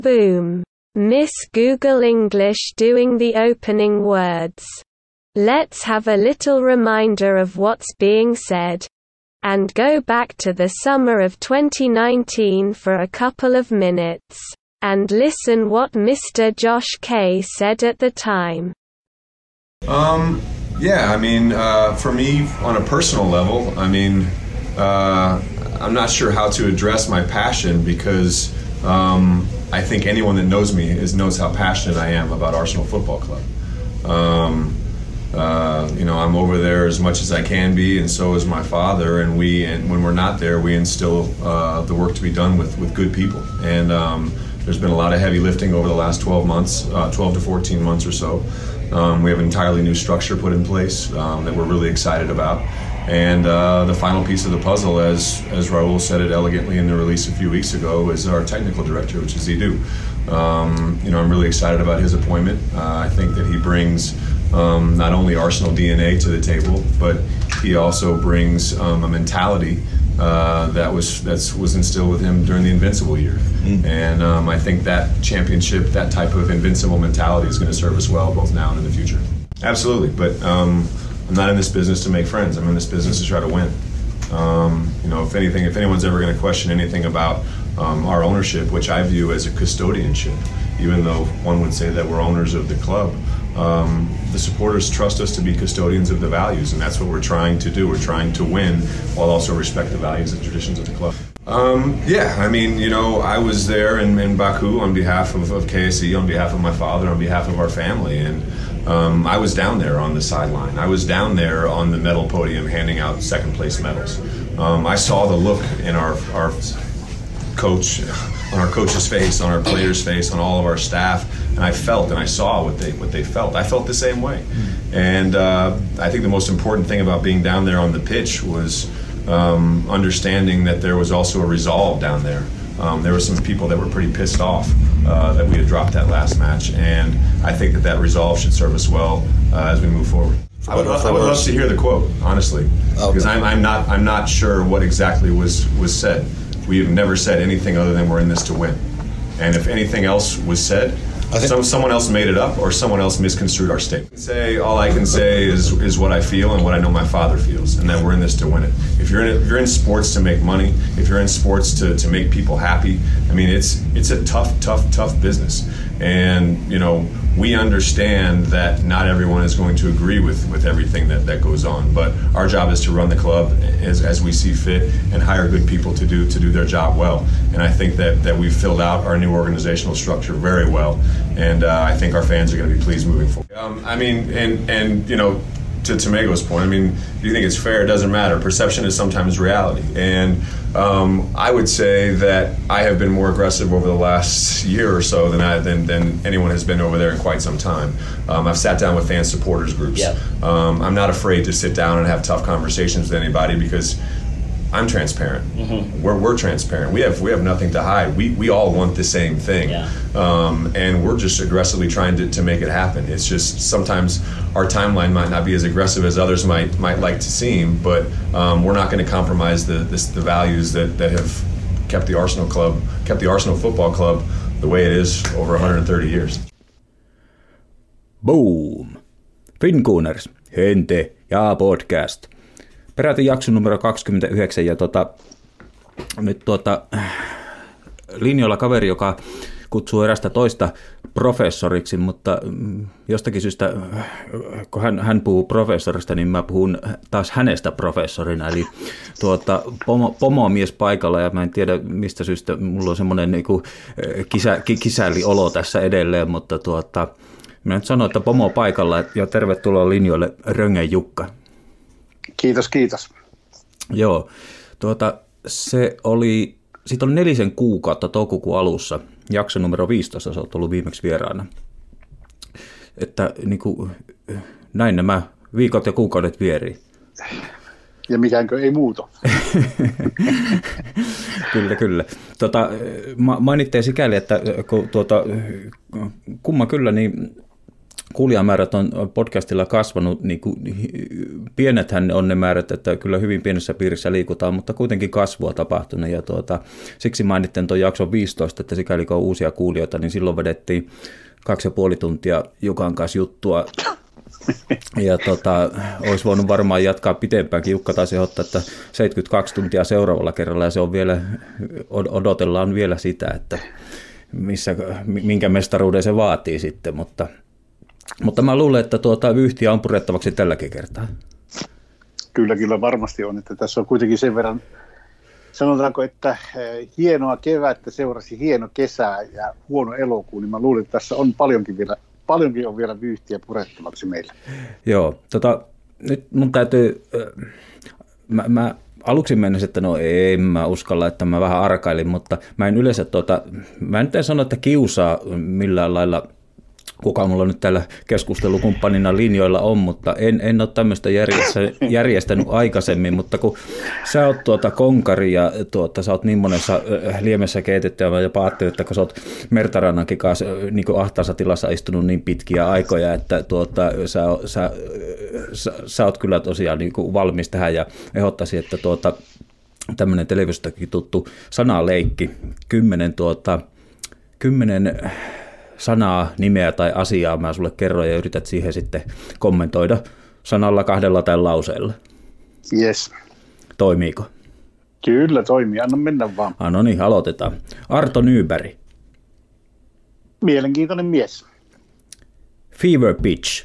Boom. Miss Google English doing the opening words. Let's have a little reminder of what's being said. And go back to the summer of 2019 for a couple of minutes. And listen what Mr. Josh K said at the time. Yeah, I mean, for me, on a personal level, I mean, I'm not sure how to address my passion because I think anyone that knows me knows how passionate I am about Arsenal Football Club. You know, I'm over there as much as I can be, and so is my father. And when we're not there, we instill the work to be done with good people. And there's been a lot of heavy lifting over the last 12 to 14 months or so. We have an entirely new structure put in place that we're really excited about. And the final piece of the puzzle, as Raul said it elegantly in the release a few weeks ago, is our technical director, which is Zidou. You know, I'm really excited about his appointment. I think that he brings not only Arsenal DNA to the table, but he also brings a mentality that was instilled with him during the Invincible year. And I think that championship, that type of invincible mentality is going to serve us well both now and in the future. Absolutely, but I'm not in this business to make friends. I'm in this business to try to win. You know, if anyone's ever going to question anything about our ownership, which I view as a custodianship, even though one would say that we're owners of the club, the supporters trust us to be custodians of the values, and that's what we're trying to do. We're trying to win while also respect the values and traditions of the club. Yeah, I mean, you know, I was there in Baku on behalf of KSE, on behalf of my father, on behalf of our family, and I was down there on the sideline. I was down there on the medal podium handing out second place medals. I saw the look in our coach, on our coach's face, on our players' face, on all of our staff, and I felt and I saw what they felt. I felt the same way. And I think the most important thing about being down there on the pitch was understanding that there was also a resolve down there. There were some people that were pretty pissed off that we had dropped that last match, and I think that resolve should serve us well as we move forward. I would love to hear the quote, honestly, because I'm not sure what exactly was said. We have never said anything other than we're in this to win. And if anything else was said, someone else made it up or someone else misconstrued our statement. All I can say is what I feel and what I know my father feels, and that we're in this to win it. If you're in sports to make money, if you're in sports to make people happy, I mean, it's a tough business. And, you know, we understand that not everyone is going to agree with everything that goes on, but our job is to run the club as we see fit and hire good people to do their job well. And I think that we've filled out our new organizational structure very well, and I think our fans are going to be pleased moving forward. I mean, and you know, to Tomego's point, I mean, if you think it's fair, it doesn't matter. Perception is sometimes reality. And I would say that I have been more aggressive over the last year or so than anyone has been over there in quite some time. I've sat down with fan supporters groups. Yeah. I'm not afraid to sit down and have tough conversations with anybody because I'm transparent. Mm-hmm. We're transparent. We have nothing to hide. We all want the same thing. Yeah. And we're just aggressively trying to make it happen. It's just sometimes our timeline might not be as aggressive as others might like to seem, but we're not going to compromise the values that have kept the Arsenal Football Club the way it is over 130 years. Boom! Finkuuners, Hente ja podcast. Peräti jakso numero 29 ja nyt linjoilla kaveri, joka kutsuu erästä toista professoriksi, mutta jostakin syystä, kun hän puhuu professorista, niin mä puhun taas hänestä professorina, eli pomomies paikalla, ja mä en tiedä mistä syystä, mulla on semmoinen niinku kisäliolo tässä edelleen, mutta mä nyt sanon, että pomo paikalla, ja tervetuloa linjoille Röngen Jukka. Kiitos. Joo, siitä oli 4 kuukautta toukokuun alussa, jakso numero 15, sä oot ollut viimeksi vieraana. Että niin kuin, näin nämä viikot ja kuukaudet vierii. Ja mikäänkö ei muutu. Kyllä. Mainittiin sikäli, että kun kumma kyllä, niin kuulijamäärät on podcastilla kasvanut, niin kuin, pienethän on ne määrät, että kyllä hyvin pienessä piirissä liikutaan, mutta kuitenkin kasvua tapahtunut. Ja siksi mainitsen tuon jakson 15, että sikäli kun on uusia kuulijoita, niin silloin vedettiin 2,5 tuntia Jukan kanssa juttua. Ja olisi voinut varmaan jatkaa pitempäänkin. Jukka taisi ottaa, että 72 tuntia seuraavalla kerralla, ja se on vielä, odotellaan vielä sitä, että minkä mestaruuden se vaatii sitten, mutta mä luulen, että vyyhtiä on purettavaksi tälläkin kertaa. Kyllä varmasti on, että tässä on kuitenkin sen verran, sanotaanko, että hienoa kevättä seurasi hieno kesää ja huono elokuu, niin mä luulen, että tässä on paljonkin on vielä vyyhtiä purettavaksi meillä. Joo, nyt mun täytyy, mä aluksi mennessä, että no en mä uskalla, että mä vähän arkailin, mutta mä en yleensä, mä nyt en sano, että kiusaa millään lailla, kuka mulla nyt täällä keskustelukumppanina linjoilla on, mutta en ole tämmöistä järjestänyt aikaisemmin, mutta kun sä oot konkari ja sä oot niin monessa liemessä keitetty, ja jopa ajattelin, että kun sä oot Mertarannankin kanssa niin ahtaassa tilassa istunut niin pitkiä aikoja, että sä oot kyllä tosiaan niin valmis tähän, ja ehdottaisin, että tämmöinen televisiostakin tuttu sanaleikki, 10 sanaa, nimeä tai asiaa mä sulle kerron ja yrität siihen sitten kommentoida sanalla, 2 tai lauseella. Yes. Toimiiko? Kyllä toimii, anna mennä vaan. No niin, aloitetaan. Arto Nyberg. Mielenkiintoinen mies. Fever Pitch.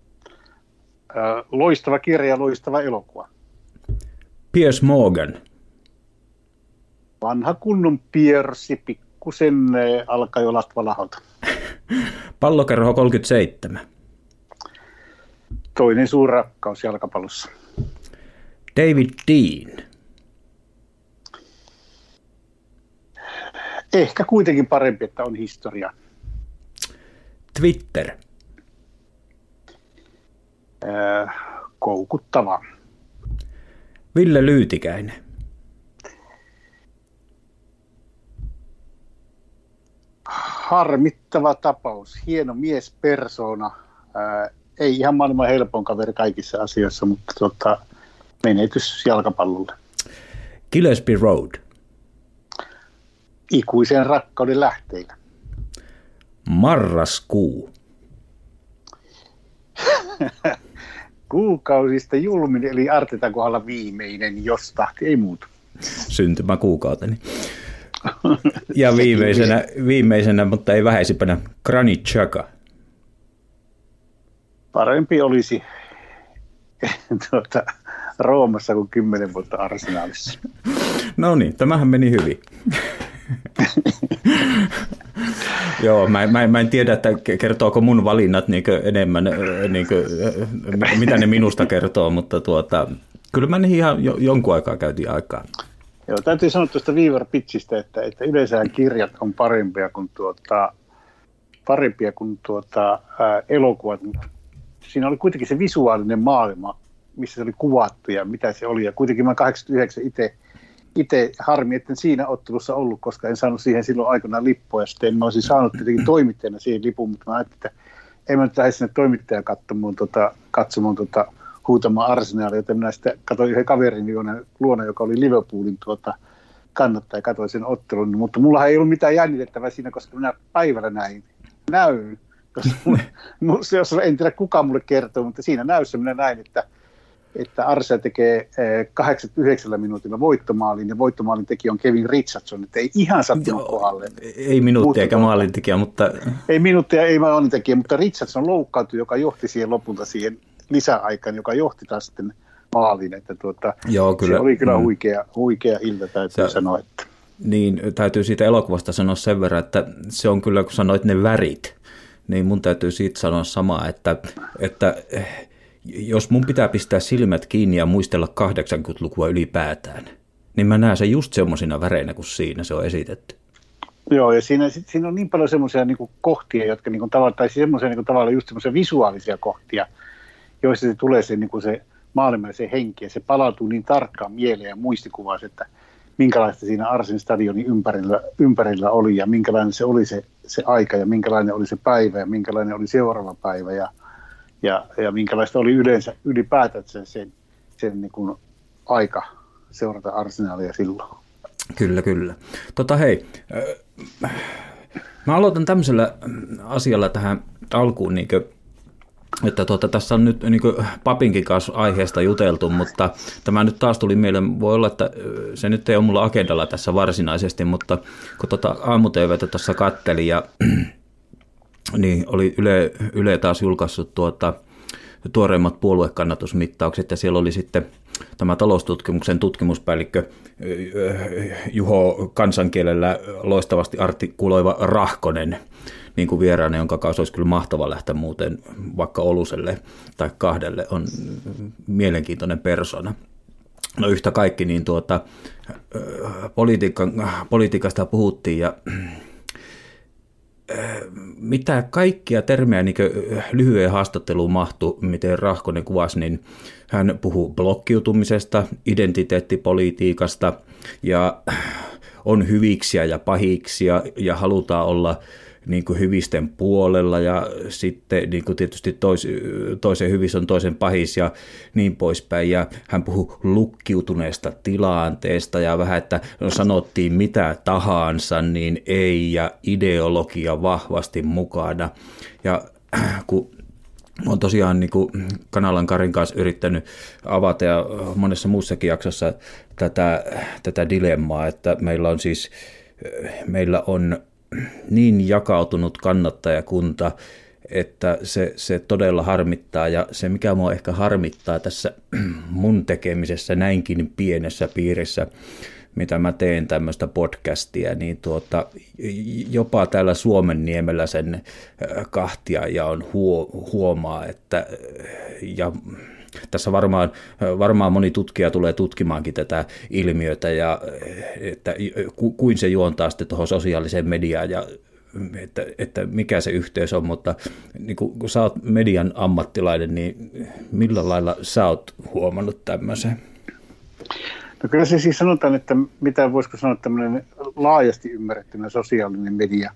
Loistava kirja, loistava elokuva. Piers Morgan. Vanha kunnon Piersi, pikkusen alkaa jo latva lahota. Pallokerho 37. Toinen suuri rakkaus jalkapallossa. David Dean. Ehkä kuitenkin parempi, että on historia. Twitter. Koukuttava. Ville Lyytikäinen. Harmittava tapaus. Hieno miespersona. Ei ihan maailman helpon kaveri kaikissa asioissa, mutta menetys jalkapallolle. Gillespie Road. Ikuisen rakkauden lähteillä. Marraskuu. Kuukausista julmin, eli Artetan kohdalla viimeinen, jos tahti ei muutu. Syntymäkuukauteni. Ja viimeisenä, mutta ei vähäisimpänä, Granit Xhaka. Parempi olisi Roomassa kuin 10 vuotta Arsenalissa. No niin, tämähän meni hyvin. Joo, mä en tiedä, että kertooko mun valinnat enemmän, mitä ne minusta kertoo, mutta kyllä mä niihin ihan jonkun aikaa käytiin aikaa. Joo, täytyy sanoa tuosta Fever Pitchistä, että yleensä kirjat on parempia kuin elokuvat, mutta siinä oli kuitenkin se visuaalinen maailma, missä se oli kuvattu ja mitä se oli, ja kuitenkin mä 89 itse harmi, etten siinä ottelussa ollut, koska en saanut siihen silloin aikanaan lippua, ja sitten mä olisin saanut tietenkin toimittajana siihen lipun, mutta mä ajattelin, että en mä nyt lähde sinne toimittajan katsomaan huutamaan Arsenalia, joten minä sitten katsoin yhden kaverin luona, joka oli Liverpoolin kannattaja, katsoin sen ottelun, mutta mulla ei ollut mitään jännitettävää siinä, koska minä päivällä näyn, jos en tiedä kuka mulle kertoo, mutta siinä näyssä minä näin, että Arsenal tekee 89 minuutilla voittomaalin, ja voittomaalin tekijä on Kevin Richardson, että ei ihan sattunut kohdalle. Ei minuuttia eikä maalintekijä, mutta... Ei minuuttia, ei maalintekijä, mutta Richardson loukkaantui, joka johti siihen lopulta siihen lisäaikaan, joka johti taas sitten maaliin, että Joo, kyllä. Se oli kyllä huikea ilta, täytyy sanoa. Että. Niin, täytyy siitä elokuvasta sanoa sen verran, että se on kyllä, kun sanoit ne värit, niin mun täytyy siitä sanoa samaa, että jos mun pitää pistää silmät kiinni ja muistella 80-lukua ylipäätään, niin mä näen sen just semmoisina väreinä, kun siinä se on esitetty. Joo, ja siinä on niin paljon semmoisia niin kohtia, jotka niin tavallaan, tai semmoisia niin tavallaan just semmoisia visuaalisia kohtia, joissa se tulee se, niin se maailman se henki, ja se palautuu niin tarkkaan mieleen ja muistikuvaan, että minkälaista siinä Arsen stadionin ympärillä oli ja minkälainen se oli se aika ja minkälainen oli se päivä ja minkälainen oli seuraava päivä ja minkälaista oli ylipäätään sen niin kuin aika seurata Arsenalia silloin. Kyllä. Hei, mä aloitan tämmöisellä asialla tähän alkuun, että tässä on nyt papinkin kanssa aiheesta juteltu, mutta tämä nyt taas tuli mieleen, voi olla, että se nyt ei ole mulla agendalla tässä varsinaisesti, mutta kun aamu-tv:tä tuossa kattelin ja niin oli Yle taas julkaissut tuoreimmat puoluekannatusmittaukset ja siellä oli sitten tämä taloustutkimuksen tutkimuspäällikkö Juho kansankielellä loistavasti artikuloiva Rahkonen, niin kuin vieraana, jonka kanssa olisi kyllä mahtava lähteä muuten vaikka Oluselle tai Kahdelle, on mielenkiintoinen persona. No yhtä kaikki, niin politiikasta puhuttiin ja mitä kaikkia termejä niin lyhyen haastatteluun mahtui, miten Rahkonen kuvasi, niin hän puhuu blokkiutumisesta, identiteettipolitiikasta ja on hyviksiä ja pahiksia ja halutaan olla niin kuin hyvisten puolella ja sitten niin kuin tietysti toisen hyvis on toisen pahis ja niin poispäin. Ja hän puhui lukkiutuneesta tilanteesta ja vähän, että sanottiin mitä tahansa, niin ei ja ideologia vahvasti mukana. Ja kun olen tosiaan niin kuin Kanalan Karin kanssa yrittänyt avata ja monessa muussakin jaksossa tätä dilemmaa, että meillä on niin jakautunut kannattajakunta, että se todella harmittaa ja se mikä mua ehkä harmittaa tässä mun tekemisessä näinkin pienessä piirissä, mitä mä teen tämmöistä podcastia, niin jopa täällä Suomenniemellä sen kahtia ja on huomaa, että ja tässä varmaan moni tutkija tulee tutkimaankin tätä ilmiötä ja että kuin se juontaa sitten tuohon sosiaaliseen mediaan ja että mikä se yhteys on, mutta niin kun sä oot median ammattilainen, niin millä lailla sä oot huomannut tämmöisen? No kyllä se siis sanotaan, että mitä voisiko sanoa tämmöinen laajasti ymmärrettynä sosiaalinen media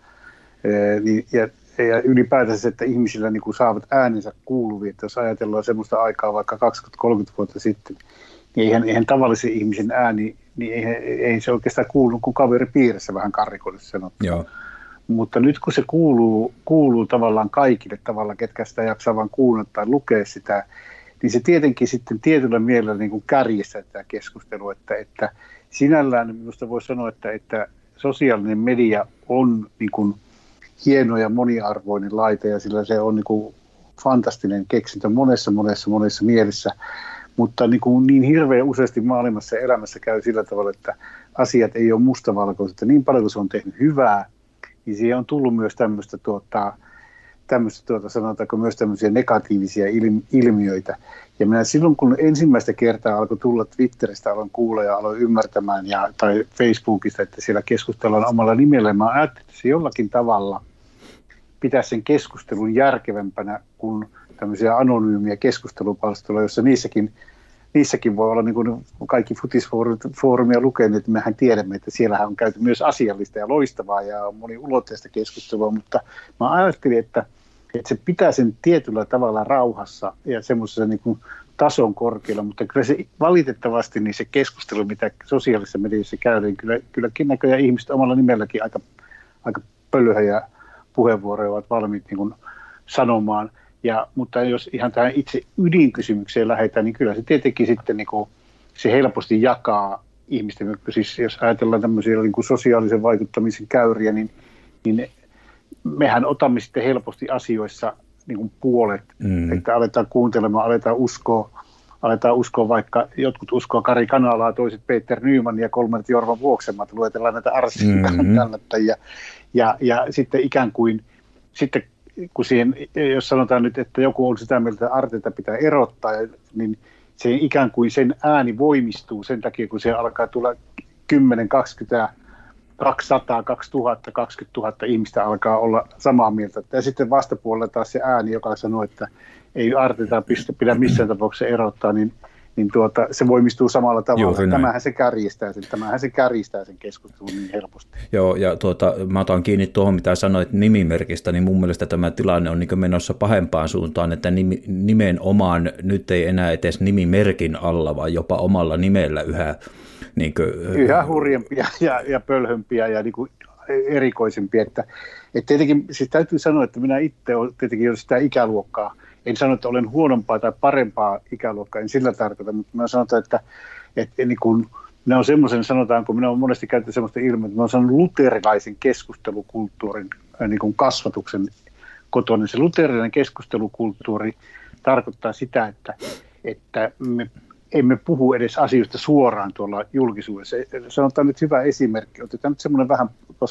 ja ylipäätänsä, että ihmisillä niin kuin saavat äänensä kuuluvia, että jos ajatellaan semmoista aikaa vaikka 20-30 vuotta sitten, niin eihän tavallisen ihmisen ääni, niin ei se oikeastaan kuulu kuin kaveripiirissä vähän karrikoidusti sanottuna. Joo. Mutta nyt kun se kuuluu tavallaan kaikille tavallaan, ketkä sitä jaksaa vaan kuunnella tai lukea sitä, niin se tietenkin sitten tietyllä mielellä niin kuin kärjestää tämä keskustelu, että sinällään minusta voi sanoa, että sosiaalinen media on niin kuin hieno ja moniarvoinen laite ja sillä se on niin kuin fantastinen keksintö monessa mielessä, mutta niin hirveän useasti maailmassa ja elämässä käy sillä tavalla, että asiat ei ole mustavalkoiset. Niin paljon kuin se on tehnyt hyvää, niin siihen on tullut myös tämmöistä sanotaanko myös tämmöisiä negatiivisia ilmiöitä. Ja minä silloin, kun ensimmäistä kertaa alkoi tulla Twitteristä, aloin kuulla ja aloin ymmärtämään, tai Facebookista, että siellä keskustellaan omalla nimellä, mä ajattelin, että se jollakin tavalla pitäisi sen keskustelun järkevämpänä kuin tämmöisiä anonyymiä keskustelupalstoja, joissa niissäkin voi olla, niin kuin kaikki futisfoorumia lukeneet, että mehän tiedämme, että siellähän on käyty myös asiallista ja loistavaa ja moniulotteista keskustelua, mutta mä ajattelin, että se pitää sen tietyllä tavalla rauhassa ja semmoisessa niin kuin tason korkealla, mutta kyllä se valitettavasti niin se keskustelu, mitä sosiaalisessa mediassa käydään, kylläkin näköjään ihmiset omalla nimelläkin aika pölhöjä puheenvuoroja ovat valmiit niin kuin sanomaan. Mutta jos ihan tähän itse ydinkysymykseen lähdetään, niin kyllä se tietenkin sitten niin kuin, se helposti jakaa ihmisten, siis jos ajatellaan tämmöisiä niin kuin sosiaalisen vaikuttamisen käyriä, niin mehän otamme sitten helposti asioissa niin kuin puolet, että aletaan kuuntelemaan, aletaan uskoa vaikka, jotkut uskoo Kari Kanalaa, toiset Peter Nyman ja kolmannet Jorma Vuoksenmat, luetellaan näitä Arsenin kannattajia, ja sitten ikään kuin, sitten kun siihen, jos sanotaan nyt, että joku on sitä mieltä, että Arteta pitää erottaa, niin se ikään kuin sen ääni voimistuu sen takia, kun se alkaa tulla 10, 20, 200, 2000, 20 000 ihmistä alkaa olla samaa mieltä. Ja sitten vastapuolella taas se ääni, joka sanoo, että ei Arteta pidä missään tapauksessa erottaa, niin se voimistuu samalla tavalla. Tämähän se kärjistää sen keskustelun niin helposti. Joo, ja mä otan kiinni tuohon, mitä sanoit nimimerkistä, niin mun mielestä tämä tilanne on niin menossa pahempaan suuntaan, että nimenomaan nyt ei enää edes nimimerkin alla, vaan jopa omalla nimellä yhä yhä hurjempia ja pölhömpiä ja niin kuin erikoisempia. Että tietenkin, siis täytyy sanoa, että minä itse olen tietenkin jo sitä ikäluokkaa. En sano, että olen huonompaa tai parempaa ikäluokkaa, en sillä tarkoita, mutta mä sanon, että niin kuin, minä olen semmoisen, sanotaanko, minä olen monesti käyttänyt semmoista ilmiötä, että mä olen sanonut luterilaisen keskustelukulttuurin niin kuin kasvatuksen kotona. Se luterilainen keskustelukulttuuri tarkoittaa sitä, että me emme puhu edes asioista suoraan tuolla julkisuudessa. Sanotaan nyt hyvä esimerkki. Otetaan nyt semmoinen vähän,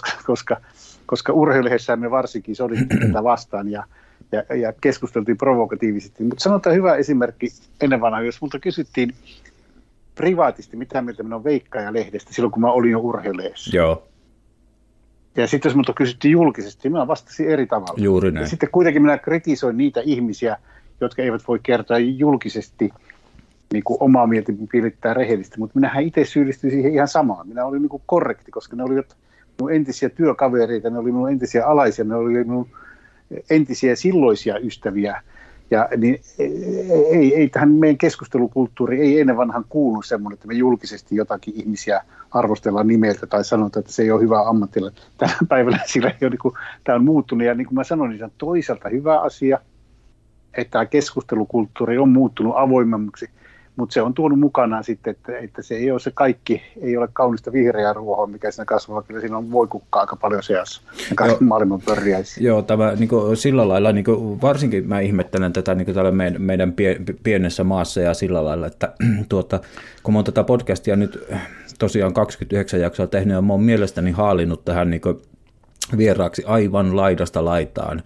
koska urheilulehdessä me varsinkin sodittiin tätä vastaan ja keskusteltiin provokatiivisesti. Mutta sanotaan hyvä esimerkki ennen vanhaa, jos multa kysyttiin privaatisti, mitä mieltä minä on Veikkaaja-lehdestä silloin, kun mä olin jo urheilulehdessä. Joo. Ja sitten jos multa kysyttiin julkisesti, minä vastasin eri tavalla. Juuri näin. Ja sitten kuitenkin minä kritisoin niitä ihmisiä, jotka eivät voi kertoa julkisesti niin kuin omaa mielipidettä rehellisesti, mutta minähän itse syyllistyin siihen ihan samaan. Minä olin niin kuin korrekti, koska ne olivat minun entisiä työkavereita, ne olivat minun entisiä alaisia, ne olivat minun entisiä silloisia ystäviä. Ja niin ei tähän meidän keskustelukulttuuri ei ennen vanhaan kuulu semmoinen, että me julkisesti jotakin ihmisiä arvostellaan nimeltä tai sanotaan, että se ei ole hyvä ammattilainen. Tänä päivänä sillä ei ole, niin kuin, tämä on muuttunut ja niin kuin mä sanoin, niin se on toisaalta hyvä asia, että tämä keskustelukulttuuri on muuttunut avoimemmaksi. Mutta se on tuonut mukanaan sitten, että se ei ole se kaikki, ei ole kaunista vihreää ruohoa, mikä siinä kasvaa. Kyllä siinä on voikukkaa aika paljon seassa ja kaikki maailman pörjäisiä. Joo, tämä niin sillä lailla, niin varsinkin mä ihmettelen tätä niin täällä meidän pienessä maassa ja sillä lailla, että kun mä oon tätä podcastia nyt tosiaan 29 jaksoa tehnyt ja mä oon mielestäni haalinut tähän niin vieraaksi aivan laidasta laitaan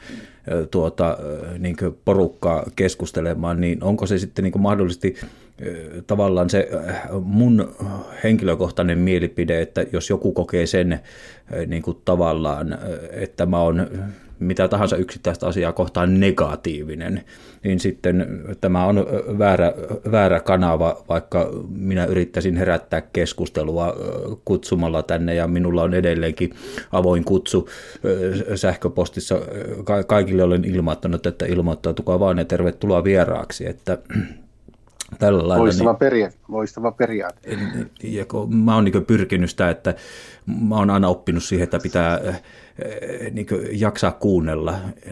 niin porukkaa keskustelemaan, niin onko se sitten niin mahdollisesti tavallaan se mun henkilökohtainen mielipide, että jos joku kokee sen niin kuin tavallaan, että mä oon mitä tahansa yksittäistä asiaa kohtaan negatiivinen, niin sitten tämä on väärä kanava, vaikka minä yrittäisin herättää keskustelua kutsumalla tänne, ja minulla on edelleenkin avoin kutsu sähköpostissa. Kaikille olen ilmoittanut, että ilmoittautukaa vaan ja tervetuloa vieraaksi, että tällä lailla, loistava periaate. Ja mä oon niin pyrkinyt sitä, että mä oon aina oppinut siihen, että pitää niin jaksaa kuunnella.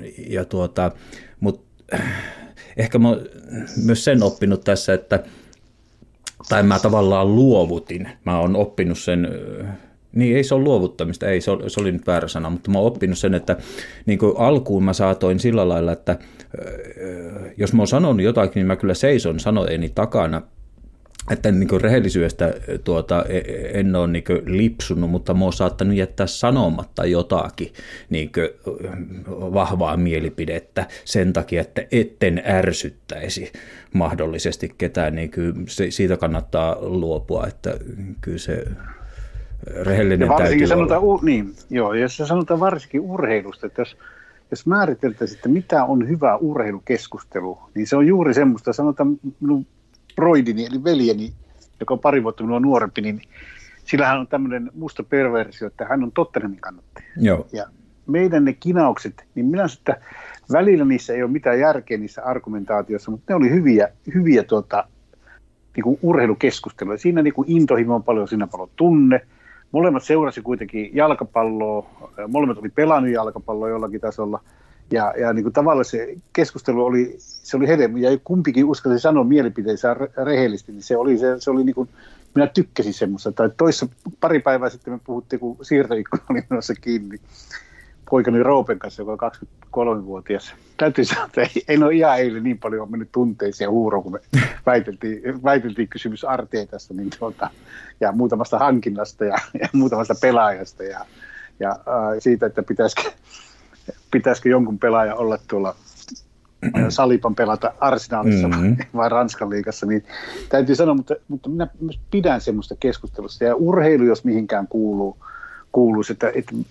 Mutta ehkä mä oon myös sen oppinut tässä, tai mä tavallaan luovutin. Mä oon oppinut sen. Niin, ei se ole luovuttamista, ei, se oli nyt väärä sana, mutta mä oon oppinut sen, että niin kuin alkuun mä saatoin sillä lailla, että jos mä oon sanonut jotakin, niin mä kyllä seison sanojeni takana, että niin kuin rehellisyydestä en ole niin kuin lipsunut, mutta mä oon saattanut jättää sanomatta jotakin niin kuin vahvaa mielipidettä sen takia, että etten ärsyttäisi mahdollisesti ketään, niin kyllä siitä kannattaa luopua, että kyllä se rehellinen täytyy olla. Jos sanotaan varsinkin urheilusta, että jos määriteltäisiin, että mitä on hyvä urheilukeskustelu, niin se on juuri semmoista, sanotaan minun broidini, eli veljeni, joka on pari vuotta minua nuorempi, niin sillähän on tämmöinen musta perversio, että hän on Tottenhamin kannattaja. Joo. Ja meidän ne kinaukset, niin minä sanon, että välillä niissä ei ole mitään järkeä niissä argumentaatioissa, mutta ne oli hyviä niin kuin urheilukeskustelua. Siinä niin kuin intohimo on paljon, siinä paljon tunne. Molemmat seurasi kuitenkin jalkapalloa, molemmat oli pelannut jalkapalloa jollakin tasolla. Ja niin kuin tavallaan se keskustelu oli hedelmä, ja kumpikin uskalsi sanoa mielipiteensä rehellisesti, niin se oli niin kuin, minä tykkäsin semmoista. Tai pari päivää sitten me puhuttiin, kun siirtoikkuna oli menossa kiinni poikani Roopen kanssa, joka on 23-vuotias. Täytyy sanoa, että ei ole ihan eilen niin paljon mennyt tunteisiin ja huuroon, kun me väiteltiin kysymys Arteetasta niin ja muutamasta hankinnasta ja muutamasta pelaajasta ja siitä, että pitäisikö jonkun pelaaja olla tuolla Saliban pelata Arsenalissa vai Ranskan liigassa, niin täytyy sanoa, mutta minä myös pidän semmoista keskustelusta ja urheilu, jos mihinkään kuuluu että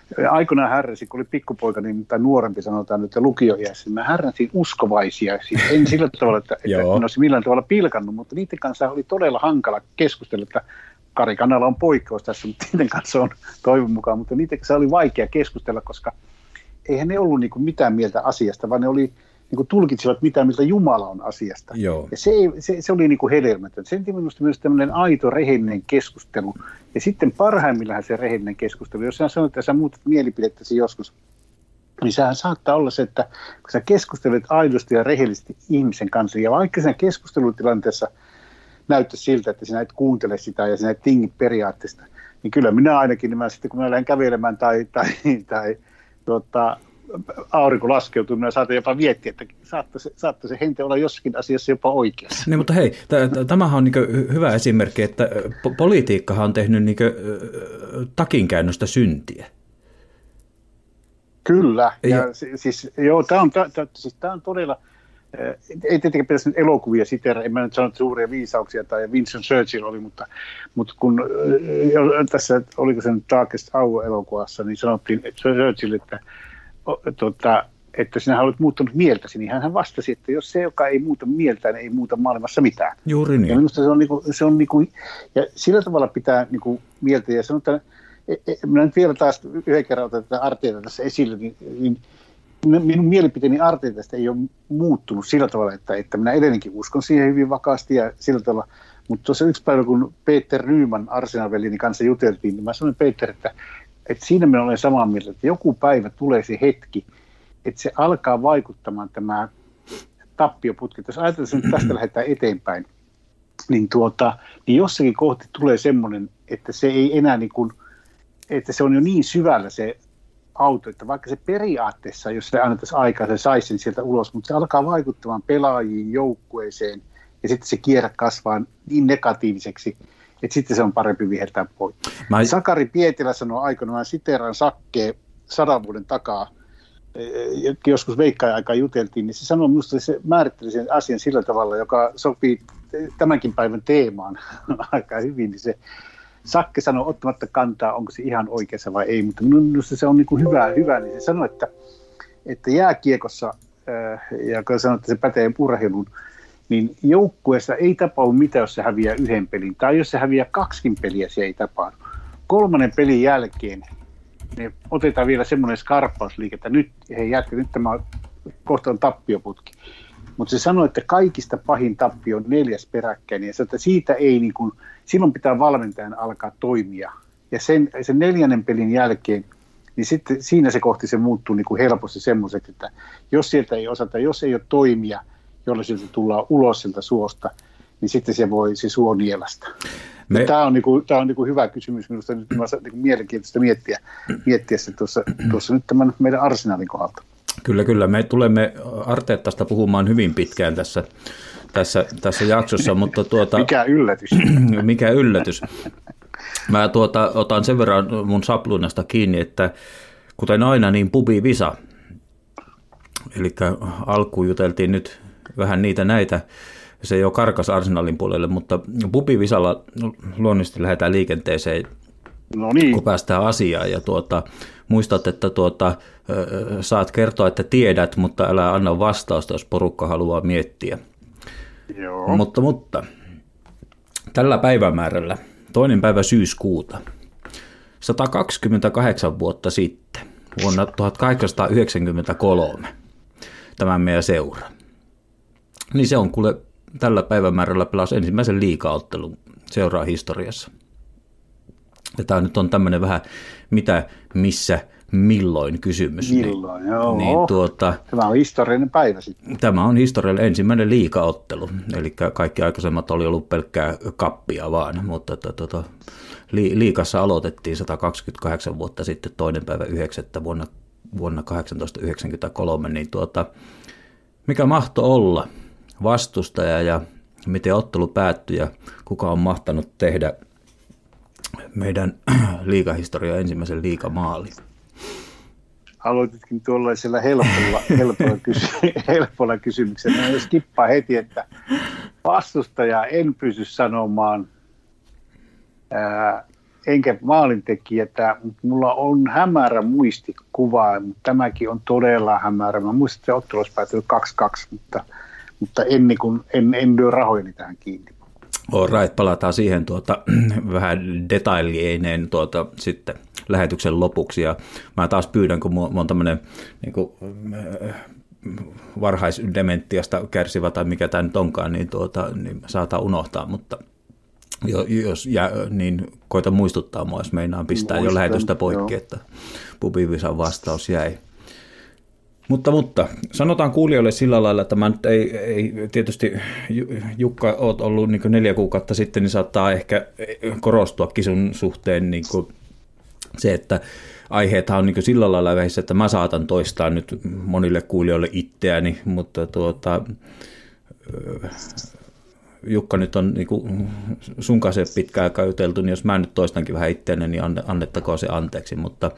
aikoinaan härräsin, kun oli pikkupoika, niin, tai nuorempi sanotaan nyt, lukioiässä, mä härräsin uskovaisia. Siis en sillä tavalla, että en olisi millään tavalla pilkannut, mutta niiden kanssa oli todella hankala keskustella, että Kari Kannalla on poikkeus tässä, mutta niiden kanssa on toivon mukaan, mutta niiden kanssa oli vaikea keskustella, koska eihän ne ollut niin kuin mitään mieltä asiasta, vaan ne oli niin kuin tulkitsivat mitä mieltä Jumala on asiasta. Joo. Ja se oli niin kuin hedelmätön. Sen minusta myös tämmöinen aito, rehellinen keskustelu. Ja sitten parhaimmillaan se rehellinen keskustelu, jos sä sanot, että sä muutat mielipidettäsi joskus, niin sehän saattaa olla se, että kun sä keskustelet aidosti ja rehellisesti ihmisen kanssa, ja vaikka sen keskustelutilanteessa näyttäisi siltä, että sinä et kuuntele sitä ja sinä et tingi periaatteesta, niin kyllä minä ainakin, niin sitten kun mä lähden kävelemään tai aurinko laskeutuu, minä saatan jopa miettiä, että saattaa se hente olla jossakin asiassa jopa oikeassa. Niin, mutta hei, tämähän on niin hyvä esimerkki, että politiikkahan on tehnyt niin takinkäännöstä syntiä. Kyllä, ja siis joo, tämä on todella, ei tietenkään pitäisi nyt elokuvia siteerata, en mä nyt sano, että suuria viisauksia tai Winston Churchill oli, mutta kun tässä, oliko se nyt Darkest Hour-elokuvassa, niin sanottiin Churchill, että sinä olet muuttanut mieltäsi, niin hän vastasi, että jos se, joka ei muuta mieltään, ei muuta maailmassa mitään. Juuri niin. Ja minusta se on ja sillä tavalla pitää niin mieltä, ja sanotaan, minä nyt vielä taas yhden kerran otan tätä Arteeta tässä esille, niin minun mielipiteeni Arteetasta ei ole muuttunut sillä tavalla, että minä edelleenkin uskon siihen hyvin vakaasti ja sillä tavalla, mutta tuossa yksi päivä, kun Peter Nyman Arsenal-velini kanssa juteltiin, niin mä sanoin Peter, että siinä minä olen samaa mieltä, että joku päivä tulee se hetki, että se alkaa vaikuttamaan tämä tappioputki. Jos ajatellaan, että tästä lähdetään eteenpäin, niin jossakin kohti tulee semmoinen, että se ei enää että se on jo niin syvällä se auto, että vaikka se periaatteessa, jos se annettaisiin aikaa, se saisi sen sieltä ulos, mutta se alkaa vaikuttamaan pelaajiin, joukkueeseen, ja sitten se kierre kasvaa niin negatiiviseksi, että sitten se on parempi viheltää pois. Sakari Pietilä sanoi aikoinaan, siteeraan Sakkeen 100 vuoden takaa, joskus Veikka-aikaa juteltiin, niin se sanoi minusta, että se määritteli sen asian sillä tavalla, joka sopii tämänkin päivän teemaan aika hyvin, niin se Sakke sanoi ottamatta kantaa, onko se ihan oikeassa vai ei, mutta minusta se on niin kuin hyvä, niin se sanoi, että jääkiekossa, ja kun sanoi, että se pätee urheiluun, niin joukkueessa ei tapahdu mitään, jos se häviää yhden pelin, tai jos se häviää 2 peliä, se ei tapahdu. 3. pelin jälkeen ne otetaan vielä semmoinen skarppausliike, että nyt tämä kohta on tappioputki. Mutta se sanoi, että kaikista pahin tappio on 4. peräkkäin, ja että siitä ei silloin pitää valmentajan alkaa toimia. Ja sen 4. pelin jälkeen, niin sitten siinä se kohti se muuttuu helposti semmoiseksi, että jos sieltä ei osata, jos ei ole toimia, jolla sieltä tullaan ulos sieltä suosta, niin sitten se voi se suo nielasta. Tämä on hyvä kysymys minusta, nyt mielenkiintoista miettiä se tuossa nyt tämän meidän Arsenalin kohdalta. Kyllä. Me tulemme Arteetasta puhumaan hyvin pitkään tässä jaksossa, mutta Mikä yllätys. Mikä yllätys. Mä otan sen verran mun sapluunasta kiinni, että kuten aina, niin Pubi Visa. Eli alkuun juteltiin nyt vähän niitä näitä. Se jo karkas Arsenalin puolelle, mutta Pubi Visalla luonnollisesti lähdetään liikenteeseen, no niin, kun päästään asiaan. Ja muistat, että saat kertoa, että tiedät, mutta älä anna vastausta, jos porukka haluaa miettiä. Joo. Mutta tällä päivämäärällä, 2. päivä syyskuuta, 128 vuotta sitten, vuonna 1893, tämän meidän seura. Niin se on kuule tällä päivämäärällä pelasi ensimmäisen liigaottelun seuraa historiassa. Ja tämä nyt on tämmöinen vähän mitä, missä, milloin kysymys. Milloin, joo. Niin, tämä on historiallinen päivä sitten. Tämä on historiallinen ensimmäinen liigaottelu, eli kaikki aikaisemmat oli ollut pelkkää kappia vaan, mutta liigassa aloitettiin 128 vuotta sitten 2. päivä 9. vuonna 1893, niin mikä mahtoi olla vastustaja ja miten ottelu päättyi ja kuka on mahtanut tehdä meidän liigahistorian ensimmäisen liigamaalin? Aloititkin tuollaisella helpolla kysymyksellä. Mä skippaa heti, että vastustajaa en pysy sanomaan enkä maalintekijä, mutta mulla on hämärä muistikuva, mutta tämäkin on todella hämärä. Mä muistan, että se ottelu olisi päätynyt 2-2, mutta en lyö rahojeni tähän kiinni. Alright, palataan siihen vähän detailieineen sitten lähetyksen lopuksi. Ja mä taas pyydän, kun mä oon tämmöinen niin varhaisdementiasta kärsivä tai mikä tämä nyt onkaan, niin saattaa unohtaa, mutta jos niin koita muistuttaa mua, jos meinaan pistää jo lähetystä poikki, että Pubivisan vastaus jäi. Mutta sanotaan kuulijoille sillä lailla, että mä nyt ei tietysti, Jukka, oot ollut niin 4 kuukautta sitten, niin saattaa ehkä korostuakin sun suhteen niin se, että aiheethan on niin sillä lailla vähissä, että mä saatan toistaa nyt monille kuulijoille itseäni, mutta Jukka nyt on niin sun kanssa pitkään aikaa juteltu, niin jos mä nyt toistankin vähän itseäni, niin annettakoon se anteeksi, mutta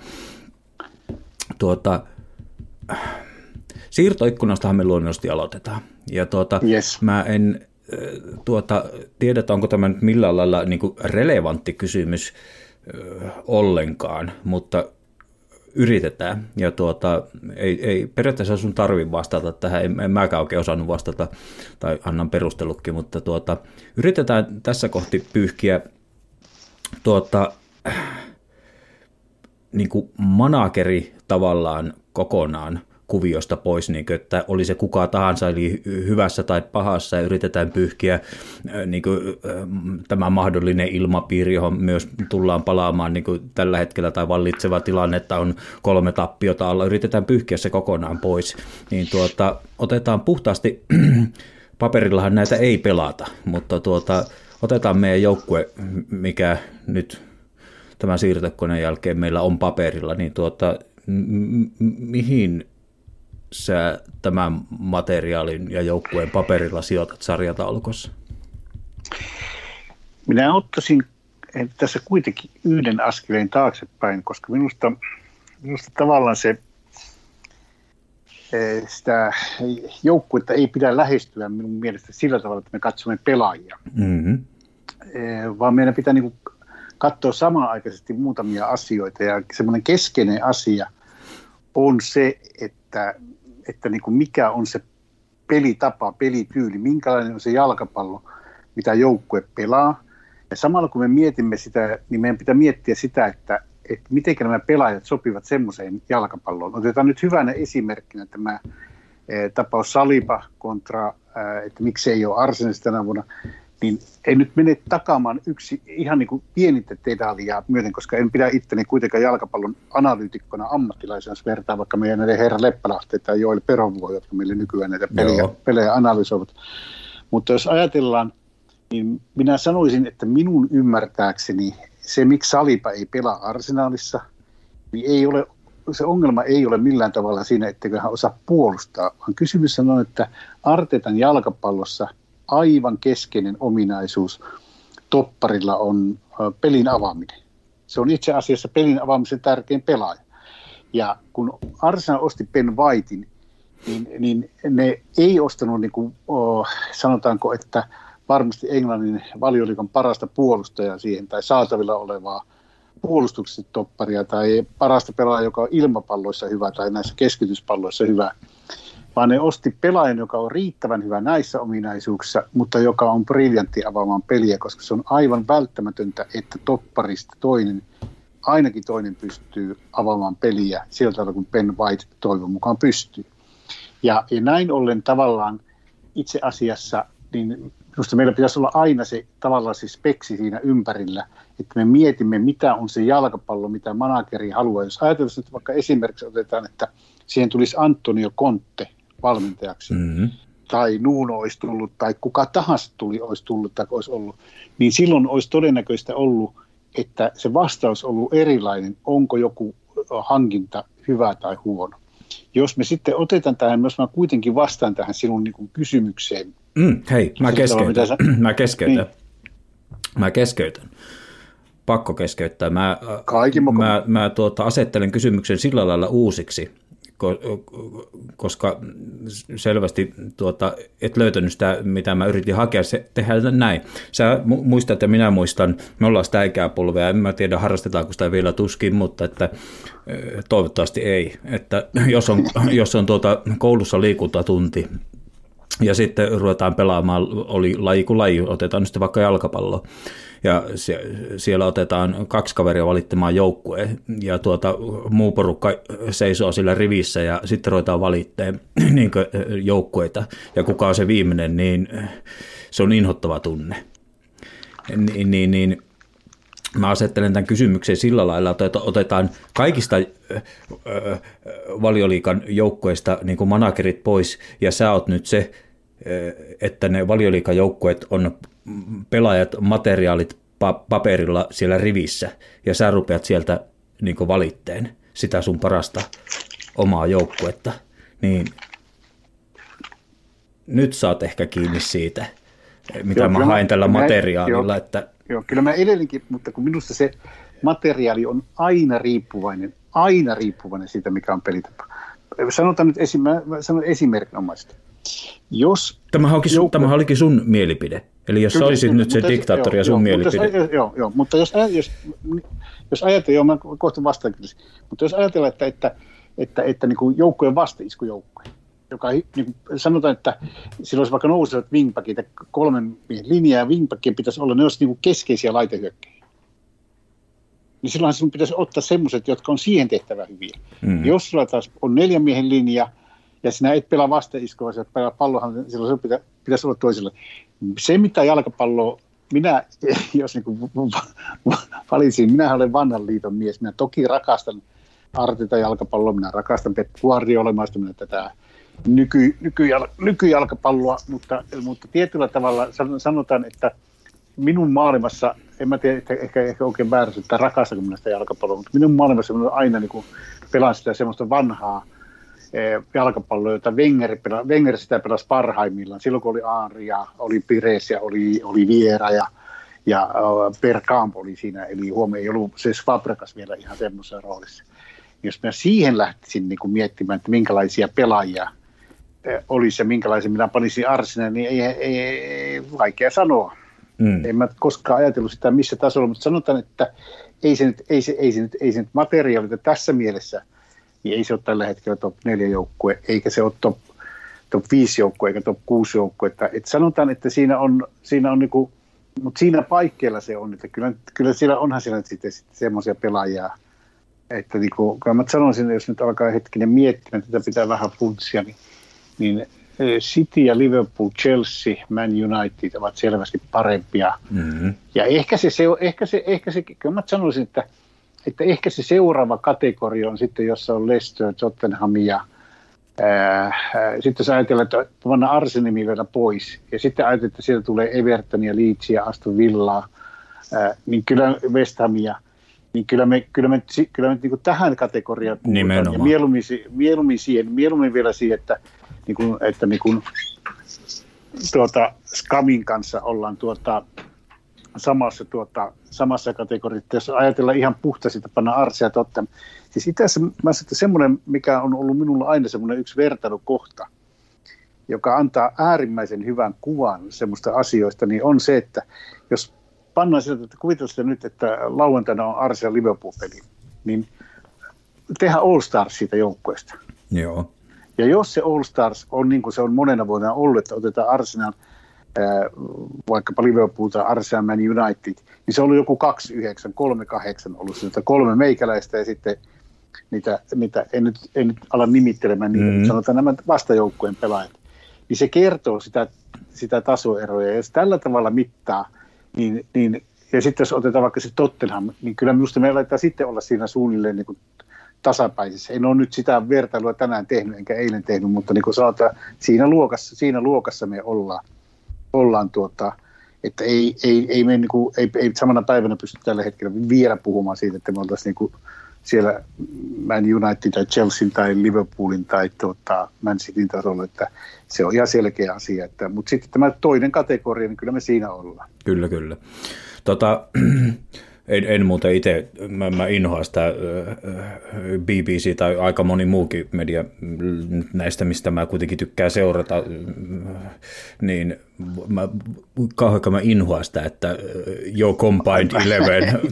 siirtoikkunastahan me luonnollisesti aloitetaan. Ja yes. Mä en tiedä, onko tämä nyt millään lailla niin kuin relevantti kysymys ollenkaan, mutta yritetään. Ja ei periaatteessa sun tarvitse vastata tähän, en mäkään oikein osannut vastata, tai annan perustelutkin, mutta yritetään tässä kohti pyyhkiä niin kuin manageri tavallaan kokonaan kuviosta pois, niin kuin, että oli se kuka tahansa, eli hyvässä tai pahassa, ja yritetään pyyhkiä niin kuin, tämä mahdollinen ilmapiiri, johon myös tullaan palaamaan niin kuin tällä hetkellä, tai vallitseva tilanne, että on 3 tappiota alla, yritetään pyyhkiä se kokonaan pois, niin otetaan puhtaasti, paperillahan näitä ei pelata, mutta otetaan meidän joukkue, mikä nyt tämän siirtokoneen jälkeen meillä on paperilla, niin mihin sä tämän materiaalin ja joukkueen paperilla sijoitat sarjataulukossa? Minä ottaisin tässä kuitenkin yhden askeleen taaksepäin, koska minusta tavallaan sitä joukkuetta ei pidä lähestyä minun mielestä sillä tavalla, että me katsomme pelaajia, vaan meidän pitää niin kuin katsoa samanaikaisesti muutamia asioita, ja semmoinen keskeinen asia on se, että niin kuin mikä on se pelitapa, pelityyli, minkälainen on se jalkapallo, mitä joukkue pelaa. Ja samalla kun me mietimme sitä, niin meidän pitää miettiä sitä, että miten nämä pelaajat sopivat semmoiseen jalkapalloon. Otetaan nyt hyvänä esimerkkinä tämä tapaus Saliba kontra, että miksi ei ole Arsenalissa tänä vuonna, niin en nyt mene takaamaan ihan niin kuin pienintä detailia myöten, koska en pidä itteni kuitenkaan jalkapallon analyytikkona ammattilaisena, jos vertaa vaikka meidän näiden Herra Leppälahteen tai Joel Peronvuo, jotka meille nykyään näitä pelejä analysoivat. Mutta jos ajatellaan, niin minä sanoisin, että minun ymmärtääkseni se, miksi Saliba ei pelaa Arsenalissa, niin se ongelma ei ole millään tavalla siinä, etteikö hän osaa puolustaa, vaan kysymys on, että Artetan jalkapallossa aivan keskeinen ominaisuus topparilla on pelin avaaminen. Se on itse asiassa pelin avaamisen tärkein pelaaja. Ja kun Arsenal osti Ben Whitein, niin ne ei ostanut, niin kuin, sanotaanko, että varmasti Englannin Valioliigan parasta puolustajaa siihen tai saatavilla olevaa puolustuksesta topparia tai parasta pelaajaa, joka on ilmapalloissa hyvä tai näissä keskityspalloissa hyvä, vaan ne osti pelaajan, joka on riittävän hyvä näissä ominaisuuksissa, mutta joka on briljantti avaamaan peliä, koska se on aivan välttämätöntä, että topparista ainakin toinen pystyy avaamaan peliä sillä tavalla, kun Ben White toivon mukaan pystyy. Ja näin ollen tavallaan itse asiassa, niin minusta meillä pitäisi olla aina se tavallaan se speksi siinä ympärillä, että me mietimme, mitä on se jalkapallo, mitä manageri haluaa. Jos ajatellaan nyt vaikka esimerkiksi otetaan, että siihen tulisi Antonio Conte valmentajaksi, tai Nuno olisi tullut, tai kuka tahansa olisi tullut tai olisi ollut, niin silloin olisi todennäköistä ollut, että se vastaus on ollut erilainen, onko joku hankinta hyvä tai huono. Jos me sitten otetaan tähän, jos mä kuitenkin vastaan tähän sinun niin kuin kysymykseen. Hei, mä keskeytän. Pakko keskeyttää. Mä asettelen kysymyksen sillä lailla uusiksi, koska selvästi et löytänyt sitä, mitä mä yritin hakea, se tehdään näin. Sä muistat ja minä muistan, me ollaan sitä ikäpolvea, en mä tiedä harrastetaanko sitä vielä tuskin, mutta että toivottavasti ei. Että jos on koulussa liikuntatunti, ja sitten ruvetaan pelaamaan, oli laji kuin laji, otetaan nyt vaikka jalkapallo. Ja siellä otetaan 2 kaveria valittamaan joukkueen ja muu porukka seisoo sillä rivissä ja sitten ruvetaan valitteen niin joukkueita. Ja kuka on se viimeinen, niin se on inhottava tunne. Niin mä asettelen tämän kysymyksen sillä lailla, että otetaan kaikista Valioliigan joukkueista niin kuin managerit pois ja sä oot nyt se, että ne Valioliigan joukkueet on pelaajat, materiaalit paperilla siellä rivissä ja sä rupeat sieltä niin kuin valitteen sitä sun parasta omaa joukkuetta, niin nyt saat ehkä kiinni siitä, mitä mä haen tällä materiaalilla. Joo, kyllä mä edelleenkin, mutta kun minusta se materiaali on aina riippuvainen siitä, mikä on pelitapa. Sanotaan nyt esimerkinomaisesti. Tämä olikin sun mielipide. Eli jos olisit nyt se diktaattori ja sun mielipide. Mutta jos ajatellaan, mä kohta vastaan kyllä, mutta jos ajatellaan, että niin kuin joukkojen vastaiskujoukkue, joka niin sanotaan, että sillä olisi vaikka nousevat wingbackit ja 3 miehen linjaa ja wingbackien pitäisi olla, ne olisi niin kuin keskeisiä laitehyökkäjiä. Niin silloinhan sinun pitäisi ottaa semmoiset, jotka on siihen tehtävä hyviä. Jos sulla taas on 4 miehen linja ja sinä et pelaa vastaiskua, vaan pelaa pallohan, silloin se pitäisi olla toiselle. Se, mitä jalkapalloa, jos niin valitsin, minähän olen vanhan liiton mies. Minä toki rakastan Arteta jalkapalloa, minä rakastan Pep Guardiolamaista, minä tätä nykyjalkapalloa, mutta tietyllä tavalla sanotaan, että minun maailmassa, en mä tiedä, ehkä oikein väärässä, että rakastanko minä sitä jalkapalloa, mutta minun maailmassa minä aina niin pelaan sitä semmoista vanhaa jalkapalloa, jota Wenger sitä pelasi parhaimmillaan. Silloin kun oli Henry ja oli Pires ja oli Vieira ja Bergkamp oli siinä, eli huomioon ei ollut se Fabregas vielä ihan semmoisessa roolissa. Jos mä siihen lähtisin niin kuin miettimään, että minkälaisia pelaajia olisi ja minkälaisia minä panisin Arsenal, niin ei vaikea sanoa. En mä koskaan ajatellut sitä missä tasolla, mutta sanotaan, että ei se nyt materiaalita tässä mielessä, niin ei se ole tällä hetkellä top 4 joukkue, eikä se ole top 5 joukkue, eikä top 6 joukkue. Että sanotaan, että siinä on niinku, mutta siinä paikkeilla se on, että kyllä siellä onhan siellä sitten semmoisia pelaajia, että niinku, kyllä mä sanoisin, jos nyt alkaa hetkinen miettimään, tätä pitää vähän funtsia, niin City ja Liverpool, Chelsea, Man United ovat selvästi parempia. Mm-hmm. Ja ehkä se, kyllä mä sanoisin, että ehkä se seuraava kategoria on sitten, jossa on Leicester, Tottenham ja sitten jos ajatellaan, että pannaan Arsenalin vielä pois ja sitten ajatellaan, että sieltä tulee Everton ja Leeds ja Aston Villaa, niin kyllä West Hamia, niin kyllä me niin kuin tähän kategoriaan puhutaan. Ja mieluummin vielä siihen, että Skamin kanssa ollaan samassa kategoriassa. Jos ajatellaan ihan puhtaasti, että panna Arsia ja Tottenham. Siis itse asiassa mä sanon, että semmoinen, mikä on ollut minulla aina semmoinen yksi vertailukohta, joka antaa äärimmäisen hyvän kuvan semmoista asioista, niin on se, että jos pannaan sieltä, että kuvitellaan nyt, että lauantaina on Arsenal Liverpool-peli, niin tehdään All Stars siitä joukkueesta. Joo. Ja jos se All Stars on niin kuin se on monena vuonna ollut, että otetaan Arsenal, vaikkapa Liverpool tai Arsenal Man United, niin se on ollut joku 2-9, 3-8 ollut sieltä 3 meikäläistä ja sitten niitä en nyt ala nimittelemään niitä, mutta sanotaan nämä vastajoukkueen pelaajat. Niin se kertoo sitä tasoeroja ja jos tällä tavalla mittaa, niin ja sitten jos otetaan vaikka se Tottenham, niin kyllä minusta meillä laittaa sitten olla siinä suunnilleen niin kuin tasapäisessä. En ole nyt sitä vertailua tänään tehnyt, enkä eilen tehnyt, mutta niin kuin sanotaan, siinä luokassa me ollaan että ei me niin kuin, ei samana päivänä pysty tällä hetkellä vielä puhumaan siitä, että me oltaisiin niin kuin siellä Man United tai Chelsea tai Liverpoolin tai Man Cityn tasolla, että se on ihan selkeä asia. Mutta sitten tämä toinen kategoria, niin kyllä me siinä ollaan. Kyllä. En muuten itse, mä inhoan sitä BBC tai aika moni muukin media näistä, mistä mä kuitenkin tykkään seurata, niin kauhean mä inhoan sitä, että Combined 11.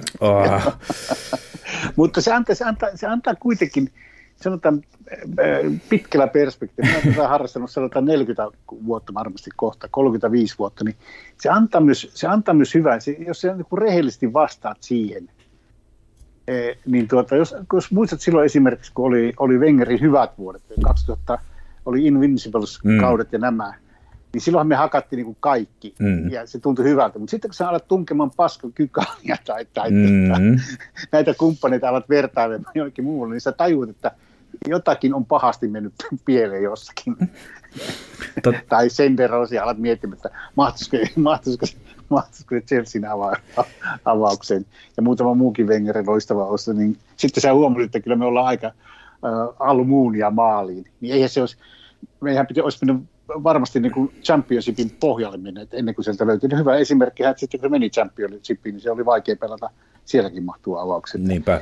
Mutta se antaa kuitenkin, sanotaan pitkällä perspektiivillä, mä olen harrastanut sanotaan 40 vuotta varmasti kohta, 35 vuotta, niin se antaa myös hyvää, jos sä niin rehellisesti vastaat siihen, niin jos muistat silloin esimerkiksi, kun oli Wengerin hyvät vuodet, 2000 oli Invincibles-kaudet ja nämä, niin silloinhan me hakattiin niin kuin kaikki, ja se tuntui hyvältä. Mutta sitten kun sä alat tunkemaan paskan kykaania tai näitä kumppaneita alat vertailemaan jonnekin muulle, niin sä tajuut, että jotakin on pahasti mennyt pieleen jossakin. Tai Senderosia alat miettimään, että mahtuisiko Chelsean avaukseen ja muutama muukin Wengerin loistava osto, niin sitten sä huomasit, että kyllä me ollaan aika almuunia maaliin. Niin eihän se olisi, meidän olisi mennyt varmasti niin kuin championshipin pohjalle menneet ennen kuin sieltä löytyi. Hyvä esimerkki, että sitten kun se meni championshipiin, niin se oli vaikea pelata. Sielläkin mahtuu avaukset. Niinpä.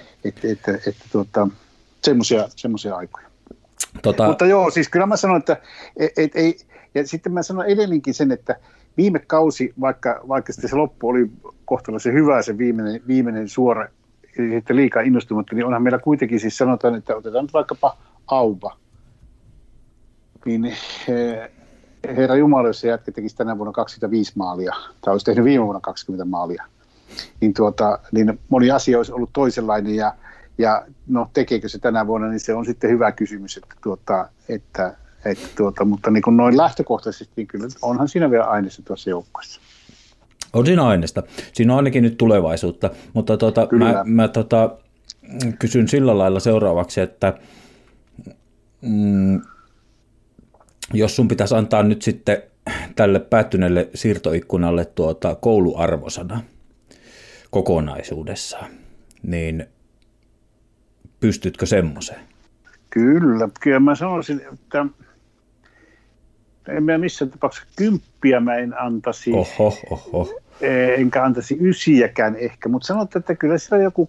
Semmoisia aikoja. Mutta joo, siis kyllä mä sanon, että ei, ja sitten mä sanon edelleenkin sen, että viime kausi, vaikka sitten se loppu oli kohtalaisen hyvä, se viimeinen suora, ja sitten liikaa innostumatta, niin onhan meillä kuitenkin siis sanotaan, että otetaan nyt vaikkapa Auba. Niin herra Jumala, jos se jätkä tekisi tänä vuonna 25 maalia, tai olisi tehnyt viime vuonna 20 maalia, niin moni asia olisi ollut toisenlainen, ja no tekeekö se tänä vuonna, niin se on sitten hyvä kysymys, mutta niin kuin noin lähtökohtaisesti, niin kyllä onhan siinä vielä aineesta tuossa joukkueessa. On siinä aineesta. Siinä on ainakin nyt tulevaisuutta, mutta mä kysyn sillä lailla seuraavaksi, että jos sun pitäisi antaa nyt sitten tälle päättyneelle siirtoikkunalle kouluarvosana kokonaisuudessaan, niin pystytkö semmoiseen? Kyllä mä sanoisin, että en mä missään tapauksessa 10 mä en antaisi, enkä antaisi 9 ehkä, mutta sanotaan, että kyllä siellä on joku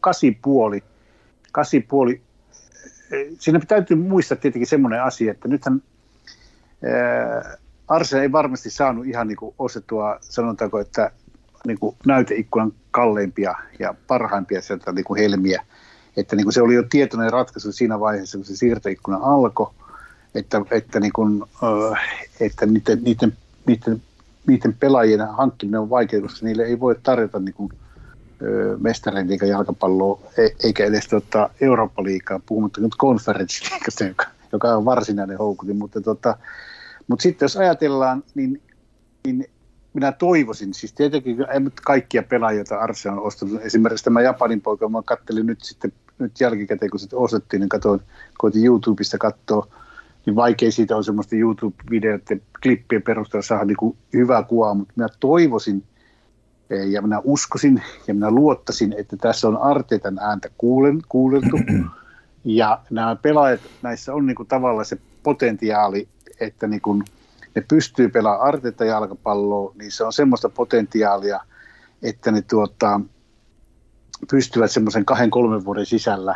8,5. Siinä täytyy muistaa tietenkin semmoinen asia, että nythän Arsenal ei varmasti saanut ihan niin kuin ostettua, sanotaanko, että niin kuin näyteikkunan kalleimpia ja parhaimpia sieltä niin kuin helmiä. Että niin kuin se oli jo tietoinen ratkaisu siinä vaiheessa, kun se siirtoikkuna alkoi, että niiden pelaajien hankkiminen on vaikea, koska niille ei voi tarjota niin kuin mestareiden liigan jalkapalloa, eikä edes Eurooppa-liigaa, puhumatta nyt konferenssiliigasta, joka on varsinainen houkutin. Mutta sitten jos ajatellaan, niin minä toivoisin, siis tietenkin ei nyt kaikkia pelaajia, joita Arsenal on ostanut. Esimerkiksi tämä Japanin poika, mä katselin nyt jälkikäteen, kun se ostettiin, niin koitin YouTubesta katsoa, niin vaikea siitä on semmoista YouTube-videoiden klippien perusteella saada niin kuin hyvää kuvaa, mutta minä toivoisin, ja minä uskoisin, ja minä luottaisin, että tässä on Artetan ääntä kuuleltu, ja nämä pelaajat, näissä on niin kuin tavallaan se potentiaali, että niin kuin ne pystyy pelaamaan Artetan jalkapalloa, niin se on semmoista potentiaalia, että ne pystyvät semmoisen 2-3 vuoden sisällä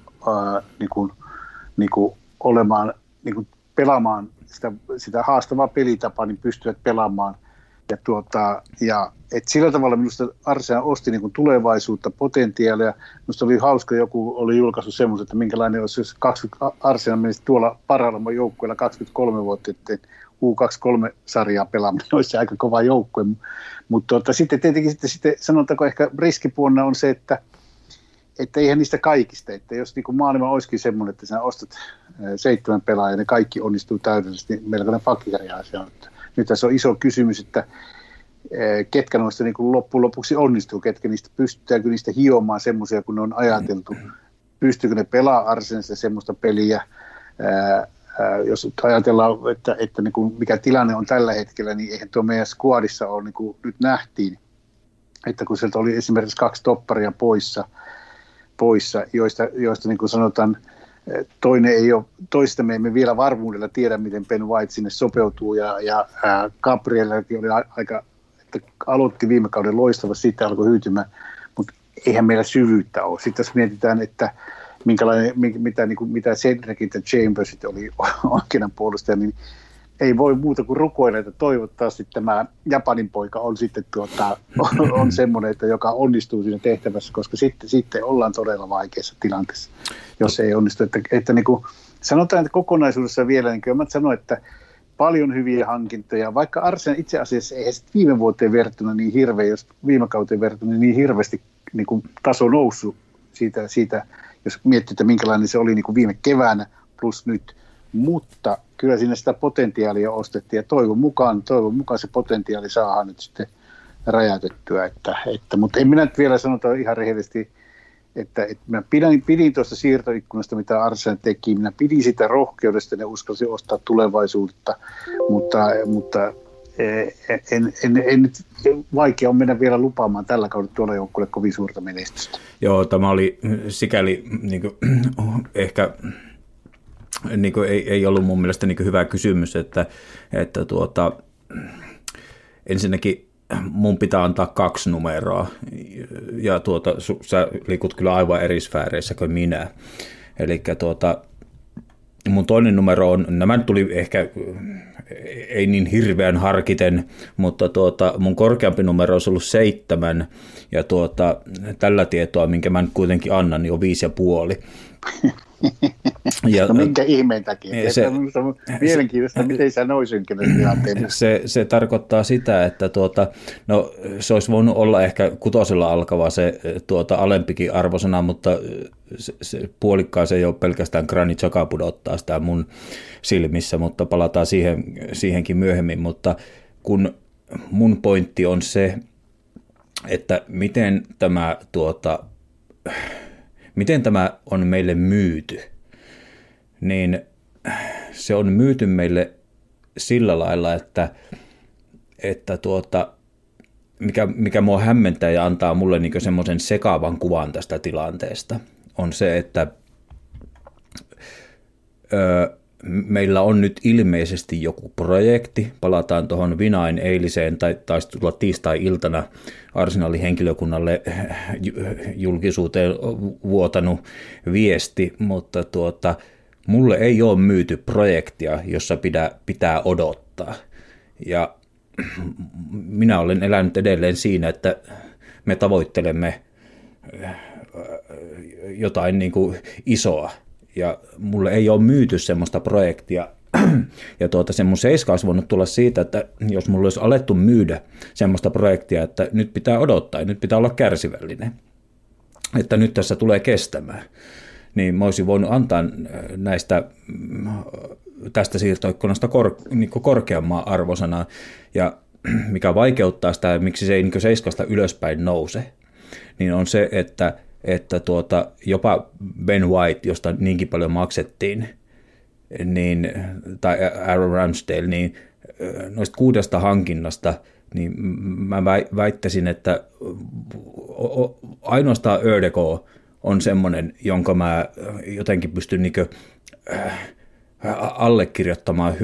niin kuin olemaan, niin kuin pelaamaan sitä haastavaa pelitapaa, niin pystyvät pelaamaan. Ja et sillä tavalla minusta Arsenal osti niin kuin tulevaisuutta, potentiaalia. Minusta oli hauska, joku oli julkaissut semmoisen, että minkälainen olisi, jos Arsenal menisi tuolla parhaalla joukkueella 23 vuotta, että U23-sarjaa pelaaminen olisi aika kova joukkue. Mutta sitten tietenkin sitten sanotaanko ehkä riskipuolena on se, että eihän niistä kaikista, että jos niin kuin maailma olisikin semmoinen, että sinä ostat 7 pelaajaa ja ne kaikki onnistuu täydellisesti, niin melkoinen pakkikarjaa se on. Nyt tässä on iso kysymys, että ketkä noista niin kuin loppujen lopuksi onnistuu, ketkä niistä pystytäänkö niistä hiomaan semmoisia, kun ne on ajateltu. Pystyykö ne pelaamaan Arsenalissa semmoista peliä, jos ajatellaan, että niin kuin mikä tilanne on tällä hetkellä, niin eihän tuo meidän skuadissa ole, niin kuin nyt nähtiin, että kun sieltä oli esimerkiksi 2 topparia poissa joista niin kuin sanotaan, toista me emme vielä varmuudella tiedä, miten Ben White sinne sopeutuu, ja Gabrielkin oli aika, että aloitti viime kauden loistavasti, sitten alkoi hyytymään, mutta eihän meillä syvyyttä ole. Sitten jos mietitään, että mitä Cedricit ja Chambersit oli oikeana puolustaja, niin ei voi muuta kuin rukoilla, että toivottavasti tämä Japanin poika on sitten on semmoinen, että joka onnistuu siinä tehtävässä, koska sitten ollaan todella vaikeassa tilanteessa, jos ei onnistu. Että niin kuin sanotaan, että kokonaisuudessa vielä, niin kyllä mä sanon, että paljon hyviä hankintoja, vaikka Arsenal itse asiassa ei viime vuoteen verrattuna niin hirveä, jos viime kauteen verrattuna niin hirveästi niin kuin taso noussut siitä, jos miettii, että minkälainen se oli niin kuin viime keväänä plus nyt, mutta kyllä siinä sitä potentiaalia ostettiin ja toivon mukaan se potentiaali saadaan nyt sitten räjäytettyä, mutta en minä nyt vielä sanota ihan rehellisesti, että mä pidin tuosta siirtoikkunasta, mitä Arsenal teki, minä pidin sitä rohkeudesta ja uskalsin ostaa tulevaisuutta, mutta vaikea on mennä vielä lupaamaan tällä kaudella tuolla joukkueelle kovin suurta menestystä. Joo, tämä oli sikäli niin kuin, ehkä niin kuin, ei ollut mun mielestä niin kuin hyvä kysymys, että ensinnäkin mun pitää antaa 2 numeroa ja sä liikut kyllä aivan eri sfääreissä kuin minä. Eli mun toinen numero on, nämä tuli ehkä ei niin hirveän harkiten, mutta mun korkeampi numero olisi ollut 7 ja tällä tietoa, minkä mä nyt kuitenkin annan, niin on 5,5. No minkä ihmeen takia? Se on mielenkiintoista, miten sä noin synkinyt tilanteen. Se tarkoittaa sitä, että se olisi voinut olla ehkä 6 alkava se alempikin arvosana, mutta se puolikkaaseen ei ole pelkästään Granit Xhaka pudottaa sitä mun silmissä, mutta palataan siihenkin myöhemmin. Mutta kun mun pointti on se, että miten tämä on meille myyty, niin se on myyty meille sillä lailla, että mikä mua hämmentää ja antaa mulle niin semmoisen sekaavan kuvan tästä tilanteesta, on se, että meillä on nyt ilmeisesti joku projekti, palataan tuohon Vinain eiliseen tai taisi tulla tiistai-iltana Arsenalin henkilökunnalle julkisuuteen vuotanut viesti, mutta mulle ei ole myyty projektia, jossa pitää odottaa. Ja minä olen elänyt edelleen siinä, että me tavoittelemme jotain niin kuin isoa. Ja mulle ei ole myyty semmoista projektia. Ja se mun 7 olisi voinut tulla siitä, että jos mulla olisi alettu myydä semmoista projektia, että nyt pitää odottaa ja nyt pitää olla kärsivällinen, että nyt tässä tulee kestämään, niin mä olisin voinut antaa tästä siirtoikkunasta niin korkeamman arvosanaa. Ja mikä vaikeuttaa sitä, miksi se ei niin 7 ylöspäin nouse, niin on se, että jopa Ben White, josta niinkin paljon maksettiin, niin, tai Aaron Ramsdale, niin noista 6 hankinnasta, niin mä väittäisin, että ainoastaan Ödegård on semmoinen, jonka mä jotenkin pystyn allekirjoittamaan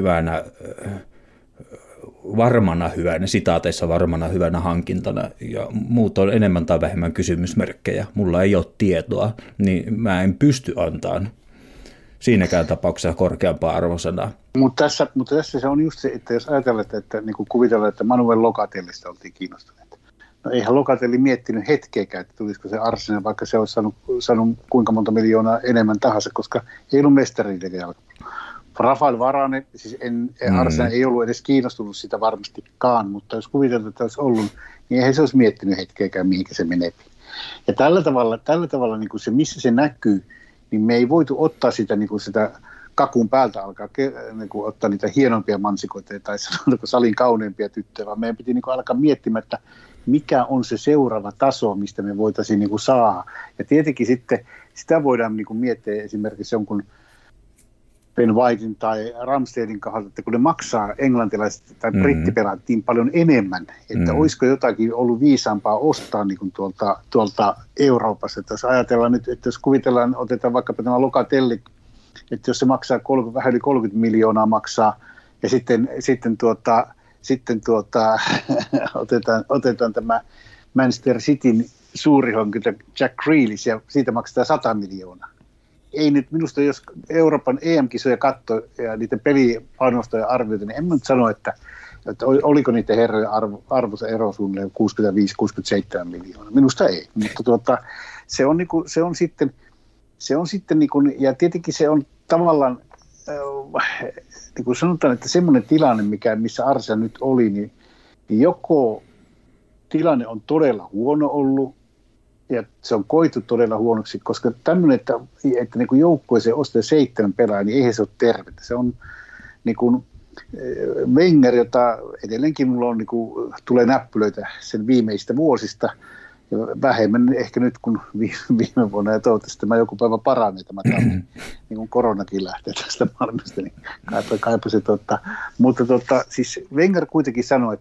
varmana hyvänä, sitaateissa varmana hyvänä hankintana, ja muut on enemmän tai vähemmän kysymysmerkkejä. Mulla ei ole tietoa, niin mä en pysty antamaan siinäkään tapauksessa korkeampaa arvosanaa. Mutta tässä se on just se, että jos ajatellaan, että niin kuin kuvitellaan, että Manuel Locatellista oltiin kiinnostuneita. No eihän Locatelli miettinyt hetkeäkään, että tulisiko se Arsenal, vaikka se olisi saanut kuinka monta miljoonaa enemmän tahansa, koska ei ollut mestariin jalka. Rafael Varane, siis Arsenal ei ollut edes kiinnostunut sitä varmastikaan, mutta jos kuvitellaan, että olisi ollut, niin eihän se olisi miettinyt hetkeäkään, mihinkä se menee. Ja tällä tavalla niin kuin se, missä se näkyy, niin me ei voitu ottaa sitä, niin kuin sitä kakun päältä alkaa niin kuin ottaa niitä hienompia mansikoita tai sanotaanko salin kauneimpia tyttöjä, vaan meidän piti niin kuin alkaa miettimään, että mikä on se seuraava taso, mistä me voitaisiin niin kuin saada. Ja tietenkin sitten sitä voidaan niin kuin miettiä esimerkiksi jonkun Ben Whitein tai Ramsdalein kohdalta, että kun ne maksaa englantilaiset tai brittipelaat niin paljon enemmän, että olisiko jotakin ollut viisaampaa ostaa niin kuin tuolta Euroopassa. Että jos ajatellaan nyt, että jos kuvitellaan, otetaan vaikkapa tämä Locatelli, että jos se maksaa vähän yli 30 miljoonaa maksaa, ja sitten otetaan tämä Manchester Cityn suuri hankinta Jack Grealish ja siitä maksetaan 100 miljoonaa. Ei nyt minusta, jos Euroopan EM-kisoja katsoo ja niiden pelipanostoja arvioita, niin en mä nyt sano, että oliko niiden herrojen arvoisa ero suunnilleen 65-67 miljoonaa. Minusta ei, mutta se on sitten niin kuin, ja tietenkin se on tavallaan, niin kuin sanotaan, että semmoinen tilanne, missä Arsenal nyt oli, niin joko tilanne on todella huono ollut, ja se on koitu todella huonoksi, koska tämmöinen, että niin kuin joukkueeseen ostaa 7 pelaajaa, niin eihän se ole tervettä. Se on niin kuin Wenger, jota edelleenkin mulla on, niin kuin, tulee näppylöitä sen viimeistä vuosista, ja vähemmän ehkä nyt kuin viime vuonna, ja toivottavasti tämä joku päivä paranee tämä niin kuin koronakin lähtee tästä maailmasta, niin kaipasin mutta siis Wenger kuitenkin sanoi,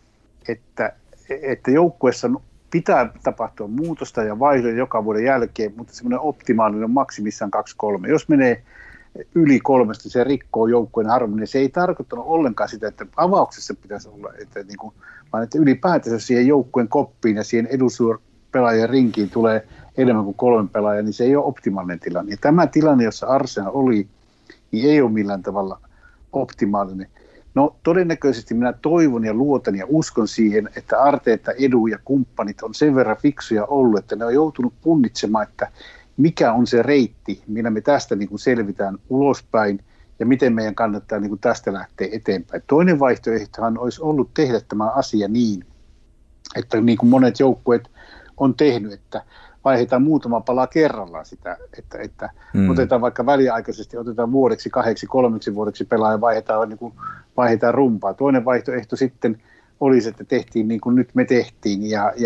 että joukkueessa pitää tapahtua muutosta ja vaihdoja joka vuoden jälkeen, mutta semmoinen optimaalinen on maksimissaan 2-3. Jos menee yli 3, se rikkoo joukkueen harmonia. Se ei tarkoittanut ollenkaan sitä, että avauksessa pitäisi olla, vaan että ylipäätänsä siihen joukkueen koppiin ja siihen edustajapelaajien rinkiin tulee enemmän kuin 3 pelaajaa, niin se ei ole optimaalinen tilanne. Ja tämä tilanne, jossa Arsenal oli, niin ei ole millään tavalla optimaalinen. No todennäköisesti minä toivon ja luotan ja uskon siihen, että Arteeta, Edu ja kumppanit on sen verran fiksuja ollut, että ne on joutunut punnitsemaan, että mikä on se reitti, millä me tästä niin kuin selvitään ulospäin ja miten meidän kannattaa niin kuin tästä lähteä eteenpäin. Toinen vaihtoehtohan olisi ollut tehdä tämä asia niin, että niin kuin monet joukkueet on tehnyt, että vaihdetaan muutama pala kerrallaan sitä, että otetaan vaikka väliaikaisesti, otetaan vuodeksi, 2-3 vuodeksi pelaa ja vaihdetaan rumpaa. Toinen vaihtoehto sitten olisi, että tehtiin niin kuin nyt me tehtiin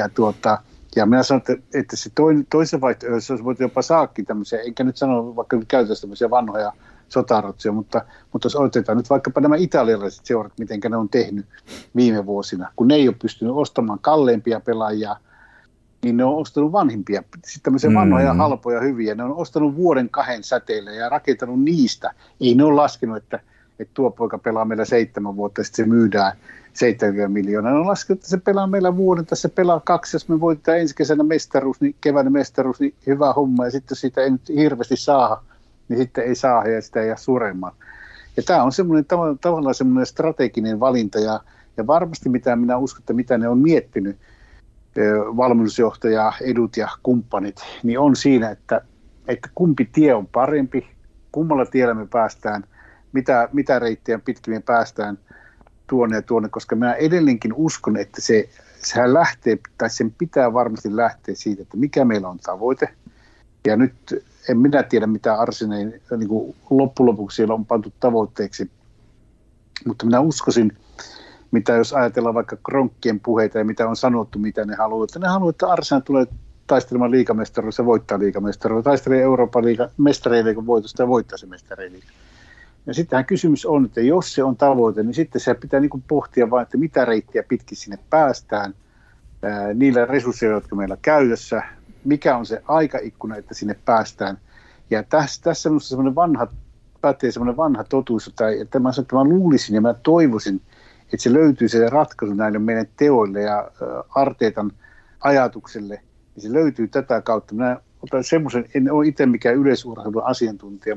ja minä sanon, että se toisen vaihtoehto olisi voitu jopa saakki tämmöisiä, enkä nyt sano vaikka nyt käytössä tämmöisiä vanhoja sotarotsia, mutta jos otetaan nyt vaikkapa nämä italialaiset seurat, miten ne on tehnyt viime vuosina, kun ne ei ole pystynyt ostamaan kalleimpia pelaajia, niin ne on ostanut vanhimpia, sitten tämmöisiä vanhoja, halpoja, hyviä. Ne on ostanut 1-2 säteillä ja rakentanut niistä. Ei ne ole laskenut, että tuo poika pelaa meillä 7 vuotta ja sitten se myydään 70 miljoonaa. Ne on laskenut, että se pelaa meillä vuoden, tai se pelaa 2, jos me voitetaan ensi kesänä mestaruus, niin keväinen mestaruus, niin hyvä homma. Ja sitten jos siitä ei nyt hirveästi saa, niin sitten ei saa ja sitä ei jää suremaan. Ja tämä on semmoinen, tavallaan semmoinen strateginen valinta ja varmasti mitä minä uskon, että mitä ne on miettinyt, valmennusjohtaja, edut ja kumppanit, niin on siinä, että kumpi tie on parempi, kummalla tiellä me päästään, mitä reittiä pitkin me päästään tuonne ja tuonne, koska minä edelleenkin uskon, että sehän lähtee, tai sen pitää varmasti lähteä siitä, että mikä meillä on tavoite. Ja nyt en minä tiedä, mitä Arsenalin niin loppujen lopuksi siellä on pantu tavoitteeksi, mutta minä uskoisin, mitä jos ajatellaan vaikka Kronkkien puheita ja mitä on sanottu, mitä ne haluaa. Että ne haluaa, että Arsenal tulee taistelemaan liigamestaruudessa ja voittaa liigamestaruudessa. Taistelee Euroopan mestareiliigan voitosta ja voittaa se mestareiliiga. Ja sittenhän kysymys on, että jos se on tavoite, niin sitten se pitää niin kuin pohtia vain, että mitä reittiä pitkin sinne päästään, niillä resursseilla, jotka meillä on käytössä, mikä on se aikaikkuna, että sinne päästään. Ja tässä minusta semmoinen vanha totuus, että mä luulisin ja mä toivoisin, että se löytyy se ratkaisu näille meidän teoille ja Arteetan ajatukselle, niin se löytyy tätä kautta. Minä otan semmoisen, en ole itse mikään yleisurheilun asiantuntija,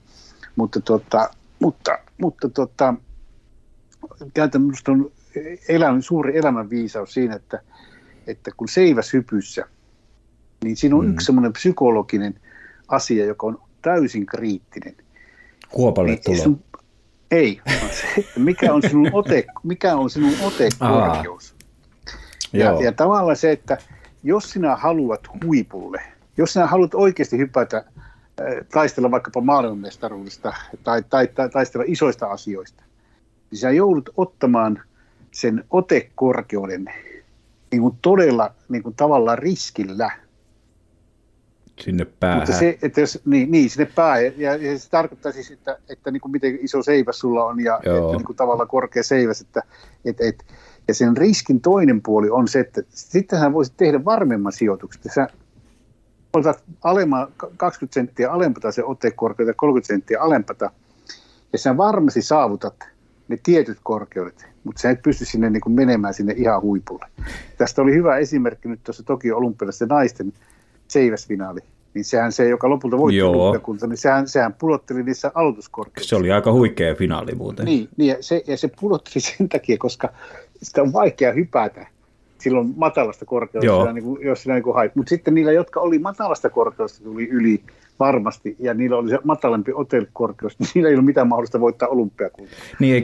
mutta käytän minusta on suuri elämänviisaus siinä, että kun seiväshypyssä, niin siinä on yksi semmoinen psykologinen asia, joka on täysin kriittinen. Kuopalle niin, tulo. Ei, se, mikä on sinun otekorkeus. Ja tavallaan se, että jos sinä haluat huipulle, jos sinä haluat oikeasti hypätä, taistella vaikkapa maailmanmestaruudesta tai taistella isoista asioista, niin sinä joudut ottamaan sen otekorkeuden niin kuin todella niin kuin tavallaan riskillä. Sinne päähän. Mutta se, että jos, niin, sinne päähän. Ja se tarkoittaa siis, että niin kuin miten iso seiväs sulla on ja että niin kuin tavallaan korkea seiväs. Ja sen riskin toinen puoli on se, että sittenhän voisit tehdä varmemman sijoituksen. Sä otat 20 senttiä alempata se otekorkeutta, 30 senttiä alempata, ja sä varmasti saavutat ne tietyt korkeudet, mutta sä et pysty sinne niin kuin menemään sinne ihan huipulle. Tästä oli hyvä esimerkki nyt tuossa Tokio olympialaisessa naisten seiväsfinaali. Niin sehän se, joka lopulta voitti olympiakunta, niin sehän pudotteli niissä aloituskorkeuksissa. Se oli aika huikea finaali muuten. Niin ja se pudotteli sen takia, koska sitä on vaikea hypätä silloin matalasta korkeudesta, jos sinä niin hait. Mutta sitten niillä, jotka oli matalasta korkeudesta, tuli yli varmasti, ja niillä oli se matalampi otelkorkeus, niin niillä ei ollut mitään mahdollista voittaa olympiakuntaa. Niin,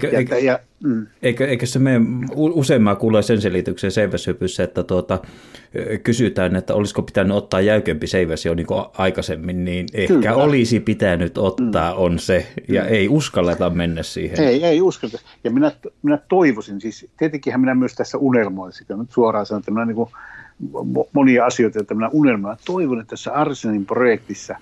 eikö se mene, usein mä kuulen sen selityksen seiväshypyssä, että kysytään, että olisiko pitänyt ottaa jäykempi seiväs jo niin kuin aikaisemmin, niin ehkä kyllä olisi pitänyt ottaa, on se, ja ei uskalleta mennä siihen. Ei uskalleta, ja minä toivoisin, siis tietenkinhän minä myös tässä unelmoin, sitä nyt suoraan sanon, että minä niin kuin monia asioita, joita minä unelmoin, toivon, että tässä Arsenin projektissa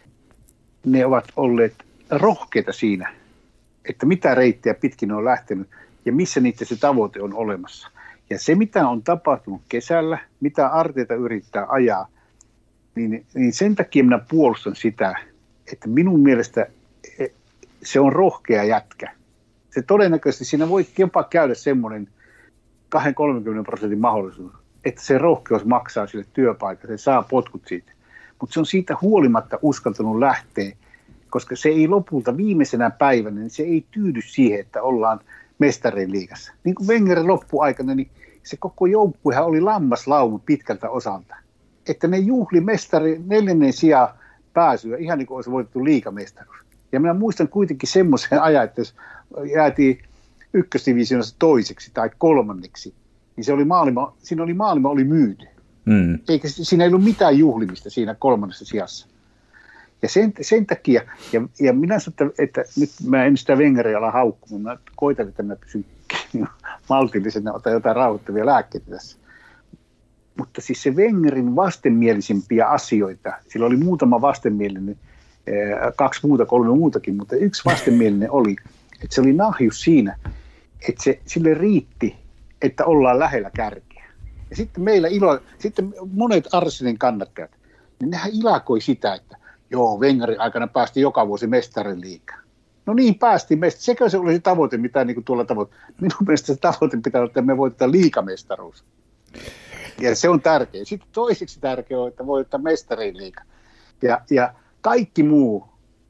ne ovat olleet rohkeita siinä, että mitä reittiä pitkin on lähtenyt ja missä niitä se tavoite on olemassa. Ja se, mitä on tapahtunut kesällä, mitä Arteeta yrittää ajaa, niin sen takia minä puolustan sitä, että minun mielestä se on rohkea jätkä. Se todennäköisesti siinä voi jopa käydä semmoinen 20-30% mahdollisuus, että se rohkeus maksaa sille työpaikalle, se saa potkut siitä. Mutta se on siitä huolimatta uskaltanut lähteä, koska se ei lopulta viimeisenä päivänä, niin se ei tyydy siihen, että ollaan mestarien liigassa. Niin kuin Wengerin loppuaikana, niin se koko joukkuehan oli lammaslaumu pitkältä osalta. Että ne juhli mestari 4. sijaan pääsyä, ihan niin kuin olisi voitettu liigamestaruus. Ja minä muistan kuitenkin semmoisen ajan, että jos jäätiin ykkösdivisioonassa 2. tai 3, niin se oli maailma oli myyty. Eikä siinä ei ollut mitään juhlimista siinä 3. sijassa. Ja sen takia, ja minä sanon, että nyt mä en sitä Wengeriä ala haukkumaan, mä koitan, että mä pysyn maltillisena, otan jotain rauhoittavia lääkkeitä tässä. Mutta siis se Wengerin vastenmielisimpiä asioita, sillä oli muutama vastenmielinen, 2 muuta, 3 muutakin, mutta yksi vastenmielinen oli, että se oli nahjus siinä, että sille riitti, että ollaan lähellä kärkeä. Ja sitten sitten monet Arsenin kannattajat, niin nehän ilakoi sitä, että joo, Wengerin aikana päästi joka vuosi mestarin liigaan. No niin, päästiin. Sekö se oli se tavoite, mitä niin kuin tuolla tavoite? Minun mielestä se tavoite pitää olla, että me voitetaan liigamestaruus. Ja se on tärkeä. Sitten toiseksi tärkeää on, että voitetaan mestarin liiga. Ja kaikki muu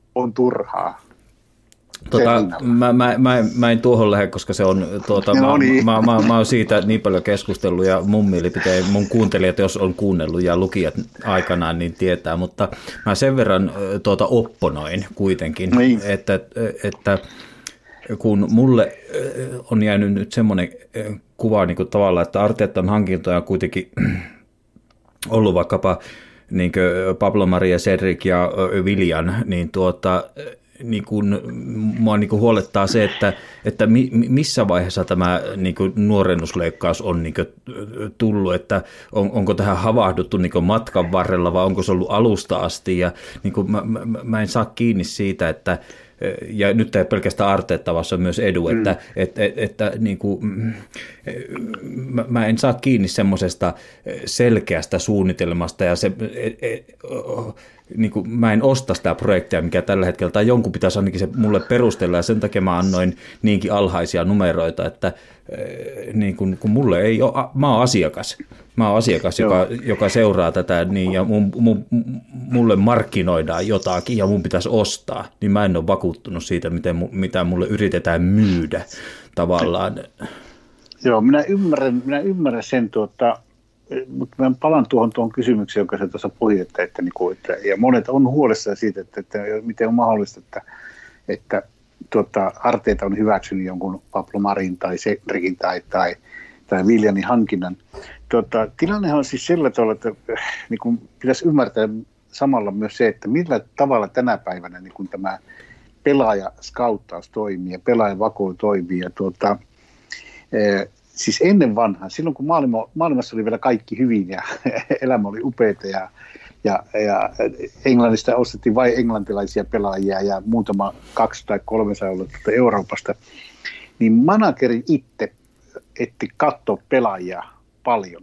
on turhaa. Mä en tuohon lähde, koska se on, no niin. mä oon siitä niin paljon keskustellut ja mun mielipiteen, mun kuuntelijat, jos on kuunnellut ja lukijat aikanaan, niin tietää, mutta mä sen verran opponoin kuitenkin, niin. että kun mulle on jäänyt nyt semmoinen kuva niin kuin tavallaan, että Arteetan hankintoja on kuitenkin ollut vaikkapa niin kuin Pablo Maria Cedric ja Viljan, niin kuin mua niin kuin huolettaa se, että missä vaiheessa tämä niin kuin nuorennusleikkaus on niin kuin tullut, että onko tähän havahduttu niin kuin matkan varrella vai onko se ollut alusta asti, ja niin kuin mä en saa kiinni siitä, että ja nyt ei pelkästään Arteetta, vaan se on myös edu, että niin kuin, mä en saa kiinni semmoisesta selkeästä suunnitelmasta ja niin kuin, mä en osta sitä projektia, mikä tällä hetkellä, tai jonkun pitäisi ainakin se mulle perustella, ja sen takia mä annoin niinkin alhaisia numeroita, että niin kun mulle ei ole, mä oon asiakas, joka seuraa tätä, niin, ja mulle markkinoidaan jotakin, ja mun pitäisi ostaa, niin mä en ole vakuuttunut siitä, mitä mulle yritetään myydä tavallaan. Joo, minä ymmärrän sen, mutta mä palaan tuohon kysymykseen, jonka sä tuossa puhuit, että ja monet on huolissaan siitä, että miten on mahdollista, että Arteeta on hyväksynyt jonkun Pablo Marin tai Cedricin tai Viljanin hankinnan. Tilannehan on siis sillä tavalla, että niin pitäisi ymmärtää samalla myös se, että millä tavalla tänä päivänä niin tämä pelaajaskauttaus toimii ja pelaajavakoilu toimii. Ja siis ennen vanhaa, silloin kun maailmassa oli vielä kaikki hyvin ja elämä oli upeata ja Englannista ostettiin vain englantilaisia pelaajia ja muutama 200 tai 300 ollut Euroopasta, niin manageri itse etti katsoa pelaajia paljon.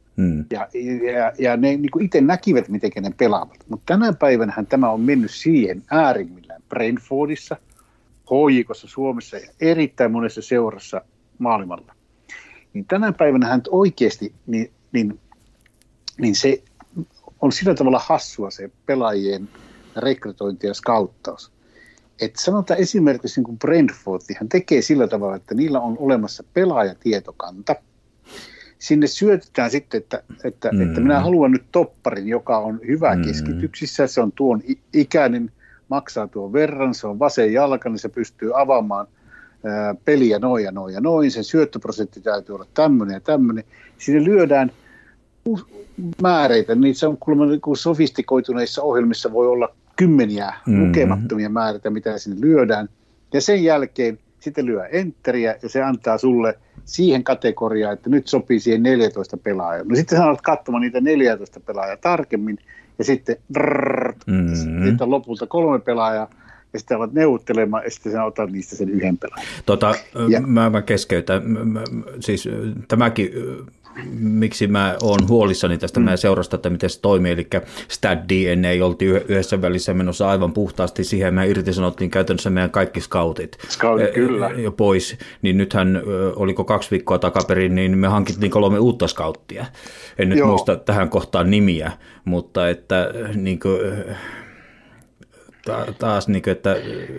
Ja ne niin kuin itse näkivät, miten ne pelaavat. Mutta tänä päivänähän tämä on mennyt siihen äärimmillään Brentfordissa, HJK:ssa Suomessa ja erittäin monessa seurassa maailmalla. Niin tänä päivänä hän oikeasti, niin se on sillä tavalla hassua se pelaajien rekrytointi ja skauttaus. Että sanotaan esimerkiksi niin kuin Brentford, hän tekee sillä tavalla, että niillä on olemassa pelaajatietokanta. Sinne syötetään sitten, että minä haluan nyt topparin, joka on hyvä keskityksissä, se on tuon ikäinen, maksaa tuon verran, se on vasen jalka, niin se pystyy avaamaan peliä noin ja noin ja noin, sen syöttöprosentti täytyy olla tämmöinen ja tämmöinen. Sinne lyödään määreitä, niissä on kuulemma niin sofistikoituneissa ohjelmissa voi olla kymmeniä lukemattomia määreitä, mitä sinne lyödään. Ja sen jälkeen sitten lyö enteriä ja se antaa sulle siihen kategoriaan, että nyt sopii siihen 14 pelaajaa. No sitten sä alat katsomaan niitä 14 pelaajaa tarkemmin ja sitten sitten on lopulta 3 pelaajaa ja sitten alat neuvottelemaan ja sitten sä otat niistä sen yhden pelaajan. Mä keskeytän. Siis tämäkin, miksi mä oon huolissani tästä meidän seurasta, että miten se toimii, eli Stat DNA oltiin yhdessä välissä menossa aivan puhtaasti siihen, me irtisanottiin käytännössä meidän kaikki scoutit kyllä. Jo pois, niin nythän oliko 2 viikkoa takaperin, niin me hankittiin 3 uutta scouttia. En nyt muista tähän kohtaan nimiä, mutta että niin kuin, taas niin kuin, että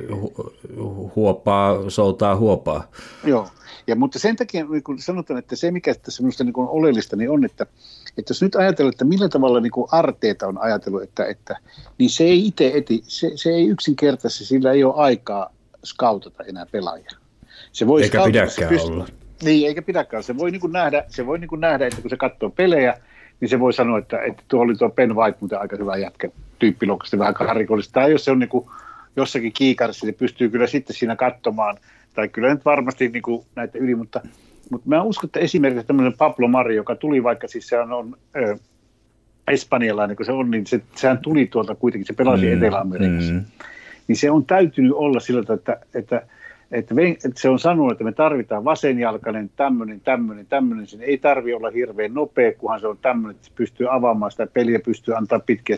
huopaa soutaa huopaa. Joo. Mutta sen takia kun sanotaan, että se mikä tässä minusta niin on oleellista, niin on, että jos nyt ajatellaan, että millä tavalla niin Arteeta on ajatellut, niin se ei se ei yksinkertaisesti, sillä ei ole aikaa skautata enää pelaajia. Se voi eikä pidäkään olla. Niin, eikä pidäkään. Se voi nähdä, että kun se katsoo pelejä, niin se voi sanoa, että tuo oli tuo Ben White muuten aika hyvä jätkä, tyyppilokasti vähän karikollista. Tai jos se on niin kuin jossakin kiikarissa, niin pystyy kyllä sitten siinä katsomaan, tai kyllä nyt varmasti niin kuin näitä yli, mutta mä uskon, että esimerkiksi tämmöinen Pablo Mari, joka tuli vaikka, siis se on espanjalainen, kun se on, niin sehän tuli tuolta kuitenkin, se pelasi Etelä-Amerikassa. Niin se on täytynyt olla sillä tavalla, että se on sanonut, että me tarvitaan vasenjalkainen, tämmöinen, sen ei tarvitse olla hirveän nopea, kunhan se on tämmöinen, että se pystyy avaamaan sitä peliä, pystyy antaa pitkiä,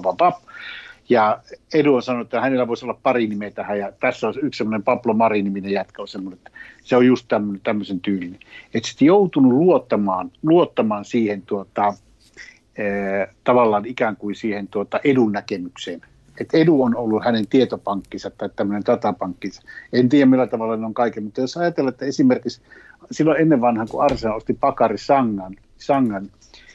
ja Edu on sanonut, että hänellä voisi olla pari nimeä tähän, ja tässä on yksi semmoinen Pablo Mari-niminen jätkä, on semmoinen, että se on just tämmöisen tyylinen. Että sitten joutunut luottamaan siihen tavallaan ikään kuin siihen Edun näkemykseen. Että Edu on ollut hänen tietopankkinsa tai tämmöinen datapankkinsa. En tiedä millä tavalla ne on kaiken, mutta jos ajatellaan, että esimerkiksi silloin ennen vanhan, kun Arsenal osti Bakary Sangan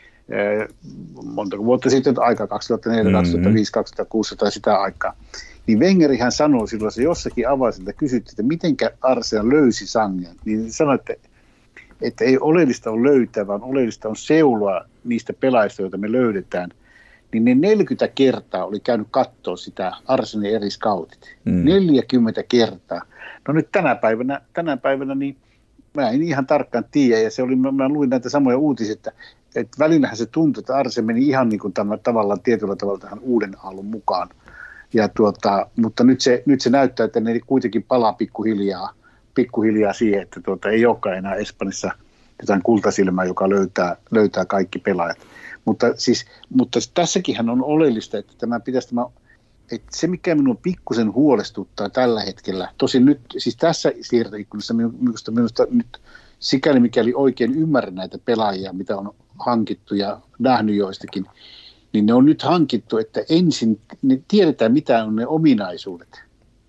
montako vuotta sitten aikaa, 2004, 2005, 2006 tai sitä aikaa, niin Wengerihän sanoi silloin, se jossakin avaiselta kysyttiin, että mitenkä Arsenal löysi Sangan, niin sanoi, että ei oleellista on löytää, vaan oleellista on seuloa niistä pelaajista, joita me löydetään, niin ne 40 kertaa oli käynyt katsoa sitä Arsenalin eri scoutit. 40 kertaa. No nyt tänä päivänä niin mä en ihan tarkkaan tiedä, ja se oli, mä luin näitä samoja uutisia, että välillähän se tuntui, että Arse meni ihan niin kuin tavallaan tietyllä tavalla tähän uuden aallon mukaan. Ja mutta nyt se näyttää, että ne kuitenkin palaa pikkuhiljaa siihen, että ei olekaan enää Espanjassa jotain kultasilmää, joka löytää kaikki pelaajat. Mutta tässäkinhän on oleellista, että että se mikä minun pikkusen huolestuttaa tällä hetkellä, tosin nyt siis tässä siirtoikkunassa minusta nyt sikäli mikäli oikein ymmärrän näitä pelaajia, mitä on hankittu ja nähnyt joistakin, niin ne on nyt hankittu, että ensin tiedetään mitä on ne ominaisuudet,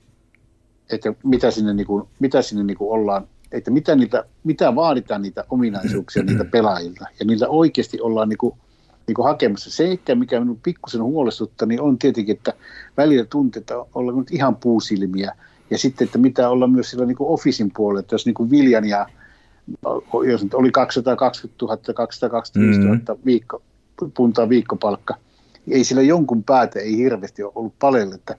että mitä sinne ollaan, että mitä vaaditaan niitä ominaisuuksia niitä pelaajilta ja niillä oikeasti ollaan hakemassa. Se, mikä minun pikkusen huolestuttaa, niin on tietenkin, että välillä tuntuu, että ollaan nyt ihan puusilmiä ja sitten, että mitä olla myös sillä officin puolella, että jos Viljan ja jos nyt oli 220 000, 225 000 puntaa viikkopalkka, ei sillä jonkun päätä ei hirveästi ole ollut paljon, että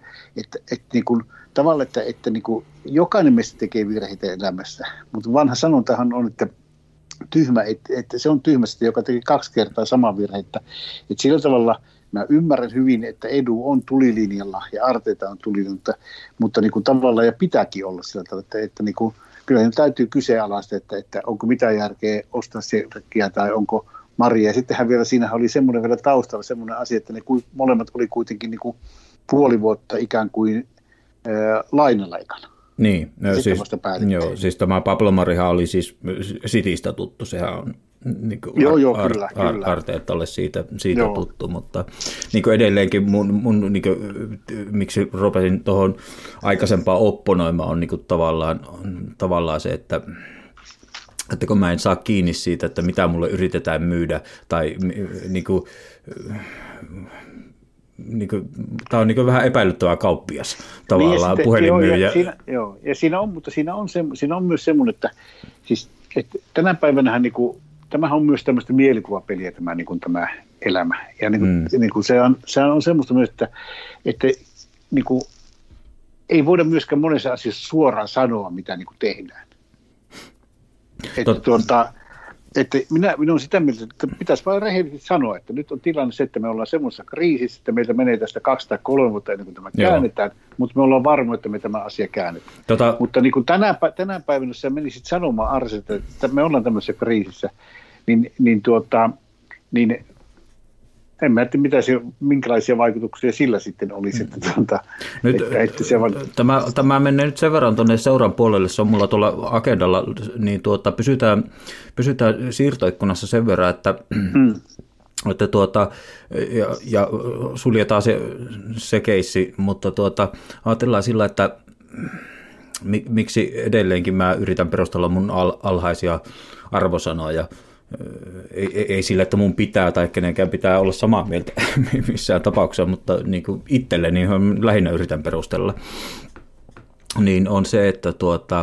tavallaan, että jokainen meistä tekee virheitä elämässä, mutta vanha sanontahan on, että tyhmä, että se on tyhmästä, joka teki 2 kertaa samaa virhettä. Että sillä tavalla mä ymmärrän hyvin, että Edu on tulilinjalla ja Arteeta on tulilinjalla, mutta tavallaan ja pitääkin olla sillä tavalla, että kyllä täytyy kyseenalaista, että onko mitään järkeä ostaa Serkkiä tai onko Maria. Ja sittenhän vielä siinähän oli semmoinen vielä taustalla semmoinen asia, että ne molemmat oli kuitenkin puoli vuotta ikään kuin lainalaikana. Niin, siis tämä Pablo Marihan oli siis Citystä tuttu, sehän on niin kuin kyllä. Arteetalle siitä tuttu, mutta niin kuin edelleenkin mun niin kuin, miksi rupesin tuohon aikaisempaan opponoimaan on niin kuin tavallaan se, että kun mä en saa kiinni siitä, että mitä mulle yritetään myydä tai niin kuin, tämä on niin vähän epäilyttävää kauppias tavallaan niin, puhelinmyyjä. Mutta siinä on myös semmoinen, että, siis, että tänä päivänähän tämähän on myös tämmöistä mielikuvapeliä tämä elämä. Ja se on semmoista myös, että ei voida myöskään monessa asiassa suoraan sanoa, mitä tehdään. Että minä olen sitä mieltä, että pitäisi vain rehellisesti sanoa, että nyt on tilanne se, että me ollaan semmoisessa kriisissä, että meiltä menee tästä 2 tai 3 vuotta ennen kuin tämä käännetään, mutta me ollaan varmoja, että me tämä asia käännetään. Mutta niin kuin tänä päivänä, jos sä menisit sanomaan Arselta, että me ollaan tämmöisessä kriisissä, niin en mä tiedä, minkälaisia vaikutuksia sillä sitten olisi. Tämä menee nyt sen verran tuonne seuran puolelle, se on mulla tuolla agendalla, niin pysytään siirtoikkunassa sen verran, että ja suljetaan se keissi, mutta ajatellaan sillä, että miksi edelleenkin mä yritän perustella mun alhaisia arvosanoja. Ei sillä, että mun pitää tai kenenkään pitää olla samaa mieltä missään tapauksessa, mutta niin kuin itselleni lähinnä yritän perustella, niin on se, että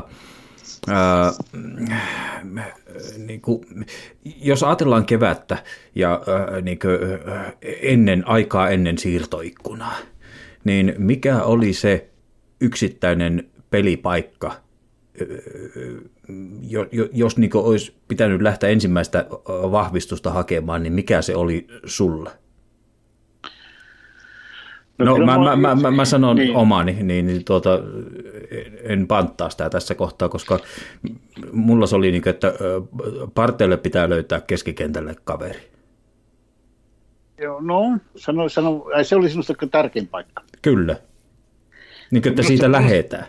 niin kuin, jos ajatellaan kevättä ja niin kuin ennen siirtoikkunaa, niin mikä oli se yksittäinen pelipaikka, jos niin olisi pitänyt lähteä ensimmäistä vahvistusta hakemaan, niin mikä se oli sulle? Mä sanon niin. Omani, niin en panttaa sitä tässä kohtaa, koska mulla se oli, että parteille pitää löytää keskikentälle kaveri. Joo, se oli sinusta tärkein paikka. Kyllä, niin että siitä lähdetään.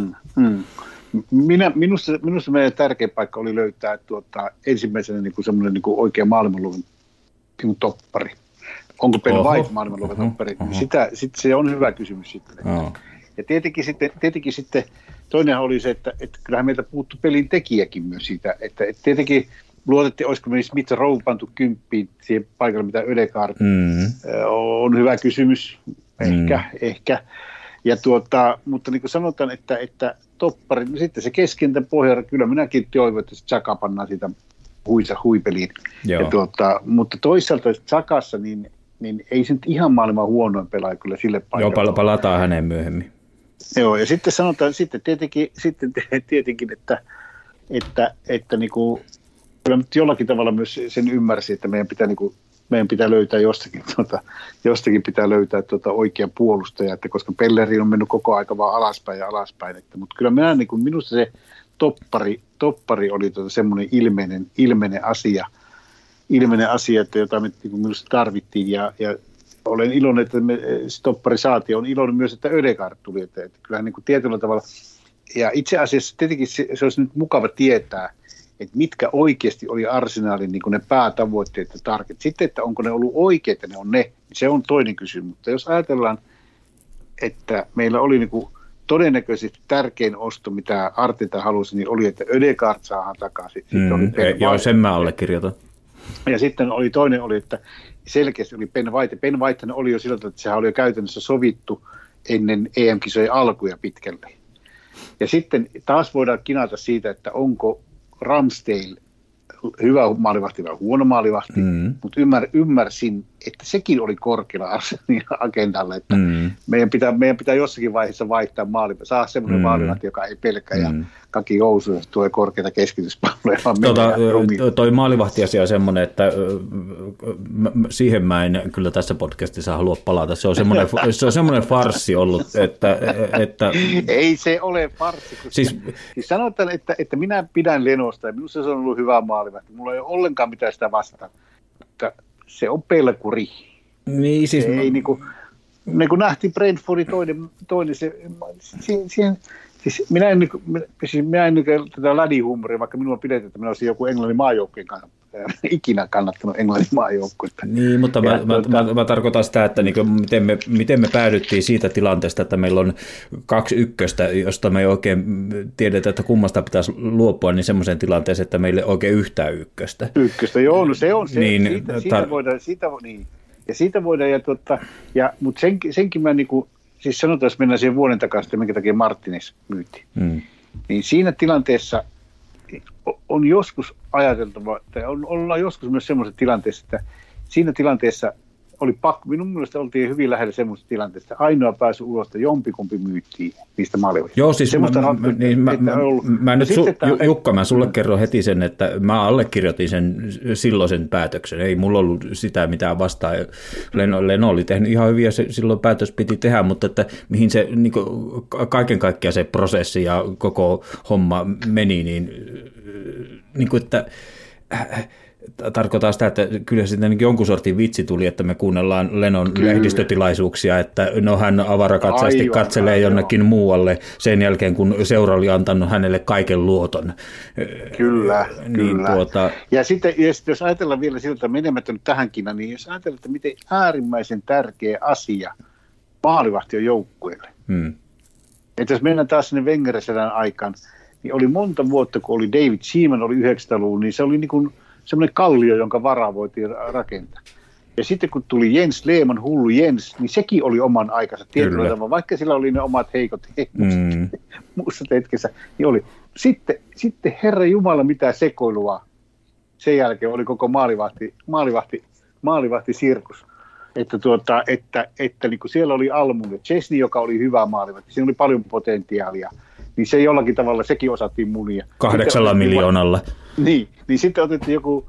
Minusta meidän tärkein paikka oli löytää ensimmäisenä semmoinen oikea maailmanluokan toppari. Onko Ben White maailmanluokan toppari? Sitten se on hyvä kysymys sitten. Ja tietenkin sitten toinenhan oli se, että kyllähän meiltä puuttui pelin tekijäkin myös siitä, että tietenkin luotettiin, olisiko me Smith Rowe pantu 10 siihen paikalle, mitä Ødegaard on hyvä kysymys, ehkä. Ja mutta niin kuin sanotaan, että toppari, no sitten se keskentän pohjalla, kyllä minäkin toivon, että se Xhaka pannaan siitä huipeliin. Mutta toisaalta Xhakassa, niin ei se nyt ihan maailman huonoin pelaaja kyllä sille paikalle. Joo, palataan häneen myöhemmin. Joo, ja sitten sanotaan tietenkin, että niin kuin, kyllä nyt jollakin tavalla myös sen ymmärsi, että meidän pitää löytää jostakin pitää löytää oikea puolustaja, että koska Pelleri on mennyt koko aika vaan alaspäin. Mutta kyllä minusta se toppari oli semmoinen ilmeinen asia, että jota me minusta tarvittiin ja olen iloinen, että me se toppari saatiin. Olen iloinen myös, että Ødegaard tuli, että kyllähän tietyllä tavalla, ja itse asiassa tietenkin se olisi nyt mukava tietää, että mitkä oikeasti oli Arsenalin ne päätavoitteet ja target. Sitten, että onko ne ollut oikeita, niin se on toinen kysymys. Mutta jos ajatellaan, että meillä oli todennäköisesti tärkein osto, mitä Arteta halusi, niin oli, että Ødegaard saadaan takaisin. Joo, sen mä allekirjoitan. Ja sitten toinen oli, että selkeästi oli Ben White. Ben White oli jo sillä tavalla, että sehän oli jo käytännössä sovittu ennen EM-kisojen alkuja pitkälle. Ja sitten taas voidaan kinata siitä, että onko Ramsdale hyvä maalivahti vai huono maalivahti, mutta ymmärsin, että sekin oli korkealla Arsenalin agendalla, että meidän pitää jossakin vaiheessa vaihtaa maalivahti, saa semmoinen maalivahti, joka ei pelkää ja kaki housuun, jos tulee korkeita keskityspalloja. Toi maalivahtiasia on semmoinen, että siihen mä en kyllä tässä podcastissa halua palata. Se on semmoinen farssi ollut, että ei se ole farssi. Siis sanotaan, että minä pidän Lenosta ja minusta se on ollut hyvä maalivahti. Mulla ei ole ollenkaan mitään sitä vastaan, mutta se on pelkuri. Niin siis... Ei niin kuin nähtiin Brentfordin toinen Siis minä en tätä lädihuumoria, vaikka minua pidetään, että minä olisin joku Englannin maajoukkueen kanssa ikinä kannattanut Englannin maajoukkuetta. Niin, mutta mä tarkoitan sitä, että niin miten me päädyttiin siitä tilanteesta, että meillä on 2 ykköstä, josta me ei oikein tiedetä, että kummasta pitäisi luopua, niin semmoiseen tilanteeseen, että meille ei oikein yhtään ykköstä. Ykköstä, joo, no se on se. Niin, siitä voidaan, mutta senkin mä niinku, siis sanotaan, jos mennään siihen vuoden takaisin, minkä takia Martinez myytiin. Niin siinä tilanteessa on joskus ajateltava, että ollaan joskus myös semmoisessa tilanteessa, että siinä tilanteessa oli pakko, minun mielestä oltiin hyvin lähellä semmoisessa tilanteessa, että ainoa pääsy ulos, että jompikumpi myyttiin niistä maalivahdista. Joo, siis mä nyt Jukka, mä sulle kerron heti sen, että mä allekirjoitin sen silloisen päätöksen. Ei mulla ollut sitä mitään vastaan. Leno oli tehnyt ihan hyvin ja silloin päätös piti tehdä, mutta että mihin se niin kaiken kaikkiaan se prosessi ja koko homma meni, niin kuin, että tarkoittaa sitä, että kyllä sitten jonkun sortin vitsi tuli, että me kuunnellaan Lenon lehdistötilaisuuksia, että no hän avarakatseisesti katselee jonnekin muualle sen jälkeen, kun seura oli antanut hänelle kaiken luoton. Kyllä. Ja sitten jos ajatellaan vielä siltä, menemättä nyt tähänkin, niin jos ajatellaan, että miten äärimmäisen tärkeä asia maalivahti on joukkueelle. Että jos mennään taas sinne Wenger-sedän aikaan, niin oli monta vuotta, kun oli David Seaman, oli 900-luvun, niin se oli niin kuin semmoinen kallio, jonka varaa voitiin rakentaa. Ja sitten kun tuli Jens Lehmann, hullu Jens, niin sekin oli oman aikansa tietyllä tavalla, vaikka sillä oli ne omat heikot muussa hetkessä, niin oli. Sitten Herra Jumala, mitä sekoilua sen jälkeen oli koko maalivahtisirkus. Että niin kuin siellä oli Almund ja Chesney, joka oli hyvä maalivahti, siinä oli paljon potentiaalia. Niin se jollakin tavalla, sekin osattiin munia. 8 miljoonalla. Niin sitten otettiin joku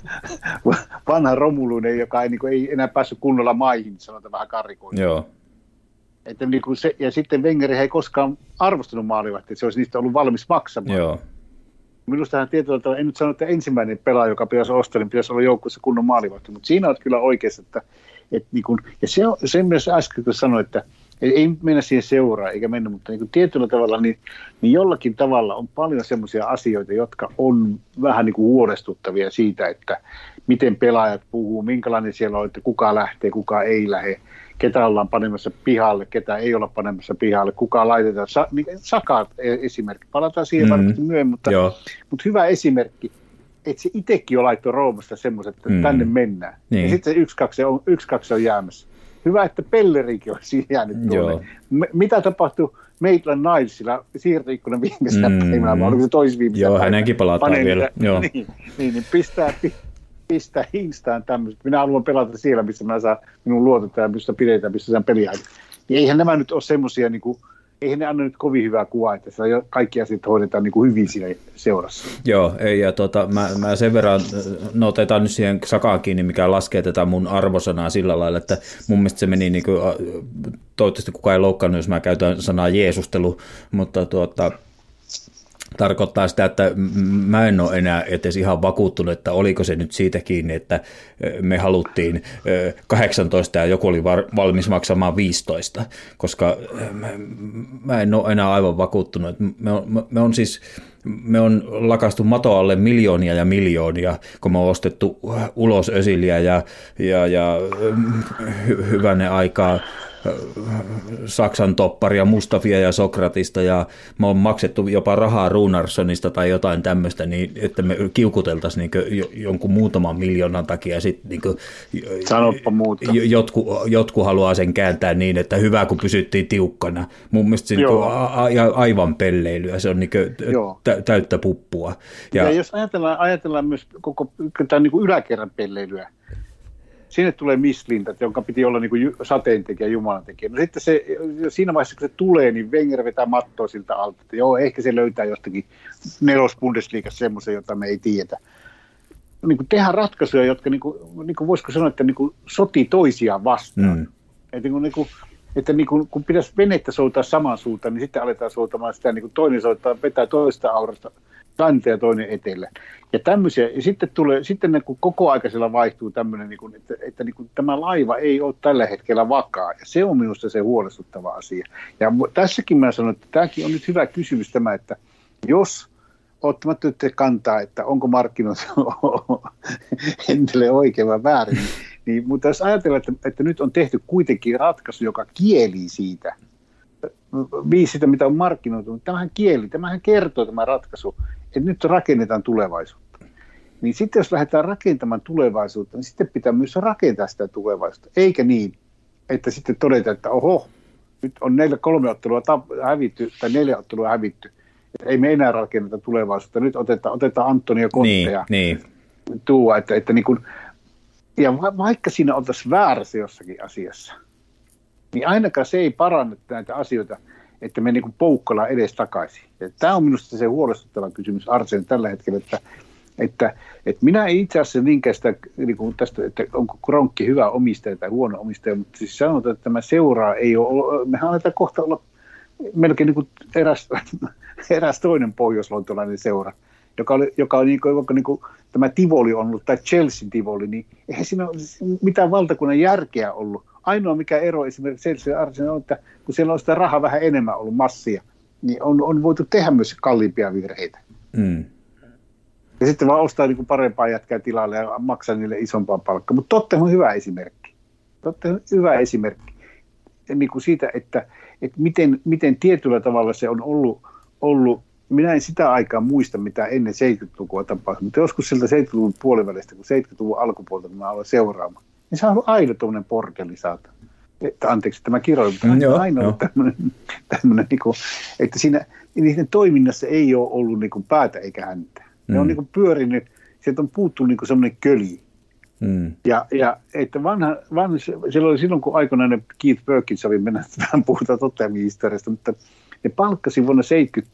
vanha romuluinen, joka ei enää päässyt kunnolla maihin, sanotaan vähän karrikoita. Joo. Että niin kuin ja sitten Wenger ei koskaan arvostanut maalivahtia, että se olisi niistä ollut valmis maksamaan. Joo. Minusta hän tietyllä tavalla, en nyt sano, että ensimmäinen pelaaja, joka pitäisi ostaa, niin pitäisi olla joukkueessa kunnon maalivahti, mutta siinä olet kyllä oikeassa, että niin kuin, ja se myös äsken kun sanoin, että ei mennä siihen seuraan eikä mennä, mutta niin tietyllä tavalla niin jollakin tavalla on paljon semmoisia asioita, jotka on vähän niin kuin huolestuttavia siitä, että miten pelaajat puhuu, minkälainen siellä on, että kuka lähtee, kuka ei lähde, ketä ollaan panemassa pihalle, ketä ei olla panemassa pihalle, kuka laitetaan. Saka esimerkki, palataan siihen varmasti myöhemmin, mutta hyvä esimerkki, että se itsekin jo laittoi Roomasta semmoiset, että tänne mennään. Niin. Ja sitten se 1-2 on jäämässä. Hyvä, että Pellerikin on siinä jäänyt tuonne. Mitä tapahtui Maitland Nilesilla siirtoikkunan viimeisellä päivänä, vai oliko se toisviimeisellä päivänä? Joo, hänenkin palataan vielä. Niin pistää hinstaan tämmöiset. Minä haluan pelata siellä, missä mä saan minun luotetaan, missä pidetään, missä saan peliaika. Niin eihän nämä nyt ole semmoisia, niin kuin, eihän ne anna nyt kovin hyvää kuvaa, että kaikki asiat hoidetaan niin kuin hyvin siinä seurassa. Joo, ei, ja mä sen verran, no otetaan nyt siihen Sakaan kiinni, mikä laskee tätä mun arvosanaa sillä lailla, että mun mielestä se meni, niin kuin, toivottavasti kukaan ei loukkaannut, jos mä käytän sanaa jeesustelu, mutta tarkoittaa sitä, että mä en ole enää edes ihan vakuuttunut, että oliko se nyt siitä kiinni, että me haluttiin 18 ja joku oli valmis maksamaan 15, koska mä en ole enää aivan vakuuttunut. Me on lakastu mato alle miljoonia ja miljoonia, kun me on ostettu ulos Öziliä ja hyvänen aikaa Saksan topparia, Mustafia ja Sokratista, ja me on maksettu jopa rahaa Runarssonista tai jotain tämmöistä, niin että me kiukuteltaisiin niin jonkun muutaman miljoonan takia. Niin sanoppa muuta. Jotkut haluaa sen kääntää niin, että hyvä kun pysyttiin tiukkana. Mun mielestä se aivan pelleilyä, se on niin täyttä puppua. Ja jos ajatellaan myös koko tämän niin yläkerran pelleilyä, sinne tulee Misslintat, jonka piti olla niin sateentekijä, jumalantekijä. No sitten siinä vaiheessa, kun se tulee, niin Wenger vetää mattoa siltä alta. Että joo, ehkä se löytää jostakin Bundesliigassa semmoisen, jota me ei tiedetä. Niin kuin tehdään ratkaisuja, jotka niin kuin voisiko sanoa, että niin kuin sotii toisiaan vastaan. Että kun pitäisi venettä soutaa samaan suuntaan, niin sitten aletaan soutamaan sitä, niin kuin toinen soittaa, vetää toista aurasta länteen ja toinen etelä. Ja tämmöisiä, ja sitten kun koko aikaisella vaihtuu tämmöinen, niin kuin, että niin kuin tämä laiva ei ole tällä hetkellä vakaa, ja se on minusta se huolestuttava asia. Ja tässäkin mä sanon, että tämäkin on nyt hyvä kysymys tämä, että jos ottamatta nyt kantaa, että onko markkinointi entille oikein vai väärin, niin mutta jos ajatellaan, että nyt on tehty kuitenkin ratkaisu, joka kielii siitä, sitä mitä on markkinoitu, tämähän kertoo tämä ratkaisu, että nyt rakennetaan tulevaisuutta. Niin sitten jos lähdetään rakentamaan tulevaisuutta, niin sitten pitää myös rakentaa sitä tulevaisuutta, eikä niin, että sitten todetaan, että oho, nyt on 3 ottelua hävitty tai 4 ottelua hävitty, että ei me enää rakenneta tulevaisuutta, nyt otetaan Antonio Contea tuua, että niin kuin, ja vaikka siinä oltaisiin väärässä jossakin asiassa, niin ainakaan se ei paranna näitä asioita, että me niin kuin poukkaillaan edes takaisin. Ja tämä on minusta se huolestuttava kysymys Arsenal tällä hetkellä, että minä ei itse asiassa niinkään sitä, niin kuin tästä, että onko Kronkki hyvä omistaja tai huono omistaja, mutta siis sanotaan, että tämä seuraa ei ole, mehän aletaan kohta olla melkein niin kuin eräs toinen pohjoislontolainen seura, joka on niin kuin tämä Tivoli on ollut, tai Chelsea Tivoli, niin eihän siinä ole mitään valtakunnan järkeä ollut. Ainoa mikä ero esimerkiksi Chelsea ja Arsenal on, että kun siellä on sitä rahaa vähän enemmän ollut massia, niin on voitu tehdä myös kalliimpia virheitä. Mm. Ja sitten vaan ostaa niin kuin parempaa jätkää tilalle ja maksaa niille isompaa palkkaa. Mutta Tottenham on hyvä esimerkki. Niin kuin siitä, että miten tietyllä tavalla se on ollut. Minä en sitä aikaa muista, mitä ennen 70-lukua tapahtui, mutta joskus sieltä 70-luvun puolivälistä, kun 70-luvun alkupuolta kun mä aloin seuraamaan, niin se on ollut aina tuommoinen porkeli saata. Anteeksi, tämä kiroilu, mutta aina ollut tämmöinen niin kuin, että siinä niiden toiminnassa ei ole ollut niin kuin päätä eikä häntä. Ne on niin kuin pyörinyt, sieltä on puuttunut niin kuin semmoinen köli. Ja että siellä oli silloin, kun aikoinaan Keith Perkinsonin mennä, vähän puhutaan Tottenhamin historiasta, mutta ne palkkasi vuonna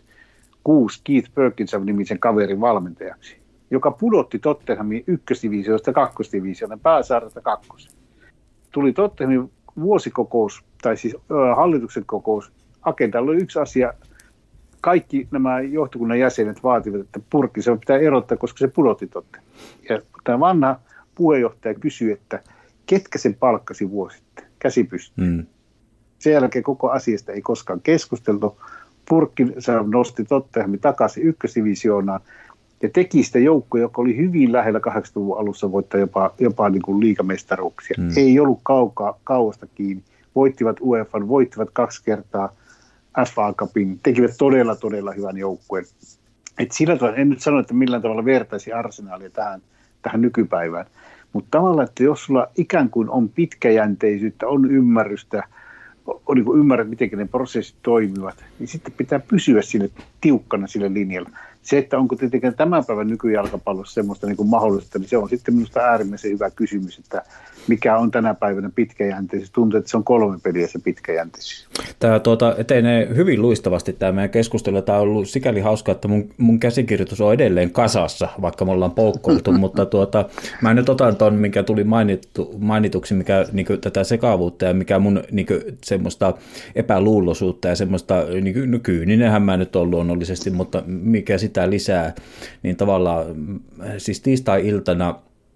1976 Keith Perkinson-nimisen kaverin valmentajaksi, joka pudotti Tottenhamin ykkösdivisioista kakkosdivisioon, pääsaarasta 2. Tuli Tottenhamin vuosikokous, tai siis hallituksen kokous. Agendalla oli yksi asia, kaikki nämä johtokunnan jäsenet vaativat, että purkki se pitää erottaa, koska se pudotti Tottenhamin. Ja tämä vanha puheenjohtaja kysyi, että ketkä sen palkkasi vuosittain, käsi pystyy. Sen jälkeen koko asiasta ei koskaan keskusteltu. Purkki nosti Tottenhamin takaisin ykkösdivisioonaan ja teki sitä joukkoa, joka oli hyvin lähellä 80-luvun alussa voittaa jopa niin kuin liigamestaruuksia. Ei ollut kauasta kiinni. Voittivat UEFAn, voittivat 2 kertaa FA Cupin, tekivät todella hyvän joukkueen. Et sillä tavalla, en nyt sano, että millään tavalla vertaisi Arsenalia tähän nykypäivään, mutta tavallaan, että jos sulla ikään kuin on pitkäjänteisyyttä, on ymmärrystä, on niin kuin ymmärrät, miten ne prosessit toimivat, niin sitten pitää pysyä sille tiukkana sille linjalla. Se, että onko tietenkin tämän päivän nykyjalkapallossa semmoista niin kuin mahdollista, niin se on sitten minusta äärimmäisen hyvä kysymys, että mikä on tänä päivänä pitkäjänteisyys. Tuntuu, että se on 3 peliä se pitkäjänteisyys. Tämä etenee hyvin luistavasti tämä meidän keskustelu. Tämä on ollut sikäli hauska, että mun käsikirjoitus on edelleen kasassa, vaikka me ollaan poukkoiltu, mutta mä nyt otan ton, mikä tuli mainituksi, mikä niinku, tätä sekavuutta ja mikä mun niinku, semmoista epäluuloisuutta ja semmoista, niinku, kyyninenhän mä nyt on luonnollisesti, mutta mikä sitä lisää, niin tavallaan siis tiistai-iltana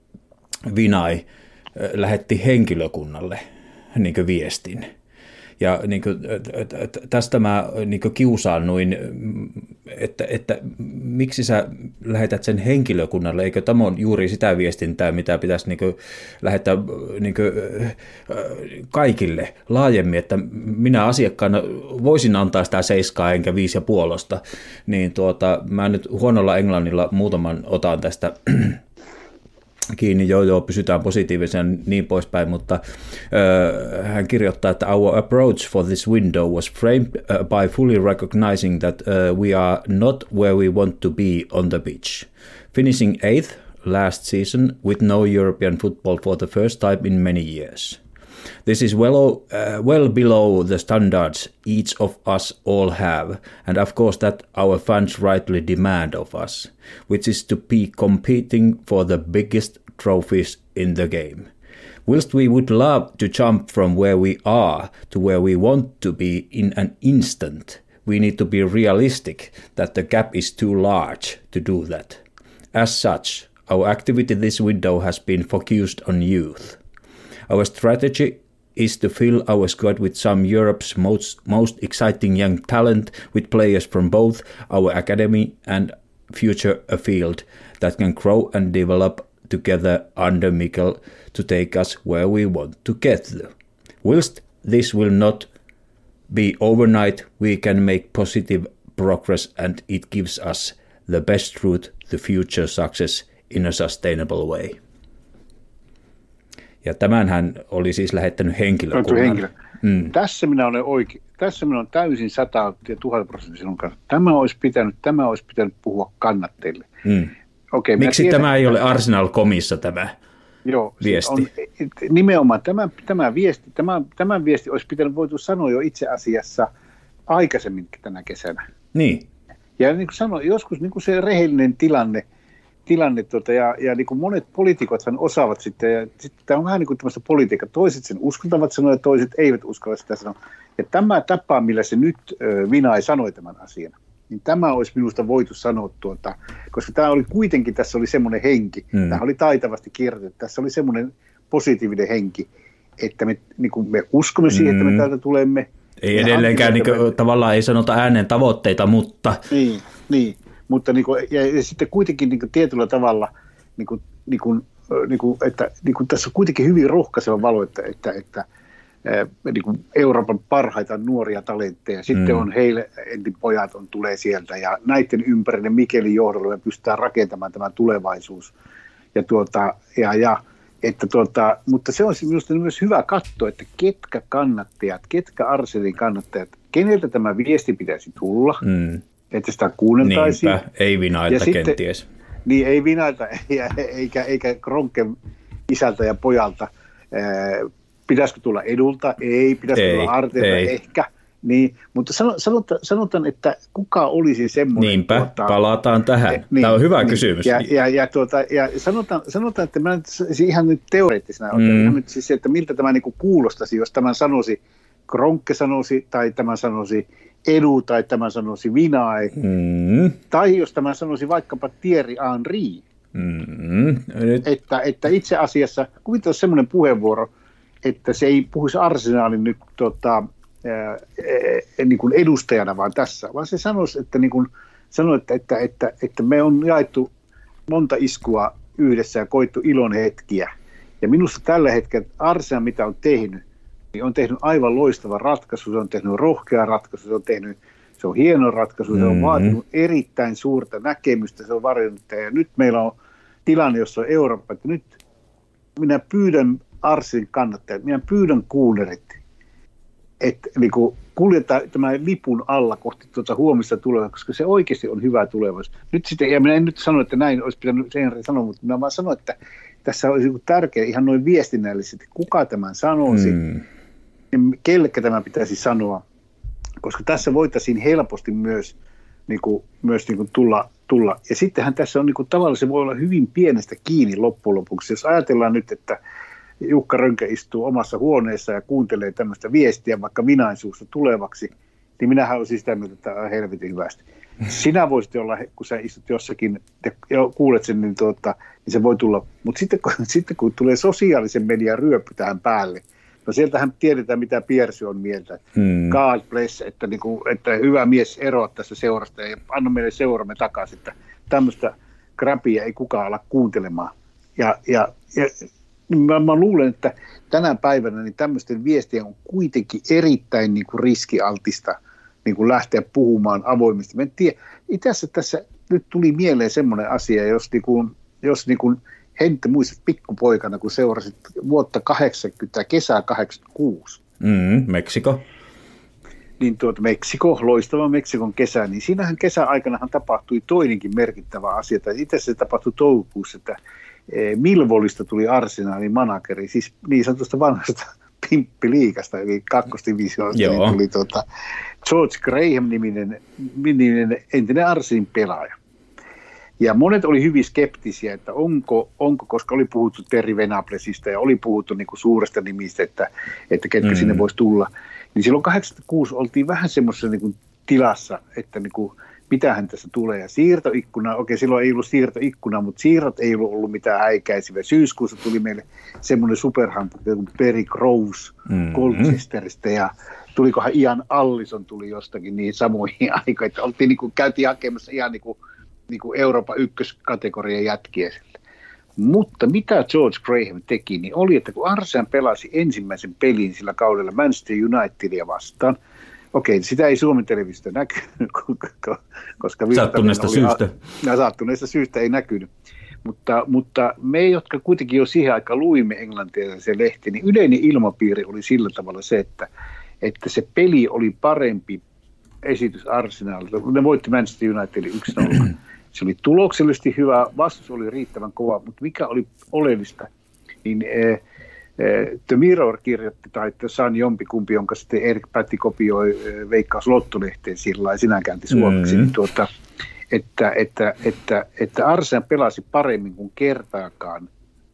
Vinay lähetti henkilökunnalle niin kuin viestin. Ja niin kuin, tästä mä niin kuin kiusaannuin, että miksi sä lähetät sen henkilökunnalle, eikö tämä on juuri sitä viestintää, mitä pitäisi niin kuin lähettää niin kuin kaikille laajemmin, että minä asiakkaana voisin antaa sitä 7 enkä 5,5, niin mä nyt huonolla englannilla muutaman otan tästä kiinni, pysytään positiivisen niin poispäin, mutta hän kirjoittaa, että our approach for this window was framed by fully recognizing that we are not where we want to be on the pitch. Finishing 8th last season with no European football for the first time in many years. This is well below the standards each of us all have, and of course that our fans rightly demand of us, which is to be competing for the biggest trophies in the game. Whilst we would love to jump from where we are to where we want to be in an instant, we need to be realistic that the gap is too large to do that. As such, our activity this window has been focused on youth. Our strategy is to fill our squad with some Europe's most exciting young talent, with players from both our academy and future afield that can grow and develop together under Mikel to take us where we want to get to. Whilst this will not be overnight, we can make positive progress and it gives us the best route to future success in a sustainable way. Ja tämän hän oli siis lähettänyt henkilökunnan. Tässä minä olen tässä minä olen täysin 100% ja 1000% sinun kanssa. Tämä olisi pitänyt puhua kannatteille. Okay, miksi tämä ei ole Arsenal.comissa tämä viesti? On, nimenomaan tämän viesti olisi pitänyt voitu sanoa jo itse asiassa aikaisemmin tänä kesänä. Niin. Ja niin kuin sanoin, joskus niin kuin se rehellinen tilanne ja niin kuin monet poliitikothan osaavat sitten, ja sitten tämä on vähän niin kuin tämmöistä politiikkaa, toiset sen uskaltavat sanoa ja toiset eivät uskalla sitä sanoa. Ja tämä tapa, millä se nyt Vinay sanoi tämän asian, niin tämä olisi minusta voitu sanoa, koska tämä oli kuitenkin, tässä oli semmoinen henki, tämä oli taitavasti kirjoitettu, tässä oli semmoinen positiivinen henki, että me uskomme siihen, että me täältä tulemme. Ei edelleenkään, tavallaan ei sanota äänen tavoitteita, mutta... Niin. Mutta ja sitten kuitenkin tietyllä tavalla, että tässä on kuitenkin hyvin rohkaiseva valo, että Euroopan parhaita nuoria talentteja. Sitten on heille entin pojat tulee sieltä ja näiden ympärille Mikelin johdolla me pystytään rakentamaan tämä tulevaisuus. Mutta se on minusta myös hyvä katsoa, että ketkä Arsenalin kannattajat, keneltä tämä viesti pitäisi tulla. Että sitä kuunneltaisiin. Niinpä, ei Vinailta kenties. Niin, ei Vinailta eikä Kronken isältä ja pojalta. Pitäisikö tulla Edulta? Ei. Pitäisikö tulla Arteelta? Ehkä. Niin, mutta sanotaan, että kuka olisi semmoinen... Niinpä, palataan tähän. Tämä on hyvä kysymys. Ja sanotaan, että mä ihan nyt teoreettisena ihan nyt siis, että miltä tämä niin kuulostaisi, jos tämän sanoisi Kronkke sanoisi, tai tämän sanoisi Edu, tai tämän sanoisi Vinay, tai jos tämän sanoisi vaikkapa Thierry Henry. Että itse asiassa, kuvitellaan semmoinen puheenvuoro, että se ei puhuisi Arsenalin nyt niin kuin edustajana vaan tässä, vaan se sanoisi, että me on jaettu monta iskua yhdessä ja koittu ilon hetkiä. Ja minusta tällä hetkellä Arsenal, mitä on tehnyt, niin on tehnyt aivan loistava ratkaisu, se on tehnyt rohkea ratkaisu, se on hieno ratkaisu, se on vaatinut erittäin suurta näkemystä, se on varjonnut, ja nyt meillä on tilanne, jossa on Eurooppa, että nyt minä pyydän Arsenalin kannattajat, minä pyydän kuulerit, että niin kuljetaan tämän lipun alla kohti huomista tulevaisuutta, koska se oikeasti on hyvä tulevaisuus. Nyt sitten, ja minä en nyt sano, että näin olisi pitänyt Henri sanoa, mutta minä vaan sanon, että tässä olisi tärkeää ihan noin viestinnällisesti, kuka tämän sanoisi, kellekä tämä pitäisi sanoa, koska tässä voitaisiin helposti myös tulla. Ja sittenhän tässä on tavallaan se voi olla hyvin pienestä kiinni loppujen lopuksi. Jos ajatellaan nyt, että Jukka Rönkä istuu omassa huoneessa ja kuuntelee tämmöistä viestiä vaikka Vinayn suusta tulevaksi, niin minähän olisin sitä mieltä, että tämä on helvetin hyvästi. Sinä voisit olla, kun sä istut jossakin ja kuulet sen, niin se voi tulla. Mutta sitten kun tulee sosiaalisen median ryöppy tähän päälle, no sieltähän tiedetään, mitä Piercy on mieltä. God bless, että hyvä mies eroa tässä seurasta ja anna meille seuramme takaisin, että tämmöistä crapia ei kukaan ala kuuntelemaan. Ja mä luulen, että tänä päivänä niin tämmöisten viestien on kuitenkin erittäin riskialtista lähteä puhumaan avoimesti. Mä en tiedä, itse asiassa tässä nyt tuli mieleen semmoinen asia, jos Hentti muistat pikkupoikana, kun seurasit vuotta 80, kesää 86. Meksiko. Niin Meksiko, loistava Meksikon kesä, niin siinähän kesäaikanahan tapahtui toinenkin merkittävä asia. Itse asiassa se tapahtui toukokuussa, että Millwallista tuli Arsenalin manageri, siis niin sanotusta vanhasta pimppiliigasta, eli kakkosdivisioista, niin tuli George Graham-niminen entinen Arsenalin pelaaja. Ja monet oli hyvin skeptisiä, että onko, koska oli puhuttu Terry Venablesista ja oli puhuttu suuresta nimistä, että ketkä sinne voisi tulla. Niin silloin 86 oltiin vähän semmoisessa tilassa, että niin kuin, mitähän tässä tulee. Ja siirtoikkuna, silloin ei ollut siirtoikkuna, mutta siirrot ei ollut mitään häikäisiä. Syyskuussa tuli meille semmoinen superhampu kuin Perry Groves Colchesteristä ja tulikohan Ian Allison tuli jostakin niin samoihin aikoihin, että käytiin hakemassa ihan niin kuin Euroopan ykköskategorian jätkiä sille. Mutta mitä George Graham teki, niin oli, että kun Arsenal pelasi ensimmäisen pelin sillä kaudella Manchester Unitedia vastaan, sitä ei Suomen televisiosta näkynyt, koska sattuneesta syystä ei näkynyt. Mutta me, jotka kuitenkin jo siihen aikaan luimme englantia se lehti, niin yleinen ilmapiiri oli sillä tavalla se, että se peli oli parempi esitys Arsenalilta. Ne voitti Manchester Unitedin 1-0. Se oli tuloksellisesti hyvä, vastus oli riittävän kova, mutta mikä oli oleellista, niin The Mirror kirjoitti, tai The Sun jompikumpi, jonka sitten Erik Pätti kopioi Veikkaus Lotto-lehteen sillä lailla, sinä käänti suomeksi, että Arsenal pelasi paremmin kuin kertaakaan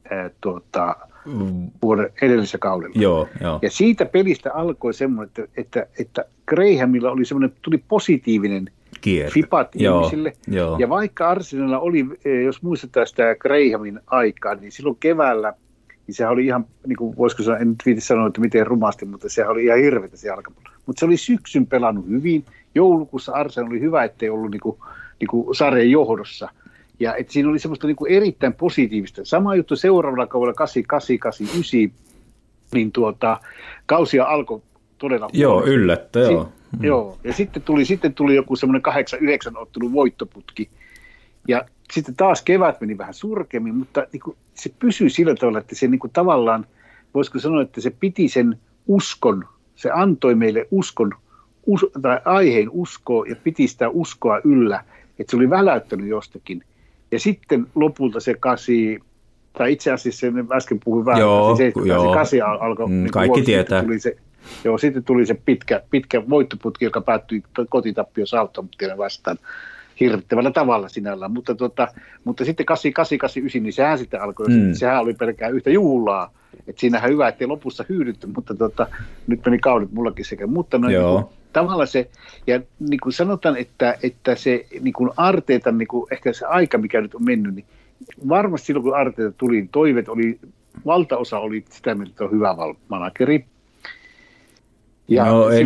vuoden edellisessä kaudella. Joo. Ja siitä pelistä alkoi semmoinen, että Grahamilla oli semmoinen, tuli positiivinen fipat ihmisille. Ja vaikka Arsenalilla oli, jos muistetaan sitä Grahamin aikaa, niin silloin keväällä, niin sehän oli ihan, niin kuin voisiko sanoa, en nyt viiti sanoa, että miten rumasti, mutta sehän oli ihan hirveätä se jalkapallo. Mutta se oli syksyn pelannut hyvin. Joulukuussa Arsenal oli hyvä, ettei ollut niin kuin sarjan johdossa. Ja että siinä oli semmoista niin kuin erittäin positiivista. Sama juttu seuraavalla kaudella 88-89, niin kausia alkoi todella. Joo, yllättä, joo. Joo, ja sitten tuli joku semmoinen 8-9 ottelun voittoputki. Ja sitten taas kevät meni vähän surkeammin, mutta niin kuin se pysyi sillä tavalla, että se niin kuin tavallaan, voisiko sanoa, että se piti sen uskon, se antoi meille tai aiheen uskoa ja piti sitä uskoa yllä, että se oli väläyttänyt jostakin. Ja sitten lopulta se 8, tai itse asiassa äsken puhuin vähän, se 8 alkoi. Niin kaikki tietää. Sitten tuli se pitkä voittoputki, joka päättyi kotitappio Southamptonia vastaan hirvittävällä tavalla sinällään. Mutta sitten 8-8-9, niin sehän sitten alkoi, sehän oli pelkää yhtä juhlaa. Että siinähän hyvä, ettei lopussa hyydytty, mutta nyt meni kaudet mullakin sekä. Mutta niin tavallaan se, ja niin kuin sanotaan, että se niin kuin Arteetan, niin kuin ehkä se aika, mikä nyt on mennyt, niin varmasti silloin, kun Arteeta tuli, niin toiveet oli, valtaosa oli sitä mieltä, että on hyvä manageri. Ja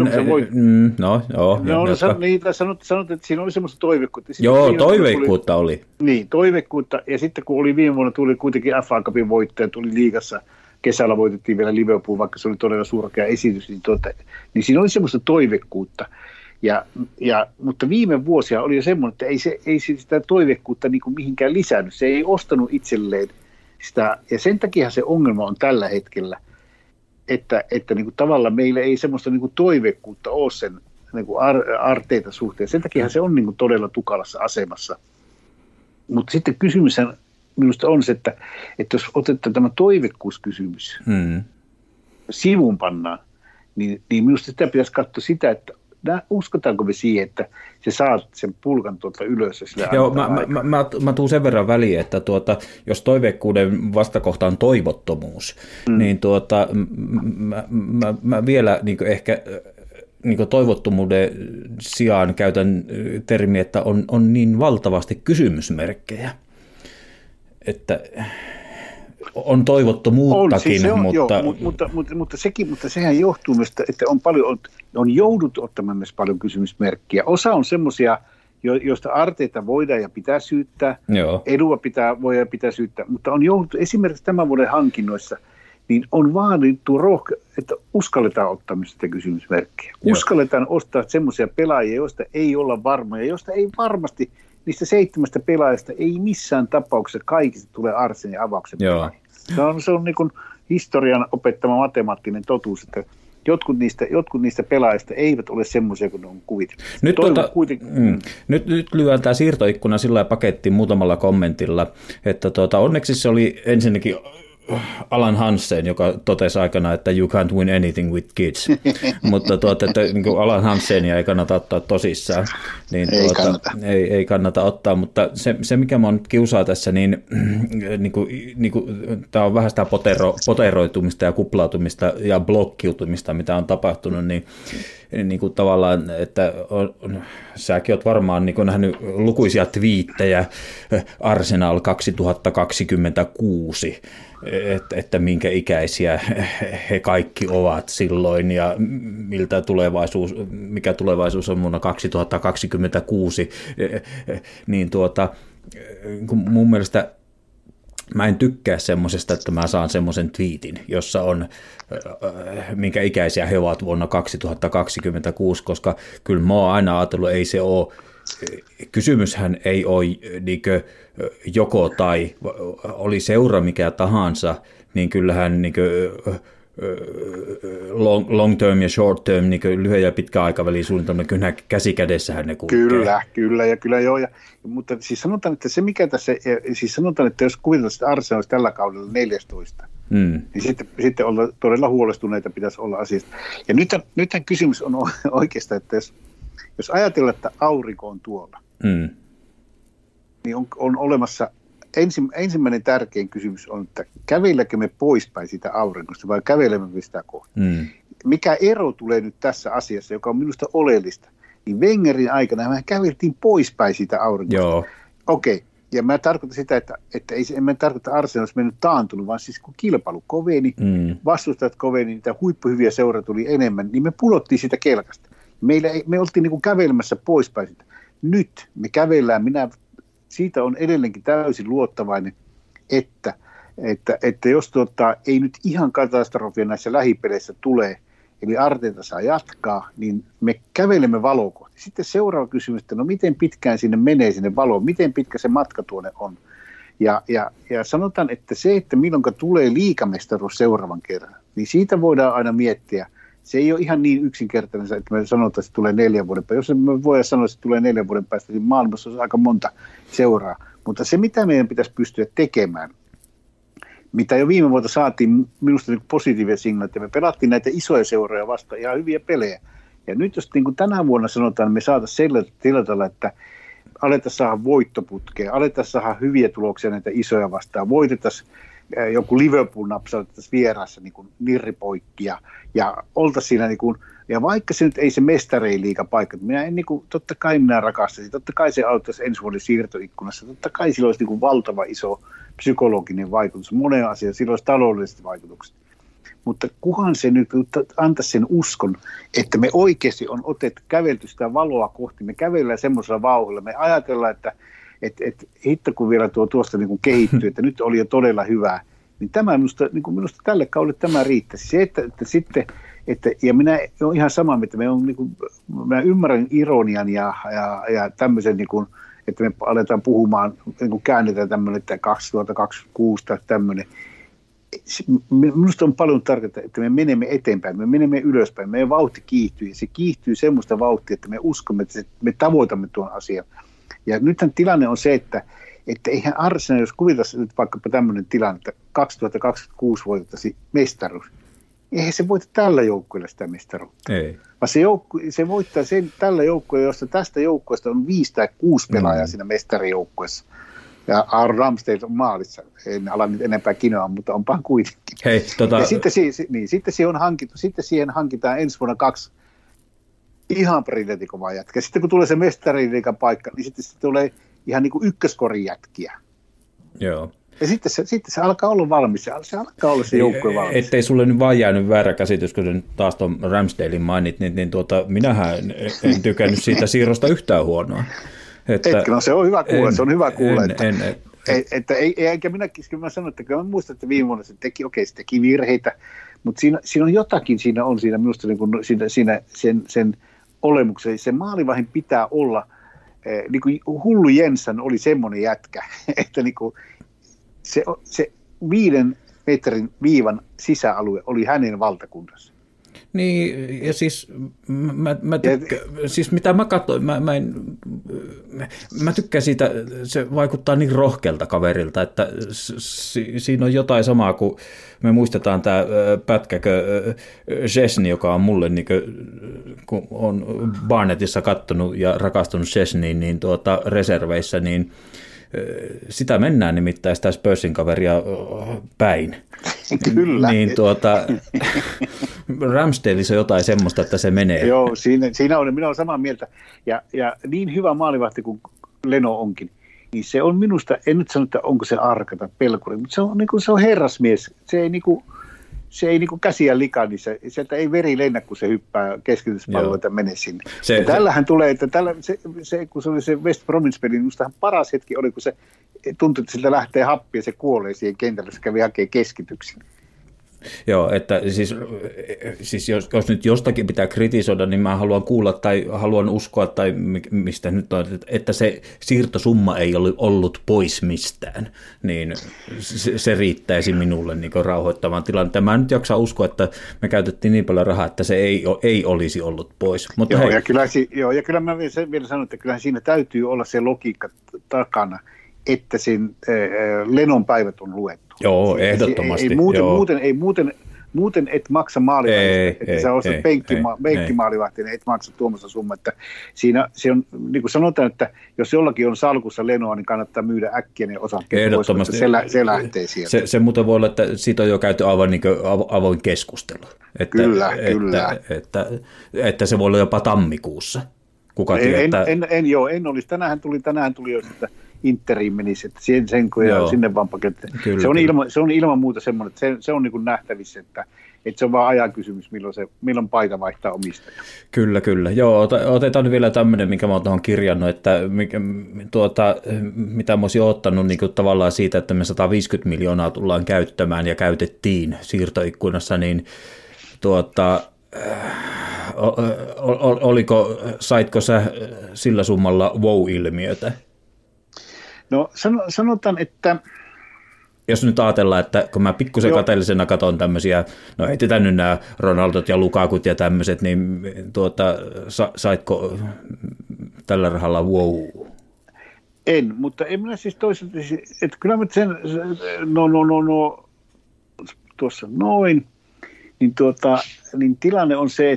sanot, että siinä oli semmoista toiveikkuutta. Toiveikkuutta oli. Niin, toiveikkuutta. Ja sitten kun oli viime vuonna, tuli kuitenkin FA Cupin voittaja, tuli liigassa, kesällä voitettiin vielä Liverpool, vaikka se oli todella surkea esitys, niin siinä oli semmoista toiveikkuutta. Mutta viime vuosia oli jo semmoinen, että ei sitä toiveikkuutta niin kuin mihinkään lisännyt. Se ei ostanut itselleen sitä, ja sen takia se ongelma on tällä hetkellä, että niin kuin tavallaan meillä ei semmoista niin kuin toiveikkuutta ole sen niin kuin Arteetan suhteen. Sen takia se on niin kuin todella tukalassa asemassa. Mutta sitten kysymys minusta on se, että jos otetaan tämä toiveikkuuskysymys sivun pannaan, niin minusta sitä pitäisi katsoa sitä, että uskotaanko me siihen, että se saa sen pulkan tuolta ylös. Joo, mä tuun sen verran väliin, että jos toiveikkuuden vastakohta on toivottomuus, niin mä vielä niin ehkä niin toivottomuuden sijaan käytän termiä, että on niin valtavasti kysymysmerkkejä, että on toivottomuuttakin, mutta sehän johtuu myös, että on jouduttu ottamaan myös paljon kysymysmerkkiä. Osa on semmoisia, joista Arteeta voidaan ja pitää syyttää, edua voidaan ja pitää syyttää, mutta on jouduttu esimerkiksi tämän vuoden hankinnoissa, niin on vaadittu että uskalletaan ottaa myös sitä kysymysmerkkiä. Uskalletaan ostaa semmoisia pelaajia, joista ei olla varmoja, joista ei varmasti niistä 7 pelaajasta ei missään tapauksessa kaikista tule Arsenin avauksen pelaajia. Se on niin kuin historian opettama matemaattinen totuus, että jotkut niistä pelaajista eivät ole semmoisia kuin ne on kuviteltu. Nyt lyön tämä siirtoikkuna sillä lailla pakettiin muutamalla kommentilla, että onneksi se oli ensinnäkin Alan Hansen, joka totesi aikana, että you can't win anything with kids, mutta että niin kuin Alan Hansenia ei kannata ottaa tosissaan, niin ei kannata ottaa, mutta se mikä minua nyt kiusaa tässä, niin tämä on vähän sitä poteroitumista ja kuplautumista ja blokkiutumista, mitä on tapahtunut, niin niin kuin tavallaan, että säkin olet varmaan niin kuin nähnyt lukuisia twiittejä Arsenal 2026, että minkä ikäisiä he kaikki ovat silloin ja mikä tulevaisuus on vuonna 2026, niin mun mielestä mä en tykkää semmoisesta, että mä saan semmoisen twiitin, jossa on, minkä ikäisiä he ovat vuonna 2026, koska kyllä mä oon aina ajatellut, ei se ole, kysymyshän ei ole niinkö joko tai, oli seura mikä tahansa, niin kyllähän niinkö long term ja short term, niin lyhyen ja pitkän aikavälin suunnitelma, kyllä käsikädessähän ne kulkee. Kyllä joo. Mutta siis sanotaan, että se mikä tässä, siis sanotaan, että jos kuvitellaan, että Arsenal olisi tällä kaudella 14, niin sitten olla todella huolestuneita pitäisi olla asiasta. Ja nythän kysymys on oikeastaan, että jos ajatellaan, että aurinko on tuolla, niin on olemassa ensimmäinen tärkein kysymys on, että kävelläkö me poispäin sitä aurinkosta vai kävelemme sitä kohti. Mikä ero tulee nyt tässä asiassa, joka on minusta oleellista, niin Wengerin aikana me käveltiin poispäin siitä aurinkosta. Joo. Okei. Ja mä tarkoitan sitä, että en mä tarkoita, että Arsenal olisi mennyt taantunut, vaan siis kun kilpailu koveni, vastustajat koveni, niitä huippuhyviä seuraa tuli enemmän, niin me pudottiin sitä kelkasta. Me oltiin niin kuin kävelemässä poispäin sitä. Nyt me kävellään, siitä on edelleenkin täysin luottavainen, että jos ei nyt ihan katastrofia näissä lähipeleissä tulee, eli Arteta saa jatkaa, niin me kävelemme valoa kohti. Sitten seuraava kysymys, että no miten pitkään sinne menee sinne valoon, miten pitkä se matka tuonne on. Ja sanotaan, että se, että milloin tulee liigamestaruus seuraavan kerran, niin siitä voidaan aina miettiä. Se ei ole ihan niin yksinkertainen, että me sanotaan, että se tulee 4 vuoden päästä. Jos me voidaan sanoa, että se tulee 4 vuoden päästä, niin maailmassa on aika monta seuraa. Mutta se, mitä meidän pitäisi pystyä tekemään, mitä jo viime vuonna saatiin minusta niin positiivisia signaaleja, että me pelattiin näitä isoja seuroja vastaan ihan hyviä pelejä. Ja nyt jos niin kuin tänä vuonna sanotaan, että me saataisiin sillä tavalla, että alettaisiin saada voittoputkea, alettaisiin saada hyviä tuloksia näitä isoja vastaan, voitettaisiin joku Liverpool napsautettaisiin vieraassa niin kuin nirripoikkia ja oltaisiin siinä, niin kuin, ja vaikka se nyt ei se mestarein liiga paikka, totta kai minä rakastaisin, totta kai se auttaisi ensi vuoden siirtoikkunassa, totta kai sillä olisi niin kuin valtava iso psykologinen vaikutus, monen asian, sillä olisi taloudelliset vaikutukset. Mutta kuhan se nyt antaisi sen uskon, että me oikeasti on kävelty sitä valoa kohti, me kävellään semmoisella vauhdilla, me ajatellaan, että hitto kun vielä tuosta niin kuin kehittyy, että nyt oli jo todella hyvää, niin tämä minusta tälle kaudelle tämä riittäisi. Se, ja minä olen ihan sama, että mä ymmärrän ironian ja tämmöisen, niin kuin, että me aletaan puhumaan, niin kuin käännetään tämmöinen, että 2026 tai tämmöinen. Minusta on paljon tärkeää, että me menemme eteenpäin, me menemme ylöspäin, meidän vauhti kiihtyy ja se kiihtyy semmoista vauhtia, että me uskomme, että me tavoitamme tuon asian. Ja nythän tilanne on se, että eihän Arsenal, jos kuvitaisi nyt vaikkapa tämmöinen tilanne, että 2026 voitettaisiin mestaruus, eihän se voita tällä joukkueella sitä mestaruutta. Ei. Vaan se voittaa tällä joukkueella, josta tästä joukkueesta on 5 tai 6 pelaajaa siinä mestarijoukkueessa. Ja Aaron Ramsdale on maalissa, en ala nyt enempää kinoa, mutta onpa kuitenkin. Hei, ja sitten siihen hankitaan ensi vuonna 2 ihan briljantikovaa jätkiä. Sitten kun tulee se mestariliigan paikka, niin sitten se tulee ihan niin kuin ykköskorin jätkiä. Joo. Ja sitten se alkaa olla valmis, se alkaa olla se joukkue valmis. Ettei sulle nyt vaan jäänyt väärä käsitys, kun nyt taas tuon Ramsdalein mainit, niin minähän en tykännyt siitä siirrosta yhtään huonoa. No se on hyvä kuulla, Eikä minä sanon, että kyllä mä muistan, että viime vuonna se teki virheitä, mutta siinä on jotakin, siinä minusta niin kuin sen olemuksen, sen maalivahdin pitää olla, niin kuin Hullu Jensen oli semmoinen jätkä, että niin kuin se 5 metrin viivan sisäalue oli hänen valtakunnassa. Niin, ja siis siis mitä mä katsoin, mä tykkään siitä, se vaikuttaa niin rohkealta kaverilta, että siinä on jotain samaa, kun me muistetaan tämä pätkäkö Szczesny, joka on mulle, niin kun on Barnettissa kattonut ja rakastunut Szczesnyin, niin reserveissä, niin sitä mennään nimittäin sitä Spursin kaveria päin. Kyllä. Niin Ramsdaleissa on jotain semmoista, että se menee. Joo, siinä on, minä olen samaa mieltä. Ja niin hyvä maalivahti kuin Leno onkin, niin se on minusta, en nyt sano, että onko se arka tai pelkuri, mutta se on herrasmies. Se ei käsiä likaa, niin sieltä ei veri lennä, kun se hyppää keskityspalloa ja menee sinne. Tällähän tulee, että kun se oli se West Bromwich-peli, niin minustahan paras hetki oli, kun se tuntui, että siltä lähtee happi ja se kuolee siihen kentälle, se kävi hakemaan keskityksen. Joo, että siis jos nyt jostakin pitää kritisoida, niin mä haluan kuulla tai haluan uskoa, tai mistä nyt on, että se siirtosumma ei ollut pois mistään, niin se riittäisi minulle niin rauhoittamaan tilannetta. Mä nyt jaksaa uskoa, että me käytettiin niin paljon rahaa, että se ei olisi ollut pois. Mutta ja kyllä mä vielä sanon, että kyllähän siinä täytyy olla se logiikka takana, että sen Lenon päivät on luettu. Joo, ehdottomasti. Muuten et maksa maalivahtia, että sä ostat penkkimaalivahtia, niin et maksa tuommoista summa. Että siinä se on, niin kuin sanotaan, että jos jollakin on salkussa Lenoa, niin kannattaa myydä äkkiä ne osakkeet. Ehdottomasti. Se lähtee sieltä. Se muuten voi olla, että siitä on jo käyty aivan niin avoin keskustelu. Kyllä. Että se voi olla jopa tammikuussa. Kuka tietää? En olisi. Tänään tuli jo, että Interiin menisi, että sinne vaan paketti. Se on ilman muuta semmoinen, että se on niin kuin nähtävissä, että se on vaan ajan kysymys, milloin paita vaihtaa omistaja. Kyllä. Joo, otetaan vielä tämmöinen, minkä mä oon tuohon kirjannut, että mitä mä olisin ottanut niin kuin tavallaan siitä, että me 150 miljoonaa tullaan käyttämään ja käytettiin siirtoikkunassa, niin saitko sä sillä summalla wow-ilmiötä? No sanotaan, että... Jos nyt ajatellaan, että kun mä pikkusen kateellisena katson tämmöisiä, no heitetään nyt nämä Ronaldot ja Lukakut ja tämmöiset, niin saitko tällä rahalla wow? En, mutta en minä siis toisaalta, että kyllä mä sen, tuossa noin, niin tilanne on se,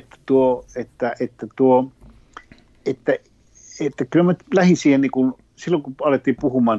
että kyllä mä lähdin siihen niin kuin, silloin kun alettiin puhumaan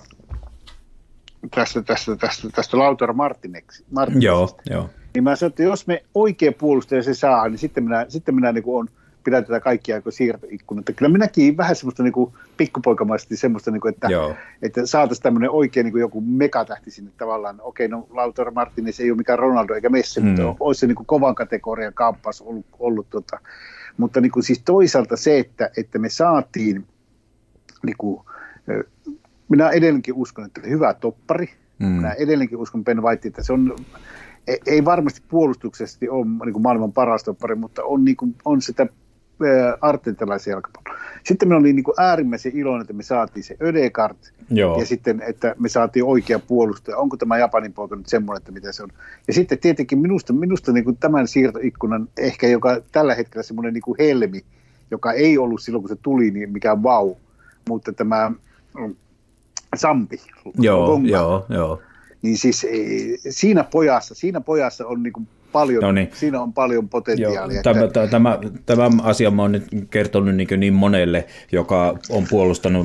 tästä Lautaro Martinezista, niin mä sanoin, että jos me oikein puolustaja se saa, niin sitten minä niin kuin pidän tätä kaikkia aikoja siirtoikkunaa. Kyllä minäkin vähän semmoista niin kuin pikkupoikamaisesti semmoista, niin kuin, että saataisiin tämmöinen oikein niin kuin joku megatähti sinne tavallaan. Okei, no Lautaro Martinez ei ole mikään Ronaldo eikä Messi, mutta olisi se niin kuin kovan kategorian kauppaus ollut. Mutta niin kuin siis toisaalta se, että me saatiin niin kuin, minä edelleenkin uskon, että hyvä toppari. Minä edelleenkin uskon Ben White, että se on, ei varmasti puolustuksesti ole niin kuin maailman paras toppari, mutta on sitä artentalaisia jalkapalloa. Sitten me oli niin kuin äärimmäisen iloinen, että me saatiin se Ödegaard ja sitten, että me saatiin oikea puolustaja. Onko tämä Japanin poika nyt semmoinen, että mitä se on? Ja sitten tietenkin minusta niin kuin tämän siirtoikkunan ehkä, joka tällä hetkellä semmoinen niin kuin helmi, joka ei ollut silloin, kun se tuli, niin mikään vau, mutta tämä Sampi. Joo. Niin siis siinä pojassa on niin kuin paljon, siinä on paljon potentiaalia. Tämä asia mä oon nyt kertonut niin monelle, joka on puolustanut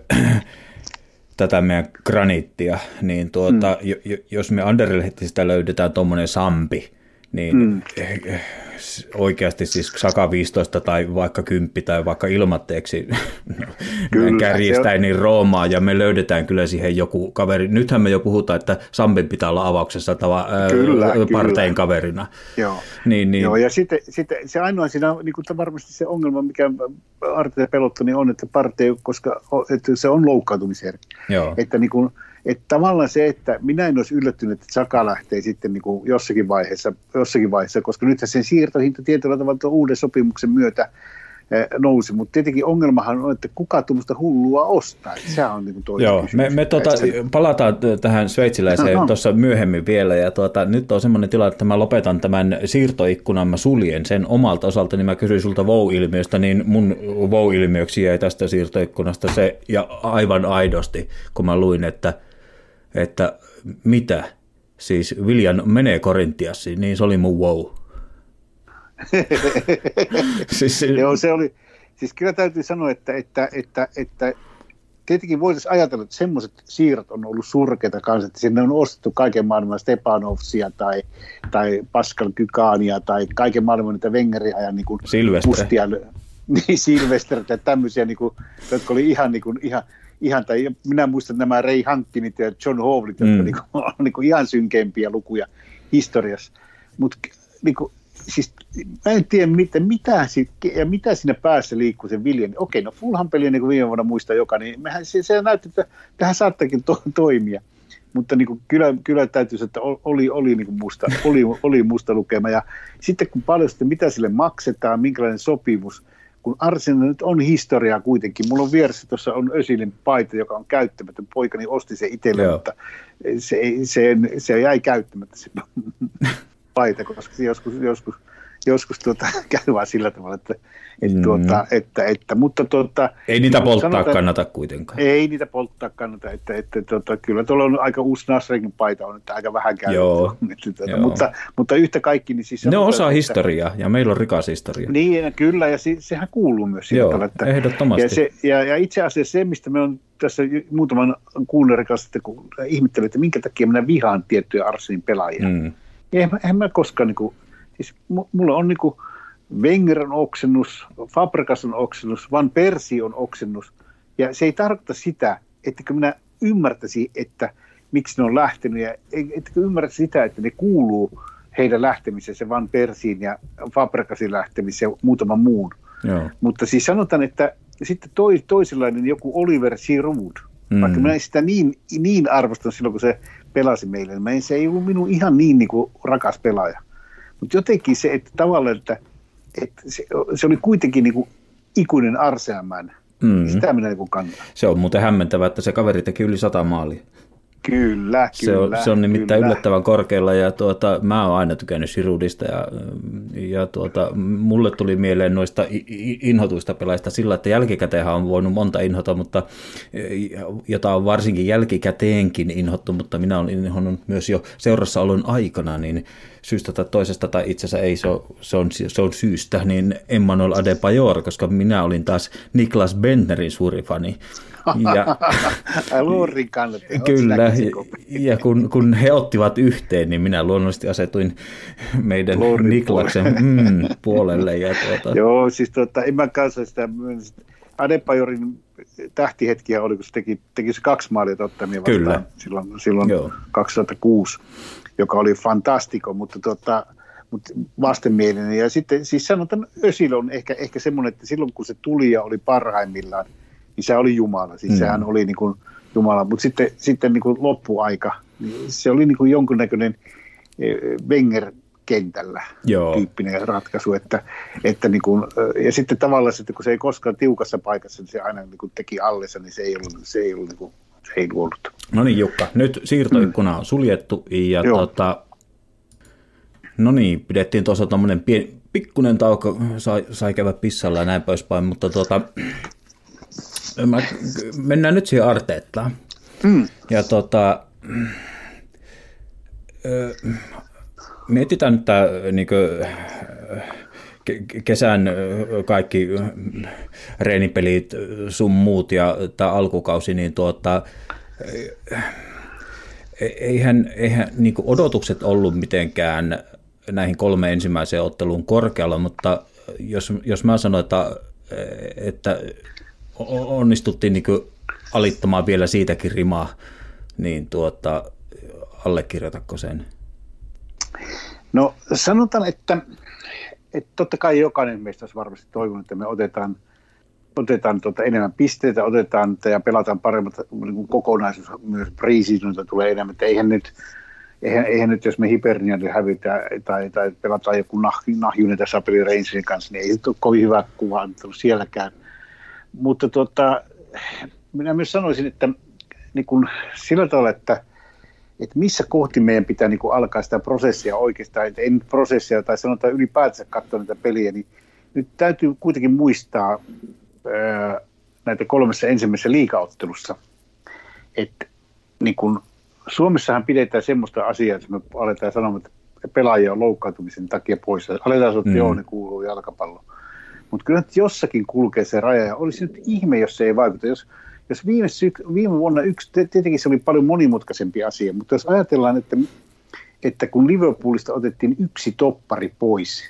tätä meidän graniittia, niin jos me Anderlechtistä löydetään tuommoinen Sampi, niin oikeasti siis Saka 15 tai vaikka 10 tai vaikka ilmatteeksi kärjistäen niin Roomaa, ja me löydetään kyllä siihen joku kaveri. Nythän me jo puhutaan, että Sampin pitää olla avauksessa parteen kaverina. Joo. Niin. Joo, ja sitten se ainoa siinä niin kuin varmasti se ongelma, mikä Arteta pelotti, niin on, että partee, koska että se on loukkaantumisherkkä. Että niin kuin, että tavallaan se, että minä en olisi yllättynyt, että Saka lähtee sitten niin kuin jossakin vaiheessa, koska nythän sen siirtohinta tietyllä tavalla uuden sopimuksen myötä nousi, mutta tietenkin ongelmahan on, että kuka tuommoista hullua ostaa. Sehän on niin kuin toinen kysymys. Me palataan tähän sveitsiläiseen tuossa myöhemmin vielä, ja nyt on semmoinen tilanne, että mä lopetan tämän siirtoikkunan, mä suljen sen omalta osalta, niin mä kysyin sulta wow-ilmiöstä, niin mun wow-ilmiöksi jäi tästä siirtoikkunasta se, ja aivan aidosti, kun mä luin, että mitä, siis Viljan menee Korinthiassiin, niin se oli mun wow. Joo, se oli, siis kyllä täytyy sanoa, että tietenkin voitaisiin ajatella, että semmoiset siirrot on ollut surkeita kanssa, että sinne on ostettu kaiken maailman Stepanovsia tai Pascal Kykania tai kaiken maailman niitä Wengerin ajan niin mustia, niin Silvester tai tämmöisiä, niin kuin, jotka oli ihan tai minä muistan nämä Ray Hankkinit ja John Hovlit, jotka niin kuin ihan synkeimpiä lukuja historiassa. Mutta niin siis mä en tiedä, mitä siinä päässä liikkuu sen Viljan. Okei, no Fulham-peli, niin kuin viime vuonna muistaa joka, niin se näytti, että tähän saattaakin toimia. Mutta niin kuin, kyllä täytyy, että oli niin kuin oli musta lukema. Ja sitten kun paljon sitten, mitä sille maksetaan, minkälainen sopimus, kun Arsenal nyt on historiaa kuitenkin. Mulla on vieressä, tuossa on Özilin paita, joka on käyttämätön. Poikani osti se itselle, mutta se jäi käyttämättä se paita, koska joskus käy vaan sillä tavalla, että mutta ei niitä polttaa kannata kuitenkaan. Ei niitä polttaa kannata, että kyllä tuolla on aika uusi Nasrekin paita on, että aika vähän käytetty. Mutta yhtä kaikki, niin siis ne on osa historiaa, ja meillä on rikas historia. Niin, kyllä, ja sehän kuuluu myös sillä tavalla. Että, ehdottomasti. Ja itse asiassa se, mistä me on tässä muutaman kuunnelman kanssa ihmettelyt, että minkä takia minä vihaan tiettyjä Arsenin pelaajia. En mä koskaan, siis mulla on Wenger on oksennus, Fabregas on oksennus, Van Persie on oksennus, ja se ei tarkoita sitä, että minä ymmärtäisin, että miksi ne on lähtenyt, ja että ymmärtäisin sitä, että ne kuuluu heidän lähtemiseen, Van Persien ja Fabregasin lähtemiseen ja muutaman muun. Joo. Mutta siis sanotaan, että sitten toisenlainen joku Oliver Giroud, vaikka minä sitä niin arvostan silloin, kun se pelasi meille, niin se ei ollut minun ihan niin kuin rakas pelaaja. Mutta jotenkin se, että tavallaan, että se oli kuitenkin niin kuin ikuinen Arsenal-man. Sitä minä niin kannatan. Se on muuten hämmentävää, että se kaveri teki yli 100 maalia. Kyllä. Se on nimittäin yllättävän korkealla, ja mä oon aina tykännyt Giroudista, ja mulle tuli mieleen noista inhotuista pelaajista sillä, että jälkikäteenhän on voinut monta inhota, mutta jota on varsinkin jälkikäteenkin inhottu, mutta minä olen inhonnut myös jo seurassaolon aikana, niin syystä tai toisesta, tai itse asiassa se on syystä, niin Emmanuel Adebayor, koska minä olin taas Niklas Bentnerin suuri fani. Luurin kannattaa. Kyllä, ja kun he ottivat yhteen, niin minä luonnollisesti asetuin meidän Niklaksen puolelle. Joo, siis en mä kanssa sitä, Adebayorin tähtihetkiä oli, kun se teki se 2 maalia Tottenhamia vastaan silloin 2006, joka oli fantastiko, mutta vastenmielinen. Ja sitten siis sanotaan, Özil on ehkä semmoinen, että silloin kun se tuli ja oli parhaimmillaan, niin se oli Jumala, siis sehän oli niin kuin Jumala, mutta sitten niin kuin loppuaika, niin se oli niin kuin jonkunnäköinen Wenger-kentällä tyyppinen ratkaisu, että niin kuin, ja sitten tavallaan, että kun se ei koskaan tiukassa paikassa, niin se aina niin kuin teki allessa, niin se ei ollut. No niin Jukka, nyt siirtoikkuna on suljettu, ja no niin, pidettiin tuossa tommoinen pikkunen tauko, sai käydä pissalla ja näin poispäin, mutta mennään nyt siihen Arteettaan. Ja mietitään nyt tämä kesän kaikki reenipelit sun muut ja tämä alkukausi, niin eihän odotukset ollut mitenkään näihin 3 ensimmäiseen otteluun korkealla, mutta jos mä sanon, että onnistuttiin niin alittamaan vielä siitäkin rimaa, niin allekirjoitatko sen? No sanotaan, että totta kai jokainen meistä olisi varmasti toivonut, että me otetaan enemmän pisteitä, ja pelataan paremmat niin kokonaisuus, myös pre-seasonilta tulee enemmän, että eihän nyt, jos me Hibernialle hävitään tai pelataan joku Nahjunen tai Sapeli Rangerin kanssa, niin ei nyt ole kovin hyvä kuva antanut sielläkään. Mutta minä myös sanoisin, että niin kun sillä tavalla, että missä kohti meidän pitää niin kun alkaa sitä prosessia oikeastaan, että en prosessia tai sanotaan ylipäätänsä katsoa näitä peliä, niin nyt täytyy kuitenkin muistaa näitä 3 ensimmäisessä liigaottelussa, että niin kun Suomessahan pidetään semmoista asiaa, että me aletaan sanomaan, että pelaajia on loukkaantumisen takia pois. Aletaan sanoa, että joo, ne kuuluu jalkapalloon. Mutta kyllä nyt jossakin kulkee se raja, ja olisi nyt ihme, jos se ei vaikuta. Jos jos viime vuonna tietenkin se oli paljon monimutkaisempi asia, mutta jos ajatellaan, että kun Liverpoolista otettiin yksi toppari pois,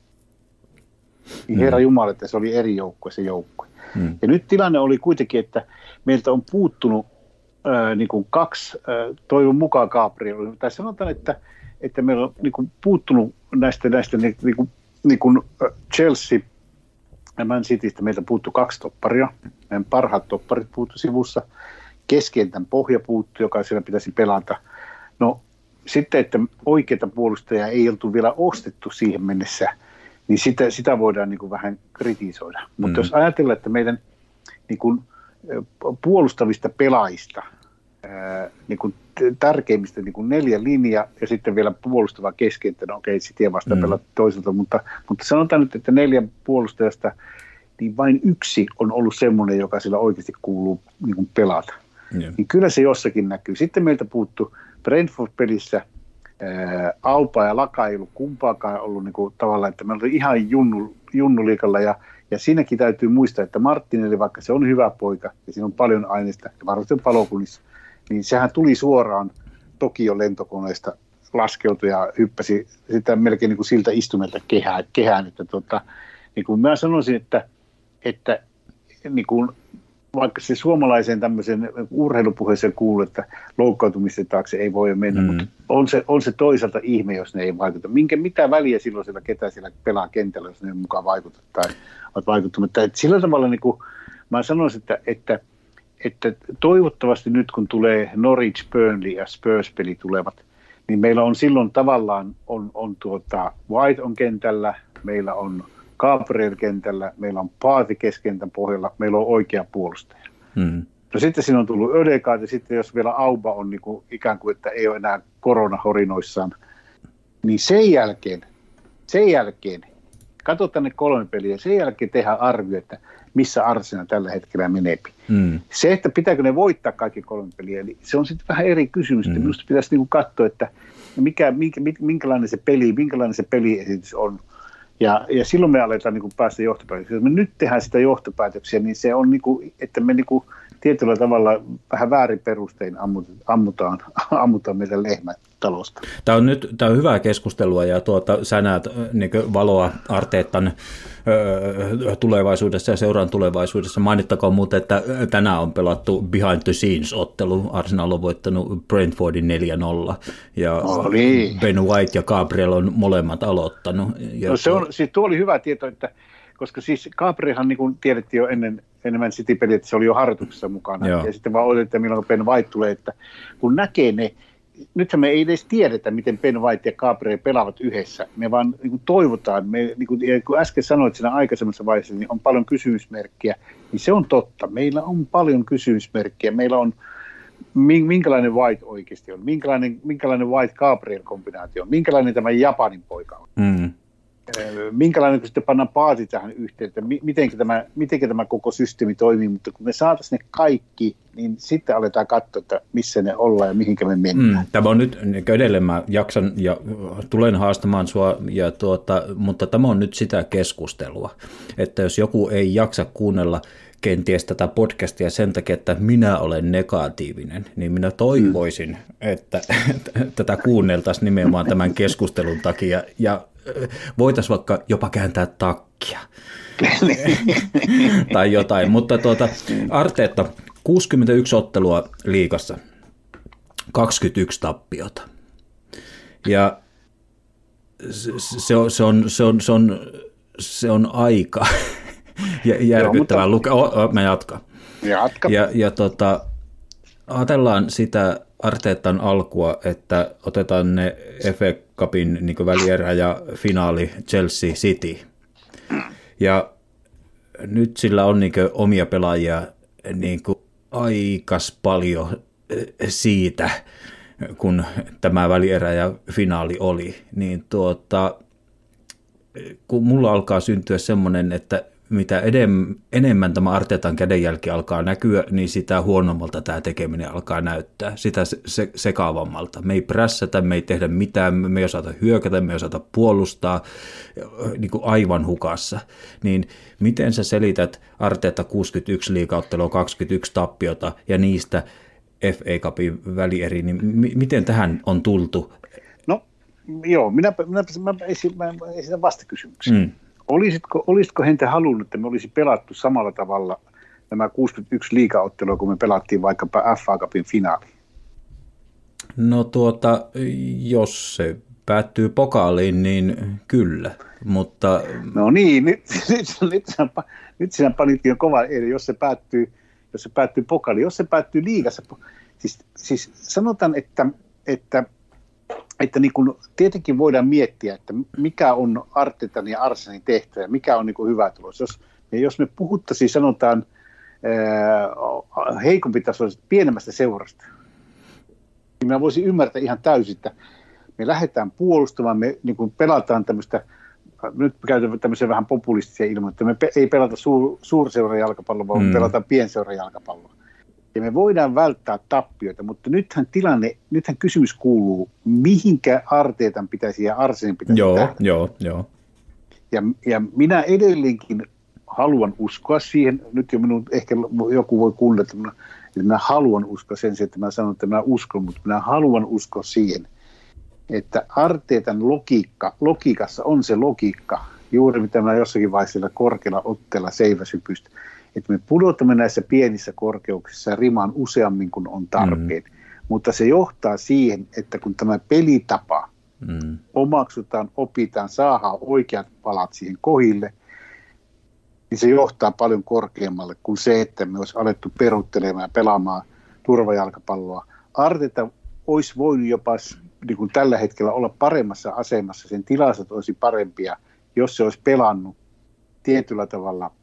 niin herra Jumala, että se oli eri joukkue se joukkue. Ja nyt tilanne oli kuitenkin, että meiltä on puuttunut niin kuin 2, toivon mukaan Gabriel, tai sanotaan, että meillä on niin kuin puuttunut näistä niin kuin Chelsea ja Man Citystä meiltä puuttui 2 topparia. Meidän parhaat topparit puuttu sivussa. Keskentän pohja puuttu, joka siellä pitäisi pelata. No sitten, että oikeita puolustajia ei oltu vielä ostettu siihen mennessä, niin sitä voidaan niin kuin vähän kritisoida. Mutta jos ajatellaan, että meidän niin kuin puolustavista pelaajista, niin kuin tärkeimmistä niin kuin 4 linjaa ja sitten vielä puolustava keskenttä, no okei, sitten vasta pelata toiselta, mutta sanotaan nyt, että 4 puolustajasta, niin vain 1 on ollut semmoinen, joka sillä oikeasti kuuluu niin kuin pelata. Niin kyllä se jossakin näkyy. Sitten meiltä puuttu Brentford-pelissä Aupa ja Laka ei ollut kumpaakaan ollut niin kuin tavallaan, että me oltiin ihan junnuliikalla ja siinäkin täytyy muistaa, että Martinelli, vaikka se on hyvä poika ja siinä on paljon aineista ja varmasti palokunnissa, niin sehän tuli suoraan Tokion lentokoneesta, laskeutui ja hyppäsi sitä melkein niin kuin siltä istumelta kehään. Että niin kuin mä sanoisin, että niin kuin, vaikka se suomalaiseen tämmöisen urheilupuheeseen kuuluu, että loukkaantumisten taakse ei voi mennä, mutta on se toisaalta ihme, jos ne ei vaikuta. Mitä väliä silloin siellä, ketä siellä pelaa kentällä, jos ne ei mukaan vaikuta tai ovat vaikuttamatta. Sillä tavalla niin kuin, mä sanoisin, että toivottavasti nyt kun tulee Norwich, Burnley ja Spurs-peli tulevat, niin meillä on silloin tavallaan White on kentällä, meillä on Gabriel kentällä, meillä on Paati keskentän pohjalla, meillä on oikea puolustaja. No sitten siinä on tullut Ödegaard ja sitten jos vielä Auba on niin kuin ikään kuin, että ei ole enää koronahorinoissaan, niin sen jälkeen katsotaan ne 3 peliä ja sen jälkeen tehdään arvio, että missä Arsenal tällä hetkellä menee. Se, että pitääkö ne voittaa kaikki 3 peliä, niin se on sitten vähän eri kysymys. Minusta pitäisi niin kuin katsoa, että minkälainen se peliesitys on. Ja silloin me aletaan niin kuin päästä johtopäätöksiä. Jos me nyt tehdään sitä johtopäätöksiä, niin se on, niin kuin, että me niin kuin tietyllä tavalla vähän väärin perustein ammutaan meidän lehmät talosta. Tämä on hyvää keskustelua ja sä näet niin valoa Arteetan tulevaisuudessa ja seuran tulevaisuudessa. Mainittakoon muuten, että tänään on pelattu behind the scenes-ottelu. Arsenal on voittanut Brentfordin 4-0 ja Ben White ja Gabriel on molemmat aloittanut. No tuo oli hyvä tieto, koska siis Gabrielhan niin kuin tiedettiin jo ennen Man City-peliä, että se oli jo harjoituksessa mukana. Joo. Ja sitten vaan odotettiin, milloin Ben White tulee, että kun näkee ne, nythän me ei edes tiedetä, miten Ben White ja Gabriel pelaavat yhdessä. Me vaan niin kuin toivotaan, kun äsken sanoit siinä aikaisemmassa vaiheessa, niin on paljon kysymysmerkkiä, niin se on totta. Meillä on paljon kysymysmerkkiä. Meillä on, minkälainen White oikeasti on, minkälainen White-Gabriel-kombinaatio on, minkälainen tämä Japanin poika on. Minkälainen, kun sitten pannaan Paati tähän yhteen, että miten tämä koko systeemi toimii, mutta kun me saataisiin ne kaikki, niin sitten aletaan katsoa, että missä ne ollaan ja mihinkä me mennään. Tämä on nyt, edelleen mä jaksan ja tulen haastamaan sua, mutta tämä on nyt sitä keskustelua, että jos joku ei jaksa kuunnella kenties tätä podcastia sen takia, että minä olen negatiivinen, niin minä toivoisin, että tätä kuunneltaisiin nimenomaan tämän keskustelun takia ja voitaisiin vaikka jopa kääntää takkia tai jotain, mutta Arteetta 61 ottelua liigassa, 21 tappiota ja se on aika järkyttävää lukea. Mä jatkan. Ja ajatellaan sitä Arteetan alkua, että otetaan ne FA Cupin niin välierä ja finaali Chelsea City. Ja nyt sillä on niin omia pelaajia niin aikas paljon siitä, kun tämä välierä ja finaali oli. Niin kun mulla alkaa syntyä semmoinen, että mitä enemmän tämä Arteetan kädenjälki alkaa näkyä, niin sitä huonommalta tämä tekeminen alkaa näyttää, sitä sekaavammalta. Me ei prässätä, me ei tehdä mitään, me ei osata hyökätä, me ei osata puolustaa, niin kuin aivan hukassa. Niin miten sä selität Arteetta 61 liigaottelua, 21 tappiota ja niistä FA Cupin välieri, niin miten tähän on tultu? No joo, minä esitän vastakysymyksen. Olisitko Hente halunnut, että me olisi pelattu samalla tavalla nämä 61 liigaottelua, kun me pelattiin vaikkapa FA Cupin finaali? No jos se päättyy pokaaliin, niin kyllä, mutta... No niin, nyt sinä panitkin jo kova eri, jos se päättyy pokaaliin, jos se päättyy liigassa. Siis sanotaan, että niin kuin tietenkin voidaan miettiä, että mikä on Arteetan ja Arsenin tehtävä, mikä on niin kuin hyvä tulos. Jos me puhuttaisiin, sanotaan, heikompi tasoisesta, pienemmästä seurasta, niin mä voisin ymmärtää ihan täysin, että me lähdetään puolustamaan, me niin kuin pelataan tämmöistä, nyt käytetään tämmöisiä vähän populistisia ilmoja, että me ei pelata suurseuran jalkapalloa, vaan me pelataan pienseuran jalkapalloa. Ja me voidaan välttää tappioita, mutta nythän kysymys kuuluu, mihinkä Arteetan pitäisi ja Arsenin pitäisi tähdätä. Joo. Ja minä edelleenkin haluan uskoa siihen, nyt jo minun ehkä joku voi kuunnella, että minä haluan uskoa sen, että mä sanon, että minä uskon, mutta minä haluan uskoa siihen, että Arteetan logiikassa on se logiikka, juuri mitä minä jossakin vaiheessa korkealla otteella seiväsypystä, että me pudotamme näissä pienissä korkeuksissa riman useammin kuin on tarpeen, mutta se johtaa siihen, että kun tämä pelitapa omaksutaan, opitaan, saadaan oikeat palat siihen kohille, niin se johtaa paljon korkeammalle kuin se, että me olisi alettu peruttelemaan ja pelaamaan turvajalkapalloa. Arteta olisi voinut jopa niin kuin tällä hetkellä olla paremmassa asemassa, sen tilastot olisi parempia, jos se olisi pelannut tietyllä tavalla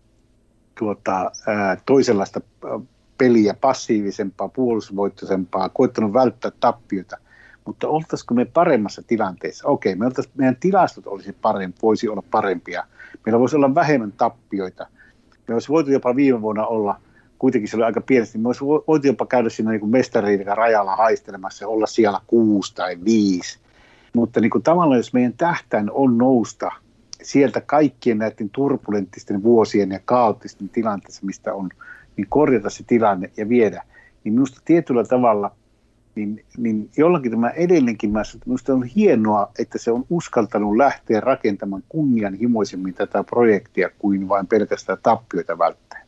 toisenlaista peliä, passiivisempaa, puolustusvoittoisempaa, koittanut välttää tappioita, mutta oltaisiko me paremmassa tilanteessa? Okei, meidän tilastot voisi olla parempia, meillä voisi olla vähemmän tappioita, me olisi voitu jopa viime vuonna olla, kuitenkin se oli aika pienesti, me olisi voitu jopa käydä siinä niin kuin mestariin rajalla haistelemassa ja olla siellä 6 tai 5, mutta niin kuin tavallaan jos meidän tähtäin on nousta sieltä kaikkien näiden turbulenttisten vuosien ja kaoottisten tilanteissa, mistä on, niin korjata se tilanne ja viedä. Niin minusta tietyllä tavalla, niin jollakin tämä edelleenkin, minusta on hienoa, että se on uskaltanut lähteä rakentamaan kunnianhimoisemmin tätä projektia kuin vain pelkästään tappioita välttäen.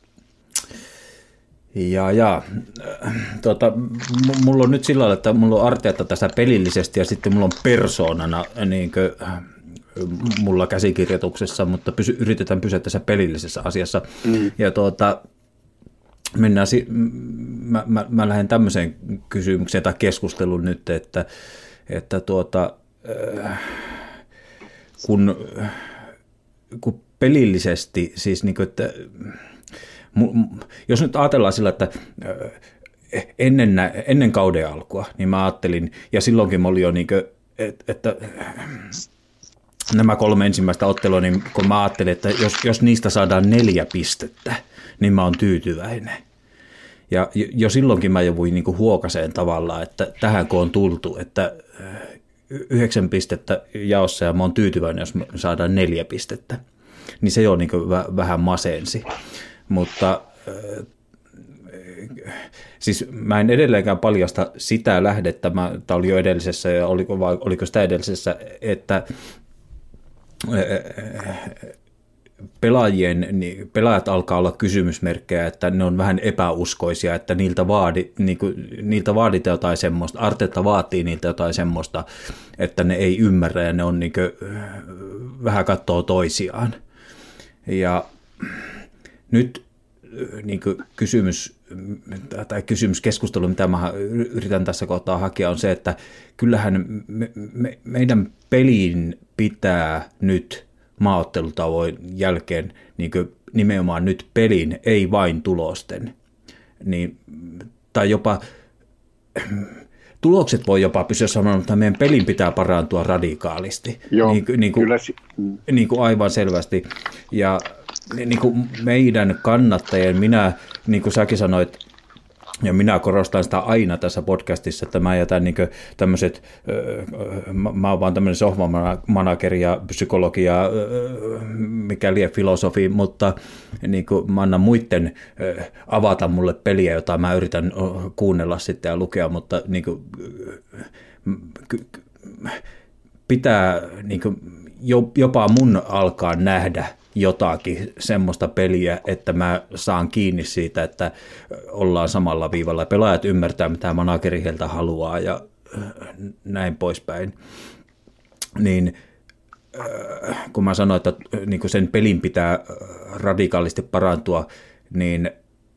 Mulla on nyt sillä lailla, että mulla on Arteetta tässä pelillisesti ja sitten mulla on persoonana niin kuin mulla käsikirjoituksessa, mutta yritetään pysyä tässä pelillisessä asiassa. Ja mennään mä lähden tämmöiseen kysymykseen tai keskusteluun nyt, että kun pelillisesti, siis niin kuin, että jos nyt ajatellaan sillä, että ennen kauden alkua, niin mä ajattelin, ja silloinkin mä olin jo niin kuin, että nämä 3 ensimmäistä ottelua, niin kun mä ajattelin, että jos niistä saadaan 4 pistettä, niin mä oon tyytyväinen. Ja jo silloinkin mä jouduin niin kuin huokaseen tavallaan, että tähän kun on tultu, että 9 pistettä jaossa ja mä oon tyytyväinen, jos me saadaan 4 pistettä. Niin se jo niin kuin vähän masensi. Mutta siis mä en edelleenkään paljasta sitä lähdettä, tämä oli jo edellisessä ja oliko sitä edellisessä, että pelaajat alkaa olla kysymysmerkkejä, että ne on vähän epäuskoisia, että niiltä vaaditaan jotain semmoista, Arteta vaatii niiltä jotain semmoista, että ne ei ymmärrä ja ne on niin kuin, vähän katsoo toisiaan. Ja nyt niin kuin kysymyskeskustelu, mitä mä yritän tässä kohtaa hakea, on se, että kyllähän meidän pelin pitää nyt maaottelutauon jälkeen niin kuin nimenomaan nyt pelin, ei vain tulosten. Tai jopa tulokset voi jopa pysyä samalla, mutta meidän pelin pitää parantua radikaalisti. Joo, niin kuin aivan selvästi. Ja niin kuin meidän kannattajien, minä, niin kuin säkin sanoit, ja minä korostan sitä aina tässä podcastissa, että mä jätän niin tämmöiset, mä oon vaan tämmöinen sohvamanageri ja psykologi ja mikä lie filosofi, mutta niin mä annan muiden avata mulle peliä, jota mä yritän kuunnella sitten ja lukea, mutta niin kuin, pitää niin kuin, jopa mun alkaa nähdä jotakin semmoista peliä, että mä saan kiinni siitä, että ollaan samalla viivalla. Pelaajat ymmärtää, mitä manageri heiltä haluaa ja näin poispäin. Niin kun mä sanoin, että niin sen pelin pitää radikaalisti parantua, niin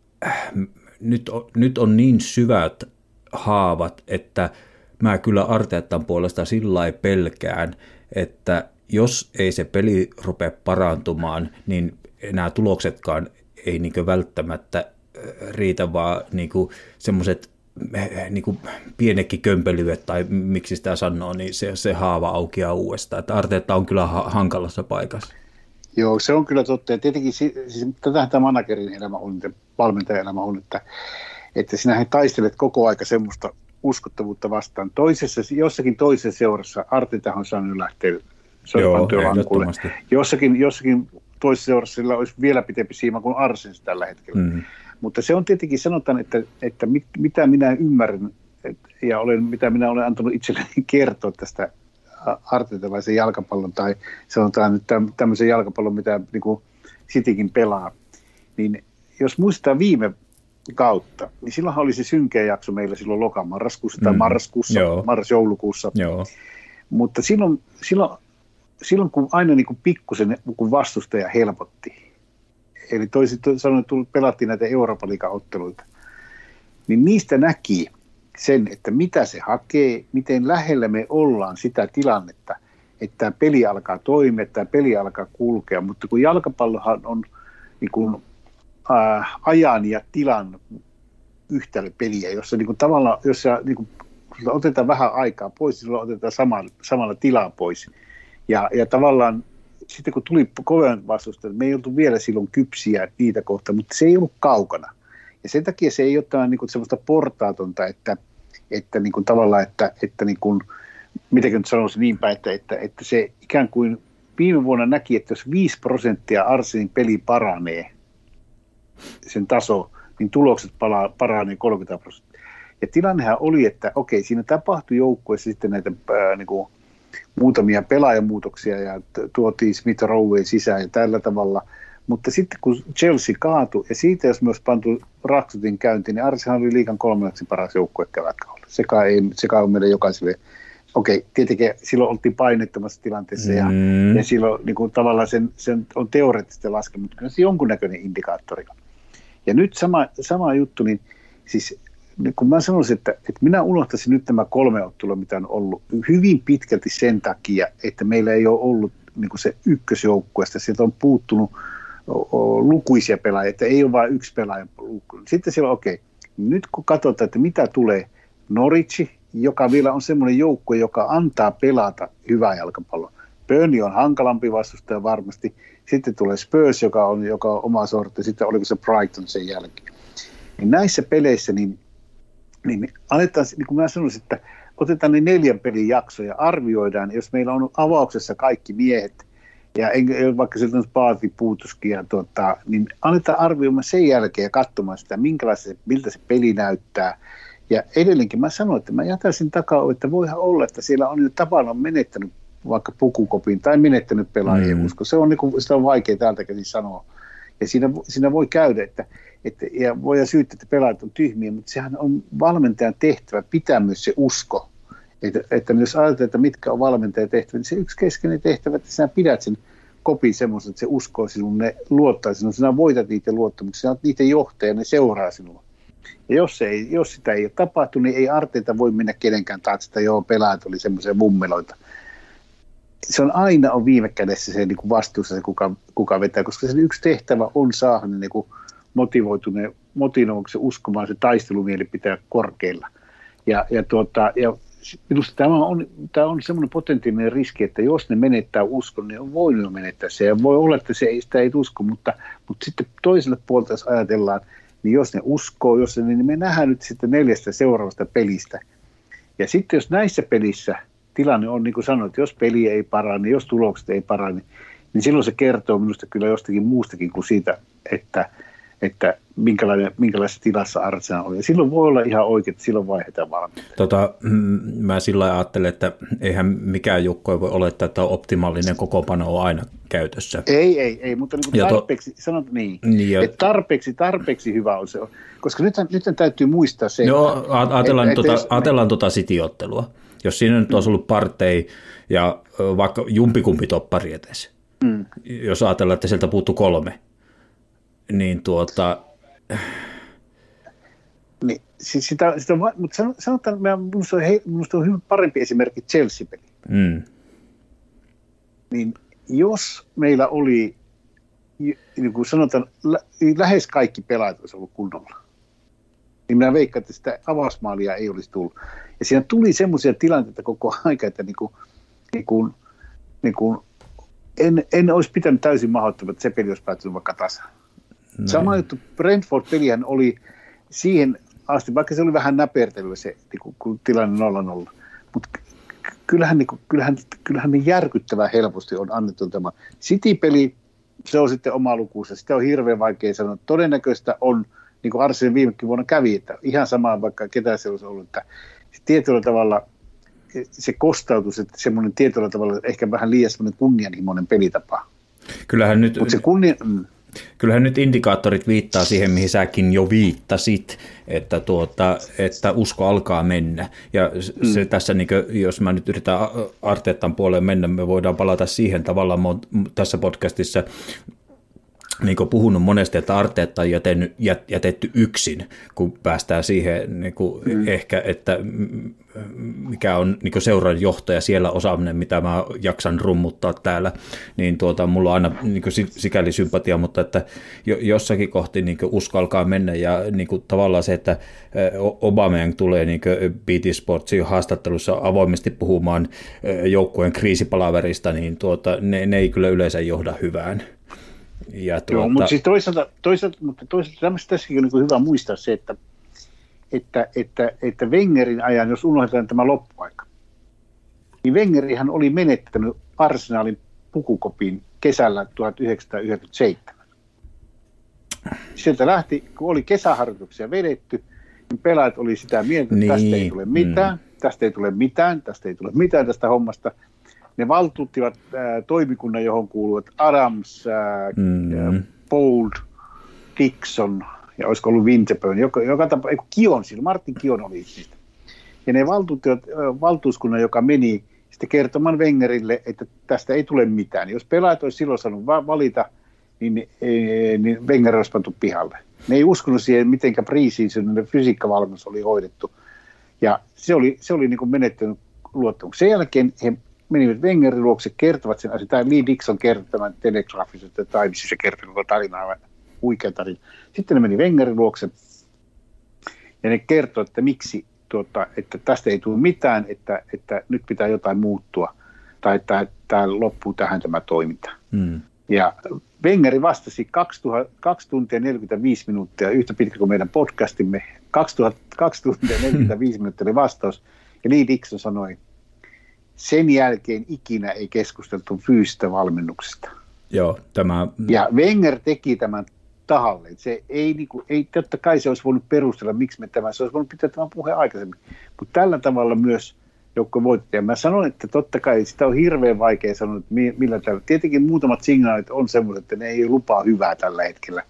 nyt on niin syvät haavat, että mä kyllä Arteetan puolesta sillä lailla pelkään, että jos ei se peli rupea parantumaan, niin nämä tuloksetkaan ei niin välttämättä riitä, vaan niin semmoiset niin pienekin kömpelyet, tai miksi sitä sanoo, niin se haava aukeaa uudestaan. Että Arteetta on kyllä hankalassa paikassa. Joo, se on kyllä totta. Ja tietenkin siis, tätähän tämä managerin elämä on, valmentajan elämä on, että sinähän taistelet koko aika semmoista uskottavuutta vastaan. Jossakin toisessa seurassa Arteetahan on saanut lähteä soipantyölankulle. Jossakin toisessa seurassa sillä olisi vielä pitempi siima kuin Arsens tällä hetkellä. Mutta se on tietenkin, sanotaan, että mitä minä ymmärrän ja mitä minä olen antanut itselleni kertoa tästä artetalaisen jalkapallon tai sanotaan nyt tämmöisen jalkapallon, mitä niin kuin Citykin pelaa, niin jos muistetaan viime kautta, niin silloinhan oli se synkeä jakso meillä silloin loka-marraskuussa tai marras-joulukuussa. Mutta silloin kun aina niin kuin pikkusen kun vastustaja helpotti, eli toisin sanoen pelattiin näitä Euroopan liigaotteluita, niin niistä näki sen, että mitä se hakee, miten lähellä me ollaan sitä tilannetta, että tämä peli alkaa toimia, tämä peli alkaa kulkea, mutta kun jalkapallohan on niin kuin, ajan ja tilan yhtälöpeliä, jossa niin kuin, tavallaan, jos niin kuin, otetaan vähän aikaa pois, silloin otetaan samalla tilaa pois. Ja tavallaan sitten kun tuli kovan vastustajat, me ei oltu vielä silloin kypsiä niitä kohtaa, mutta se ei ollut kaukana. Ja sen takia se ei ole niin kuin semmoista portaatonta, että niin kuin tavallaan, että niin kuin, mitenkä nyt sanoisin niin päin, että se ikään kuin viime vuonna näki, että jos 5% Arsenin peli paranee, sen taso, niin tulokset paranee 30%. Ja tilannehan oli, että okei, siinä tapahtui joukkueessa sitten näitä niin kuin muutamia pelaajamuutoksia ja tuotiin Smith Roween sisään ja tällä tavalla. Mutta sitten kun Chelsea kaatui ja siitä jos myös pantu Raksutin käyntiin, niin Arsenal oli liigan 3. paras joukkue kevätkaudella. Sekä on meidän jokaiselle. Okei, tietenkin silloin oltiin painettomassa tilanteessa ja silloin niin kuin tavallaan sen on teoreettisesti laskenut, mutta kyllä se jonkunnäköinen indikaattori on. Ja nyt sama juttu, niin siis kun mä sanoisin, että minä unohtaisin nyt nämä 3 ottelua, mitä on ollut hyvin pitkälti sen takia, että meillä ei ole ollut niin kuin se ykkösjoukkueesta, sieltä on puuttunut lukuisia pelaajia, että ei ole vain yksi pelaaja. Sitten siellä okei, nyt kun katsotaan, että mitä tulee Norwich, joka vielä on semmoinen joukkue, joka antaa pelata hyvää jalkapalloa. Burnley on hankalampi vastustaja varmasti. Sitten tulee Spurs, joka on oma sortti. Sitten oliko se Brighton sen jälkeen. Niin näissä peleissä niin aletaan, niin kuin mä sanoisin, että otetaan ne 4 pelin jaksoja ja arvioidaan, jos meillä on avauksessa kaikki miehet, ja vaikka sieltä on Spaati puutuskin, niin aletaan arvioimaan sen jälkeen ja katsomaan sitä, miltä se peli näyttää. Ja edelleenkin mä sanoin, että mä jätäisin takaa, että voihan olla, että siellä on jo tavallaan menettänyt vaikka pukukopin tai menettänyt pelaajia, koska se on, niin kuin, sitä on vaikea täältä käsin sanoa. Ja siinä voi käydä, ja voidaan syyttää, että pelaajat on tyhmiä, mutta sehän on valmentajan tehtävä pitää myös se usko. Että jos ajatellaan, että mitkä on valmentajan tehtävä, niin se yksi keskeinen tehtävä, että sinä pidät sen kopin semmoisen, että se uskoo sinun, ne luottaa sinun, sinä voitat niiden luottamuksia, sinä olet niiden johtaja, ne seuraa sinua. Ja jos sitä ei ole tapahtunut, niin ei Arteeta voi mennä kenenkään taakse, että joo, pelaajat oli semmoisia mummeloita. Se on aina viime kädessä se niin kuin vastuussa, se kuka vetää, koska sen yksi tehtävä on saada niin kuin motivoivaksi uskomaan se taistelumieli pitää korkeilla. Ja minusta tämä on semmoinen potentiaalinen riski, että jos ne menettää uskon, niin on voinut menettää se. Ja voi olla, että sitä ei usko, mutta sitten toiselle puolelta, jos ajatellaan, niin jos ne uskoo, niin me nähdään nyt sitten 4 seuraavasta pelistä. Ja sitten jos näissä pelissä tilanne on, niin kuin sanoit, että jos peli ei parane, jos tulokset ei parane, niin silloin se kertoo minusta kyllä jostakin muustakin kuin siitä, että minkälaisessa tilassa Arsenal on. Ja silloin voi olla ihan oikein, että silloin vaihdetaan valmiita. Mä sillä ajattelen, että eihän mikään joukko voi olettaa, että optimaalinen kokoonpano on aina käytössä. Ei, mutta niin tarpeeksi, sanot niin, että tarpeeksi hyvä on se. Koska nyt täytyy muistaa se, ajatellaan City-ottelua. Jos siinä nyt olisi ollut Partey ja vaikka jumpikumpi toppari edes, jos ajatellaan, että sieltä puuttuu 3, niin Niin, siis mutta sanotaan, minusta on hyvin parempi esimerkki Chelsea-peli. Niin jos meillä oli, niin kuin sanotaan, lähes kaikki pelaajat olisi ollut kunnolla, niin minä veikkaan, että sitä avausmaalia ei olisi tullut. Ja siinä tuli semmoisia tilanteita koko aika, että en olisi pitänyt täysin mahdottoman, että se peli olisi päättynyt vaikka tasaan. Sama juttu, Brentford-pelihän oli siihen asti, vaikka se oli vähän näpertelyä se kun tilanne 0-0, mutta kyllähän ne järkyttävän helposti on annettu tämä City-peli, se on sitten oma lukuunsa, sitä on hirveän vaikea sanoa. Todennäköistä on, niin kuin Arsenal viimekin vuonna kävi, että ihan sama vaikka ketä se olisi ollut, että tietyllä tavalla se kostautus, että semmoinen tietyllä tavalla ehkä vähän liian semmoinen kunnianhimoinen pelitapa. Kyllähän nyt indikaattorit viittaa siihen, mihin säkin jo viittasit, että usko alkaa mennä. Ja se tässä, niin kuin, jos mä nyt yritän Arteetan puoleen mennä, me voidaan palata siihen tavallaan tässä podcastissa niin kuin puhunut monesti, että Arteetta on jätetty yksin, kun päästään siihen niin kuin ehkä, että mikä on niin kuin seuran johto ja siellä osaaminen, mitä mä jaksan rummuttaa täällä, niin mulla on aina niin kuin sikäli sympatia, mutta että jossakin kohti niin kuin usko alkaa mennä ja niin kuin tavallaan se, että Aubameyang tulee niin kuin BT Sportsin haastattelussa avoimesti puhumaan joukkueen kriisipalaverista, niin ne ei kyllä yleensä johda hyvään. Joo, mutta siis toisaalta tässäkin on niin hyvä muistaa se, että Wengerin ajan, jos unohdetaan tämä loppuaika, niin Wengerihän oli menettänyt Arsenalin pukukopin kesällä 1997. Sieltä lähti, kun oli kesäharjoituksia vedetty, niin pelaajat oli sitä mieltä, että tästä ei tule mitään, tästä ei tule mitään tästä hommasta. Ne valtuuttivat toimikunnan, johon kuuluvat Adams, Bold, Dixon ja olisiko ollut Winterburn, Martin Kion oli niistä. Ja ne valtuuttivat valtuuskunnan, joka meni sitten kertomaan Wengerille, että tästä ei tule mitään. Jos pelaajat olisi silloin saanut valita, niin Wenger olisi pantu pihalle. Ne ei uskonut siihen, miten pre-season fysiikkavalmennus oli hoidettu. Ja se oli niin kuin menettänyt luottamus. Sen jälkeen he menivät Wengerin luokse, kertovat sen asian. Tämä Lee Dixon kertoi tämän Telegraphissa, tai se kertoi koko tarinaa, huikea tarina. Sitten ne meni Wengerin luokse, ja ne kertoi, että miksi, että tästä ei tule mitään, että nyt pitää jotain muuttua, tai että tämä loppuu tähän tämä toiminta. Ja Wengeri vastasi 2 tuntia 45 minuuttia, yhtä pitkä kuin meidän podcastimme. 2 tuntia 45 minuuttia oli vastaus, ja Lee Dixon sanoi, sen jälkeen ikinä ei keskusteltu fyysistä valmennuksesta. Joo, Ja Wenger teki tämän tahalleen. Se ei totta kai se olisi voinut perustella, miksi me tämän, se olisi voinut pitää tämän puheen aikaisemmin. Mutta tällä tavalla myös joukko voitti. Ja mä sanon, että totta kai sitä on hirveän vaikea sanoa, että millä tällä. Tietenkin muutamat signaalit on sellaiset, että ne ei lupaa hyvää tällä hetkellä.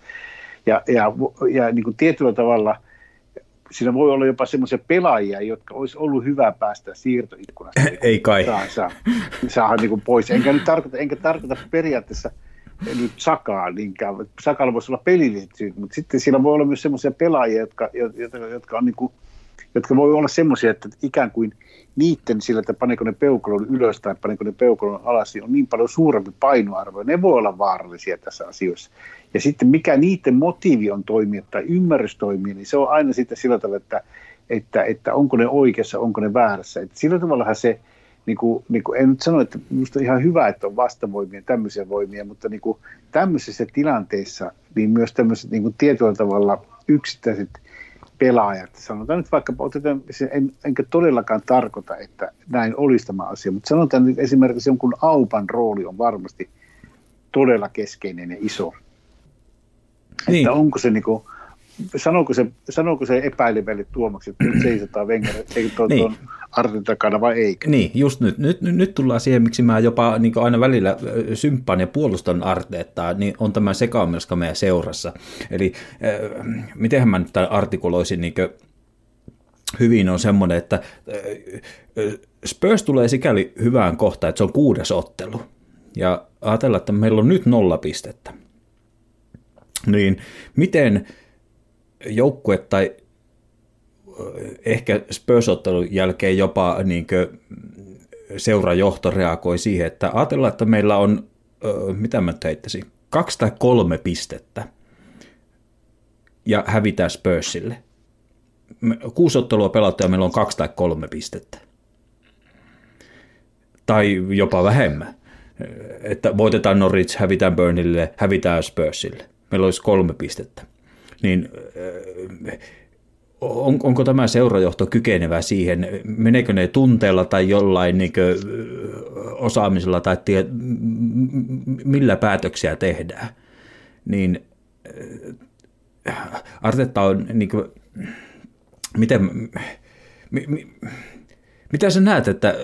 Ja niin kuin tietyllä tavalla siinä voi olla jopa semmoisia pelaajia, jotka olisi ollut hyvä päästä siirtoikkunasta. Ei kai. Saada niin kuin pois. Enkä tarkoita periaatteessa nyt Sakaa niinkään. Sakalla voisi olla pelilliset syyt, mutta sitten siinä voi olla myös semmoisia pelaajia, jotka on niin kuin, jotka voi olla semmoisia, että ikään kuin niiden sillä, että paneeko ne peukalon ylös tai paneeko ne peukalon alas, on niin paljon suurempi painoarvo. Ne voi olla vaarallisia tässä asioissa. Ja sitten mikä niiden motiivi on toimia tai ymmärrys toimia, niin se on aina sitten sillä tavalla, että että onko ne oikeassa, onko ne väärässä. Että sillä tavallahan se, niin kuin, en nyt sano, että minusta on ihan hyvä, että on vastavoimia, tämmöisiä voimia, mutta niin kuin tämmöisissä tilanteissa, niin myös tämmöiset niin kuin tietyllä tavalla yksittäiset pelaajat, sanotaan nyt vaikka, enkä todellakaan tarkoita, että näin olisi tämä asia, mutta sanotaan nyt esimerkiksi jonkun Aupan rooli on varmasti todella keskeinen ja iso. Niin. Että onko se niin kuin, sanooko se epäilevälle Tuomaksi, että nyt seisotaan Wenger, eikö tuon Arten takana vai eikö? Niin, just nyt tullaan siihen, miksi mä jopa niin aina välillä symppaan ja puolustan Arteettaa, niin on tämä sekamelska meidän seurassa. Eli mitenhän mä nyt tämän artikuloisin niin hyvin on semmoinen, että Spurs tulee sikäli hyvään kohtaan, että se on 6. ottelu. Ja ajatellaan, että meillä on nyt 0 pistettä. Niin miten joukkue tai ehkä Spurs-ottelun jälkeen jopa niin seurajohto reagoi siihen, että ajatellaan, että meillä on, mitä mä heittäisin, 2 tai 3 pistettä ja hävitään Spursille. 6 ottelua pelattua ja meillä on 2 tai 3 pistettä. Tai jopa vähemmän. Että voitetaan Norwich, hävitään Burnleylle, hävitään Spursille. Meillä olisi 3 pistettä. Niin onko tämä seurajohto kykenevä siihen? Meneekö ne tunteella tai jollain niin osaamisella tai millä päätöksiä tehdään? Niin Arteta on, niin kuin, mitä sä näet, että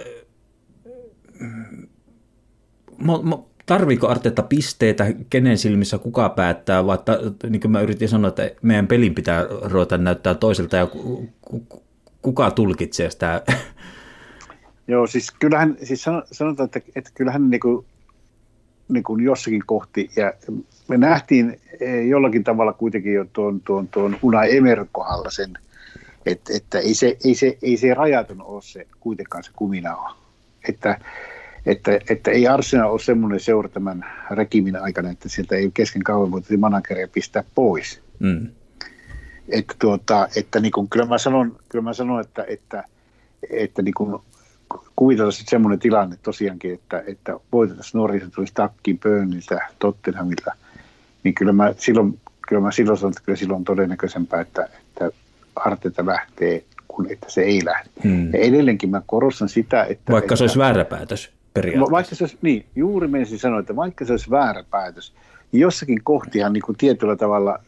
tarviiko Arteta pisteitä, kenen silmissä kuka päättää, vaikka niin kuin mä yritin sanoa, että meidän pelin pitää ruveta näyttää toiselta ja kuka tulkitsee sitä? Joo, siis kyllähän, siis sanotaan, että kyllähän niin kuin jossakin kohti, ja me nähtiin jollakin tavalla kuitenkin jo tuon Unai Emeryn kohdalla sen, että ei se rajaton ole se kuitenkaan se kuminauha, että ei Arsenal ole semmoinen seura tämän regimin aikana, että sieltä ei kesken kauan voitaisi manageria pistää pois. Mm. Että niin kuin, kyllä mä sanon, että niin kuin kuvitellaan sitten semmoinen tilanne tosiaankin, että voitettaisiin Norwich, tulisi takkiin Burnleyltä, Tottenhamilta, niin kyllä mä silloin sanon, että kyllä silloin on todennäköisempää, että Arteta lähtee, kuin että se ei lähde. Hmm. Ja edelleenkin mä korostan sitä, että... Vaikka se olisi väärä päätös periaatteessa. Vaikka se olisi, niin, juuri menisin sanoa, että vaikka se olisi väärä päätös, niin jossakin kohtihan niin kuin tietyllä tavalla,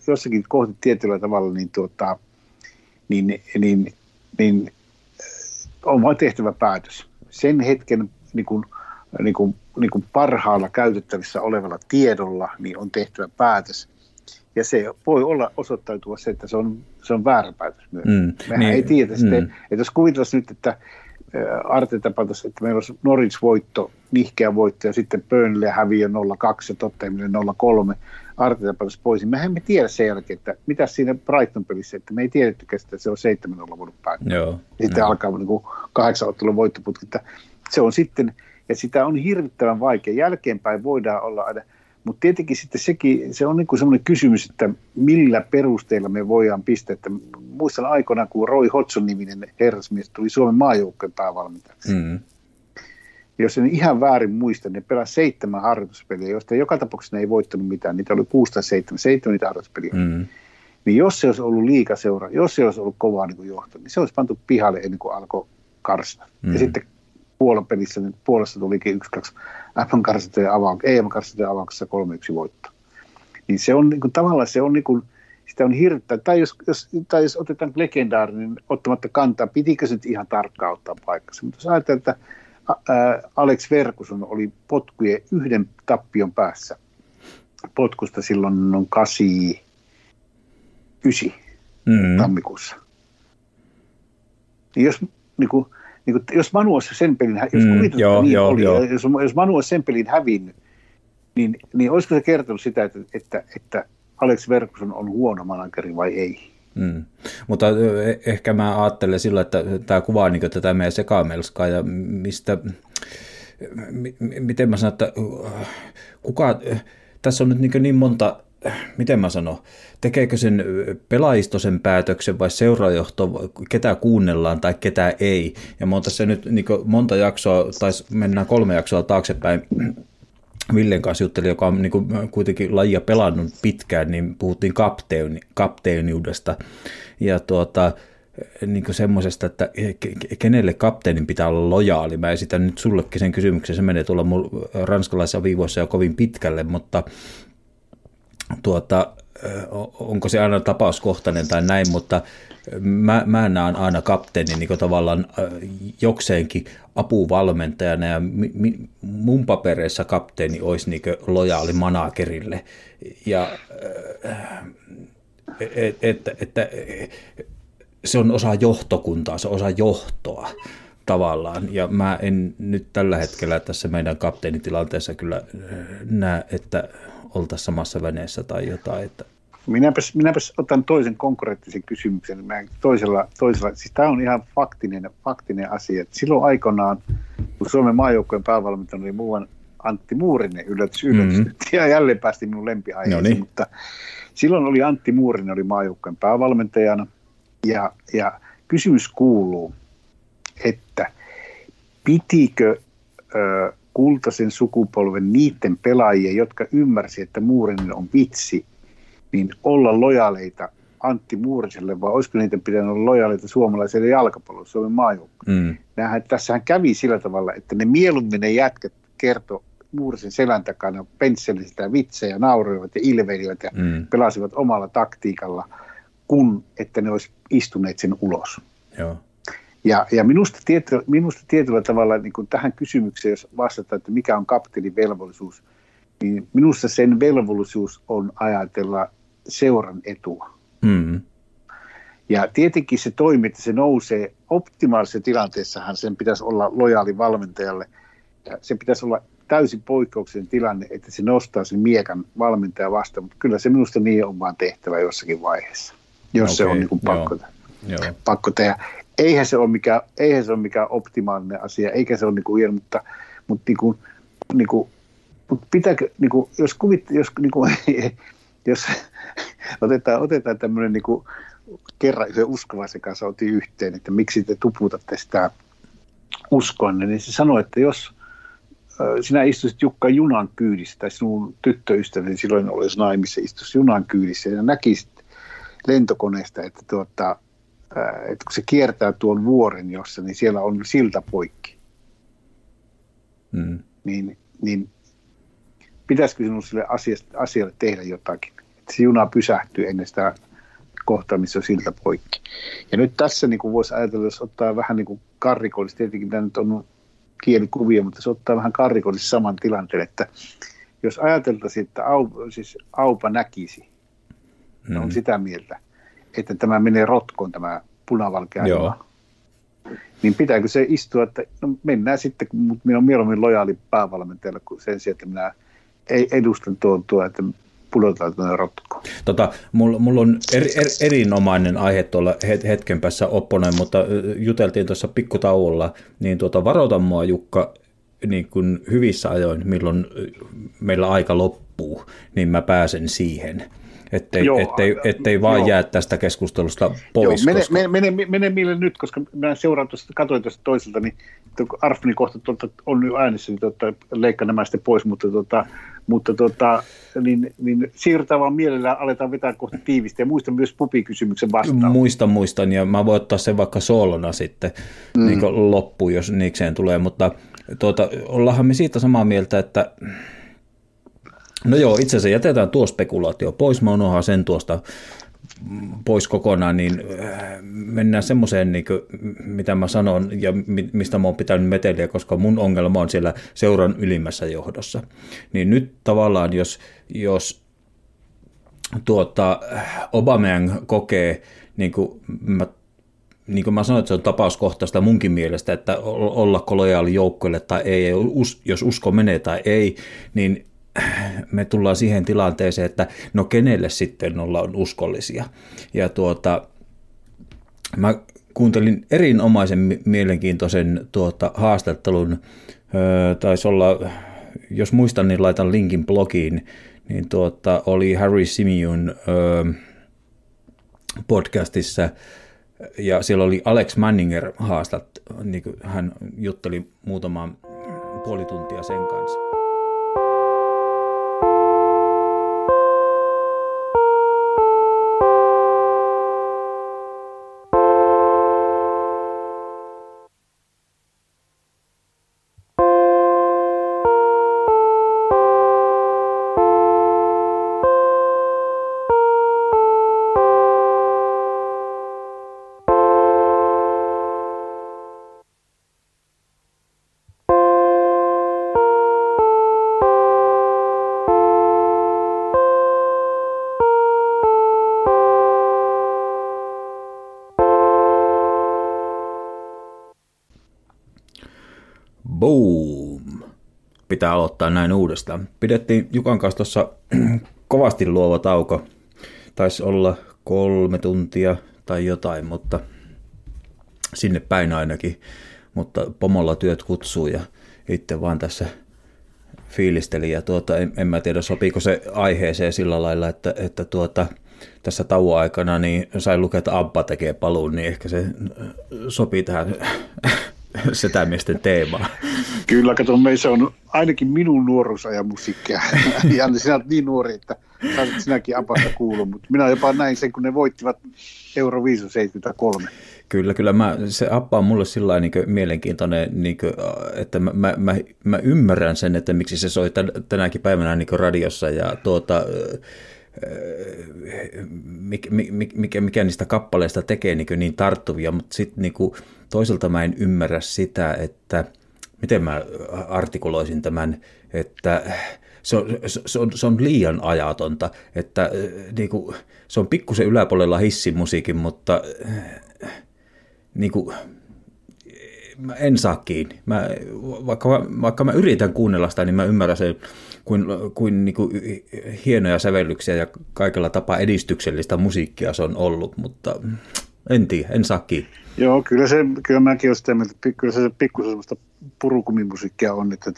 niin on vain tehtävä päätös. Sen hetken niin kuin parhaalla käytettävissä olevalla tiedolla niin on tehtävä päätös. Ja se voi osoittautua se, että se on väärä päätös myös. Mehän niin, ei tiedä sitten, että jos kuvitellaan nyt, että Arteta pantaisi, että meillä olisi Norwich-voitto, nihkeä voitto ja sitten Burnley häviö 0-2 ja Tottenhamille 0-3, Arteta pantaisi pois. Mehän emme tiedä sen jälkeen, että mitä siinä Brighton-pelissä, että me ei tiedettykään, että se on 7-0 voinut päättää. Ja sitten alkaa niin kuin 8 ottelun voittoputki. Se on sitten, ja sitä on hirvittävän vaikea. Jälkeenpäin voidaan olla aina, mutta tietenkin sitten se on niin kuin semmoinen kysymys, että millä perusteilla me voidaan pistää. Että muistan aikoinaan, kun Roy Hodgson-niminen herrasmies tuli Suomen maajoukkojen päävalmentajaksi. Mm-hmm. Jos en ihan väärin muista, ne pelasi 7 harjoituspeliä, joista joka tapauksessa ne ei voittanut mitään. Niitä oli 6 tai 7 niitä harjoituspeliä. Mm-hmm. Niin jos se olisi ollut liigaseura, jos se olisi ollut kovaa niin kuin johto, niin se olisi pantu pihalle ennen kuin alkoi karsina. Mm-hmm. Ja sitten puolapelissä, niin puolessa tulikin 1-2 EM-karsintojen avauksessa 3-1 voitto. Niin se on niin kuin, tavallaan se on niin kuin, sitä on hirveä. Tai jos otetaan legendaarinen, niin ottamatta kantaa, pitikö se nyt ihan tarkkaan ottaa paikkansa. Mutta jos ajatellaan, että Alex Ferguson oli potkujen 1 tappion päässä potkusta silloin on 89 tammikuussa. Niin jos Manu olisi sen pelin, jos Manu olisi sen pelin hävinnyt, niin olisiko se kertonut sitä, että Alex Ferguson on huono manageri vai ei? Mm. Mutta ehkä mä ajattelen sillä, että tämä kuvaa niin tätä meidän sekamelskaa ja miten mä sanon, että tässä on nyt niin monta miten mä sanon, tekeekö sen pelaajisto sen päätöksen vai seuraajohto, ketä kuunnellaan tai ketä ei. Ja mä oon tässä nyt niin monta jaksoa, tai mennään 3 jaksoa taaksepäin, Villen kanssa juttelin, joka on niin kuitenkin lajia pelannut pitkään, niin puhuttiin kapteeniudesta ja niin semmoisesta, että kenelle kapteenin pitää olla lojaali. Mä esitän nyt sullekin sen kysymyksen, se menee tuolla mun ranskalaisissa viivoissa jo kovin pitkälle, mutta onko se aina tapauskohtainen tai näin, mutta mä näen aina kapteenin niin tavallaan jokseenkin apuvalmentajana ja mun papereissa kapteeni olisi niin lojaali managerille ja että se on osa johtokuntaa, se on osa johtoa tavallaan ja mä en nyt tällä hetkellä tässä meidän kapteenitilanteessa kyllä näe, että oltaisiin samassa veneessä tai jotain. Että Minäpäs otan toisen konkreettisen kysymyksen. Toisella, siis tämä on ihan faktinen asia. Että silloin aikanaan, kun Suomen maajoukkojen päävalmentaja oli muuan Antti Muurinen, yllätys, ja jälleen päästiin minun lempiaiheeseen, niin. Mutta silloin oli Antti Muurinen oli maajoukkojen päävalmentajana, ja kysymys kuuluu, että pitikö kultaisen sukupolven niiden pelaajien, jotka ymmärsi, että Muurinen on vitsi, niin olla lojaaleita Antti Muuriselle, vai olisiko niitä pitänyt olla lojaaleita suomalaiselle jalkapallolle, Suomen maajoukkoon? Tässähän kävi sillä tavalla, että ne mieluummin ne jätkät kertoi Muurisen selän takana, pensseli sitä vitsejä, nauroivat ja ilveilivät ja pelasivat omalla taktiikalla, kun että ne olisi istuneet sen ulos. Joo. Ja minusta tietyllä tavalla niin kuin tähän kysymykseen, jos vastataan, että mikä on kapteenin velvollisuus, niin minusta sen velvollisuus on ajatella seuran etua. Ja tietenkin se toimii, että se nousee optimaalisessa tilanteessahan sen pitäisi olla lojaali valmentajalle. Ja se pitäisi olla täysin poikkeuksellinen tilanne, että se nostaa sen miekan valmentaja vastaan, mutta kyllä se minusta niin on vaan tehtävä jossakin vaiheessa, jos se on niin kuin pakko tehdä. Eihän se ole mikään optimaalinen asia, eikä se ole niin kuin hieno, mutta pitääkö, niin kuin, jos otetaan tämmöinen niin kuin, kerran yhden uskovaisen kanssa otin yhteen, että miksi te tuputatte sitä uskoanne, niin se sanoi, että jos sinä istuisit Jukka junan kyydissä, tai sinun tyttöystäväsi silloin olisi naimissa, istuisi junan kyydissä ja näkisit lentokoneesta, että kun se kiertää tuon vuoren jossa, niin siellä on silta poikki. Niin pitäisikö sinun sille asialle tehdä jotakin? Että se juna pysähtyy ennen sitä kohtaa, missä on silta poikki. Ja nyt tässä niin kuin voisi ajatella, jos ottaa vähän niin kuin karrikollisesti, tietenkin tämä nyt on kielikuvia, mutta se ottaa vähän karrikollisesti saman tilanteen, että jos ajateltaisiin, että Aupa näkisi, on sitä mieltä, että tämä menee rotkoon, tämä punavalkea juna, niin pitääkö se istua, että no mennään sitten, mutta minä olen mieluummin lojaali päävalmentajalle kuin sen sijaan, että minä edustan tuon, että pudotaan tuonne rotkoon. Mulla on erinomainen aihe tuolla hetken päässä opponoin, mutta juteltiin tuossa pikkutauolla, niin varoita mua Jukka niin kuin hyvissä ajoin, milloin meillä aika loppuu, niin mä pääsen siihen. Ettei vaan jää tästä keskustelusta pois. Mene meille nyt, koska mä katsoin tuosta toiselta, niin Arfni kohta on nyt äänessä, niin leikkaa nämä sitten pois, mutta niin siirrytään vaan mielellään, aletaan vetää kohta tiivistä ja muista myös pupikysymyksen vastaan. Muistan ja mä voin ottaa sen vaikka soolona sitten niin loppuun, jos niikseen tulee, mutta ollaanhan me siitä samaa mieltä, että no joo, itse asiassa jätetään tuo spekulaatio pois, mä unohan sen tuosta pois kokonaan, niin mennään semmoiseen, niin kuin, mitä mä sanon ja mistä mä oon pitänyt meteliä, koska mun ongelma on siellä seuran ylimmässä johdossa. Niin nyt tavallaan, jos Aubameyang kokee, niin kuin mä sanoin, että se on tapauskohtaista munkin mielestä, että ollako lojaali joukkoille tai ei, jos usko menee tai ei, niin me tullaan siihen tilanteeseen, että no kenelle sitten ollaan uskollisia. Ja mä kuuntelin erinomaisen mielenkiintoisen haastattelun, taisi olla, jos muistan, niin laitan linkin blogiin, niin oli Harry Simeon podcastissa, ja siellä oli Alex Manninger niin hän jutteli muutaman puoli tuntia sen kanssa. Boom! Pitää aloittaa näin uudestaan. Pidettiin Jukan kanssa tuossa kovasti luova tauko. Taisi olla 3 tuntia tai jotain, mutta sinne päin ainakin. Mutta pomolla työt kutsuu ja itse vaan tässä fiilisteli. Ja en mä tiedä, sopiiko se aiheeseen sillä lailla, että tässä tauon aikana niin sain lukea, että ABBA tekee paluun, niin ehkä se sopii tähän setämiesten teemaan. Kyllä, kato, se on ainakin minun nuoruusajan musiikkia. Janne, sinä olet niin nuori, että saatat sinäkin ABBasta kuulua, mutta minä jopa näin sen, kun ne voittivat Euroviisun 73. Kyllä, se ABBA on mulle sillä niin mielenkiintoinen, niin kuin, että mä ymmärrän sen, että miksi se soi tänäkin päivänä niin radiossa ja mikä niistä kappaleista tekee niin tarttuvia, mutta sitten niin toisaalta mä en ymmärrä sitä, että miten mä artikuloisin tämän, että se on liian ajatonta, että niin kuin, se on pikkusen yläpuolella hissimusiikin, mutta niin kuin, mä en saa kiinni. Vaikka mä yritän kuunnella sitä, niin mä ymmärrän sen, kuin niin kuin hienoja sävellyksiä ja kaikella tapaa edistyksellistä musiikkia se on ollut, mutta en tiedä, en saa kiinni. Joo, kyllä mäkin olen sitä mieltä, että kyllä se pikkusen sellaista purukumimusiikkia on, että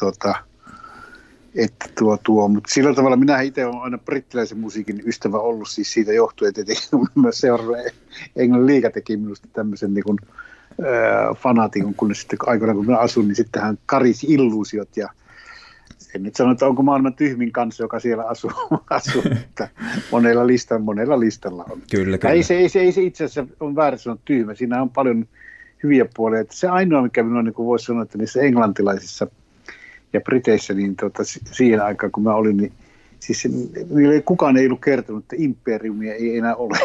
mutta sillä tavalla minä itse olen aina brittiläisen musiikin ystävä ollut, siis siitä johtuen, että myös seurannut Englannin liiga teki minusta tämmöisen niin kuin, fanaatikon, kun sitten aikoinaan kun minä asun, niin sitten hän karisi illuusiot ja en nyt sano, että onko maailman tyhmin kanssa, joka siellä asuu että monella listalla on. Kyllä. Ei se itse asiassa on väärin sanoa tyhmä, siinä on paljon hyviä puolia. Että se ainoa, mikä minua niin voisi sanoa, että niissä englantilaisissa ja Briteissä, niin siihen aikaan kun mä olin, niin siis kukaan ei ollut kertonut, että imperiumia ei enää ole.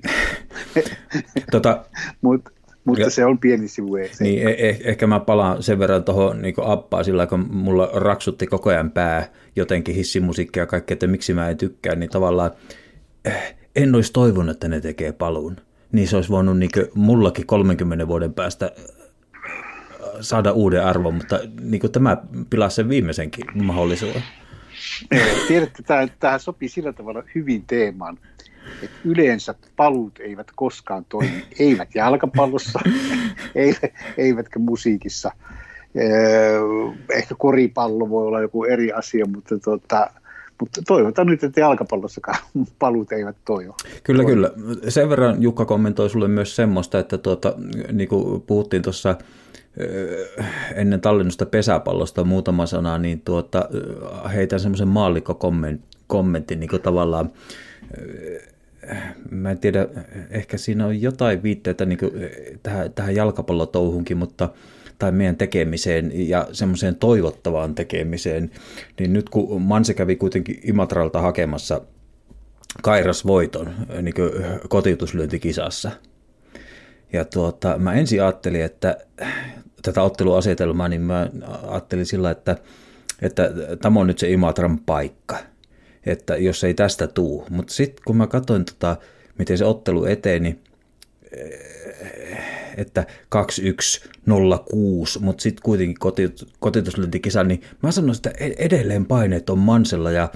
Mutta se on pieni sivu. Niin, ehkä mä palaan sen verran tuohon niin ABBaan sillä kun mulla raksutti koko ajan pää jotenkin hissimusiikkia ja kaikkea, että miksi mä en tykkää, niin tavallaan en olisi toivonut, että ne tekee paluun. Niin se olisi voinut niin mullakin 30 vuoden päästä saada uuden arvon, mutta niin tämä pilasi sen viimeisenkin mahdollisuuden. Tiedätte, tähän sopii sillä tavalla hyvin teemaan, että yleensä paluut eivät koskaan toimi, eivät jalkapallossa, eivätkä musiikissa. Ehkä koripallo voi olla joku eri asia, mutta toivotaan nyt, että jalkapallossakaan paluut eivät toimi. Kyllä. Sen verran Jukka kommentoi sulle myös semmoista, että niin kuin puhuttiin tuossa ennen tallennusta pesäpallosta muutama sana, niin heitän semmoisen maallikkokommentin niin kuin tavallaan. Mä en tiedä, ehkä siinä on jotain viitteitä niin kuin tähän jalkapallotouhunkin, tai meidän tekemiseen ja semmoiseen toivottavaan tekemiseen, niin nyt kun Manse kävi kuitenkin Imatralta hakemassa kairasvoiton niin kuin kotiutuslyöntikisassa, ja mä ensin ajattelin, että tätä otteluasetelmaa, niin mä ajattelin sillä, että tämä on nyt se Imatran paikka, että jos ei tästä tuu. Mutta sitten kun mä katsoin, miten se ottelu eteni, että 2-1-0-6, mutta sitten kuitenkin kotiutuslyöntikisa, niin mä sanoin, että edelleen paineet on Mansella, ja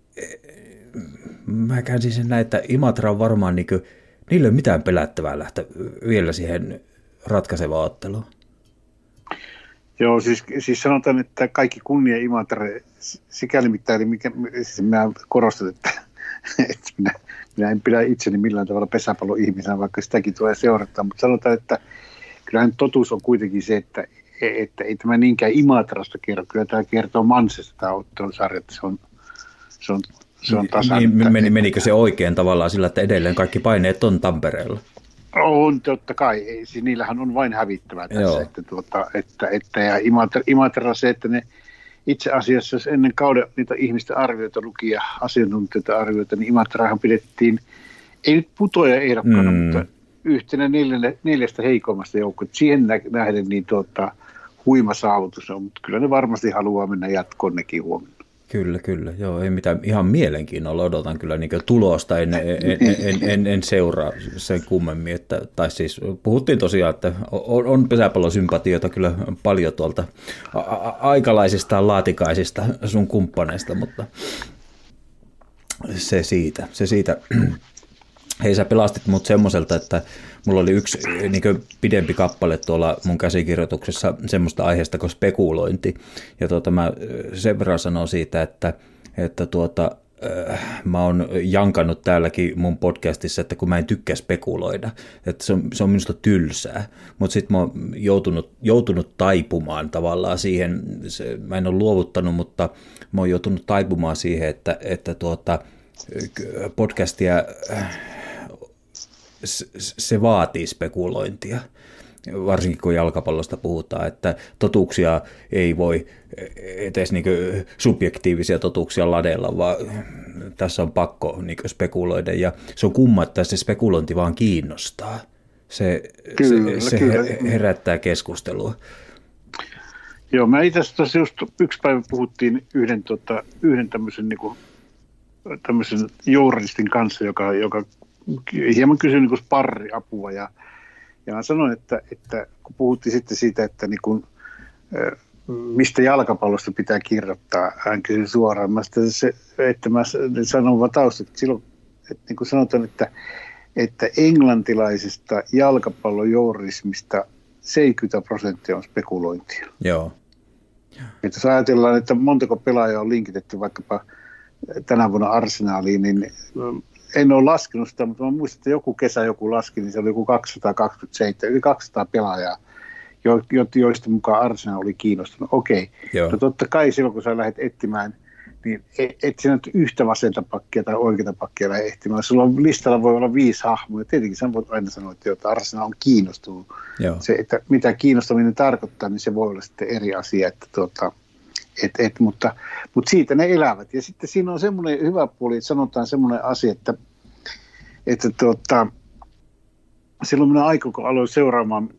mä käänsin sen näin, että Imatra on varmaan, niillä ei ole mitään pelättävää lähteä vielä siihen ratkaisevaan otteluun. Joo, siis sanotaan, että kaikki kunnia Imatre, sikäli mitään, siis minä korostan, että minä en pidä itseni millään tavalla pesäpalloihmisenä, vaikka sitäkin tulee seurata, mutta sanotaan, että kyllähän totuus on kuitenkin se, että ei tämä niinkään Imatrasta kerro, kyllä tämä kertoo Mansesta tämä ottelusarja, että se on tasan. Menikö se oikein tavallaan sillä, että edelleen kaikki paineet on Tampereella? On, totta kai. Niillähän on vain hävittävää tässä. Että ja Imatra se, että ne itse asiassa, jos ennen kauden niitä ihmisten arvioita luki ja asiantuntijoita arvioita, niin Imatrahan pidettiin, ei nyt putoja ehdokkaana, mutta yhtenä neljästä heikoimmasta joukkoa. Siihen nähden niin huima saavutus on, mutta kyllä ne varmasti haluaa mennä jatkoon nekin huomenna. Kyllä. Joo, ei mitään. Ihan mielenkiinnolla odotan kyllä niin tulosta, en seuraa sen kummemmin. Tai siis puhuttiin tosiaan, että on pesäpallosympatioita kyllä paljon tuolta aikalaisista laatikaisista sun kumppaneista, mutta se siitä. Hei, sä pelastit mut semmoiselta, että mulla oli yksi niin pidempi kappale tuolla mun käsikirjoituksessa semmoista aiheesta kuin spekulointi. Ja mä sen verran sanon siitä, että mä oon jankannut täälläkin mun podcastissa, että kun mä en tykkää spekuloida, että se on minusta tylsää. Mutta sitten mä oon joutunut taipumaan tavallaan siihen, mä en ole luovuttanut, mutta mä oon joutunut taipumaan siihen, että podcastia se vaatii spekulointia, varsinkin kun jalkapallosta puhutaan, että totuuksia ei voi edes niin subjektiivisia totuuksia ladella, vaan tässä on pakko niin spekuloida, ja se on kumma, että se spekulointi vaan kiinnostaa. Se herättää keskustelua. Joo, mä itse asiassa just yksi päivä puhuttiin yhden tämmöisen journalistin kanssa, joka hieman kysyi niin kuin sparriapua, ja mä sanoin, että kun puhuttiin sitten siitä, että niin kuin, mistä jalkapallosta pitää kirjoittaa, hän kysyi suoraan, mä sanon vaan taustat, silloin, että niin kuin sanotaan, että englantilaisesta jalkapallojournalismista 70% on spekulointia. Joo. Että jos ajatellaan, että montako pelaajaa on linkitetty vaikkapa tänä vuonna Arsenaaliin, niin en ole laskenut sitä, mutta mä muistan, että joku kesä joku laski, niin se oli joku 227, yli 200 pelaajaa, joista mukaan Arsenal oli kiinnostunut. Okei, no totta kai silloin, kun sä lähdet etsimään, niin et sinä nyt yhtä vasenta pakkia tai oikeata pakkia lähde etsimään. Sulla on listalla voi olla 5 hahmoja. Tietenkin sä voit aina sanoa, että Arsenal on kiinnostunut. Se, että mitä kiinnostaminen tarkoittaa, niin se voi olla sitten eri asia, mutta siitä ne elävät. Ja sitten siinä on semmoinen hyvä puoli, että sanotaan semmoinen asia, että silloin minä aikoin, kun aloin seuraamaan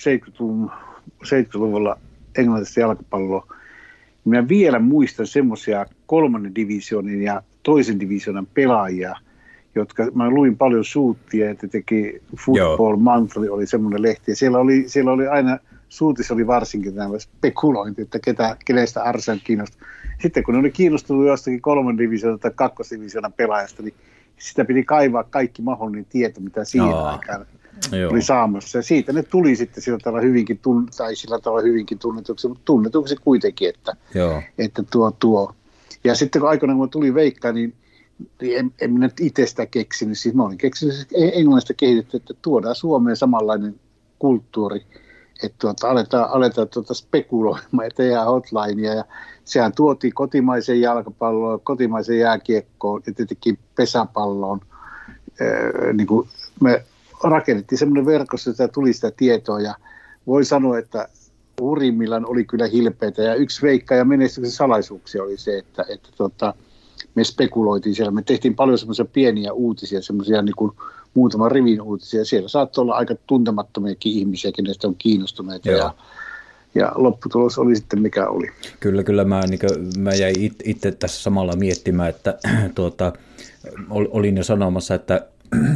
70-luvulla englantilaista jalkapalloa, niin minä vielä muistan semmoisia 3. divisioonin ja 2. divisioonan pelaajia, jotka mä luin paljon suuttia, että teki Football Monthly, oli semmoinen lehti, ja siellä oli aina, suutissa oli varsinkin tämä spekulointi, että kenestä Arsenal kiinnostaa. Sitten kun ne oli kiinnostunut jostakin 3. divisioonan tai 2. divisioonan pelaajasta, niin sitä piti kaivaa kaikki mahdollinen tieto, mitä siihen aikaan oli saamassa. Ja siitä ne tuli sitten sillä tavalla hyvinkin tunnetuksi, mutta tunnetuksi kuitenkin, että tuo. Ja sitten kun aikoinaan kun tuli Veikka, niin en minä itse sitä keksinyt. Siis mä olin keksinyt englannista kehitetty, että tuodaan Suomeen samanlainen kulttuuri, että aletaan spekuloimaan ja tehdään hotlinea. Ja sehän tuotiin kotimaiseen jalkapalloon, kotimaiseen jääkiekkoon ja tietenkin pesäpalloon. Niin kuin me rakennettiin semmoinen verkosto, että tuli sitä tietoa, ja voi sanoa, että hurjimmillaan oli kyllä hilpeitä, ja yksi Veikka ja menestyksen salaisuuksia oli se, että me spekuloitiin siellä. Me tehtiin paljon semmoisia pieniä uutisia, semmoisia niin kuin muutaman rivin uutisia. Siellä saattoi olla aika tuntemattomiakin ihmisiä, kenestä on kiinnostuneita, ja lopputulos oli sitten mikä oli. Kyllä mä jäin itse tässä samalla miettimään, että olin jo sanomassa, että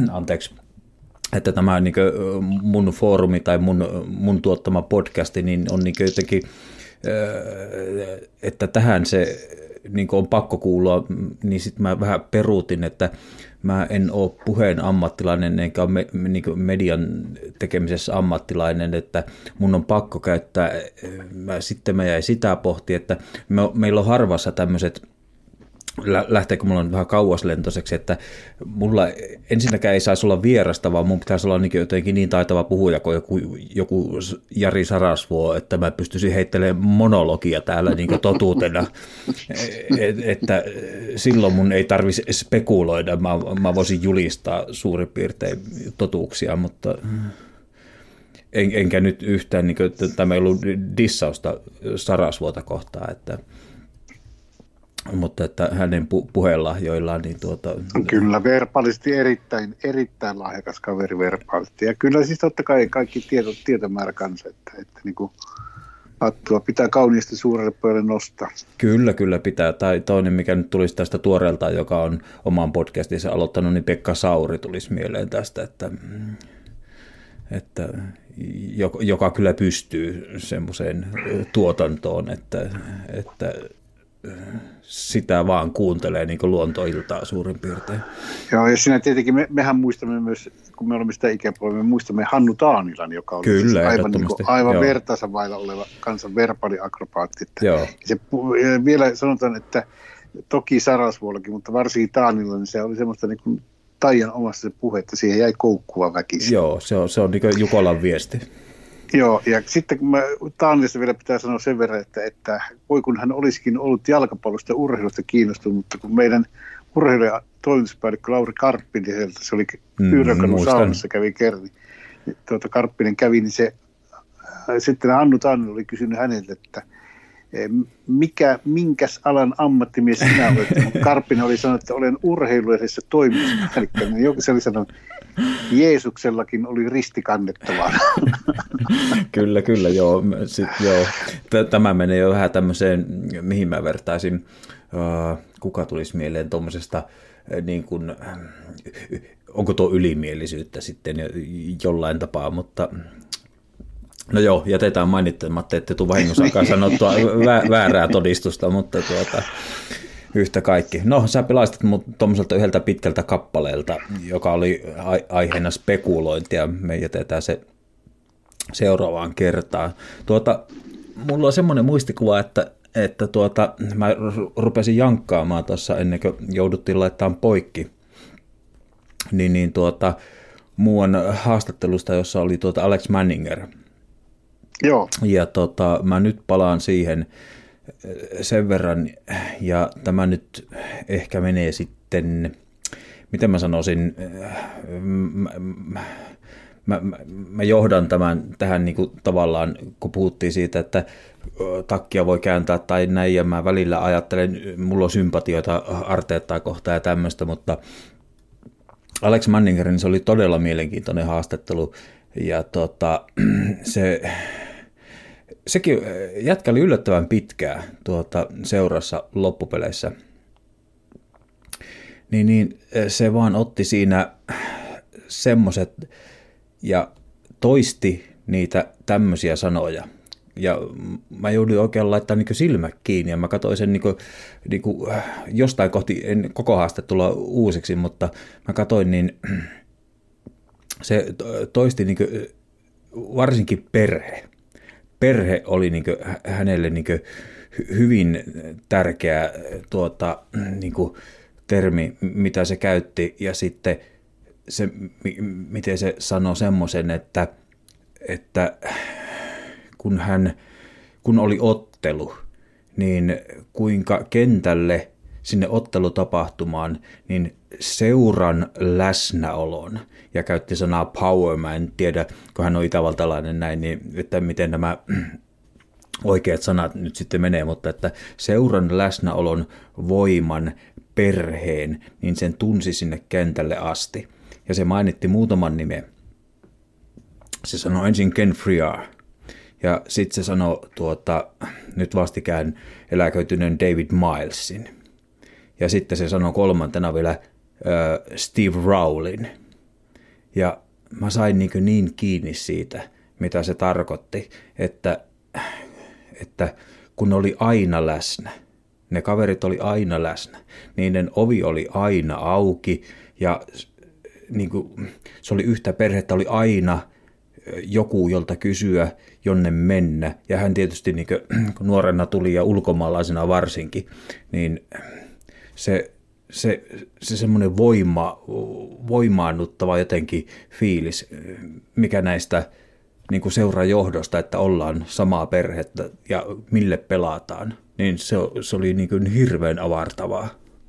että tämä niin mun foorumi tai mun tuottama podcasti niin on niin jotenkin, että tähän se niin on pakko kuulua, niin sitten mä vähän peruutin, että mä en ole puheen ammattilainen enkä ole niin median tekemisessä ammattilainen, että mun on pakko käyttää, sitten mä jäin sitä pohtia, että meillä on harvassa tämmöiset, lähteekö mulla on vähän kauaslentoiseksi, että mulla ensinnäkään ei saisi olla vierasta, vaan mun pitäisi olla jotenkin niin taitava puhuja kuin joku Jari Sarasvuo, että mä pystyisin heittelemään monologia täällä niin totuutena, että silloin mun ei tarvitsisi spekuloida, mä voisin julistaa suurin piirtein totuuksia, mutta enkä nyt yhtään, niin kuin, tämä ei ollut dissausta Sarasvuota kohtaan, mutta että hänen puheenlahjoillaan niin Kyllä, verbaalisesti erittäin lahjakas kaveri verbaalisesti. Ja kyllä siis totta kai kaikki tietomäärä kanssa, että niin kuin hattua pitää kauniisti suurelle pöydälle nostaa. Kyllä pitää. Tai toinen, mikä nyt tulisi tästä tuoreeltaan, joka on oman podcastinsa aloittanut, niin Pekka Sauri tulisi mieleen tästä, että joka kyllä pystyy semmoiseen tuotantoon, että sitä vaan kuuntelee niin kuin luontoiltaa suurin piirtein. Joo, ja siinä tietenkin mehän muistamme myös, kun me olemme sitä ikäpuolella, me muistamme Hannu Taanilan, joka oli kyllä, siis aivan vertaansa vailla oleva kansan verbaaliakrobaatti. Se, vielä sanotaan, että toki Sarasvuollakin, mutta varsinkin Taanilan, niin se oli semmoista niin kuin taian omassa se puhe, että siihen jäi koukkua väkisin. Joo, se on niin kuin Jukolan viesti. Joo, ja sitten kun Taanilasta vielä pitää sanoa sen verran, että voi kun hän olisikin ollut jalkapallosta ja urheilusta kiinnostunut, mutta kun meidän urheilu- ja toimituspäällikkö Lauri Karppinen, se oli Yyrökadun saunassa kävi kerran, niin Karppinen kävi, niin sitten Hannu Taanila oli kysynyt häneltä, että minkäs alan ammattimies sinä olet? Karppinen oli sanonut, että olen urheilullisessa toimituspäällikkö, niin joku se oli sanonut, Jeesuksellakin oli risti kannettavana. Kyllä, joo. Tämä menee jo vähän tämmöiseen, mihin mä vertaisin, kuka tulisi mieleen tuommoisesta, niin kuin, onko tuo ylimielisyyttä sitten jollain tapaa, mutta no joo, jätetään mainittamatta, ettei tule vahingossakaan sanottua väärää todistusta, mutta yhtä kaikki. No, sä pelastit mut tuommoiselta yhdeltä pitkältä kappaleelta, joka oli aiheena spekulointia. Me jätetään se seuraavaan kertaan. Mulla on semmoinen muistikuva, että mä rupesin jankkaamaan tuossa ennen kuin jouduttiin laittamaan poikki. Muuan haastattelusta, jossa oli Alex Manninger. Joo. Ja mä nyt palaan siihen sen verran, ja tämä nyt ehkä menee sitten, miten mä sanoisin, mä johdan tämän tähän niin kuin tavallaan, kun puhuttiin siitä, että takkia voi kääntää tai näin, ja mä välillä ajattelen, mulla on sympatioita Arteettaa kohtaan ja tämmöistä, mutta Alex Manningerin se oli todella mielenkiintoinen haastattelu, ja sekin jätkä oli yllättävän pitkää seurassa loppupeleissä, niin se vaan otti siinä semmoiset ja toisti niitä tämmöisiä sanoja. Ja mä jouduin oikein laittaa niin silmät kiinni ja mä katsoin sen niin kuin jostain kohti, en koko haastattelua uusiksi, mutta mä katsoin, niin se toisti niin varsinkin perhe. Perhe oli niin kuin hänelle niin kuin hyvin tärkeä niin kuin termi, mitä se käytti, ja sitten se, miten se sanoi semmoisen, että kun oli ottelu, niin kuinka kentälle sinne ottelutapahtumaan, niin seuran läsnäolon, ja käytti sanaa power, mä en tiedä, kun hän on itävaltalainen näin, niin että miten nämä oikeat sanat nyt sitten menee, mutta että seuran läsnäolon voiman perheen, niin sen tunsi sinne kentälle asti. Ja se mainitti muutaman nimen. Se sanoi ensin Ken Friar, ja sitten se sanoi nyt vastikään eläköityneen David Milesin. Ja sitten se sanoi kolmantena vielä Steve Rowlin. Ja mä sain niin kiinni siitä, mitä se tarkoitti, että kun oli aina läsnä, ne kaverit oli aina läsnä. Niiden ovi oli aina auki ja niin kuin, se oli yhtä perhettä, oli aina joku, jolta kysyä, jonne mennä. Ja hän tietysti niin kun nuorena tuli ja ulkomaalaisena varsinkin, niin se semmoinen voimaannuttava jotenkin fiilis, mikä näistä niin kuin seuran johdosta, että ollaan samaa perhettä ja mille pelataan, niin se oli niin kuin hirveän avartavaa.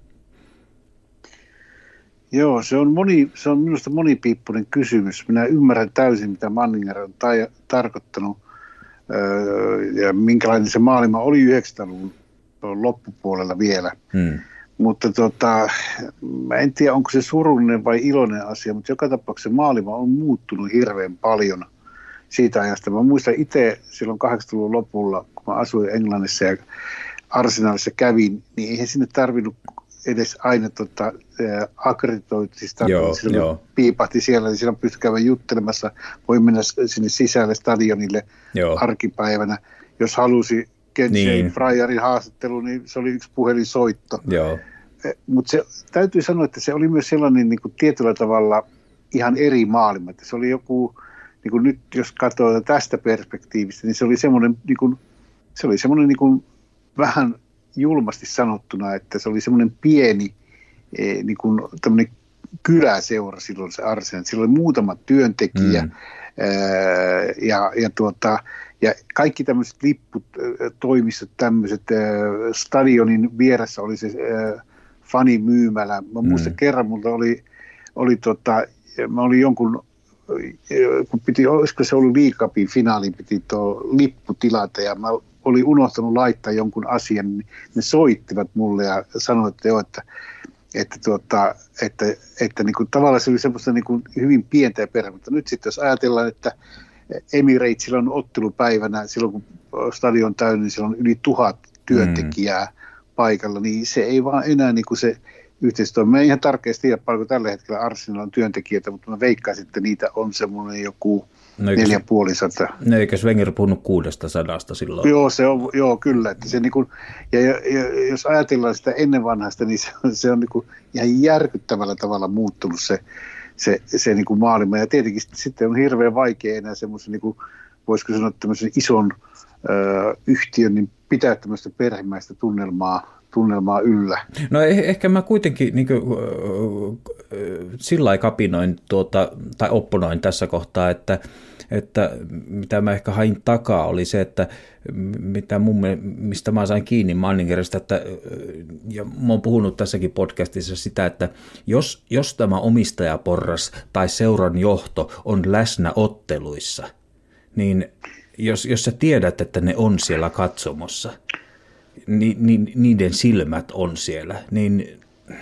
Joo, se on minusta monipiippunen kysymys. Minä ymmärrän täysin, mitä Manninger on tarkoittanut ja minkälainen se maailma oli 90-luvun loppupuolella vielä. Mutta mä en tiedä, onko se surullinen vai iloinen asia, mutta joka tapauksessa maailma on muuttunut hirveän paljon siitä ajasta. Mä muistan itse silloin 80-luvun lopulla, kun mä asuin Englannissa ja Arsenalissa kävin, niin eihän sinne tarvinnut edes aina akkreditoitista. Silloin piipahti siellä, niin silloin pystyi käydä juttelemassa. Voi mennä sinne sisälle stadionille arkipäivänä. Jos halusi Ken Fryerin haastattelu, niin se oli yksi puhelinsoitto. Mutta täytyy sanoa, että se oli myös sellainen niin kuin tietyllä tavalla ihan eri maailma. Että se oli joku, niin kuin nyt jos katsoo tästä perspektiivistä, niin se oli semmoinen, niin kuin vähän julmasti sanottuna, että se oli semmoinen pieni niin kuin tämmöinen kyläseura silloin se Arsenal. Sillä oli muutama työntekijä ja kaikki tämmöiset lipputoimistot, tämmöiset stadionin vieressä oli se fanimyymälä. Mä muistan kerran, multa mä olin jonkun, kun olisiko se ollut League Cupin finaaliin, piti tuo lippu tilata ja mä olin unohtanut laittaa jonkun asian, niin ne soittivat mulle ja sanoivat, että niin kuin, tavallaan se oli semmoista niin kuin hyvin pientä ja perhe, mutta nyt sitten jos ajatellaan, että Emiratesilla on ottelupäivänä, silloin kun stadion on täynnä, niin siellä on yli 1000 työntekijää paikalla, niin se ei vaan enää niin kuin se yhteistyö. Mä en ihan tarkasti tiedä, paljonko tällä hetkellä Arsenalilla on työntekijöitä, mutta mä veikkaisin, että niitä on semmoinen joku 450. No eikä Wenger puhunut 600 silloin? Joo, kyllä. Että se niin kuin, ja jos ajatellaan sitä ennen vanhasta, niin se on niin kuin ihan järkyttävällä tavalla muuttunut se niin kuin maailma. Ja tietenkin sitten on hirveän vaikea enää semmoisen, niin kuin, voisiko sanoa tämmöisen ison yhtiön, niin pitää tämmöistä perhemäistä tunnelmaa yllä. No ehkä mä kuitenkin niin sillä lailla kapinoin tai opponoin tässä kohtaa, että mitä mä ehkä hain takaa oli se, että mistä mä sain kiinni Manningerista, ja mä oon puhunut tässäkin podcastissa sitä, että jos tämä omistajaporras tai seuran johto on läsnä otteluissa, niin jos sä tiedät, että ne on siellä katsomossa, niin niiden silmät on siellä, niin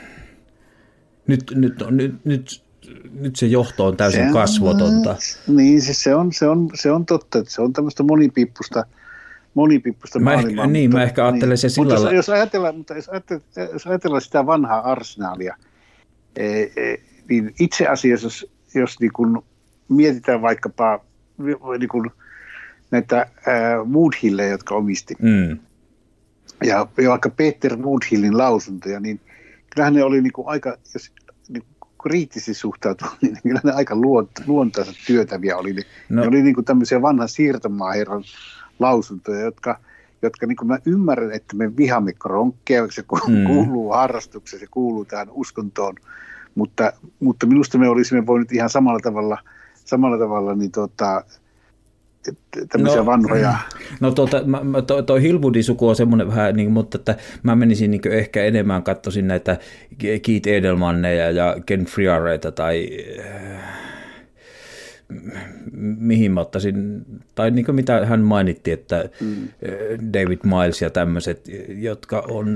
nyt se johto on täysin kasvotonta. Niin, siis se on totta, että se on tämmöistä monipiippusta maailmaa. Mä ehkä ajattelen se sillä lailla. Jos ajatellaan sitä vanhaa Arsenalia, niin itse asiassa, jos niin kun mietitään vaikkapa niin kun näitä Woodhilleja, jotka omisti, ja vaikka Peter Woodhillin lausuntoja, niin kyllähän ne oli niin kuin aika, jos niin kuin kriittisesti suhtautuu, niin kyllä ne aika luontaisesti työtäviä oli. Ne oli niin kuin tämmöisiä vanhan siirtomaaherran lausuntoja, jotka niin kuin mä ymmärrän, että me vihamme kronkkeja, se kuuluu harrastukseen, se kuuluu tähän uskontoon, mutta minusta me olisimme voineet ihan samalla tavalla niin tämmöisiä vanhoja. No toi Hillwoodin suku on semmoinen vähän, niin, mutta että mä menisin niin ehkä enemmän katsoisin näitä Keith Edelmanneja ja Ken Friareita tai mihin mä ottaisin, tai niin kuin mitä hän mainitti, että David Miles ja tämmöiset, jotka on,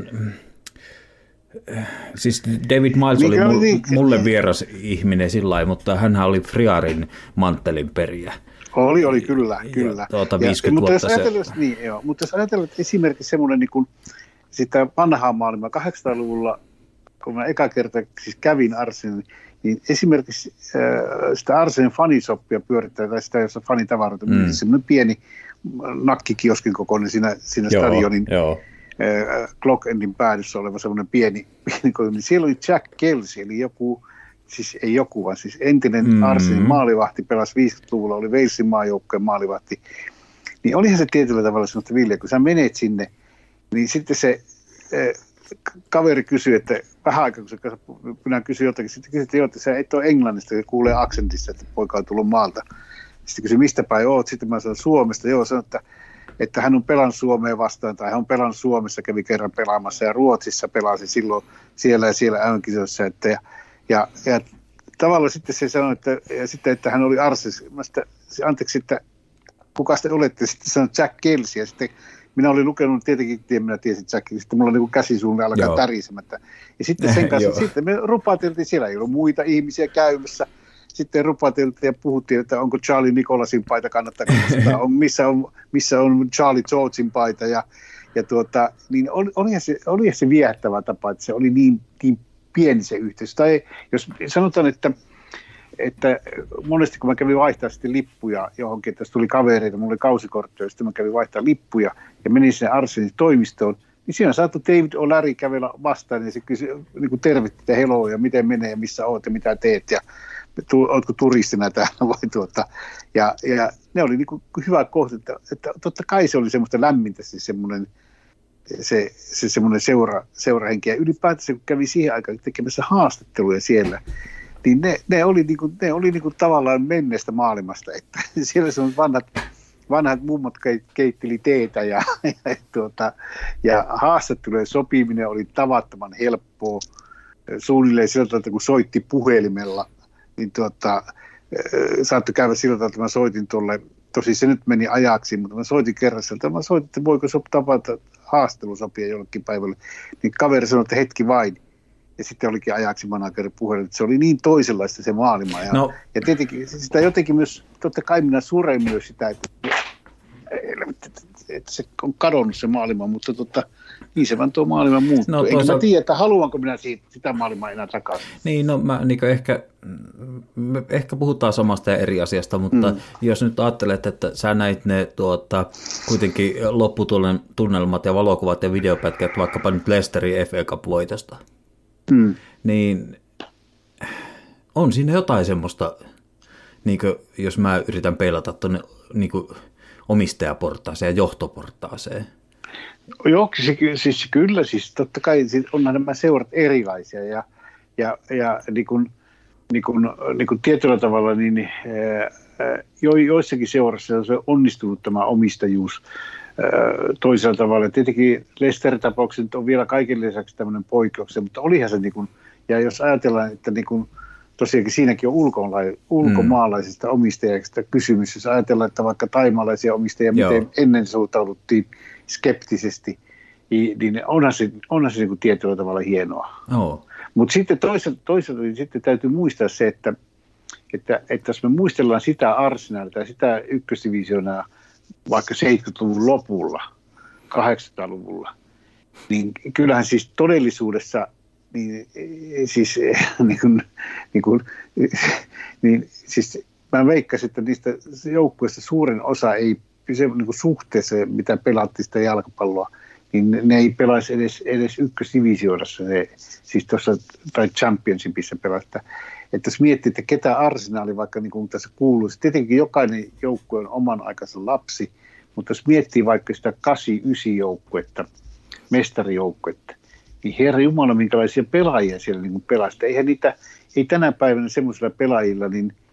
siis David Miles oli mulle vieras ihminen sillä lailla, mutta hänhän oli Friarin manttelin periä. Oli kyllä. 50 vuotta mutta jos ajatellaan esimerkiksi semmoinen niin kuin sitä vanhaa maailmaa 800-luvulla, kun mä eka kerta siis kävin Arsenalin, niin esimerkiksi sitä Arsenalin fanisoppia pyörittää, tai sitä, jossa fanitavaroita, semmoinen pieni nakkikioskin kokoinen siinä stadionin Clock Endin päädyssä oleva semmoinen pieni niin siellä oli Jack Kelsey, eli joku, siis ei joku, vaan siis entinen Arsenin maalivahti, pelasi 50-luvulla, oli Walesin maajoukkojen maalivahti. Niin olihan se tietyllä tavalla semmoista Ville, kun sä menet sinne, niin sitten se kaveri kysyy, että vähän aikaa, kun minä kysyin jotakin, sitten kysyt, että sä et ole englannista, ja kuulee aksentissa, että poika on tullut maalta. Sitten kysyin, mistä päin oot? Sitten mä sanoin Suomesta. Joo, sanoin, että hän on pelannut Suomeen vastaan, tai hän on pelannut Suomessa, kävi kerran pelaamassa, ja Ruotsissa pelasi silloin siellä ja siellä äänkisoissa. Ja tavallaan sitten se sanoi, että hän oli Arsenissa. Anteeksi, että kuka te olette? Sitten sanoi Jack Kelsey, ja sitten minä olin lukenut, tietenkin minä tiesin Jackin, sitten mulla niin käsisuunne alkaa tärisemättä. Ja sitten sen kanssa, sitten me rupateltiin, siellä ei ollut muita ihmisiä käymässä. Sitten rupateltiin ja puhuttiin, että onko Charlie Nicholsin paita, kannattaa missä on Charlie Georgein paita. Niin olihan se viehättävä tapa, että se oli niin pieni se yhteys. Tai jos sanotaan, että monesti kun mä kävin vaihtaa sitten lippuja johonkin, että tuli kavereita, mulla oli kausikortteja, sitten mä kävin vaihtaa lippuja ja menin sinne Arsenin toimistoon, niin siinä saattoi David O'Larry kävellä vastaan ja se kysyi niin tervetti, että hello ja miten menee ja missä oot ja mitä teet ja ootko turistina täällä vai ja ne oli niin kuin hyvä kohta, että totta kai se oli semmoista lämmintä siis semmoinen seurahenki ja ylipäätänsä kun kävi siihen aikaan tekemässä haastatteluja siellä, niin ne oli niinku tavallaan menneestä maailmasta, että siellä se on vanhat mummot keitteli teetä ja haastattelujen sopiminen oli tavattoman helppoa, suunnilleen sillä tavalla, että kun soitti puhelimella, niin saattoi käydä sillä tavalla, että mä soitin tuolle, tosi se nyt meni ajaksi, mutta mä soitin kerran sieltä, mä soitin, että voiko tavata haastattelusopia jollekin päivälle, niin kaveri sanoi, että hetki vain. Ja sitten olikin ajaksi managerin puhelin, että se oli niin toisenlaista se maailma. Ja tietenkin sitä jotenkin myös, totta kai minä suren myös sitä, että se on kadonnut se maailma, mutta niin se vaan tuo maailma muuttuu. No, enkä mä tiedä, että haluanko minä sitä maailmaa enää takaisin. Niin, no mä niin ehkä puhutaan samasta ja eri asiasta, mutta jos nyt ajattelet, että sä näit ne kuitenkin lopputunnelmat ja valokuvat ja videopätkät vaikkapa nyt Leicesterin FA Cup-voitosta, niin on siinä jotain semmoista, niin jos mä yritän peilata tuonne niin omistajaportaaseen ja johtoportaaseen. Joo, siis kyllä, siis totta kai siis onhan nämä seurat erilaisia ja niin kuin tietyllä tavalla niin joissakin seurassa se on onnistunut tämä omistajuus toisella tavalla. Tietenkin Leicester-tapaukset on vielä kaiken lisäksi tämmöinen poikkeuksia, mutta olihan se, niin kuin, ja jos ajatellaan, että niin kuin, tosiaankin siinäkin on ulkomaalaisista omistajista kysymys, jos ajatellaan, että vaikka taimaalaisia omistajia, miten ennen suhtauduttiin skeptisesti, niin onhan se niin kuin tietyllä tavalla hienoa. Mutta sitten toisaalta niin sitten täytyy muistaa se, että jos me muistellaan sitä Arsenalia tai sitä ykkösdivisioonaa vaikka 70-luvun lopulla, 800-luvulla, niin kyllähän siis todellisuudessa siis mä veikkasin, että niistä joukkueista suurin osa ei se, niin kuin suhteessa, mitä pelattiin sitä jalkapalloa, niin ne ei pelaisi edes ykkösdivisioonassa, siis tuossa tai Championshipissa pelata. Että jos miettii, että ketä Arsenali vaikka niin kuin tässä kuuluisi, tietenkin jokainen joukkue on oman aikansa lapsi, mutta jos miettii vaikka sitä 8-9 joukkuetta, mestarijoukkuetta, niin herra jumala, minkälaisia pelaajia siellä niin pelasta. Ei tänä päivänä semmoisilla pelaajilla,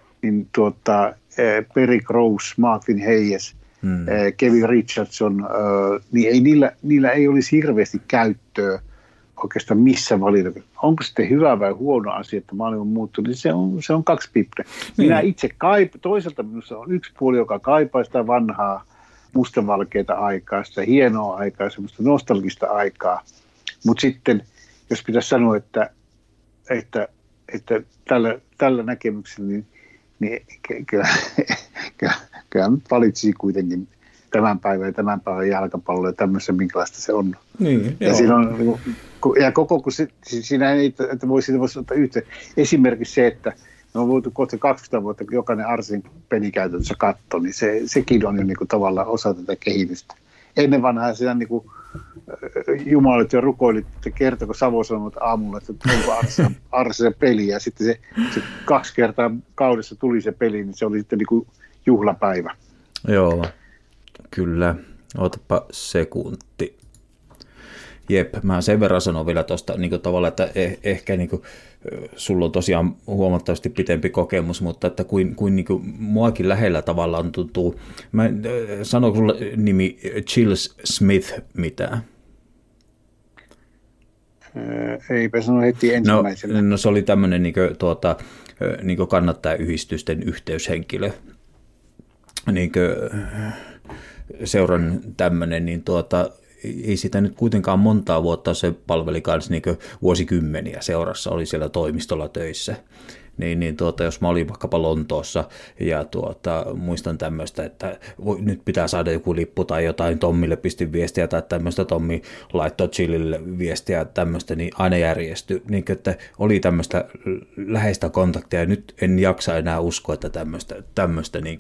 Perry Groves, Martin Hayes, Kevin Richardson, niin ei niillä ei olisi hirveästi käyttöä oikeastaan missä valita. Onko sitten hyvä vai huono asia, että maailma muuttuu, niin se on kaksipiippunen. Minä itse toisaalta minussa on yksi puoli, joka kaipaa sitä vanhaa mustavalkeata aikaa, sitä hienoa aikaa, semmoista nostalgista aikaa. Mutta sitten, jos pitäisi sanoa, että tällä näkemyksellä, niin kyllä nyt valitsisi kuitenkin tämän päivän jalkapallo ja tämmöisen, minkälaista se on. Niin, ja siinä on, siinä ei, että voisi ottaa yhteen. Esimerkiksi se, että me on voitu kohta 20 vuotta, kun jokainen Arsenin pelikäytännössä katsoo, niin sekin on jo niin kuin tavallaan osa tätä kehitystä. Ennen vanhaa sitä niin kuin jumalit ja rukoilit, että kertoko Savo Sanomat aamulla, että onko Arse peli, ja sitten se 2 kertaa kaudessa tuli se peli, niin se oli sitten niin kuin juhlapäivä. Joo, kyllä. Otapa sekunti. Jep, mä sen verran sanon vielä tuosta niin tavalla, että ehkä niin kuin, sulla on tosiaan huomattavasti pitempi kokemus, mutta että kuin niin kuin muakin lähellä tavallaan tuntuu. Sanoiko sulla nimi Chills Smith mitään? Eipä sano heti ensimmäisenä. No se oli tämmöinen niin kannattajayhdistysten yhteyshenkilö. Niin seuran tämmöinen, niin ei sitä nyt kuitenkaan montaa vuotta, se palveli kanssa niin vuosikymmeniä seurassa, oli siellä toimistolla töissä. Niin jos mä olin vaikkapa Lontoossa ja muistan tämmöistä, että nyt pitää saada joku lippu tai jotain, Tommille pistin viestiä tai tämmöistä, Tommi laittoi Chillille viestiä tämmöistä, niin aina järjestyi. Niin, että oli tämmöistä läheistä kontaktia ja nyt en jaksa enää uskoa, että tämmöistä niin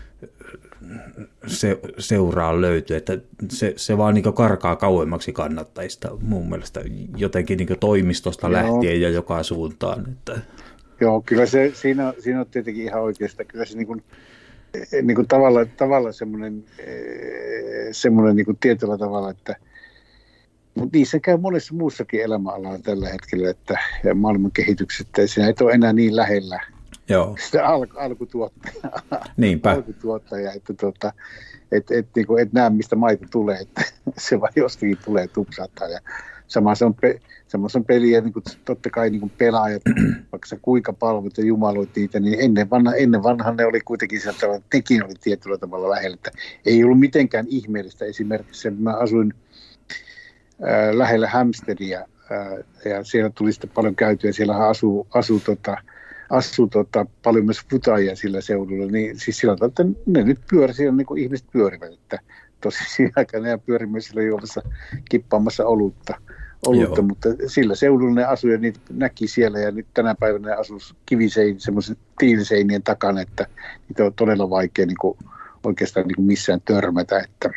seuraa löytyy, että se vaan niin karkaa kauemmaksi kannattajista mun mielestä jotenkin niin toimistosta lähtien ja joka suuntaan. Että. Joo, kyllä siinä on tietenkin ihan oikeasta. Kyllä se niin kuin tavallaan semmoinen niin kuin tietyllä tavalla, että mutta niin se käy monessa muussakin elämänalalla tällä hetkellä, että maailman kehityksestä, siinä ei ole enää niin lähellä. Joo. Sitä alkutuottajaa. Niinpä. Alkutuottaja, että niin et näe, mistä maito tulee, että se vaan jostakin tulee tupsahtaa. Ja sama se on peliä, niin kuin totta kai niin kuin pelaajat, vaikka sä kuinka palvelut ja jumaloit niitä, niin ennen vanhan ne oli kuitenkin sillä tavalla, että nekin oli tietyllä tavalla lähellä. Että ei ollut mitenkään ihmeellistä. Esimerkiksi mä asuin lähellä Hampsteadia ja siellä tuli sitten paljon käytyä. Siellähän asuu paljon myös futaajia sillä seudulla, niin siis sillä tavalla, että ne nyt pyörii siellä niin kuin ihmiset pyörivät, että tosi siinä aikana ne pyörii myös siellä juomassa kippaamassa olutta, mutta sillä seudulla ne asuu ja niitä näki siellä ja nyt tänä päivänä ne asuu semmoisen tiiliseinien takana, että niitä on todella vaikea niin kuin oikeastaan niin kuin missään törmätä. Että.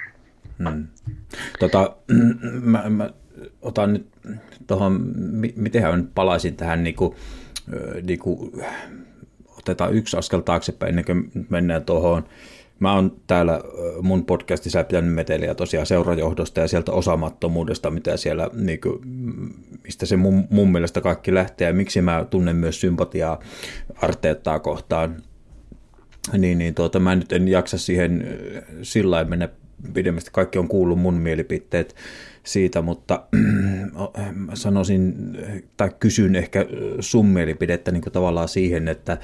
Mä otan nyt tuohon, mitenhän nyt palaisin tähän niin kuin, otetaan yksi askel taaksepäin ennen kuin mennään tuohon. Mä oon täällä mun podcastissa pitänyt meteliä tosiaan seurajohdosta ja sieltä osaamattomuudesta, mitä siellä, niin kuin, mistä se mun mielestä kaikki lähtee ja miksi mä tunnen myös sympatiaa Arteettaa kohtaan. Niin mä nyt en jaksa siihen sillä lailla mennä pidemmästi. Kaikki on kuullut mun mielipiteet siitä, mutta sanoisin tai kysyn ehkä sun mielipidettä niin kuin tavallaan siihen, että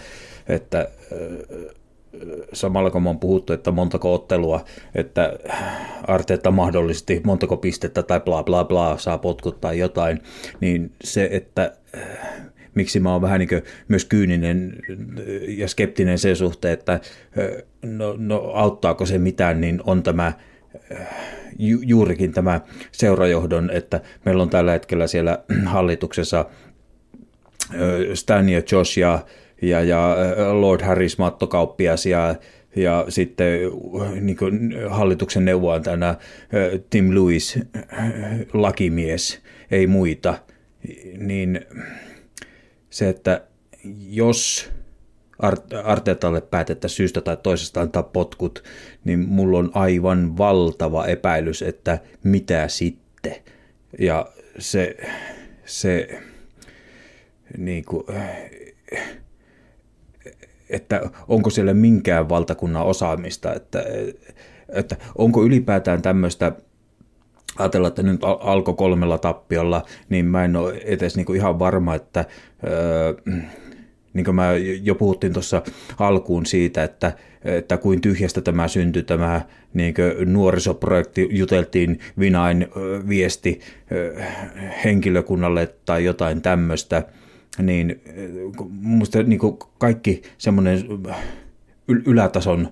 samalla kun on puhuttu, että montako ottelua, että Arteetta mahdollisesti montako pistettä tai bla bla bla saa potkut tai jotain, niin se, että miksi mä oon vähän niin kuin myös kyyninen ja skeptinen sen suhteen, että no auttaako se mitään, niin on tämä juurikin tämä seurajohdon, että meillä on tällä hetkellä siellä hallituksessa Stan ja Josh ja Lord Harris mattokauppias ja sitten niin kuin hallituksen neuvoantajana Tim Lewis lakimies, ei muita, niin se, että jos Arteetalle päätettäisiin syystä tai toisesta antaa potkut, niin mulla on aivan valtava epäilys, että mitä sitten. Ja se niin kuin, että onko siellä minkään valtakunnan osaamista, että onko ylipäätään tämmöistä, ajatella, että nyt alkoi 3 tappiolla, niin mä en ole edes niin kuin ihan varma, että niin kuin mä jo puhuttiin tuossa alkuun siitä, että kuin tyhjästä tämä syntyi, tämä niin kuin nuorisoprojekti, juteltiin Vinain viesti henkilökunnalle tai jotain tämmöistä, niin musta niin kuin kaikki semmoinen ylätason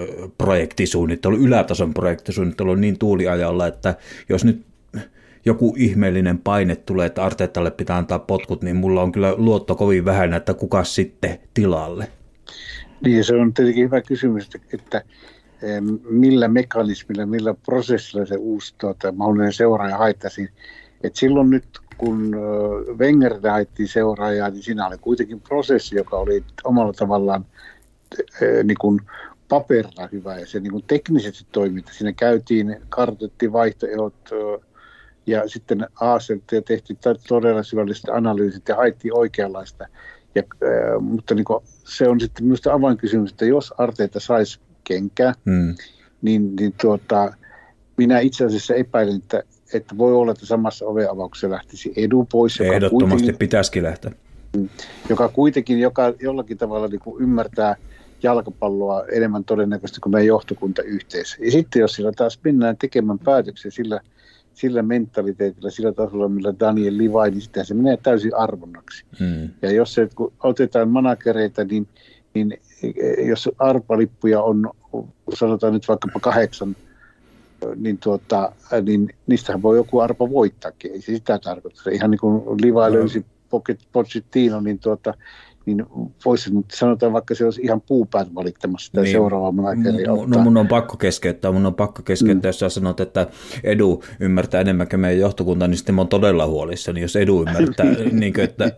projektisuunnittelu on niin tuuliajalla, että jos nyt joku ihmeellinen paine tulee, että Arteetalle pitää antaa potkut, niin mulla on kyllä luotto kovin vähän, että kuka sitten tilalle. Niin, se on tietenkin hyvä kysymys, että millä mekanismilla, millä prosessilla se uusi mahdollinen seuraaja haettaisiin. Et silloin nyt, kun Wengeriltä haettiin seuraajaa, niin siinä oli kuitenkin prosessi, joka oli omalla tavallaan niin kuin paperilla hyvä, ja se niin kuin teknisesti toimi. Siinä käytiin, kartoitettiin vaihtoehdot, ja sitten aaseltiin ja tehtiin todella syvälliset analyysit ja haettiin oikeanlaista. Mutta niin kuin, se on sitten minusta avainkysymys, että jos Arteeta saisi kenkää, niin minä itse asiassa epäilen, että voi olla, että samassa ovenavauksessa lähtisi Edu pois. Ehdottomasti pitäisikin lähteä. Joka kuitenkin jollakin tavalla niin kuin ymmärtää jalkapalloa enemmän todennäköisesti kuin meidän johtokunta yhteensä. Ja sitten jos sillä taas mennään tekemään päätöksiä sillä mentaliteetillä, sillä tasolla, millä Daniel Livai, niin sitten se menee täysin arvonnaksi. Ja jos se, kun otetaan managereita, niin jos arpalippuja on, sanotaan nyt vaikkapa 8, niin niistähän voi joku arpa voittaakin. Ei se sitä tarkoita. Ihan niin kuin Livai löysi Pochettino, niin voisi nyt sanotaan, vaikka se olisi ihan puupäät valittamassa sitä seuraavaa manageria. No mun on pakko keskeyttää, jos sä sanot, että Edu ymmärtää enemmän kuin meidän johtokunta, niin sitten mä oon todella huolissani, jos Edu ymmärtää, niin kuin, että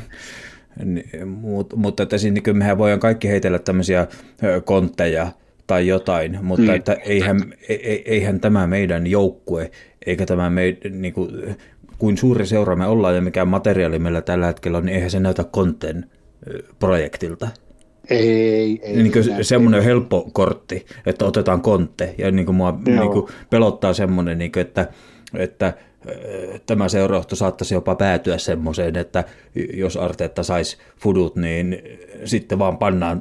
mutta että siis, niin mehän voidaan kaikki heitellä tämmöisiä kontteja tai jotain, mutta että eihän tämä meidän joukkue, eikä tämä meidän, niin kuin suuri seura me ollaan ja mikä materiaali meillä tällä hetkellä on, niin eihän se näytä kontten projektilta. Ei. Niin semmoinen helppo kortti, että otetaan kontte, ja niin kuin mua niin kuin pelottaa semmoinen, niin kuin, että tämä seurajohto saattaisi jopa päätyä semmoiseen, että jos Arteetta saisi fudut, niin sitten vaan pannaan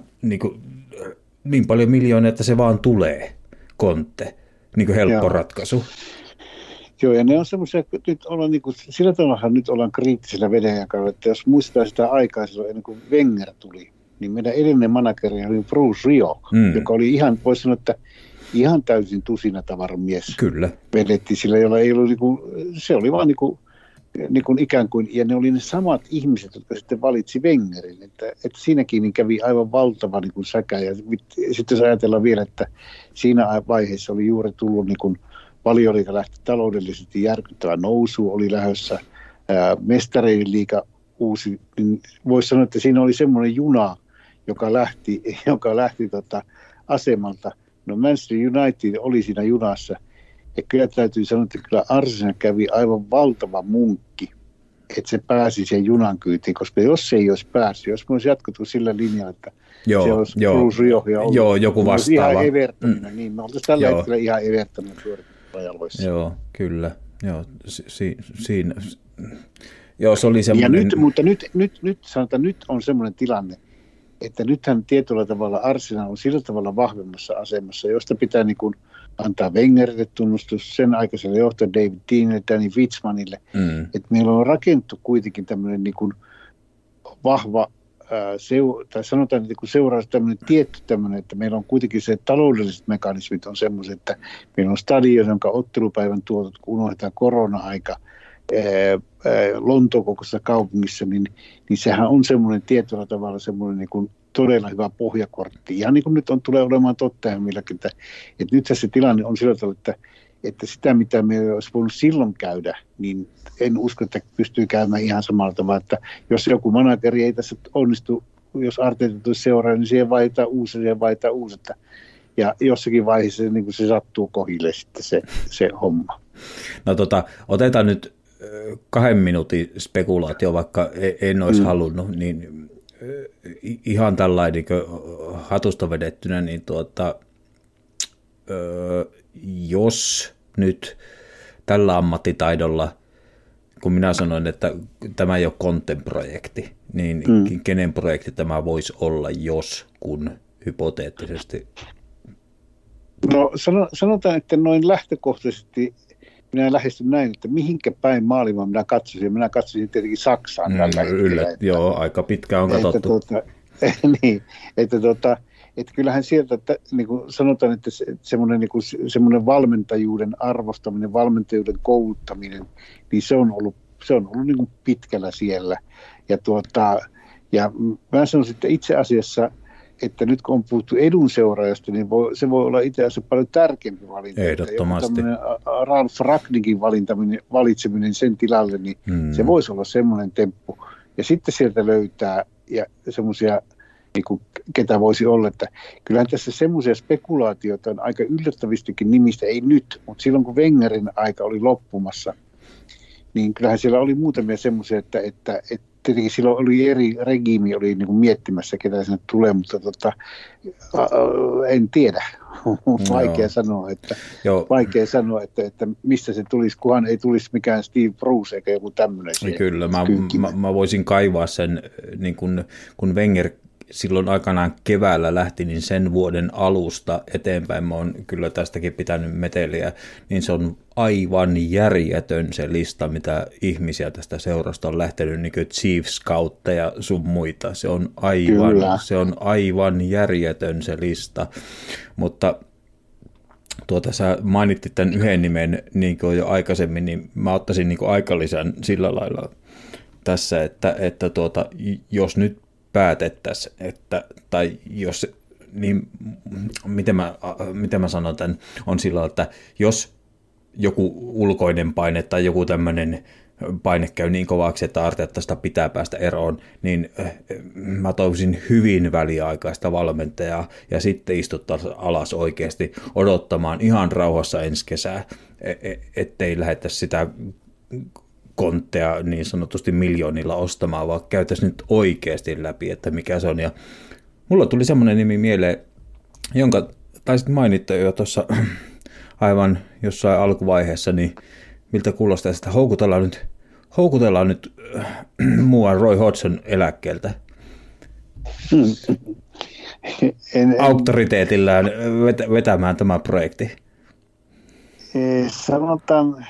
niin paljon miljoonia, että se vaan tulee kontte, niin kuin helppo ratkaisu. Joo, ja ne on semmoisia, nyt ollaan sillä tavallahan nyt ollaan kriittisellä vedenjakalla, että jos muistetaan sitä aikaa silloin ennen kuin Wenger tuli, niin meidän edellinen manageri oli Bruce Rio, joka oli ihan, voisi sanoa, että ihan täysin tusinatavaran mies. Kyllä. Vedettiin sillä, jolla ei ollut, se oli vaan ikään kuin, ja ne oli ne samat ihmiset, jotka sitten valitsi Wengerin, että siinäkin niin kävi aivan valtava säkä, ja sitten jos ajatellaan vielä, että siinä vaiheessa oli juuri tullut Valioliiga lähti taloudellisesti järkyttävä nousu, oli lähdössä Mestarien liiga uusi, niin voisi sanoa, että siinä oli semmoinen juna, joka lähti asemalta. No Manchester United oli siinä junassa, ja kyllä täytyy sanoa, että kyllä Arsenal kävi aivan valtava munkki, että se pääsi sen junan kyytiin, koska jos se ei olisi päässyt, jos me olisi jatkettu sillä linjalla, että se olisi Bruce Rio ja ollut joku vastaava. Ihan Evertonina, niin me oltaisiin tällä hetkellä ihan Evertonin pyörittänyt. Joo, kyllä. Joo, siinä. Joo, se oli semmoinen. Mutta nyt sanotaan, nyt on semmoinen tilanne, että nythän tietyllä tavalla Arsenal on sillä tavalla vahvemmassa asemassa, josta pitää antaa Wengerille tunnustus, sen aikaiselle johtaja David Deanille, Danny Fitzmanille, että meillä on rakennettu kuitenkin tämmöinen vahva tai sanotaan, että kun seuraus tämmöinen tietty tämmöinen, että meillä on kuitenkin se taloudelliset mekanismit on semmoiset, että meillä on stadion, jonka ottelupäivän tuotot, kun unohdetaan korona-aika Lontoon kokoisessa kaupungissa, niin sehän on semmoinen tietyllä tavalla semmoinen todella hyvä pohjakortti. Ihan niin kuin nyt tulee olemaan totta milläkin, että nythän se tilanne on sillä tavalla, että sitä mitä me olisi voinut silloin käydä, niin en usko, että pystyy käymään ihan samalla tavalla, että jos joku manageri ei tässä onnistu, jos Arteeta tulisi seuraan, niin siihen vaihdetaan uusi, ja jossakin vaiheessa se sattuu kohille sitten se homma. No otetaan nyt 2 minuutin spekulaatio, vaikka en olisi halunnut, niin ihan tällainen hatusta vedettynä, niin jos nyt tällä ammattitaidolla, kun minä sanoin, että tämä ei ole content-projekti, niin kenen projekti tämä voisi olla, jos, kun hypoteettisesti? No sanotaan, että noin lähtökohtaisesti minä lähestyn näin, että mihinkä päin maailmaa minä katsoisin. Minä katsoisin tietenkin Saksaan tällä hetkellä. Joo, aika pitkään on katsottu. Että kyllähän sieltä, että niin kuin sanotaan, että semmoinen valmentajuuden arvostaminen, valmentajuuden kouluttaminen, niin se on ollut niin kuin pitkällä siellä. Ja mä sanoisin, että itse asiassa, että nyt kun on puhuttu edunseuraajasta, niin se voi olla itse asiassa paljon tärkeämpi valinta. Ehdottomasti. Ralf Rangnickin valitseminen sen tilalle, niin se voisi olla semmoinen temppu. Ja sitten sieltä löytää ja semmoisia, niin ketä voisi olla, että kyllähän tässä semmoisia spekulaatioita on aika yllättävistäkin nimistä, ei nyt, mutta silloin kun Wengerin aika oli loppumassa, niin kyllähän siellä oli muutamia semmoisia, että tietenkin silloin oli eri regiimi, oli niin kuin miettimässä, ketä sinne tulee, mutta en tiedä. Vaikea sanoa, että mistä se tulisi, kunhan ei tulisi mikään Steve Bruce eikä joku tämmöinen. Kyllä, mä voisin kaivaa sen, niin kun Wenger silloin aikanaan keväällä lähti, niin sen vuoden alusta eteenpäin, mä oon kyllä tästäkin pitänyt meteliä, niin se on aivan järjetön se lista, mitä ihmisiä tästä seurasta on lähtenyt, niin kuin Chief Scoutteja sun muita. Se on aivan järjetön se lista, mutta sä mainittit tämän yhden nimen niin kuin jo aikaisemmin, niin mä ottaisin niin kuin aikalisän sillä lailla tässä, että jos nyt päätettäisiin, tai jos, niin miten mä sanon tämän, on sillä, että jos joku ulkoinen paine tai joku tämmöinen paine käy niin kovaksi, että Arteetasta pitää päästä eroon, niin mä toivoisin hyvin väliaikaista valmentajaa ja sitten istuttaisiin alas oikeasti odottamaan ihan rauhassa ensi kesää, ettei lähdettäisi sitä kontteja niin sanotusti miljoonilla ostamaan, vaan käytäisiin nyt oikeasti läpi, että mikä se on. Ja mulla tuli semmoinen nimi mieleen, jonka taisit mainita jo tuossa aivan jossain alkuvaiheessa, niin miltä kuulostaa, että houkutellaan nyt muuan Roy Hodgson eläkkeeltä. Auktoriteetillään vetämään tämä projekti. Sanotaan...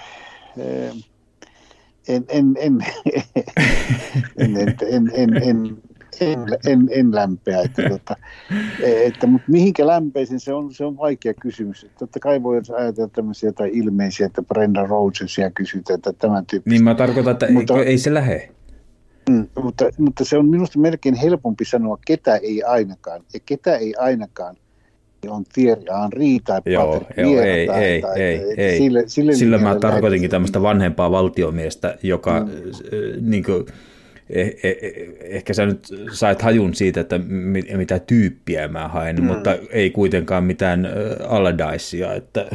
En lämpeä, mutta mihinkä lämpeisin, se on vaikea kysymys. Totta kai voi ajatella tämmöisiä tai ilmeisiä, että Brendan Rodgersia kysytään tai tämän tyyppistä. Niin mä tarkoitan, että ei se lähde. Mutta se on minusta melkein helpompi sanoa, ketä ei ainakaan. Ja ketä ei ainakaan on Thierry Henry tai Patrick Vieira. Ei. Sillä mä tarkoitinkin tämmöistä vanhempaa valtiomiestä, joka niin kuin, ehkä sä nyt sait hajun siitä, että mitä tyyppiä mä haen, mutta ei kuitenkaan mitään Allardycea. Että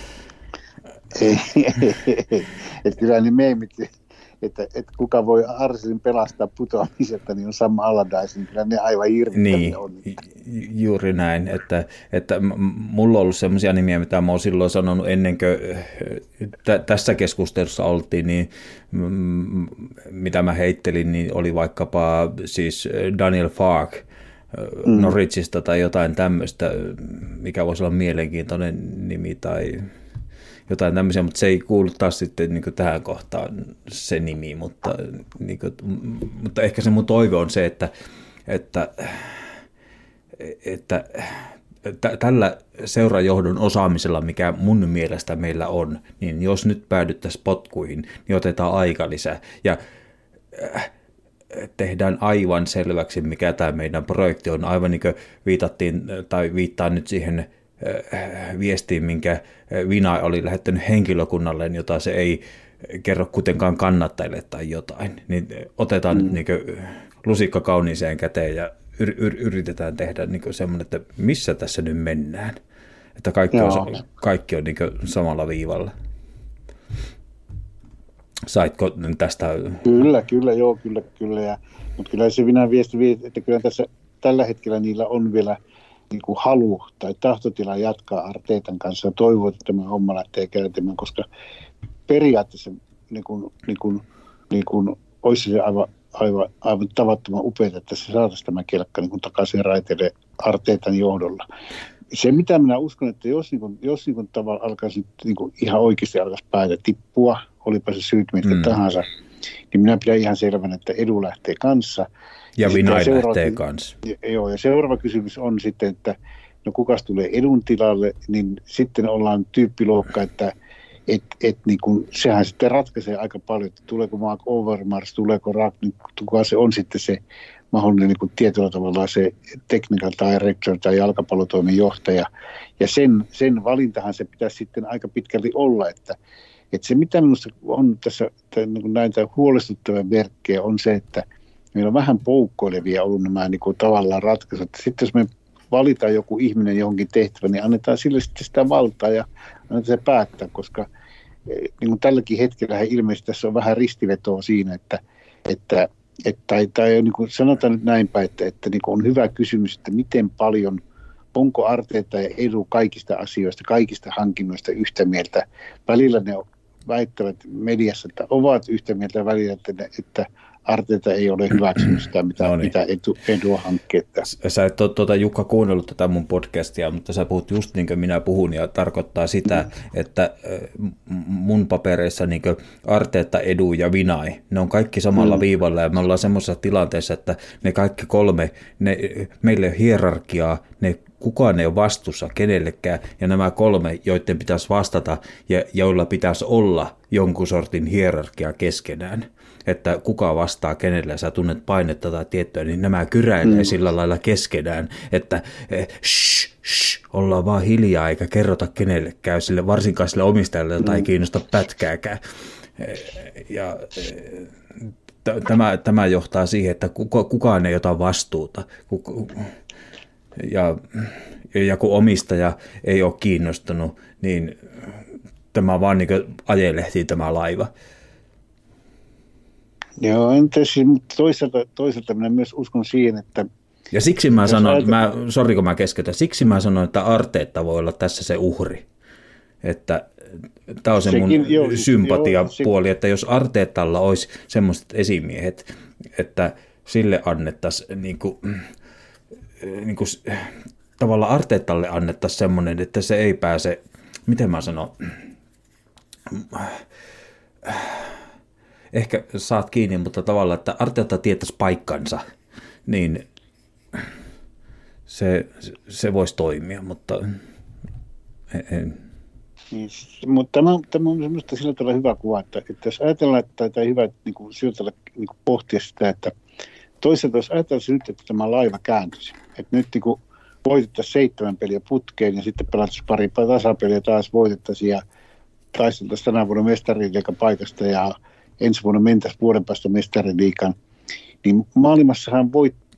kyllä ne meemit, että kuka voi Arsenalin pelastaa putoamiselta, niin on Sam Allardyce, niin kyllä ne aivan hirvittäviä on. Juuri näin, että mulla on ollut sellaisia nimiä, mitä mä oon silloin sanonut ennen kuin tässä keskustelussa oltiin, niin mitä mä heittelin, niin oli vaikkapa siis Daniel Fark Norwichista tai jotain tämmöistä, mikä voisi olla mielenkiintoinen nimi tai jotain tämmöisiä, mutta se ei kuulu taas sitten niin kuin tähän kohtaan se nimi, mutta ehkä se mun toive on se, että tällä seurajohdon osaamisella, mikä mun mielestä meillä on, niin jos nyt päädyttäisiin potkuihin, niin otetaan aikalisä ja tehdään aivan selväksi, mikä tämä meidän projekti on. Aivan niin kuin viittaan nyt siihen viestiin, minkä Vina oli lähettänyt henkilökunnalleen, jota se ei kerro kuitenkaan kannattajille tai jotain. Niin otetaan nyt niin kuin lusikka kauniiseen käteen ja yritetään tehdä niin kuin semmoinen, että missä tässä nyt mennään. Että kaikki on niin kuin samalla viivalla. Saitko tästä? Kyllä. Mutta kyllä se Vinan viesti, että kyllä tässä tällä hetkellä niillä on vielä niin kuin halu tai tahtotila jatkaa Arteetan kanssa ja toivoo, että tämä homma lähtee kääntämään, koska periaatteessa niin kuin olisi se aivan tavattoman upeaa, että se saataisiin tämä kelkka niin kuin takaisin raiteille Arteetan johdolla. Se, mitä minä uskon, että jos tavalla alkaisi niin kuin ihan oikeasti päätä tippua, olipa se syyt mitkä tahansa, niin minä pidän ihan selvänä, että Edu lähtee kanssa. Ja Vinay lähtee kanssa. Joo, ja seuraava kysymys on sitten, että no kukas tulee Edun tilalle, niin sitten ollaan tyyppiluokka, että niin kuin, sehän sitten ratkaisee aika paljon, että tuleeko Mark Overmars, tuleeko Ragnik, kuka se on sitten se mahdollinen niin kuin tietyllä tavalla se technical director tai jalkapallotoimen johtaja. Ja sen valintahan se pitäisi sitten aika pitkälti olla, että se mitä minusta on tässä niin näitä huolestuttavia merkkejä on se, että meillä on vähän poukkoilevia ollut nämä niin kuin tavallaan ratkaisut. Sitten jos me valitaan joku ihminen johonkin tehtävään, niin annetaan sille sitten sitä valtaa ja annetaan se päättää, koska niin kuin tälläkin hetkellä ilmeisesti tässä on vähän ristivetoa siinä, tai niin kuin sanotaan nyt näinpä, että niin kuin on hyvä kysymys, että miten paljon, onko Arteeta ja Edu kaikista asioista, kaikista hankinnoista yhtä mieltä. Välillä ne väittävät mediassa, että ovat yhtä mieltä, välillä, että Arteeta ei ole hyväksynyt sitä, mitä Edu hankkii. Sä et ole Jukka kuunnellut tätä mun podcastia, mutta sä puhut just niin kuin minä puhun, ja tarkoittaa sitä, että mun papereissa niin kuin Arteeta, Edu ja Vinai, ne on kaikki samalla viivalla, ja me ollaan semmoisessa tilanteessa, että ne kaikki kolme, meillä ei ole hierarkiaa, kukaan ei ole vastuussa kenellekään, ja nämä kolme, joiden pitäisi vastata, ja joilla pitäisi olla jonkun sortin hierarkia keskenään, että kuka vastaa kenelle, sä tunnet painetta tai tiettyä, niin nämä kyräilee sillä lailla keskenään, että ollaan vaan hiljaa eikä kerrota kenellekään, sille, varsinkaan sille omistajalle, jota ei kiinnosta pätkääkään. Ja tämä johtaa siihen, että kukaan ei ota vastuuta. Ja kun omistaja ei ole kiinnostunut, niin tämä vaan niin kuin ajelehtii tämä laiva. Joo, mutta toisaalta minä myös uskon siihen, että... Ja siksi mä sanon, sori kun mä keskeytän, siksi mä sanon, että Arteetta voi olla tässä se uhri. Että tämä on se mun sympatiapuoli, että jos Arteetalla olisi semmoiset esimiehet, että sille annettaisiin niin kuin tavallaan Arteetalle annettaisiin semmoinen, että se ei pääse, miten mä sanon, ehkä saat kiinni, mutta tavallaan, että Arteeta tietäisi paikkansa, niin se voisi toimia, mutta niin, mutta tämä on minusta sillä tavalla hyvä kuva, että jos ajatellaan, tai hyvä niin kuin sijoitella niin kuin pohtia sitä, että toisaalta jos ajatellaan nyt, että tämä laiva kääntyisi, että nyt niin kuin voitettaisiin 7 peliä putkeen ja sitten pelattaisiin pari tasapeliä taas voitettaisiin ja taisteltaisiin tänä vuonna mestariliigan paikasta ja ensi vuonna mentäisiin vuoden päästä mestariliigan, niin maailmassahan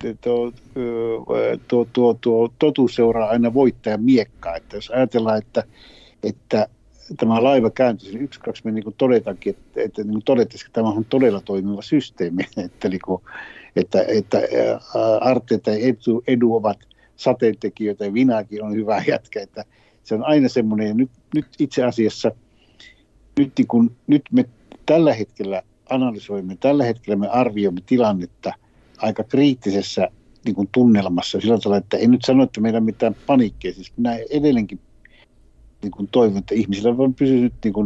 totuus seuraa aina voittajan miekkaa, että jos ajatellaan, että tämä laiva kääntyisi, niin 1-2 me niin todetaankin, että niin todettaisiin, että tämä on todella toimiva systeemi, että Arteeta ja Edu ovat sateentekijöitä ja Vinakin on hyvä jätkä, että se on aina semmoinen, ja nyt itse asiassa, nyt me tällä hetkellä analysoimme, tällä hetkellä me arvioimme tilannetta aika kriittisessä niin kuin tunnelmassa, sillä tavalla, että en nyt sano, että meillä on mitään paniikkia, siis minä edelleenkin niin kuin toivon, että ihmisillä vaan pysyy nyt niin kuin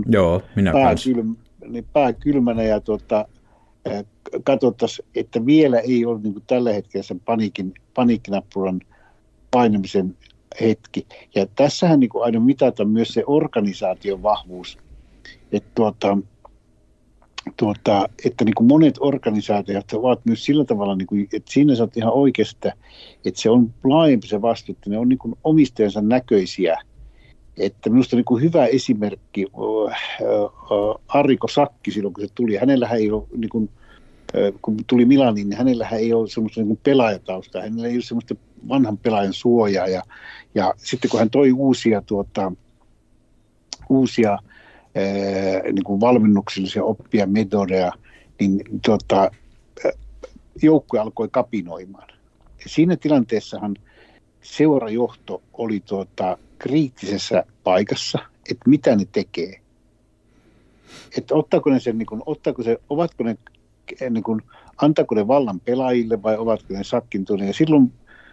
pää kylmänä ja katsottaisiin, että vielä ei ole niin kuin tällä hetkellä sen paniikkinappulan painamisen hetki. Ja tässähän niin kuin aina mitataan myös se organisaation vahvuus, että niin kuin monet organisaatiot ovat myös sillä tavalla, niin kuin, että siinä sä oot ihan oikeasta, että se on laajempi se vastuu, että ne on niin kuin omistajansa näköisiä. Että minusta niin kuin hyvä esimerkki Arrigo Sacchi silloin, kun se tuli, hänellähän ei ole, niin kuin, kun tuli Milaniin, niin hänellähän ei ole semmoista niin kuin pelaajataustaa, hänellä ei ole semmoista vanhan pelaajan suojaa, ja sitten kun hän toi uusia niin kuin valmennuksellisia oppia, metodeja, niin joukkue alkoi kapinoimaan. Ja siinä tilanteessahan seurajohto oli kriittisessä paikassa, että mitä ne tekee. Että ottaako ne sen, niin kuin, ovatko ne, niin kuin, antaako ne vallan pelaajille vai ovatko ne sakkintuneet. Ja silloin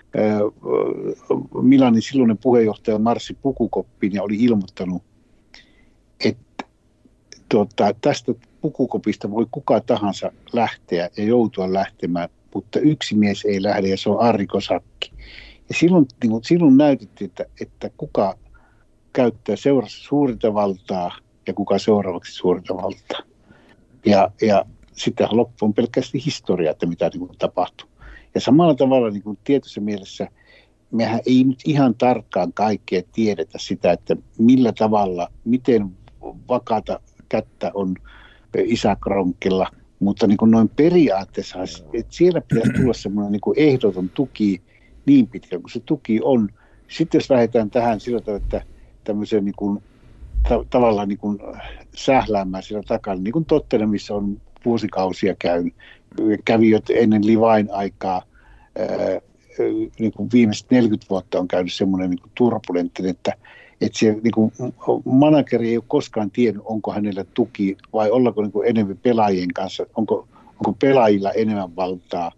Milanin silloinen puheenjohtaja marssi pukukoppiin ja oli ilmoittanut, että tästä pukukopista voi kuka tahansa lähteä ja joutua lähtemään, mutta yksi mies ei lähde ja se on Arrigo Sacchi. Ja silloin näytettiin, että kuka käyttää seurassa suurinta valtaa ja kuka seuraavaksi suurinta valtaa. Ja sitten loppu on pelkästään historia, että mitä niin kuin tapahtui. Ja samalla tavalla niin kuin tietyssä mielessä mehän ei nyt ihan tarkkaan kaikkea tiedetä sitä, että millä tavalla, miten vakaata kättä on isä Kronkilla, mutta niin kuin noin periaatteessa, että siellä pitäisi tulla semmoinen niin kuin ehdoton tuki niin pitkä kuin se tuki on. Sitten jos lähdetään tähän sillä tavalla, että tämmöiseen niin kuin, tavallaan niin kuin sähläämään sillä takana, niin kuin Tottenham, missä on vuosikausia kävi jo ennen Livain aikaa, niin kuin viimeiset 40 vuotta on käynyt semmoinen niin kuin turbulenttinen, että se niin kuin manageri ei ole koskaan tiennyt, onko hänellä tuki vai ollaanko niin kuin enemmän pelaajien kanssa, onko pelaajilla enemmän valtaa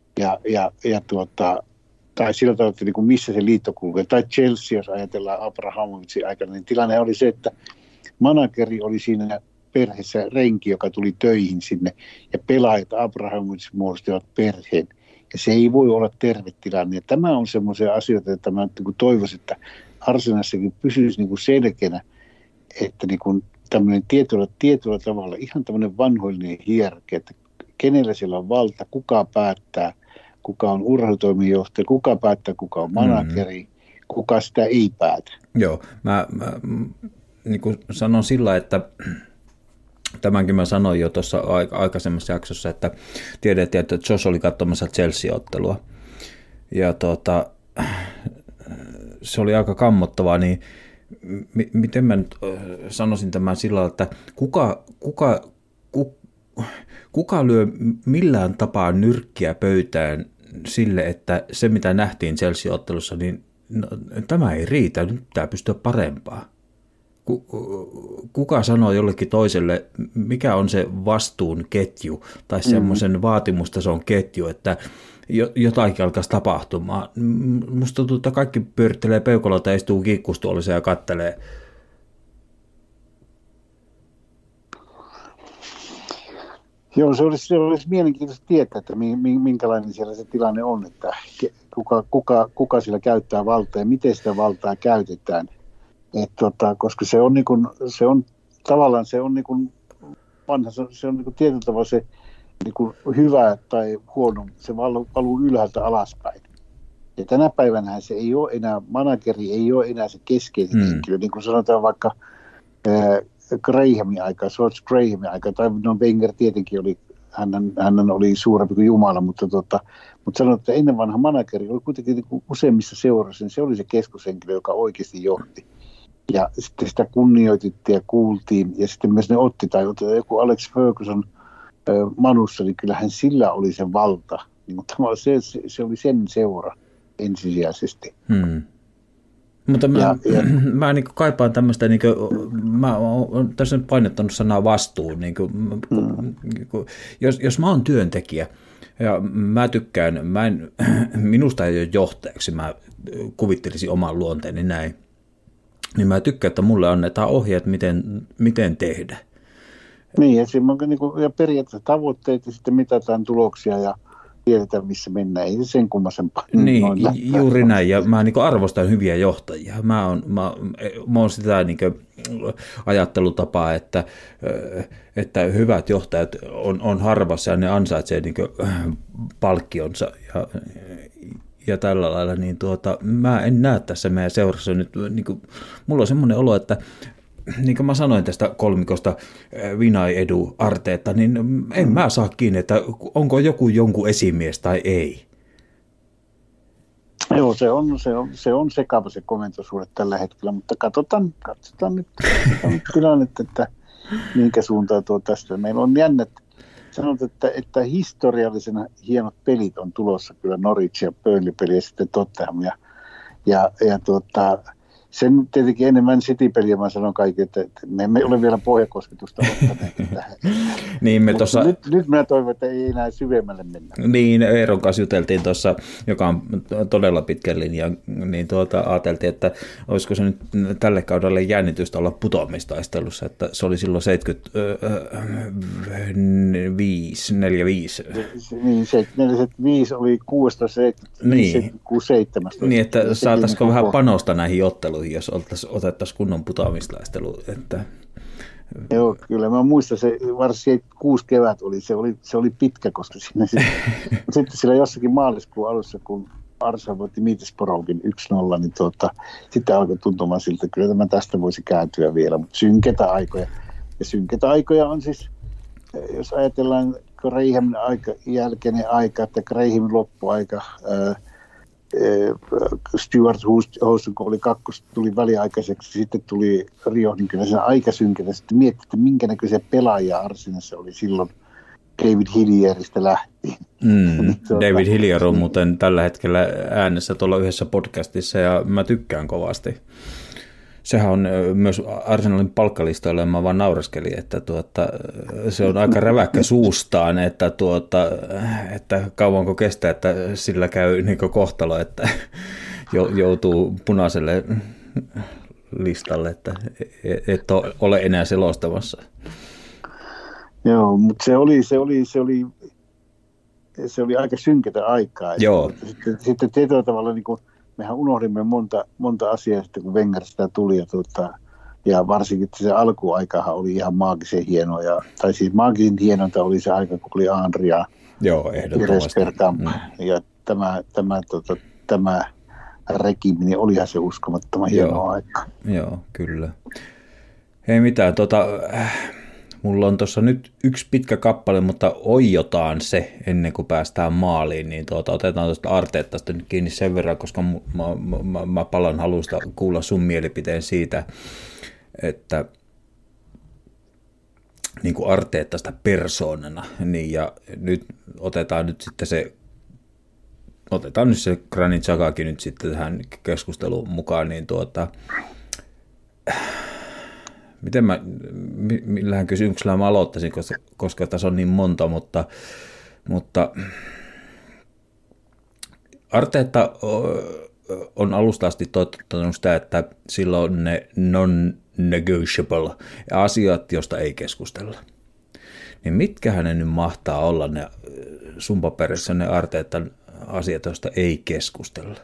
tai sillä tavalla, että niin kuin missä se liitto kulkee. Tai Chelsea, jos ajatellaan Abrahamovicin aikana, niin tilanne oli se, että manageri oli siinä perheessä renki, joka tuli töihin sinne, ja pelaajat Abrahamovic muodostivat perheen. Ja se ei voi olla terve tilanne. Ja tämä on semmoisia asioita, että mä niin toivoisin, että Arsenassakin pysyisi niin kuin selkeänä, että niin kuin tämmöinen tietyllä tavalla ihan tämmöinen vanhoillinen hierarkia, että kenellä siellä on valta, kuka päättää, kuka on urheilutoimenjohtaja, kuka päättää, kuka on manageri, kuka sitä ei päätä. Joo, mä niin kuin sanon sillä, että tämänkin mä sanoin jo tuossa aikaisemmassa jaksossa, että tiedettiin, että Josh oli katsomassa Chelsea-ottelua. Ja se oli aika kammottavaa, niin miten mä nyt sanoisin tämän sillä tavalla, että kuka lyö millään tapaa nyrkkiä pöytään sille, että se mitä nähtiin Chelsea-ottelussa, niin tämä ei riitä, nyt pitää pystyä parempaan. Kuka sanoo jollekin toiselle, mikä on se vastuun ketju tai semmoisen vaatimustason ketju, että jotakin alkaisi tapahtumaan. Musta tuntuu, että kaikki pyörittelee peukalota ja istuu kiikkustuolissa ja kattelee. Joo, se olisi mielenkiintoista tietää, että minkälainen siellä se tilanne on, että kuka siellä käyttää valtaa ja miten sitä valtaa käytetään. Koska se on, niin kuin, se on tavallaan se on niin kuin vanha, se on niin kuin tietyllä tavalla se niin kuin hyvä tai huono, se valuu ylhäältä alaspäin. Ja tänä päivänä se ei ole enää, manageri ei ole enää se keskeisin henkilö, niin kuin sanotaan vaikka Grahamin aika, George Grahamin aika, tai Wenger tietenkin oli, hän oli suurempi kuin Jumala, mutta sanotaan, että ennen vanha manageri oli kuitenkin niin kuin useimmissa seuroissa, niin se oli se keskushenkilö, joka oikeasti johti. Ja sitten sitä kunnioitettiin ja kuultiin, ja sitten myös ne otti, tai joku Alex Ferguson Manussa, niin kyllähän sillä oli se valta. Niin, se oli sen seura ensisijaisesti. Mutta mä niin kaipaan tämmöistä, niin mä oon tässä nyt painottanut sanaa vastuu. Niin jos mä oon työntekijä, ja mä tykkään, minusta ei ole johtajaksi, mä kuvittelisin oman luonteeni näin, niin mä tykkään, että mulle annetaan ohjeet, miten tehdä. Niin, ja periaatteessa tavoitteet ja sitten mitataan tuloksia ja tiedetään, missä mennään. Ei sen kummasempaa. Niin, juuri näin. Ja mä niin arvostan hyviä johtajia. Mä oon sitä niin ajattelutapaa, että hyvät johtajat on harvassa ja ne ansaitsee niin palkkionsa ja tällä lailla, niin mä en näe tässä meidän seurassa nyt, niin kuin, mulla on semmoinen olo, että niin kuin mä sanoin tästä kolmikosta Vinai, Edu, Arteetta, niin en mä saa kiinni, että onko joku jonkun esimies tai ei. Joo, se on sekava se komentosuhde tällä hetkellä, mutta katsotaan nyt tilannetta, että minkä suuntaan tuo tästä. Meillä on jännät, sanot, että historiallisena hienot pelit on tulossa kyllä Norwich ja Burnley-peli ja sitten Tottenham ja sen tietenkin enemmän City-peliä mä sanon kaikille, että me emme ole vielä pohjakosketusta ottaneet tähän. Niin nyt mä toivon, että ei enää syvemmälle mennä. Niin, Eeron kanssa juteltiin tuossa, joka on todella pitkän linjan, niin ajateltiin, että olisiko se nyt tälle kaudelle jännitystä olla putoamistaistelussa, että se oli silloin 75, 45. Niin, 45 oli 16, 76, 17. Niin, että saataisiko vähän panosta näihin otteluihin, jos otettaisiin kunnon putoamistaistelu, että Joo, kyllä mä muistan, se varsin 6 kevät se oli pitkä, koska siinä sitten sillä jossakin maaliskuun alussa, kun Arsa voitti Miitesporovin 1-0, niin sitten alkoi tuntumaan siltä, että kyllä tämä tästä voisi kääntyä vielä, mutta synkeitä aikoja. Ja synkeitä aikoja on siis, jos ajatellaan Grahamin jälkeinen aika, että Grahamin loppuaika, Stuart Housen, kun oli tuli väliaikaiseksi, sitten tuli Rio, niin kyllä se aika synkeitä. Sitten miettii, että minkä näköisiä pelaajia Arsenalissa oli silloin David Hillieristä lähtien. David Hillier on muuten tällä hetkellä äänessä tuolla yhdessä podcastissa ja mä tykkään kovasti. Sehän on myös Arsenalin palkkalistoilla ja mä vaan naureskelin, että se on aika räväkkä suustaan, että kauanko kestää, että sillä käy niin kohtalo, että joutuu punaiselle listalle, että et ole enää selostamassa. Joo, mutta se oli aika synkätä aikaa. Joo. Sitten tietyllä tavalla niin kuin, mehän unohdimme monta asiaa sitten, kun Wenger sitä tuli. Ja varsinkin se alkuaikahan oli ihan maagisen hienoa. Tai siis maagisen hienonta oli se aika, kun oli Henry ja Bergkamp. Ja tämä regiimi, niin olihan se uskomattoman hienoa aika. Joo, kyllä. Ei mitään, mulla on tuossa nyt yksi pitkä kappale, mutta oiotaan se ennen kuin päästään maaliin, niin otetaan tuosta Arteetasta nyt kiinni sen verran, koska mä palan halusta kuulla sun mielipiteen siitä, että niin kuin Arteetasta persoonana, niin ja nyt otetaan nyt se Granit Xhakakin nyt sitten tähän keskusteluun mukaan, niin millähän kysymyksellä mä aloittaisin, koska tässä on niin monta, mutta Arteetta on alusta asti toteuttanut sitä, että sillä on ne non-negotiable asiat, joista ei keskustella. Niin mitkähän ne nyt mahtaa olla ne sun paperissa ne Arteetan asiat, joista ei keskustella?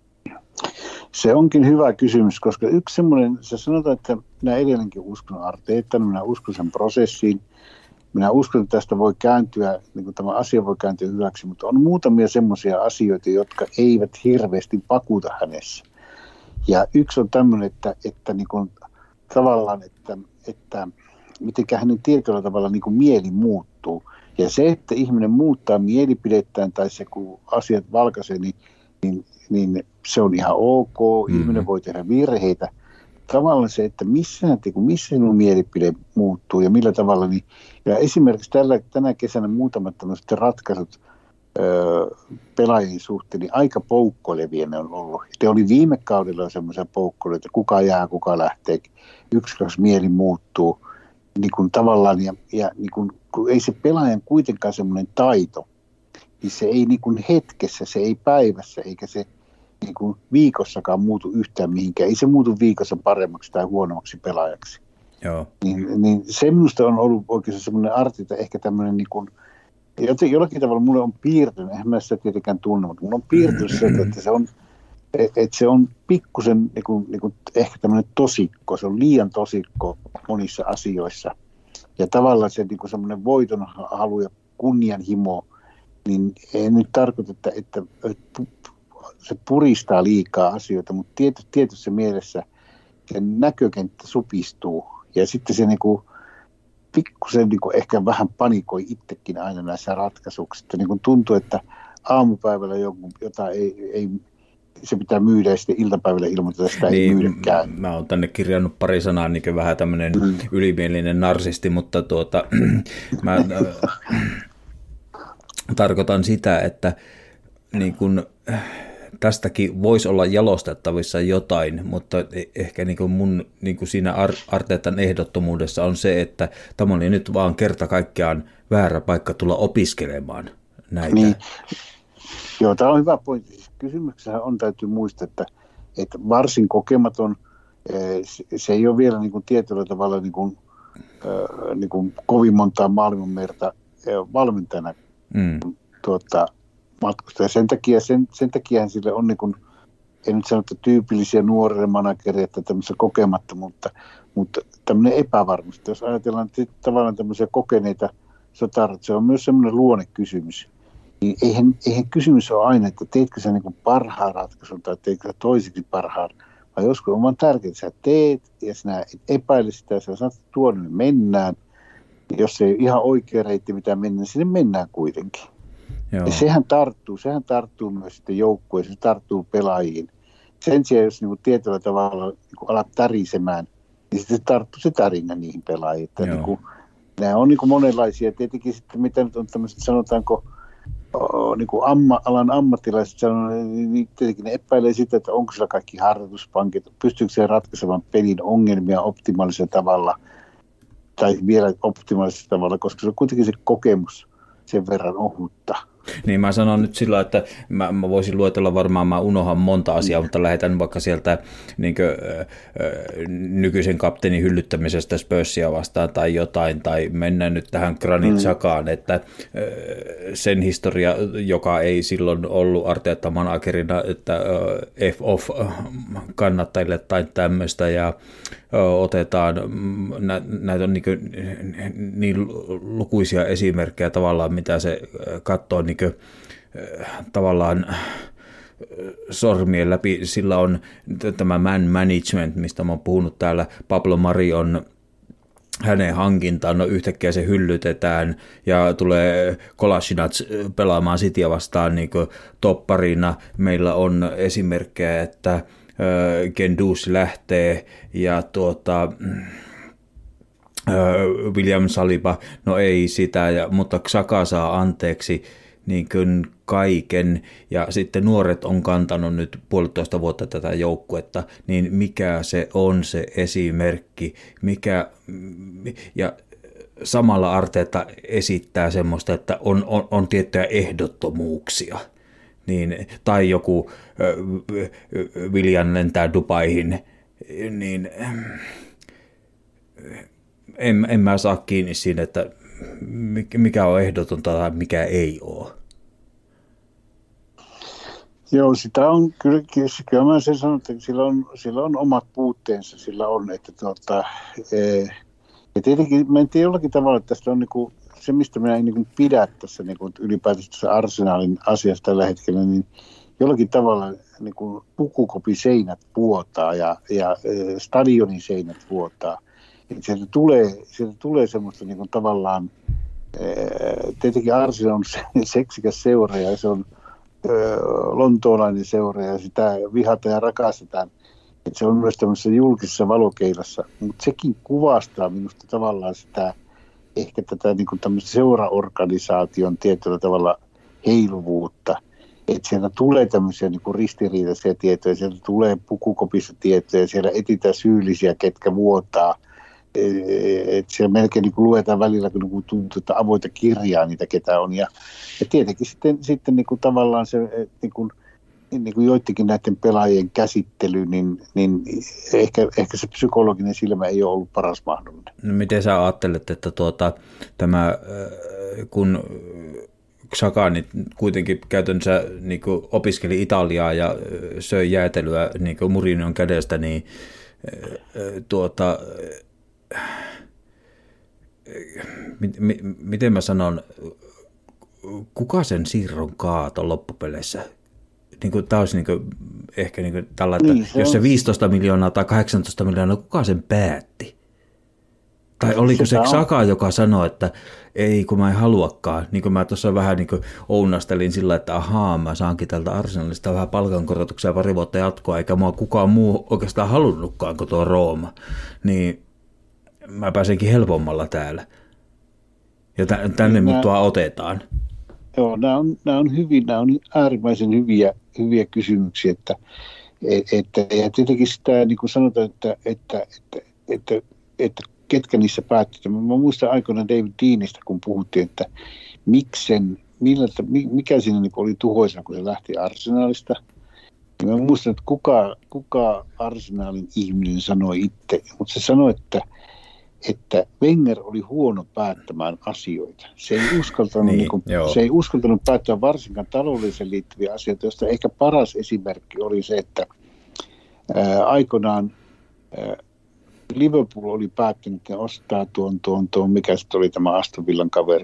Se onkin hyvä kysymys, koska yksi semmoinen, se sanotaan, että minä edelleenkin uskon Arteetan, minä uskon sen prosessiin, minä uskon, että tästä voi kääntyä, niin kuin tämä asia voi kääntyä hyväksi, mutta on muutamia semmoisia asioita, jotka eivät hirveästi vakuuta hänessä. Ja yksi on tämmöinen, että niin kuin, tavallaan, että mitenkä hänen tietyllä tavalla niin kuin mieli muuttuu. Ja se, että ihminen muuttaa mielipidettään tai se, kun asiat valkaisee, niin se on ihan ok, ihminen voi tehdä virheitä. Tavallaan se, että missä sinun mielipide muuttuu ja millä tavalla. Niin, ja esimerkiksi tänä kesänä muutamat tämmöiset ratkaisut pelaajien suhteen, niin aika poukkoilevia ne on ollut. Te oli viime kaudella semmoisia poukkoiluja, että kuka jää, kuka lähtee, 1-2 mieli muuttuu. Niin kuin tavallaan, ja niin kuin, kun ei se pelaajan kuitenkaan semmoinen taito, niin se ei niin kuin hetkessä, se ei päivässä, eikä se niin kuin viikossakaan muutu yhtään mihinkään. Ei se muutu viikossa paremmaksi tai huonommaksi pelaajaksi. Joo. Niin se minusta on ollut oikein semmoinen Arteeta, ehkä tämmöinen, niin kuin, jollakin tavalla mulle on piirtynyt, eihän mä sitä tietenkään tunne, mutta mulle on piirtynyt se, että se on pikkusen niin kuin ehkä tämmöinen tosikko, se on liian tosikko monissa asioissa. Ja tavallaan se niin kuin semmoinen voitonhalu ja kunnianhimo, niin ei nyt tarkoita, että se puristaa liikaa asioita, mutta tietyssä mielessä se näkökenttä supistuu. Ja sitten se niinku, pikkusen niinku ehkä vähän panikoi itsekin aina näissä ratkaisuksissa. Niin tuntuu, että aamupäivällä jota ei se pitää myydä ja sitten iltapäivällä ilmoittaa, että sitä ei myydäkään. Mä oon tänne kirjannut pari sanaa, niin vähän tämmöinen ylimielinen narsisti, mutta mä tarkoitan sitä, että niin kun, tästäkin voisi olla jalostettavissa jotain, mutta ehkä niin kuin mun niin kuin siinä Arteetan ehdottomuudessa on se, että tämä oli nyt vaan kerta kaikkiaan väärä paikka tulla opiskelemaan näitä. Niin. Joo, tämä on hyvä pointti. Kysymyksessä on, täytyy muistaa, että varsin kokematon, se ei ole vielä niin kuin tietyllä tavalla niin kuin kovin montaa maailmanmerta valmentajana matkustaja. Sen takia sille on, niin kuin, en nyt sano, että tyypillisiä nuorille managereita tämmöistä kokematta, mutta Mutta tämmöinen epävarmuus, jos ajatellaan tavallaan tämmöisiä kokeneita sotarat, se on myös semmoinen luonnekysymys. Niin eihän kysymys ole aina, että teetkö sä niin kuin parhaan ratkaisun tai teetkö sä toisiksi parhaan, vai joskus on vaan tärkeää, että sä teet ja sinä et epäile sitä, ja sä sanot, että tuonne mennään. Jos ei ole ihan oikea reitti, mitä mennään, sinne mennään kuitenkin. Joo. Ja sehän tarttuu myös sitten joukkueeseen, se tarttuu pelaajiin. Sen sijaan, jos niin tietyllä tavalla niin alat tärisemään, niin sitten se tarttuu se tarina niihin pelaajiin. Niin nämä on niin monenlaisia. Tietenkin sitten, mitä nyt on tämmöiset, sanotaanko, niin alan ammattilaiset sanoo, niin tietenkin ne epäilee sitä, että onko siellä kaikki harjoituspankit, pystyykö se ratkaisemaan pelin ongelmia optimaalisella tavalla, tai vielä optimaalisella tavalla, koska se on kuitenkin se kokemus sen verran ohutta. Niin mä sanon nyt sillä, että mä voisin luetella varmaan, mä unohan monta asiaa, mutta lähetän vaikka sieltä nykyisen kapteenin hyllyttämisestä Spursia vastaan tai jotain, tai mennään nyt tähän Granit Xhakaan, että sen historia, joka ei silloin ollut Arteetta managerina, että F-off kannattajille tai tämmöistä, ja otetaan, näitä on niin lukuisia esimerkkejä tavallaan, mitä se katsoo tavallaan sormien läpi. Sillä on tämä man management, mistä mä oon puhunut täällä. Pablo Mari on hänen hankintaan, no yhtäkkiä se hyllytetään ja tulee Kolasinac pelaamaan Cityä vastaan niin topparina. Meillä on esimerkkejä, että Guendouzi lähtee ja William Saliba, no ei sitä, mutta Xhaka saa anteeksi niin kuin kaiken, ja sitten nuoret on kantanut nyt 1,5 vuotta tätä joukkuetta, niin mikä se on se esimerkki, ja samalla Arteeta esittää semmoista, että on tiettyjä ehdottomuuksia, niin, tai joku William lentää Dubaihin, niin en mä saa kiinni siinä, että mikä on ehdotonta tai mikä ei ole. Joo, sitä on kyllä mä sen sanon, että sillä on omat puutteensa, sillä on, että ja tietenkin mä en tiedä jollakin tavalla, että tästä on niinku, se, mistä minä en niinku pidä tässä niinku, ylipäätään tässä Arsenalin asiasta tällä hetkellä, niin jollakin tavalla niinku, pukukopiseinät vuotaa ja stadionin seinät vuotaa. Sieltä tulee semmoista niin kuin tavallaan, tietenkin Arsenal on seksikäs seura ja se on lontoolainen seura ja sitä vihataan ja rakastetaan. Että se on myös tämmöisessä julkisessa valokeilassa, mutta sekin kuvastaa minusta tavallaan sitä, ehkä tätä niin kuin tämmöistä seuraorganisaation tietyllä tavalla heiluvuutta. Että siellä tulee tämmöisiä niin kuin ristiriitaisia tietoja, sieltä tulee pukukopissa tietoja, siellä etsitään syyllisiä, ketkä vuotaa. Että siellä melkein niin kuin luetaan välillä, kun tuntuu, että avoita kirjaa niitä, ketä on. Ja tietenkin sitten niin kuin tavallaan se niin kuin joidenkin näiden pelaajien käsittely, niin ehkä se psykologinen silmä ei ole ollut paras mahdollinen. No miten sä ajattelet, että tämä, kun Xhaka niin kuitenkin käytännössä niin kuin opiskeli Italiaa ja söi jäätelyä niin kuin Mourinhon kädestä, niin miten mä sanon, kuka sen siirron kaato loppupeleissä? Niin tämä olisi ehkä tällä, että niin, jos se 15 miljoonaa tai 18 miljoonaa, kuka sen päätti? Tai oliko se Xhaka, joka sanoi, että ei, kun mä en haluakaan. Niin kuin mä tuossa vähän niin kuin ounastelin sillä, että ahaa, mä saankin tältä Arsenalista vähän palkankorotuksia 2 vuotta jatkoa, eikä mua kukaan muu oikeastaan halunnutkaan kuin tuo Rooma. Niin mä pääsenkin helpommalla täällä. Ja tänne minua otetaan. Joo, nämä on äärimmäisen hyviä kysymyksiä, että ja tietenkin sitä niin kuin sanotaan, että ketkä niissä päättivät. Mä muistan aikoinaan David Deanista, kun puhuttiin, että mikä siinä niin oli tuhoisena, kun se lähti Arsenalista. Ja mä muistan, että kuka Arsenalin ihminen sanoi itse, mutta se sanoi, että Wenger oli huono päättämään asioita. Se ei uskaltanut päättää varsinkaan taloudelliseen liittyviä asioita, josta ehkä paras esimerkki oli se, että aikoinaan Liverpool oli päättänyt, että ostaa tuon mikä sitten oli tämä Aston Villan kaveri.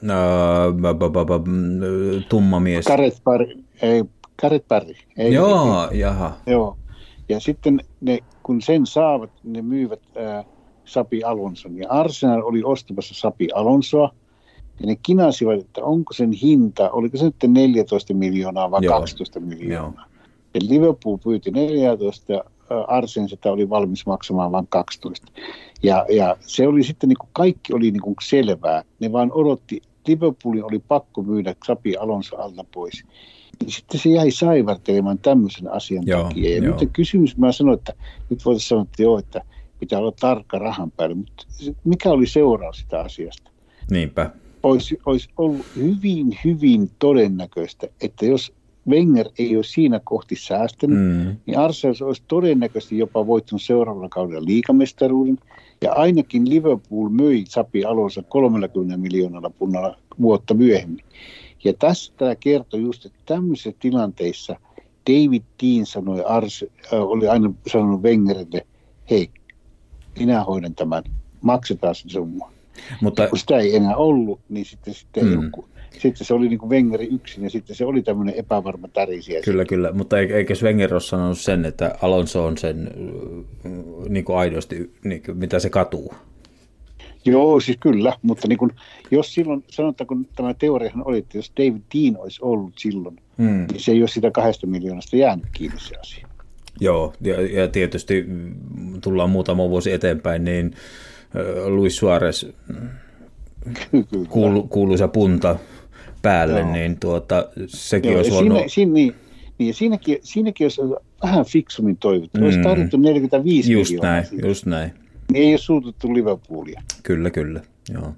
Tumma mies. Gareth Barry. Joo, jaha. Joo. Ja sitten kun sen saavat, ne myyvät Xabi Alonson. Ja Arsenal oli ostamassa Xabi Alonsoa. Ja ne kinasivat, että onko sen hinta, oliko se nyt 14 miljoonaa vai 12 miljoonaa. Ja Liverpool pyyti 14 ja Arsenal sitä oli valmis maksamaan vain 12. Ja se oli sitten, niin kuin kaikki oli niin kuin selvää. Ne vaan odotti, Liverpoolin oli pakko myydä Xabi Alonso alta pois. Ja sitten se jäi saivartelemaan tämmöisen asian takia. Ja nyt kysymys, mä sanoin, että nyt voitaisiin sanoa, että joo, että pitää olla tarkka rahan päälle. Mutta mikä oli seuraus sitä asiasta? Niinpä. Olisi ollut hyvin, hyvin todennäköistä, että jos Wenger ei ole siinä kohti säästänyt, niin Arsenal olisi todennäköisesti jopa voittanut seuraavalla kaudella liigamestaruuden. Ja ainakin Liverpool möi Xabi Alonso 30 miljoonalla punnalla vuotta myöhemmin. Ja tästä tämä kertoi just, että tämmöisissä tilanteissa David Dean oli aina sanonut Wengerille, hei, minä hoidan tämän, maksetaan se summa. Mutta kun sitä ei enää ollut, niin sitten se oli niin kuin Wengeri yksin ja sitten se oli tämmöinen epävarma tärisiä. Kyllä, mutta eikö Wenger ole sanonut sen, että Alonso on sen niin kuin aidosti, niin kuin, mitä se katuu? Joo, siis kyllä, mutta niin kun, jos silloin, sanotaan kun tämä teoriahan oli, että jos David Dean olisi ollut silloin, niin se ei ole sitä 2 miljoonasta jäänyt kiinni se asia. Joo, ja tietysti tullaan muutama vuosi eteenpäin, niin Luis Suarez kuuluisa punta päälle, niin sekin olisi voinut... Siinäkin olisi vähän fiksummin toivottu. Olisi tarvittu 45 miljoonaa. Just näin. Niin ei ole suututtu Liverpoolia. Kyllä, joo.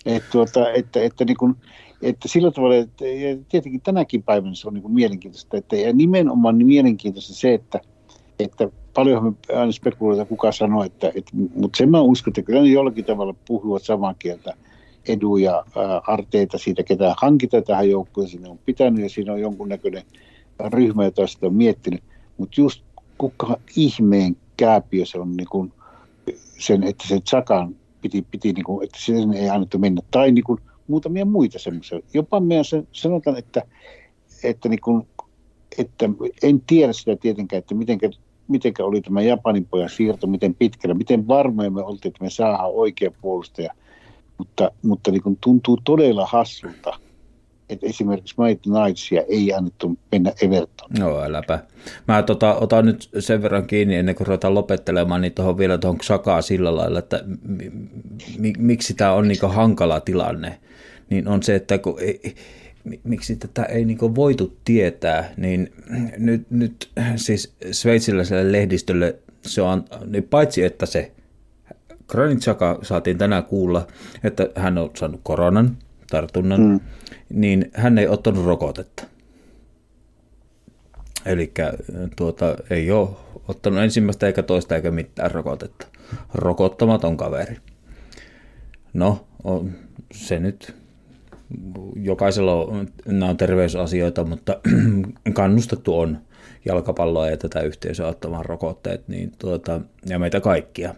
Että sillä tavalla, että tietenkin tänäkin päivänä se on niin kuin mielenkiintoista. Ja nimenomaan mielenkiintoista se, että paljonhan me aina spekuloidaan, kuka sanoo, mutta sen mä uskon, että kyllä ne jollakin tavalla puhuvat samaa kieltä. Edu ja Arteeta siitä, ketä hankitaan tähän joukkoon, siinä on pitänyt ja siinä on jonkunnäköinen ryhmä, jota sitä on miettinyt. Mutta just kuka ihmeen kääpiö se on niin kuin sen, että se Xhakan piti niin kuin, että sen ei annettu mennä. Tai niin kuin muutamia muita semmoisia. Jopa meidän sanotaan, että en tiedä sitä tietenkään, että miten oli tämä Japanin pojan siirto, miten pitkällä, miten varmoja me oltiin, että me saadaan oikea puolustaja. Mutta niin kuin tuntuu todella hassulta, että esimerkiksi Maitland Nilesia ei annettu mennä Everton. No äläpä. Mä otan nyt sen verran kiinni ennen kuin ruvetaan lopettelemaan, niin vielä tuohon Xhakaan sillä lailla, että miksi tämä on niin hankala tilanne, niin on se, että miksi tätä ei niin voitu tietää, niin nyt siis sveitsiläiselle lehdistölle se on, niin paitsi että se Granit Xhaka saatiin tänään kuulla, että hän on saanut koronan, tartunnan, niin hän ei ottanut rokotetta. Eli ei ole ottanut ensimmäistä eikä toista eikä mitään rokotetta. Rokottamaton kaveri. No, se nyt, jokaisella nämä on terveysasioita, mutta kannustettu on jalkapalloa ja tätä yhteisöä ottamaan rokotteet, niin ja meitä kaikkia.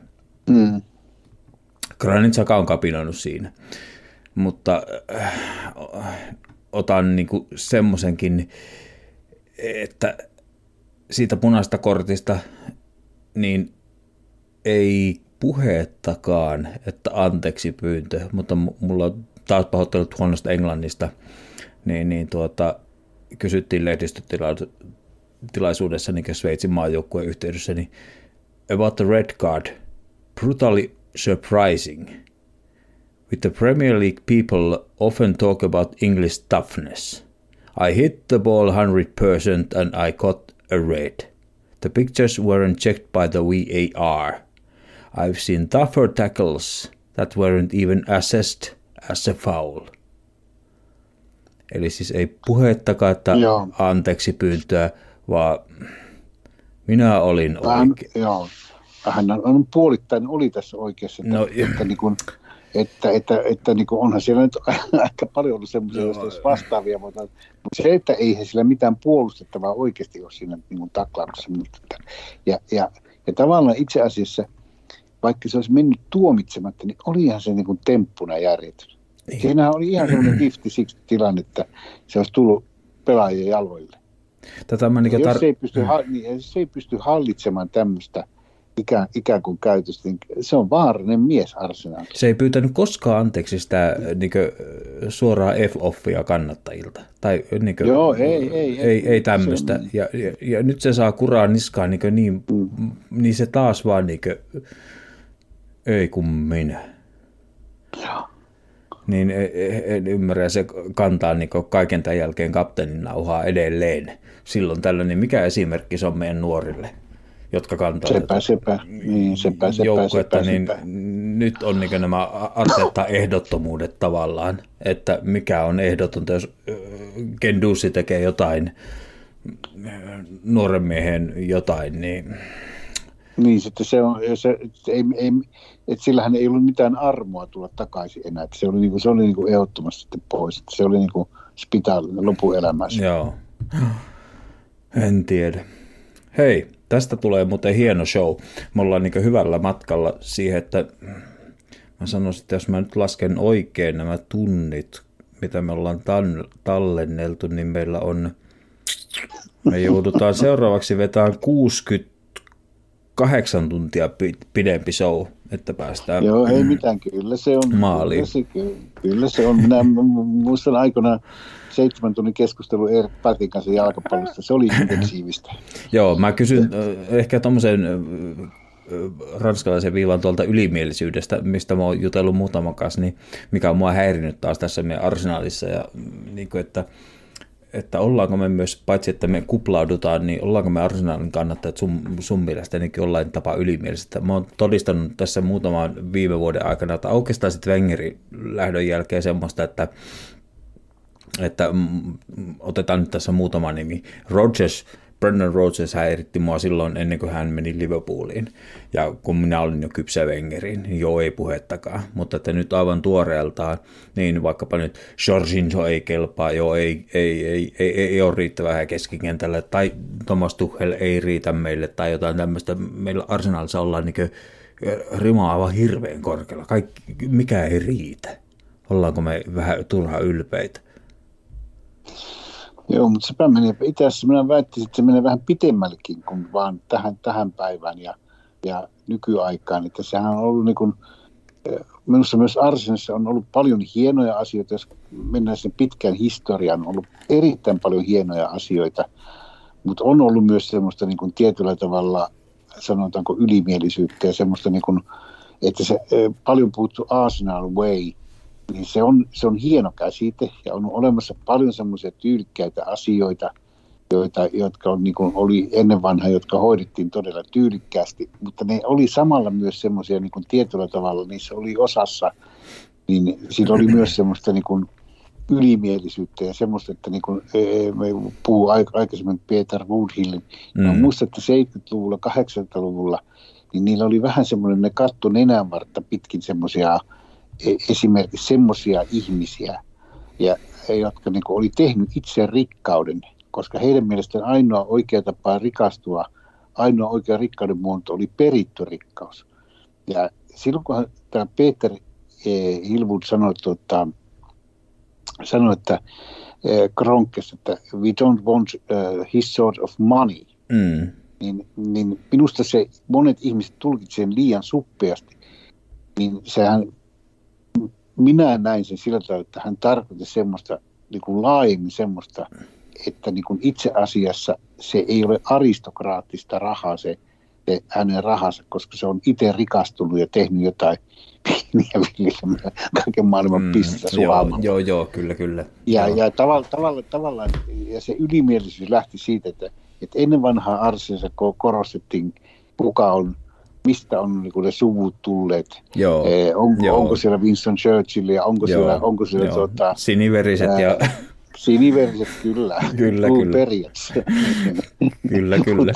Granit Xhaka on kapinoinut siinä. Mutta otan niinku semmoisenkin, että siitä punaista kortista niin ei puhettakaan, että anteeksi pyyntö, mutta mulla on taas pahoittelut huonosta englannista, niin kysyttiin lehdistötilaisuudessa niin Sveitsin maajoukkueen yhteydessä, niin about the red card, brutally surprising. With the Premier League, people often talk about English toughness. I hit the ball 100% and I got a red. The pictures weren't checked by the VAR. I've seen tougher tackles that weren't even assessed as a foul. Eli siis ei puhettakaan, että anteeksi pyyntöä, vaan minä olin oikein. Joo, hän on puolittain oli tässä oikeassa, että niin kuin onhan siellä nyt aika paljon ollut semmoisia vastaavia, mutta se, että eihän sillä mitään puolustettavaa oikeasti ole siinä niin kuin taklauksessa. Ja tavallaan itse asiassa vaikka se olisi mennyt tuomitsematta, niin olihan se niin kuin temppuna järjetön. Niin. Siinähän oli ihan semmoinen 50-60 tilanne, että se olisi tullut pelaajien jaloille. Jos ei pysty hallitsemaan tämmöistä ikään kuin käytöstä, niin se on vaarallinen mies Arsenalissa. Se ei pyytänyt koskaan anteeksi sitä suoraa F-offia kannattajilta. Tai, Joo, ei tämmöistä. Ja nyt se saa kuraa niskaan niin se taas vaan ei kun minä. Joo. Niin en ymmärrä, se kantaa kaiken tämän jälkeen kapteenin nauhaa edelleen. Silloin tällainen, mikä esimerkki se on meidän nuorille, jotka kantaa sepä. joukkuetta, niin nyt on nämä Arteta-ehdottomuudet tavallaan, että mikä on ehdotonta, jos Guendouzi tekee jotain, nuoren miehen jotain, niin... Niin, sitten että sillähän ei ollut mitään armoa tulla takaisin enää, että se oli ehdottomasti sitten pois, että se oli niin kuin spitaalinen lopuelämässä. Joo, en tiedä. Hei, tästä tulee muuten hieno show. Me ollaan hyvällä matkalla siihen, että mä sanoisin, että jos mä nyt lasken oikein nämä tunnit, mitä me ollaan tallenneltu, niin meillä on, me joudutaan seuraavaksi vetämään 68 tuntia pidempi show, että päästään Joo, ei mitään, kyllä se on maaliin. Kyllä se on. Minä muistan aikoinaan 7 tunnin keskustelu Erik Pätin kanssa jalkapallosta. Se oli intensiivistä. Joo, mä kysyn ehkä tommosen ranskalaisen viivan tuolta ylimielisyydestä, mistä mä oon jutellut muutaman kanssa, niin mikä on mua häirinyt taas tässä meidän Arsenalissa, ja että ollaanko me myös, paitsi että me kuplaudutaan, niin ollaanko me Arsenalin kannattajat sun mielestä ennenkin jollain tapaa ylimielistä. Mä oon todistanut tässä muutaman viime vuoden aikana, että oikeastaan sitten Wengerin lähdön jälkeen semmoista, että otetaan nyt tässä muutama nimi. Brendan Rodgers häiritti mua silloin ennen kuin hän meni Liverpooliin. Ja kun minä olin jo kypsä Wengeriin, niin joo, ei puhettakaan. Mutta että nyt aivan tuoreeltaan, niin vaikkapa nyt Jorginho ei kelpaa, joo, ei ole riittävää keskikentällä, tai Thomas Tuchel ei riitä meille, tai jotain tämmöistä. Meillä Arsenalissa ollaan rima aivan hirveän korkealla. Mikä ei riitä? Ollaanko me vähän turha ylpeitä? Joo, mutta sepä meni. Itse asiassa minä väittäisin, että se menee vähän pitemmällekin kuin vaan tähän päivään ja nykyaikaan. Että sehän on ollut minusta myös Arsenalissa on ollut paljon hienoja asioita. Jos mennään sen pitkän historian, on ollut erittäin paljon hienoja asioita. Mutta on ollut myös semmoista tietyllä tavalla, sanotaanko ylimielisyyttä ja semmoista, että se paljon puhuttu Arsenal way, niin se on hieno käsite ja on olemassa paljon semmoisia tyylikkäitä asioita, jotka oli ennen vanhaa, jotka hoidettiin todella tyylikkäästi, mutta ne oli samalla myös semmoisia tietyllä tavalla, niissä oli osassa, niin siinä oli myös semmoista ylimielisyyttä ja semmoista, että me puhuu aikaisemmin Peter Woodhillin, muistan, että 70-luvulla, 80-luvulla, niin niillä oli vähän semmoinen, ne katto nenänvartta pitkin semmoisia, esimerkiksi semmoisia ihmisiä, jotka oli tehnyt itse rikkauden, koska heidän mielestään ainoa oikea tapa rikastua, ainoa oikea rikkauden muoto oli peritty rikkaus. Ja silloin kun tämä Peter Hillwood sanoi että Kronkes, että we don't want his sort of money, niin minusta se monet ihmiset tulkitsevat liian suppeasti, niin sehän minä näin sen sillä tavalla, että hän tarkoitti semmoista laajemmin semmoista, että itse asiassa se ei ole aristokraattista rahaa se hänen rahansa, koska se on itse rikastunut ja tehnyt jotain pieniä viljellä kaiken maailman pistä suhaamalla. Joo, kyllä. Ja tavallaan ja se ylimielisyys lähti siitä, että ennen vanhaa Arsenalissa korostettiin, kuka on, mistä on ne suvut tulleet. Onko siellä Winston Churchill ja onko siellä siniveriset ja siniveriset, kyllä. Kyllä. Kyllä.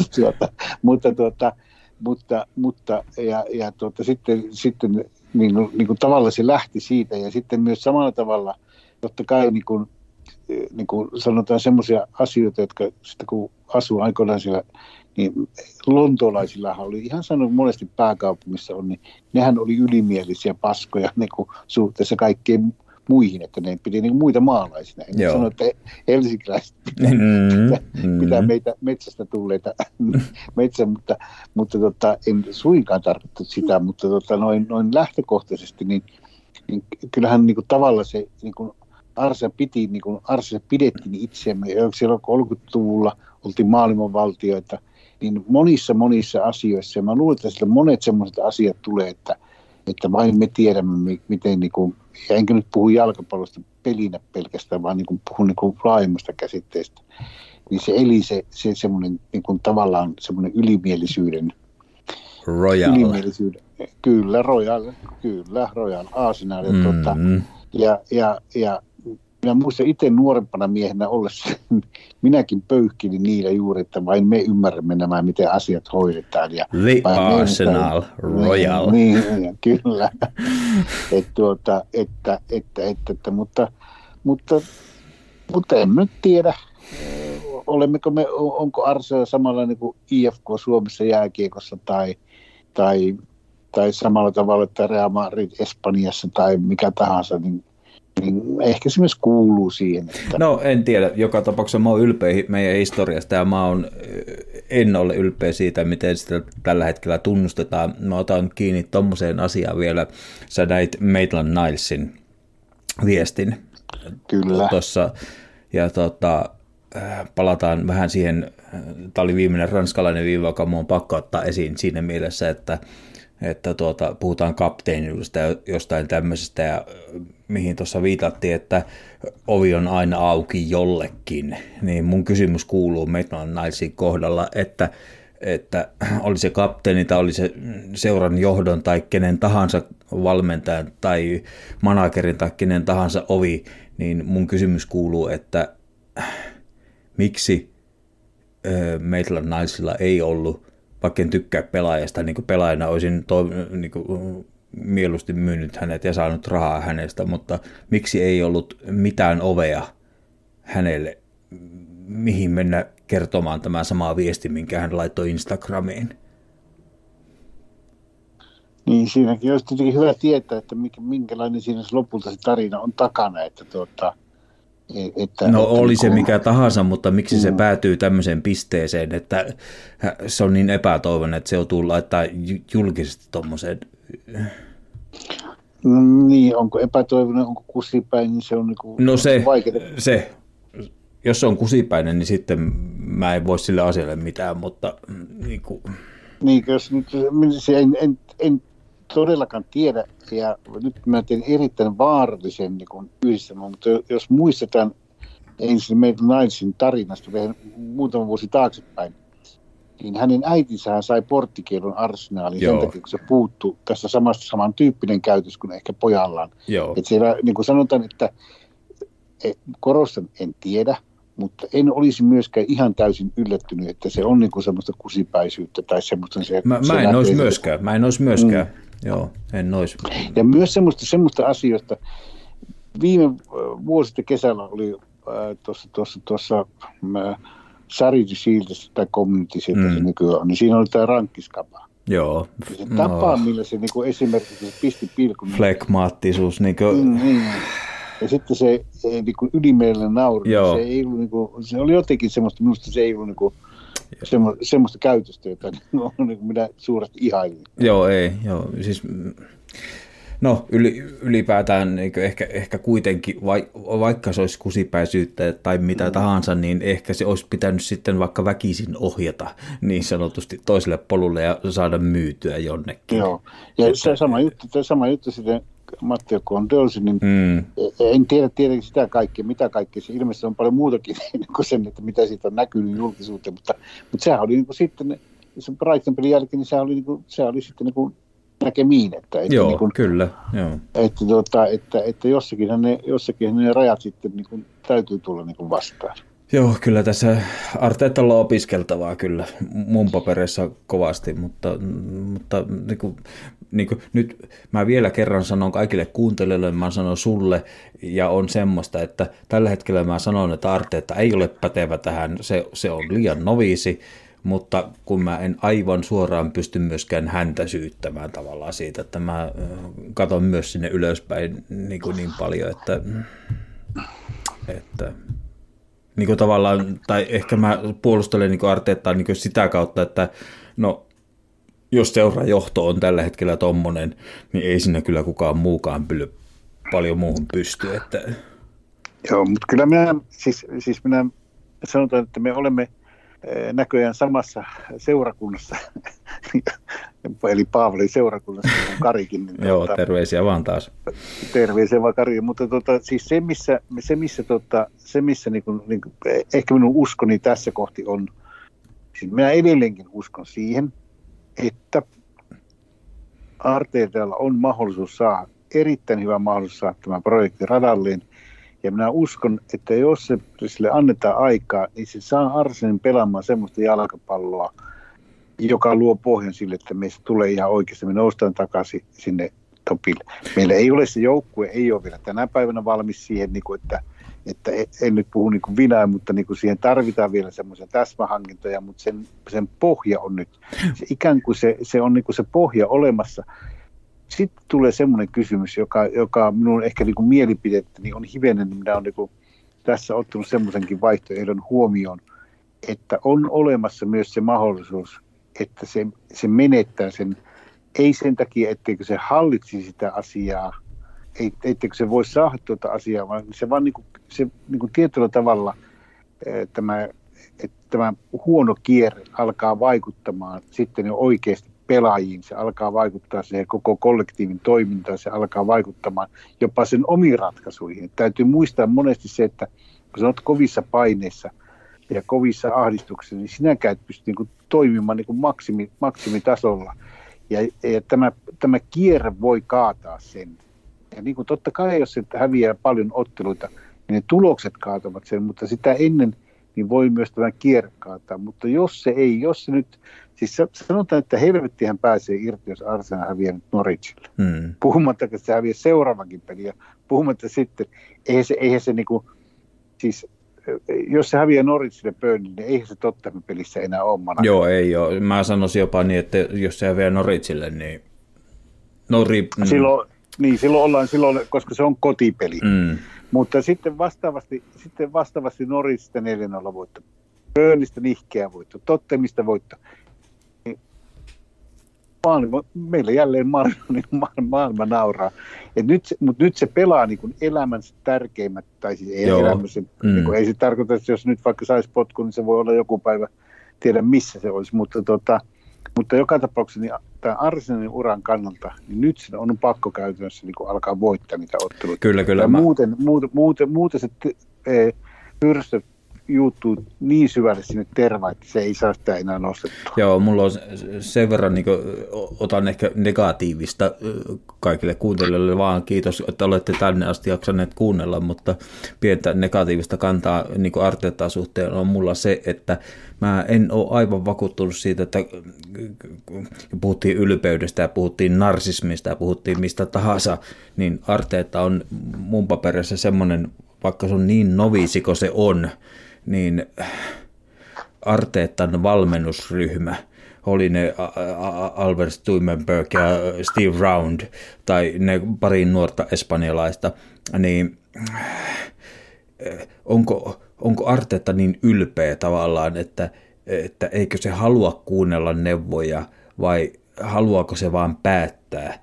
Mutta sitten tavallaan se lähti siitä ja sitten myös samalla tavalla totta kai niin kuin sanotaan semmoisia asioita, jotka sitten kun asuu aikoinaan siellä, niin lontoolaisillahan oli ihan sanonut monesti pääkaupungissa on, niin nehän oli ylimielisiä paskoja niin kuin suhteessa kaikkeen muihin, että ne piti niin muita maalaisina. En sano, että helsinkiläiset pitää meitä metsästä tulleita metsä, mutta en suinkaan tarkoittanut sitä, mutta noin lähtökohtaisesti, niin kyllähän niin kuin tavallaan se niin kuin Arsa pidettiin itseämme, siellä 30-luvulla oltiin maailmanvaltioita, niin monissa asioissa, ja mä luulen, että sillä monet sellaiset asiat tulee, että vain me tiedämme, miten, niin kuin, ja enkä nyt puhu jalkapallosta pelinä pelkästään, vaan niin kuin, puhun niin kuin laajemmasta käsitteestä, niin se eli se semmoinen niin kuin tavallaan semmoinen ylimielisyyden. Royal. Kyllä, Royal, Arsenal. Ja minä muistan itse nuorempana miehenä ollessa, minäkin pöyhkinin niillä juuri, että vain me ymmärrämme nämä, miten asiat hoidetaan. Ja The Arsenal Royal. Niin, kyllä. Mutta en nyt tiedä, onko Arsenal samanlainen kuin IFK Suomessa jääkiekossa tai samalla tavalla, että Real Madrid Espanjassa tai mikä tahansa, niin ehkä se myös kuuluu siihen. Että... No en tiedä. Joka tapauksessa mä oon ylpeä meidän historiasta ja en ole ylpeä siitä, miten sitä tällä hetkellä tunnustetaan. Mä otan kiinni tommoseen asiaan vielä. Sä näit Maitland Nilesin viestin. Kyllä. Tossa, ja palataan vähän siihen, tämä oli viimeinen ranskalainen viiva, joka mun on pakko ottaa esiin siinä mielessä, että puhutaan kapteeniudesta ja jostain tämmöisestä, ja mihin tuossa viitattiin, että ovi on aina auki jollekin, niin mun kysymys kuuluu Maitland Nilesin kohdalla, että oli se kapteeni tai oli se seuran johdon tai kenen tahansa valmentajan tai managerin tai kenen tahansa ovi, niin mun kysymys kuuluu, että miksi Maitland Nilesilla ei ollut, vaikka en tykkää pelaajasta, niin kuin pelaajana olisin mieluusti myynyt hänet ja saanut rahaa hänestä, mutta miksi ei ollut mitään ovea hänelle, mihin mennä kertomaan tämä sama viesti, minkä hän laittoi Instagramiin? Niin, siinäkin olisi tietenkin hyvä tietää, että minkälainen siinä lopulta se tarina on takana, oli se mikä tahansa, mutta miksi se päätyy tämmöiseen pisteeseen, että se on niin epätoivoinen, että se joutuu laittaa julkisesti tommoseen. Niin, onko epätoivoinen, onko kusipäin, niin se on vaikeaa. Jos se on kusipäinen, niin sitten mä en voi sille asialle mitään, mutta jos nyt en todellakaan tiedä, ja nyt mä teen erittäin vaarallisen yhdistelmän, mutta jos muistetaan ensin meidän Nilesin tarinasta muutama vuosi taaksepäin, niin hänen äitinsä sai porttikielon Arsenaaliin sen takia, kun se puuttui tässä samantyyppinen käytös kuin ehkä pojallaan. Että siellä, niin kuin sanotaan, että korostan, en tiedä, mutta en olisi myöskään ihan täysin yllättynyt, että se on semmoista kusipäisyyttä tai semmoista. Mä en olisi myöskään. Joo, en olisi. Ja myös semmoista asioista. Viime vuosista kesällä oli tuossa Charity Shieldissä tai Community sieltä se nykyään on, niin siinä oli tämä rankkiskapa. Joo. Ja se tapa, millä se esimerkiksi se pisti pilkun. Flegmaattisuus. Ja sitten se ylimielinen nauru, se ei ollut, se oli jotenkin semmoista, minusta se ei ollut semmoista käytöstä, jota minä suuresti ihailin. Siis ylipäätään ehkä kuitenkin, vaikka se olisi kusipäisyyttä tai mitä tahansa, niin ehkä se olisi pitänyt sitten vaikka väkisin ohjata niin sanotusti toiselle polulle ja saada myytyä jonnekin. Joo, ja sama juttu sitten Matteo Condolsi, niin en tiedä tietenkin sitä kaikkea, mitä kaikkea. Se ilmeisesti on paljon muutakin kuin sen, että mitä siitä on näkynyt julkisuuteen, mutta sehän oli sitten, se Brighton-pelin jälkeen, niin se oli sitten näkemiin. Joo, kyllä. Joo. Että jossakin ne rajat sitten täytyy tulla vastaan. Joo, kyllä tässä Artetalla on opiskeltavaa kyllä mun papereissa kovasti, mutta niin kuin, nyt mä vielä kerran sanon kaikille kuuntelijoille, mä sanon sulle, ja on semmoista, että tällä hetkellä mä sanon, että Arteetta ei ole pätevä tähän, se on liian noviisi, mutta kun mä en aivan suoraan pysty myöskään häntä syyttämään tavallaan siitä, että mä katson myös sinne ylöspäin niin paljon, että niin kuin tavallaan, tai ehkä mä puolustelen niin Arteettaa niin sitä kautta, että no, jos seurajohto on tällä hetkellä tommonen, niin ei sinne kyllä kukaan muukaan paljon muuhun pysty. Että... Joo, mutta kyllä minä sanotaan, että me olemme näköjään samassa seurakunnassa, eli Paavalin seurakunnassa, on Karikin. Niin joo, terveisiä vaan taas. Terveisiä vaan Kari, mutta siis se missä ehkä minun uskoni tässä kohti on, siis minä edelleenkin uskon siihen, että Arteetalla on erittäin hyvä mahdollisuus saada tämä projekti radalleen. Ja minä uskon, että jos se sille annetaan aikaa, niin se saa Arsenin pelaamaan semmoista jalkapalloa, joka luo pohjan sille, että meistä tulee ihan oikeasti, me noustaan takaisin sinne topille. Meillä ei ole se joukkue, ei ole vielä tänä päivänä valmis siihen, että en nyt puhu vinää, mutta siihen tarvitaan vielä semmoisia täsmähankintoja, mutta sen pohja on nyt. Se ikään kuin se on se pohja olemassa. Sitten tulee semmoinen kysymys, joka minun ehkä mielipidettä niin on hivenen, niin minä olen tässä ottanut semmoisenkin vaihtoehdon huomioon, että on olemassa myös se mahdollisuus, että se menettää sen, ei sen takia, etteikö se hallitsisi sitä asiaa, etteikö se voi saada tuota asiaa, vaan se vaan se tietyllä tavalla tämä huono kierre alkaa vaikuttamaan sitten jo oikeasti pelaajiin, se alkaa vaikuttaa siihen koko kollektiivin toimintaan, se alkaa vaikuttamaan jopa sen omiin ratkaisuihin. Täytyy muistaa monesti se, että kun sä oot kovissa paineissa ja kovissa ahdistuksissa, niin sinäkään et pysty toimimaan maksimitasolla. Ja tämä kierre voi kaataa sen. Ja totta kai, jos se häviää paljon otteluita, niin ne tulokset kaatavat sen, mutta sitä ennen niin voi myös tämä kierre kaataa. Mutta jos se nyt, siis sanotaan, että helvettihän pääsee irti, jos Arsenal häviää nyt Norwichille. Puhumattakaan, että se häviää seuraavankin peliä. Puhumatta sitten, eihän se siis jos se häviää Norwichille Burnleylle, niin eihän se Tottenham-pelissä enää ole mana. Joo, ei ole. Mä sanoisin jopa niin, että jos se häviää Norwichille, niin silloin, koska se on kotipeli. Mutta sitten vastaavasti Norwichista 4-0 voitto, Burnleystä nihkeä voitto, Tottenhamista voitto. Meillä jälleen maailma nauraa. Mutta nyt se pelaa elämänsä tärkeimmät, tai siis ei elämänsä, ei se tarkoita, että jos nyt vaikka saisi potkun, niin se voi olla joku päivä, tiedä missä se olisi, mutta joka tapauksessa niin tämän Arsenalin uran kannalta, niin nyt se on pakko käytännössä alkaa voittaa niitä otteluita. Kyllä. Muuten se pyrstö juuttuu niin syvälle sinne tervaan, että se ei saa sitä enää nostettua. Joo, mulla on sen verran, otan ehkä negatiivista kaikille kuuntelijoille, vaan kiitos, että olette tänne asti jaksaneet kuunnella, mutta pientä negatiivista kantaa Arteettaa suhteen on mulla se, että mä en ole aivan vakuuttunut siitä, että puhuttiin ylpeydestä ja puhuttiin narsismista ja puhuttiin mistä tahansa, niin Arteetta on mun paperissa semmoinen, vaikka se on niin noviisi kuin se on, niin Arteetan valmennusryhmä, oli ne Albert Stuimenberg ja Steve Round tai ne pari nuorta espanjalaista, niin onko Arteetta niin ylpeä tavallaan, että eikö se halua kuunnella neuvoja vai haluaako se vaan päättää?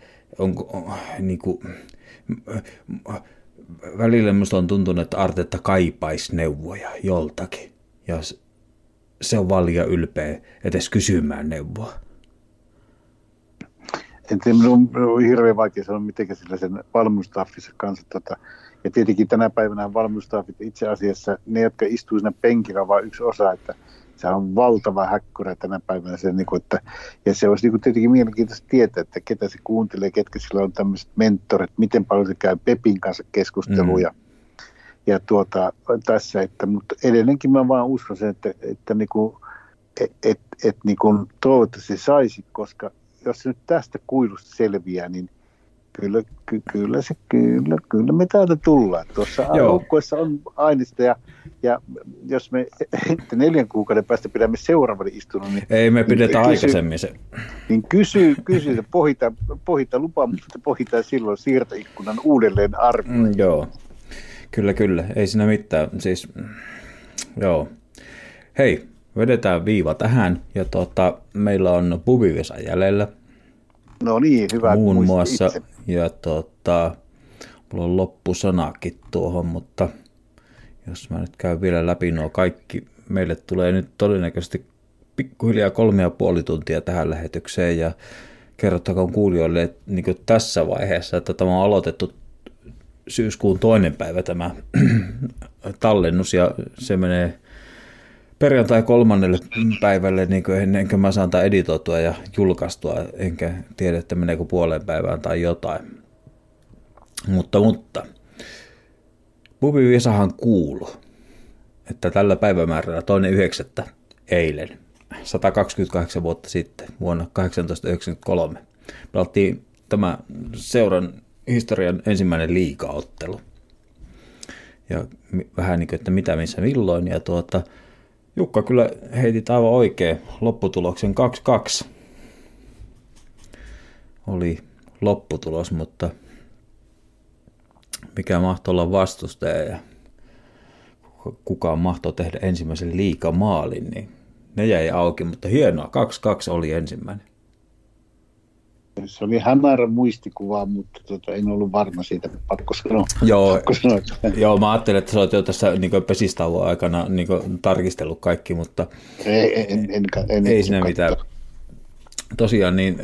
Välillä minusta on tuntunut, että Arteetta kaipaisi neuvoja joltakin, ja se on vaan liian ylpeä edes kysymään neuvoa. Minun on hirveän vaikea sanoa, miten sillä sen valmennustaffinsa kanssa. Ja tietenkin tänä päivänä valmennustaffit itse asiassa, ne jotka istuu siinä penkillä, on vain yksi osa, että se on valtava häkkyrä tänä päivänä. Ja se olisi tietenkin mielenkiintoista tietää, että ketä se kuuntelee, ketkä sillä on tämmöiset mentorit, miten paljon se käy Pepin kanssa keskusteluja. Ja tässä, mutta edelleenkin mä vaan uskon sen, että toivottavasti se saisi, koska jos se nyt tästä kuilusta selviää, niin kyllä me täältä tullaan. Tuossa joukkueessa on ainesta ja jos me 4 kuukauden päästä pidämme seuraavan istunnon, niin ei me pidetä aikaisemmin se. Niin kysy pohita lupaa, mutta pohitaan silloin siirtoikkunan uudelleen arvioon. Joo, kyllä, ei siinä mitään. Siis, joo. Hei, vedetään viiva tähän ja meillä on Pubivesa jäljellä. No niin, hyvä. Muun muassa, itse. Ja mulla on loppusanakin tuohon, mutta jos mä nyt käyn vielä läpi nuo kaikki, meille tulee nyt todennäköisesti pikkuhiljaa 3,5 tuntia tähän lähetykseen, ja kerrottakoon kuulijoille, että niin kuin tässä vaiheessa, että tämä on aloitettu syyskuun 2. päivä tämä tallennus, ja se menee perjantai 3. päivälle niin kuin ennen kuin mä saan tämän editoitua ja julkaistua, enkä tiedä, että meneekö puoleen päivään tai jotain. Mutta Pubivesahan kuului, että tällä päivämäärällä 2.9. eilen, 128 vuotta sitten, vuonna 1893, pelattiin tämä seuran historian ensimmäinen liigaottelu. Ja vähän niin kuin, että mitä, missä, milloin, ja Jukka kyllä heitit aivan oikein lopputuloksen 2-2. Oli lopputulos, mutta mikä mahtoi olla vastustaja ja kukaan mahtoi tehdä ensimmäisen liigamaalin, niin ne jäi auki, mutta hienoa, 2-2 oli ensimmäinen. Se oli hämärä muistikuva, mutta en ollut varma siitä, pakko sanoa. Joo, mä ajattelin, että sä oot jo tässä niin pesistauon aikana niin tarkistellut kaikki, mutta ei siinä mitään. Tosiaan niin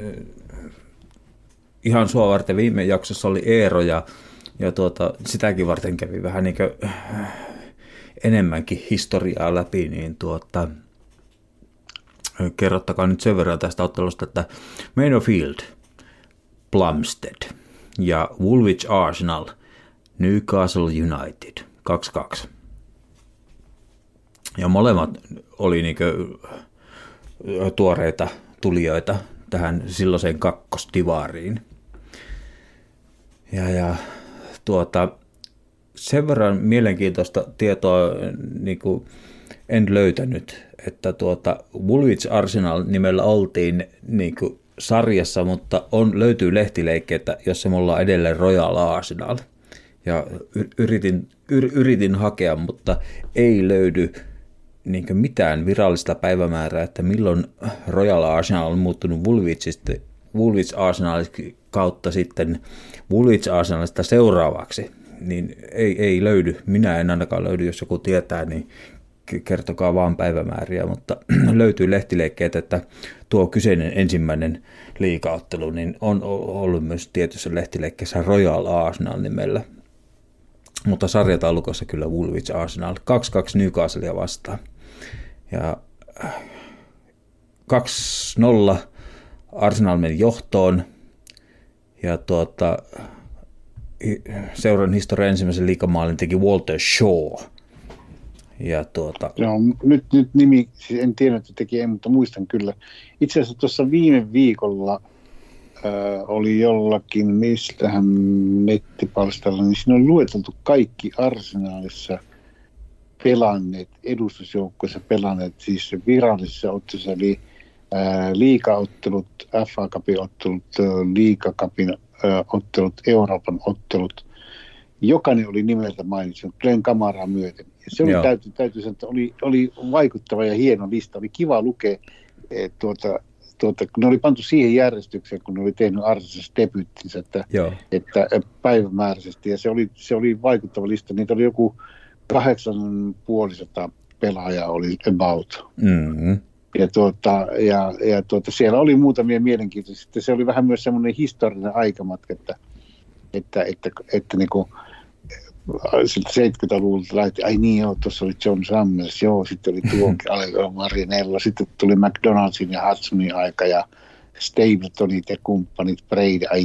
ihan sua varten viime jaksossa oli Eero ja sitäkin varten kävi vähän niin enemmänkin historiaa läpi, niin kerrottakaa nyt sen verran tästä ottelusta, että Mayfield, Plumstead ja Woolwich Arsenal, Newcastle United 2-2. Ja molemmat oli niinkö tuoreita tulijoita tähän silloiseen kakkosdivaariin. Ja sen verran mielenkiintoista tietoa niinku en löytänyt, että Woolwich Arsenal nimellä oltiin niinku sarjassa, mutta löytyy lehtileikkeitä, jossa me ollaan edelleen Royal Arsenal. Ja yritin hakea, mutta ei löydy niinku mitään virallista päivämäärää, että milloin Royal Arsenal on muuttunut Woolwich Arsenalista kautta sitten Woolwich Arsenalista seuraavaksi. Niin ei löydy, minä en ainakaan löydy, jos joku tietää, niin kertokaa vaan päivämääriä, mutta löytyy lehtileikkeet, että tuo kyseinen ensimmäinen liigaottelu niin on ollut myös tietyssä lehtileikkeessä Royal Arsenal nimellä, mutta sarjataulukossa kyllä Woolwich Arsenal 2-2 Newcastlea vastaan. Ja 2-0 Arsenal meni johtoon, ja seuran historian ensimmäisen liigamaalin teki Walter Shaw. Ja Joo, nyt nimi, siis en tiedä, että teki, mutta muistan kyllä. Itse asiassa tuossa viime viikolla oli jollakin, mistähän nettipalstalla, niin siinä on lueteltu kaikki Arsenalissa pelanneet, edustusjoukkoissa pelanneet, siis virallisissa ottelussa, eli liigaottelut, FA Cupin ottelut, Liiga Cupin ottelut, Euroopan ottelut. Jokainen oli nimeltä mainittu, Glenn Kamaraa myöten. Ja se oli, täytyy sanoa, että oli vaikuttava ja hieno lista. Oli kiva lukea, kun ne oli pantu siihen järjestykseen, kun ne oli tehnyt Arsenalissa debyyttinsä, että päivämääräisesti. Ja se oli vaikuttava lista. Niitä oli joku 850 pelaajaa oli about. Mm-hmm. Ja siellä oli muutamia mielenkiintoisia. Sitten se oli vähän myös semmoinen historiallinen aikamatka, että niinku sitten 70-luvulta lähti, ai niin joo, tuossa oli John Summers, joo, sitten oli tuonkin Alejandro Marinello, sitten tuli McDonaldsin ja Hudsonin aika ja Stapletonit ja kumppanit, Brady, ai.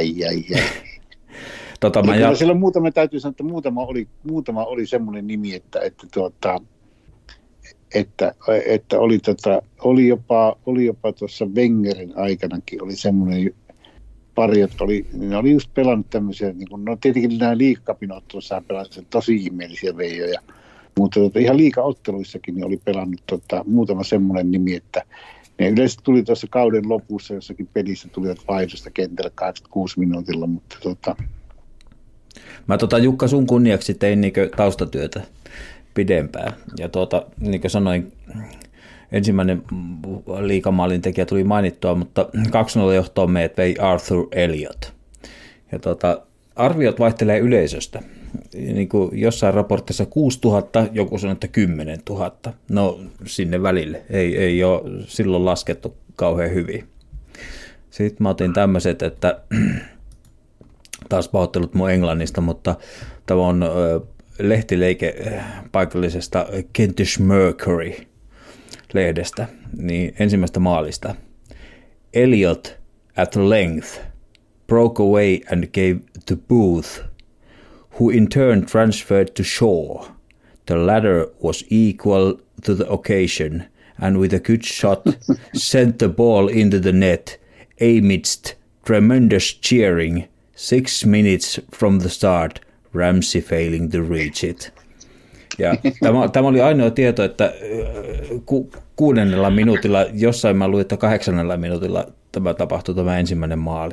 Siellä muutama, täytyy sanoa, että muutama oli semmoinen nimi, että että oli jopa tuossa Wengerin aikanakin oli semmoinen pari, jotka ne oli just pelannut tämmöisiä, niin kuin, no tietenkin nämä liigakapinottelussa pelasivat tosi ihmeellisiä veijoja, mutta ihan liigaotteluissakin niin oli pelannut muutama semmoinen nimi, että ne yleensä tuli tuossa kauden lopussa jossakin pelissä, tulivat vaihdosta kentällä 86 minuutilla, mutta Mä Jukka sun kunniaksi tein taustatyötä pidempään ja niin kuin sanoin, ensimmäinen liigamaalintekijä tuli mainittua, mutta 2-0 johtoon meidät vei Arthur Elliott. Ja arviot vaihtelee yleisöstä. Niin kuin jossain raportissa 6 000, joku sanoi, että 10 000. No sinne välille. Ei ole silloin laskettu kauhean hyvin. Sitten mä otin tämmöiset, että taas pahoittelut mun englannista, mutta tämä on lehtileike paikallisesta Kentish Mercury-lehdestä, niin ensimmäistä maalista. Elliott at length broke away and gave to Booth, who in turn transferred to Shaw. The latter was equal to the occasion and with a good shot sent the ball into the net amidst tremendous cheering 6 minutes from the start, Ramsey failing to reach it. Ja tämä oli ainoa tieto, että 6. minuutilla, jossain mä luin, että 8. minuutilla tämä tapahtui tämä ensimmäinen maali.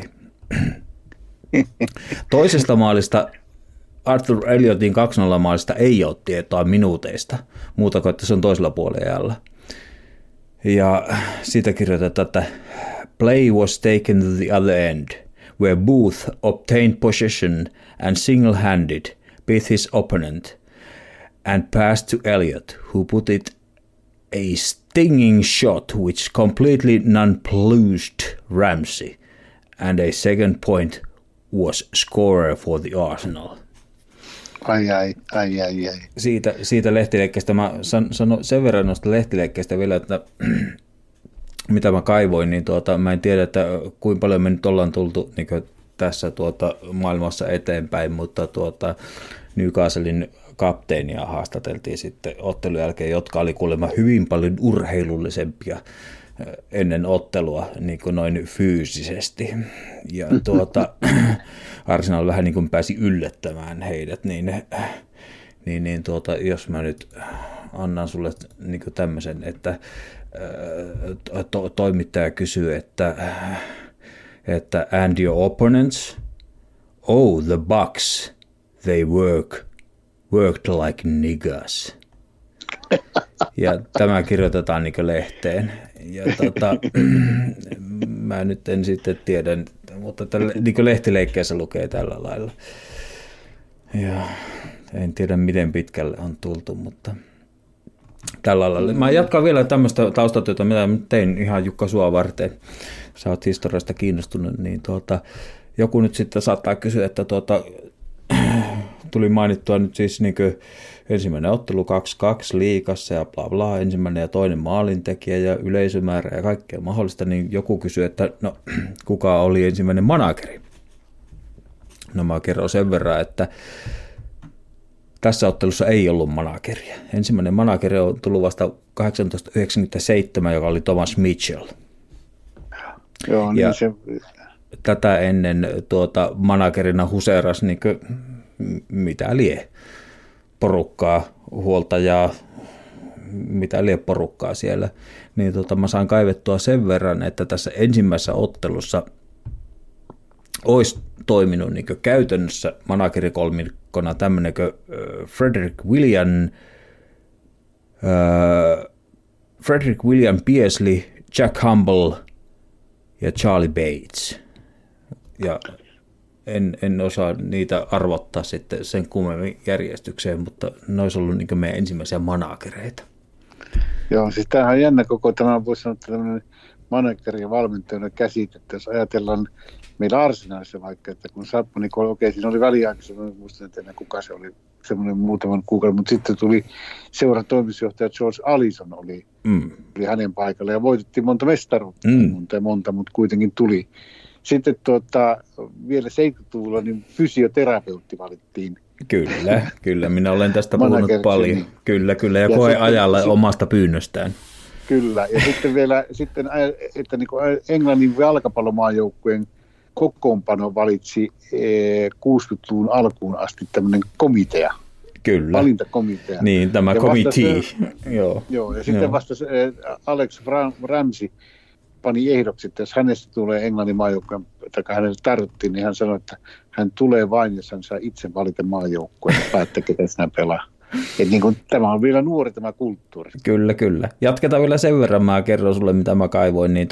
Toisesta maalista, Arthur Elliotin 2-0 maalista ei ole tietoa minuuteista, muuta kuin että se on toisella puolella. Ja siitä kirjoitetaan, että play was taken to the other end, where Booth obtained possession and single-handed beat his opponent and passed to Elliott, who put it a stinging shot which completely nonplussed Ramsey, and a second point was scorer for the Arsenal. Ai. Siitä lehtileikkeestä mä sanon sen verran noista lehtileikkeistä vielä, että mitä mä kaivoin, niin mä en tiedä, että kuinka paljon me nyt ollaan tultu niin tässä maailmassa eteenpäin, mutta Newcastlein kapteenia haastateltiin sitten ottelun jälkeen, jotka oli kuulemma hyvin paljon urheilullisempia ennen ottelua niin kuin noin fyysisesti. Ja Arsenal vähän niin kuin pääsi yllättämään heidät, niin jos mä nyt annan sulle niin kuin tämmöisen, että toimittaja kysyy, että and your opponents? Oh, the Bucks, they worked like niggas. Ja tämä kirjoitetaan niin kuin lehteen. Ja mä nyt en sitten tiedä, mutta niin kuin lehtileikkeessä lukee tällä lailla. Ja en tiedä, miten pitkälle on tultu, mutta tällä lailla. Mä jatkan vielä tämmöistä taustatyötä, mitä tein ihan Jukka sua varten. Sä oot historiasta kiinnostunut, niin joku nyt sitten saattaa kysyä, että tuli mainittua nyt siis niin kuin ensimmäinen ottelu 2-2 liigassa ja bla bla, ensimmäinen ja toinen maalintekijä ja yleisömäärä ja kaikkea mahdollista, niin joku kysyy, että no kuka oli ensimmäinen manageri? No mä kerron sen verran, että tässä ottelussa ei ollut manageria. Ensimmäinen manageri on tullut vasta 1897, joka oli Thomas Mitchell. Joo, niin ja se... tätä ennen managerina huseerasi niin mitä lie porukkaa, huoltajaa, mitä lie porukkaa siellä. Niin mä sain kaivettua sen verran, että tässä ensimmäisessä ottelussa olisi toiminut niin käytännössä managerikolmikkona tämmöinen Frederick William Beasley, Jack Humble ja Charlie Bates. Ja en osaa niitä arvottaa sitten sen kummemmin järjestykseen, mutta ne olisi ollut niin meidän ensimmäisiä managereita. Joo, siis tämähän on jännä koko tämä, voisi sanoa, tämmöinen manageri ja valmentajana käsite, että jos ajatellaan meillä Arsenalissa vaikka, että kun Sapponi, okei, siinä oli väliaikaisesti, muistan, että enää kuka se oli, semmoinen muutaman kuukauden, mutta sitten tuli seuran toimitusjohtaja George Allison oli hänen paikalle ja voitettiin monta mestaruutta, monta, mutta kuitenkin tuli. Sitten vielä 70-luvulla niin fysioterapeutti valittiin Kyllä. Minä olen tästä puhunut paljon. Kyllä. Ja koeajalla omasta pyynnöstään. Kyllä. Ja sitten vielä, että niin kuin Englannin jalkapallomaajoukkueen kokoonpano valitsi 60-luvun alkuun asti tämmöinen komitea. Kyllä. Valintakomitea. Niin, tämä committee. Joo, ja sitten vasta Alex Ramsey pani ehdoksi, että jos hänestä tulee Englannin maajoukkueen, tai hänelle tarvittiin, niin hän sanoi, että hän tulee vain, jos hän saa itse valita maajoukkueen ja päättää, ketä sinä pelaa. Että niin kuin, tämä on vielä nuori tämä kulttuuri. Kyllä. Jatketaan vielä sen verran, mä kerron sulle, mitä mä kaivoin, niin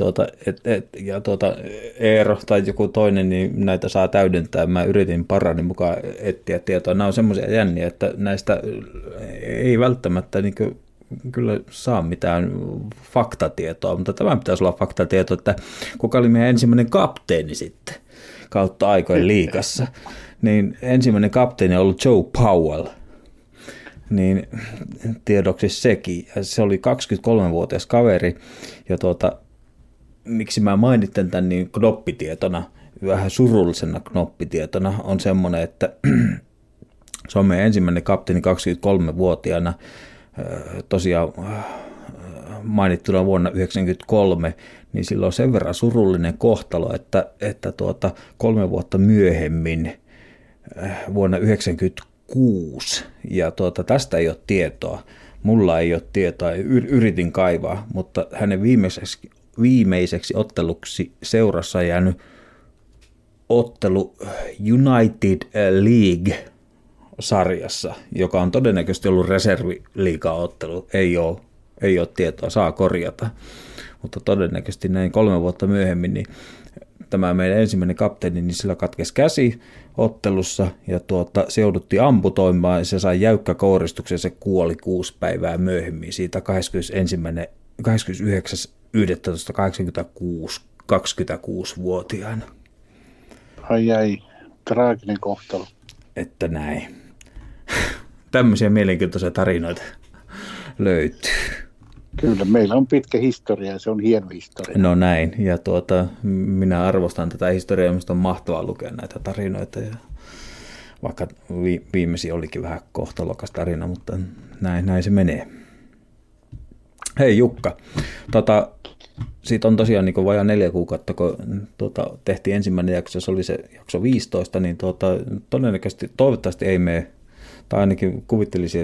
Eero tai joku toinen, niin näitä saa täydentää. Mä yritin parani mukaan etsiä tietoa. Nämä on semmoisia jänniä, että näistä ei välttämättä niin kuin, kyllä saa mitään faktatietoa, mutta tämä pitäisi olla faktatieto, että kuka oli meidän ensimmäinen kapteeni sitten kautta aikojen liigassa, niin ensimmäinen kapteeni on ollut Joe Powell. Niin tiedoksi sekin. Se oli 23-vuotias kaveri, ja miksi mä mainitsen tämän niin knoppitietona, vähän surullisena knoppitietona, on semmoinen, että se on meidän ensimmäinen kapteeni 23-vuotiaana, tosiaan mainittuna vuonna 1993, niin sillä on sen verran surullinen kohtalo, että 3 vuotta myöhemmin vuonna 1996, ja tästä ei ole tietoa, mulla ei ole tietoa, yritin kaivaa, mutta hänen viimeiseksi otteluksi seurassa on jäänyt ottelu United League-sarjassa, joka on todennäköisesti ollut reserviliiga-ottelu, ei ole tietoa, saa korjata, mutta todennäköisesti näin 3 vuotta myöhemmin, niin tämä meidän ensimmäinen kapteeni, niin sillä katkesi käsi ottelussa ja se jouduttiin amputoimaan ja se sai jäykkäkouristuksen ja se kuoli 6 päivää myöhemmin siitä 29.11.86-26-vuotiaana. Ai, traaginen kohtalo. Että näin. Tämmöisiä mielenkiintoisia tarinoita löytyy. Kyllä, meillä on pitkä historia ja se on hieno historia. No näin, ja minä arvostan tätä historiaa, minusta on mahtavaa lukea näitä tarinoita, ja vaikka viimeisin olikin vähän kohtalokas tarina, mutta näin se menee. Hei Jukka, siitä on tosiaan niin vajaa 4 kuukautta, kun tehtiin ensimmäinen jakso, se oli se jakso 15, niin todennäköisesti, toivottavasti ei mene, tai ainakin kuvittelisin,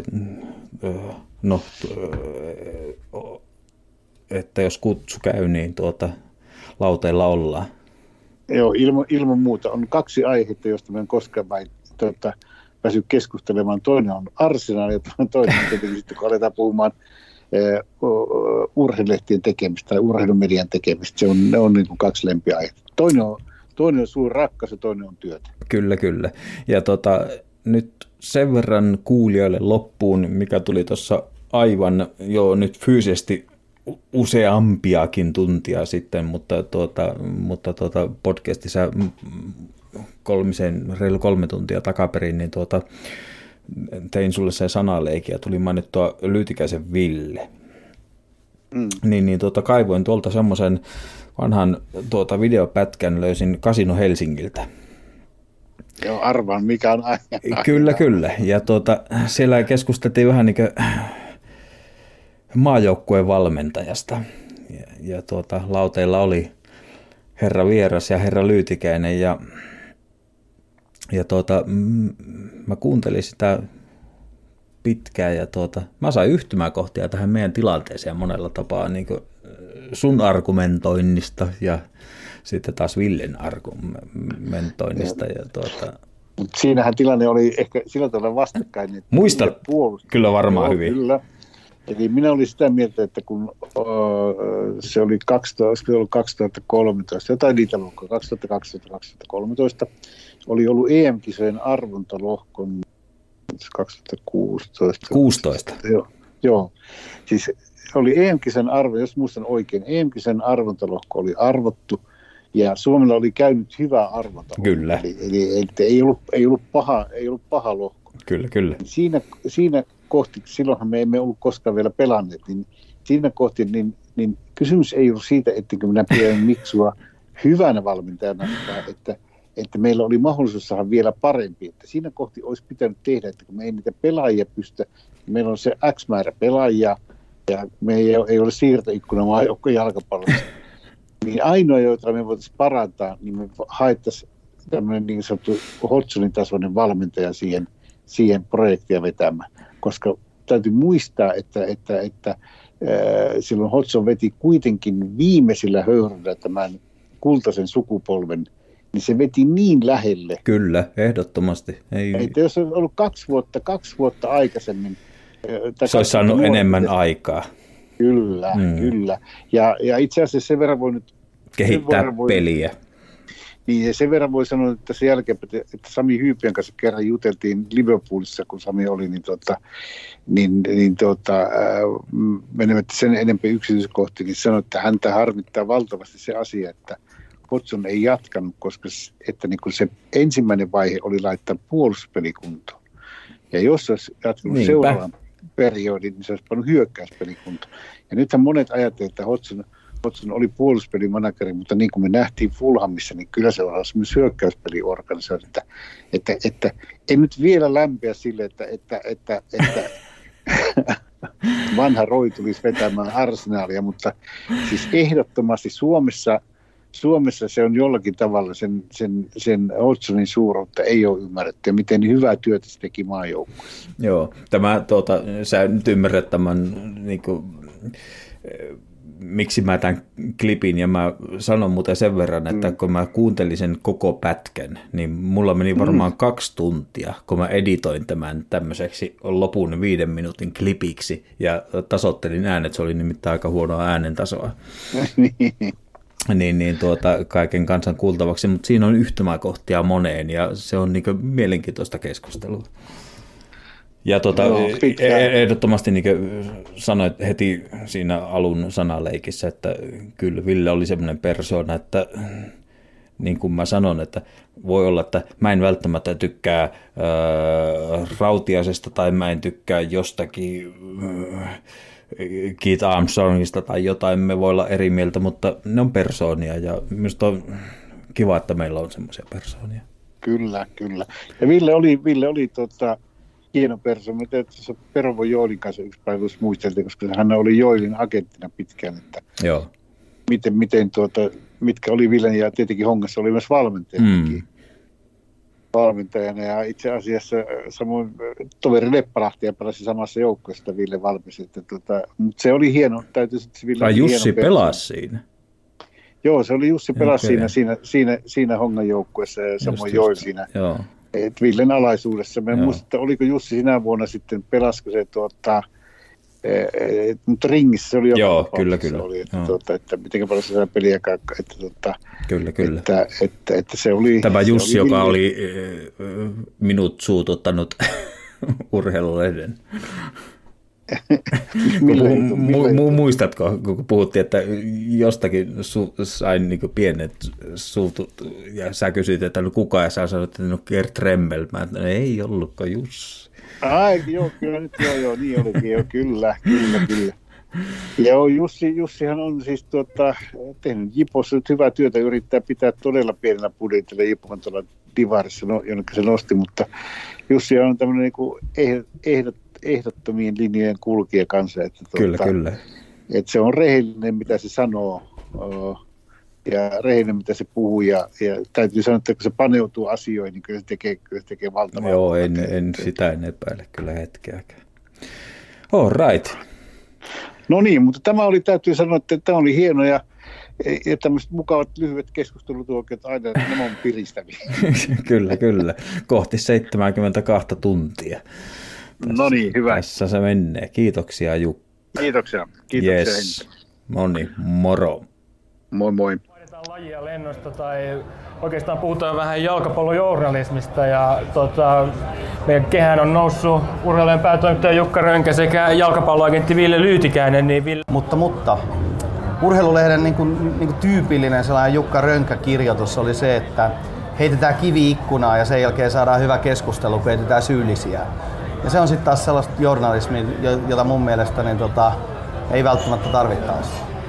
että jos kutsu käy, niin lauteilla ollaan. Joo, ilman muuta. On 2 aihetta, joista mä en koskaan päässyt keskustelemaan. Toinen on Arsenal ja toinen on tietenkin sitten, kun aletaan puhumaan urheilulehtien tekemistä tai urheilumedian tekemistä. Ne on niin kuin 2 lempiaihetta. Toinen on suuri rakkaus ja toinen on työtä. Kyllä. Ja nyt sen verran kuulijoille loppuun, mikä tuli tuossa aivan jo nyt fyysisesti useampiakin sitten, mutta podcastissa reilu 3 tuntia takaperin, niin tein sulle se sanaleikin ja tuli mainittua Lyytikäisen Ville. Niin kaivoin tuolta semmoisen vanhan videopätkän, löysin Casino Helsingiltä. Joo, arvaan, mikä on aina. Kyllä. Ja siellä keskusteltiin vähän niin kuin maajoukkueen valmentajasta. Ja lauteilla oli herra Vieras ja herra Lyytikäinen. Ja mä kuuntelin sitä pitkään ja mä sain yhtymäkohtia tähän meidän tilanteeseen monella tapaa niin kuin sun argumentoinnista ja sitten taas Villen argumentoinnista. Mutta siinähän tilanne oli ehkä sillä tavalla vastakkain. Muistat kyllä varmaan hyvin. Kyllä. Eli minä olin sitä mieltä, että kun se oli 2013, jotain niitä luokkaa, 2012-2013, oli ollut EM-kisojen arvontalohkon 2016. 16. Joo. Siis oli EM-kisan arvo, jos muistan oikein, EM-kisan arvontalohko oli arvottu ja Suomella oli käynyt hyvä arvontalohko. Kyllä. Eli ei ollut paha lohko. Kyllä. Siinä kohti, silloinhan me emme ollut koskaan vielä pelanneet, niin siinä kohti niin kysymys ei ollut siitä, etteikö minä pidän Miksua hyvänä valmentajana, että että meillä oli mahdollisuus saada vielä parempi. Että siinä kohti olisi pitänyt tehdä, että kun me ei niitä pelaajia pystytä, niin meillä on se X määrä pelaajia, ja me ei ole siirtoikkuna maajoukkojen jalkapallossa. Niin ainoa, jota me voitaisiin parantaa, niin me haettaisiin tämmöinen niin sanottu Hodgsonin tasoinen valmentaja siihen projektia vetämään. Koska täytyy muistaa, että silloin Hodgson veti kuitenkin viimeisillä höyryllä tämän kultaisen sukupolven, niin se veti niin lähelle. Kyllä, ehdottomasti. Että jos olisi ollut 2 vuotta aikaisemmin. Se olisi saanut enemmän aikaa. Kyllä, kyllä. Ja itse asiassa sen verran voi nyt kehittää peliä. Niin, sen verran voi sanoa, että sen jälkeen, että Sami Hyypiän kanssa kerran juteltiin Liverpoolissa, kun Sami oli, menemättä sen enempää yksityiskohtiin, niin sanoi, että häntä harmittaa valtavasti se asia, että Hodgson ei jatkanut, koska että niin kuin se ensimmäinen vaihe oli laittaa puolustuspelikuntoon. Ja jos olisi jatkunut seuraavan periodin, niin se olisi pannut hyökkäyspelikuntoon. Ja nythän monet ajattelevat, että Hodgson oli puolustuspelimanageri, mutta niin kuin me nähtiin Fulhamissa, niin kyllä se on myös hyökkäyspeliorganisaatio, että en nyt vielä lämpeä sille, että vanha Roy tulisi vetämään Arsenalia, mutta siis ehdottomasti Suomessa se on jollakin tavalla sen Hodgsonin suuruutta ei ole ymmärretty ja miten hyvää työtä se teki maajoukkueessa. Joo, sä nyt ymmärrät tämän miksi mä tämän klipin, ja mä sanon muuten sen verran, että kun mä kuuntelin sen koko pätkän, niin mulla meni varmaan 2 tuntia, kun mä editoin tämän tämmöiseksi lopun 5 minuutin klipiksi, ja tasoittelin äänet, se oli nimittäin aika huonoa äänentasoa. Kaiken kansan kuultavaksi, mutta siinä on yhtymäkohtia moneen, ja se on mielenkiintoista keskustelua. Ja ehdottomasti niin sanoit heti siinä alun sanaleikissä, että kyllä Ville oli semmoinen persoona, että niin kuin mä sanon, että voi olla, että mä en välttämättä tykkää Rautiaisesta tai mä en tykkää jostakin Keith Armstrongista tai jotain, me voi olla eri mieltä, mutta ne on persoonia ja minusta on kiva, että meillä on semmoisia persoonia. Kyllä. Ja Ville oli hieno persoona. Mä tässä Perovo Joelin kanssa yksi päivä muisteltiin, koska hän oli Joelin agenttina pitkään, että joo. Mitkä oli Villen ja tietenkin Hongassa oli myös valmentajana ja itse asiassa samoin toveri Leppälahti pelasi samassa joukkueessa Ville valmisi. Mutta se oli hieno. Jussi pelasi siinä? Joo, se oli Jussi pelasi siinä Hongan joukkueessa ja samoin Joel siinä. Joo. Villen alaisuudessa. Mä en muista, että oliko Jussi sinä vuonna sitten, pelasko se mutta ringissä se oli joo, kyllä. Oli, että miten paljon se peliä Kyllä. Että se oli... Tämä Jussi, joka oli minut suututtanut Urheilulehden. Muistatko, kun puhuttiin, että jostakin sain niin pienet suutut, ja sä kysyit, että no kuka, ja sä sanoit, että no Gert Remmel. Mä että ei ollutkaan Jussi. Joo, kyllä nyt joo, niin olikin jo, kyllä. Joo, Jussihan on siis tehnyt Jipossa nyt hyvää työtä, yrittää pitää todella pienellä budjetilla Jipon tuolla divarissa, jonnekin se nosti, mutta Jussi on tämmöinen niin ehdottomien linjojen kulkija kanssa, että kyllä. Että se on rehellinen, mitä se sanoo, ja rehellinen, mitä se puhuu, ja täytyy sanoa, että kun se paneutuu asioihin, niin kyllä se tekee valtavaa. Joo, sitä en epäile kyllä hetkeäkään. All right. No niin, mutta täytyy sanoa, että tämä oli hieno, ja tämmöiset mukavat lyhyet keskustelut oikein, aina nämä on piristäviä. Kyllä. Kohti 72 tuntia. No niin, hyvä. Tässä se menee. Kiitoksia Jukka. Kiitoksia. Yes. Noniin, moro. Moi. Vaihdetaan lajia lennosta tai oikeastaan puhutaan vähän jalkapallojournalismista ja meidän kehään on noussut urheilujen päätoimittaja Jukka Rönkä sekä jalkapalloagentti Ville Lyytikäinen. Niin Mutta Urheilulehden niin kuin tyypillinen sellainen Jukka Rönkä-kirjoitus oli se, että heitetään kivi ikkunaa ja sen jälkeen saadaan hyvä keskustelu, kun heitetään syyllisiä. Ja se on sitten taas sellaista journalismia, jota mun mielestä ei välttämättä tarvittaisi.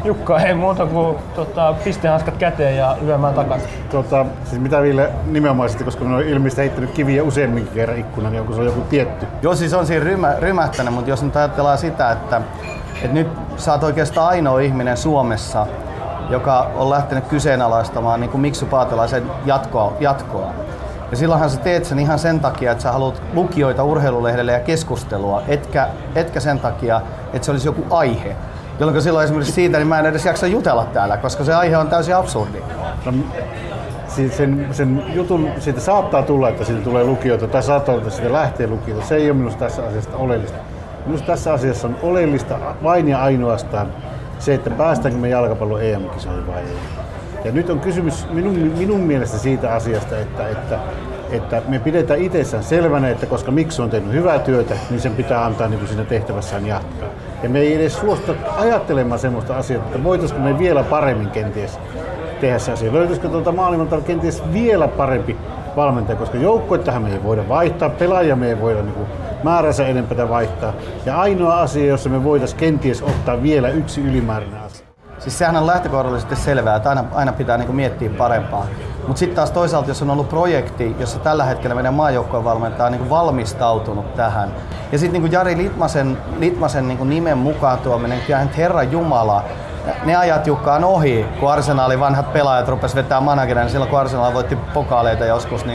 Jukka, ei muuta kuin pistehanskat käteen ja lyömään takaisin. Siis mitä Ville nimenomaisesti, koska minä olen ilmeisesti heittänyt kiviä useamminkin kerran ikkunan, niin onko se joku tietty? Joo, siis on siinä rymähtänyt, mutta jos nyt ajatellaan sitä, että nyt sä oot oikeastaan ainoa ihminen Suomessa, joka on lähtenyt kyseenalaistamaan niin kuin Miksu Paatelaisen jatkoa. Ja silloinhan sä teet sen ihan sen takia, että sä haluat lukijoita urheilulehdelle ja keskustelua, etkä sen takia, että se olisi joku aihe. Jolloin silloin esimerkiksi siitä, niin mä en edes jaksa jutella täällä, koska se aihe on täysin absurdi. No, sen jutun, siitä saattaa tulla, että siitä tulee lukijoita, tai saattaa olla, että siitä lähtee lukijoita. Se ei ole minusta tässä asiassa oleellista. Minusta tässä asiassa on oleellista vain ja ainoastaan se, että päästäänkö me jalkapallon EM-kisoihin vai ei. Ja nyt on kysymys minun mielestä siitä asiasta, että me pidetään itsessään selvänä, että koska Miksu on tehnyt hyvää työtä, niin sen pitää antaa niin kuin siinä tehtävässään jatkaa. Ja me ei edes suosta ajattelemaan sellaista asiaa, että voitaisiko me vielä paremmin kenties tehdä se asia. Löytyisikö tuolta maailmalta kenties vielä parempi valmentaja, koska joukkuettahan me ei voida vaihtaa, pelaajia me ei voida niin määränsä enempää vaihtaa. Ja ainoa asia, jossa me voitaisiin kenties ottaa vielä yksi ylimääräinen asia. Siis sehän on lähtökohdallisesti selvää, että aina pitää niin kuin miettiä parempaa. Mutta sitten taas toisaalta, jos on ollut projekti, jossa tällä hetkellä meidän maajoukkojen valmentaja on niin kuin valmistautunut tähän. Ja sitten niin Jari Litmasen niin kuin nimen mukaan tuominen, ja Herran Jumala, ne ajat Jukka on ohi, kun Arsenalin vanhat pelaajat rupes vetää managerina, niin silloin kun Arsenal voitti pokaaleita joskus,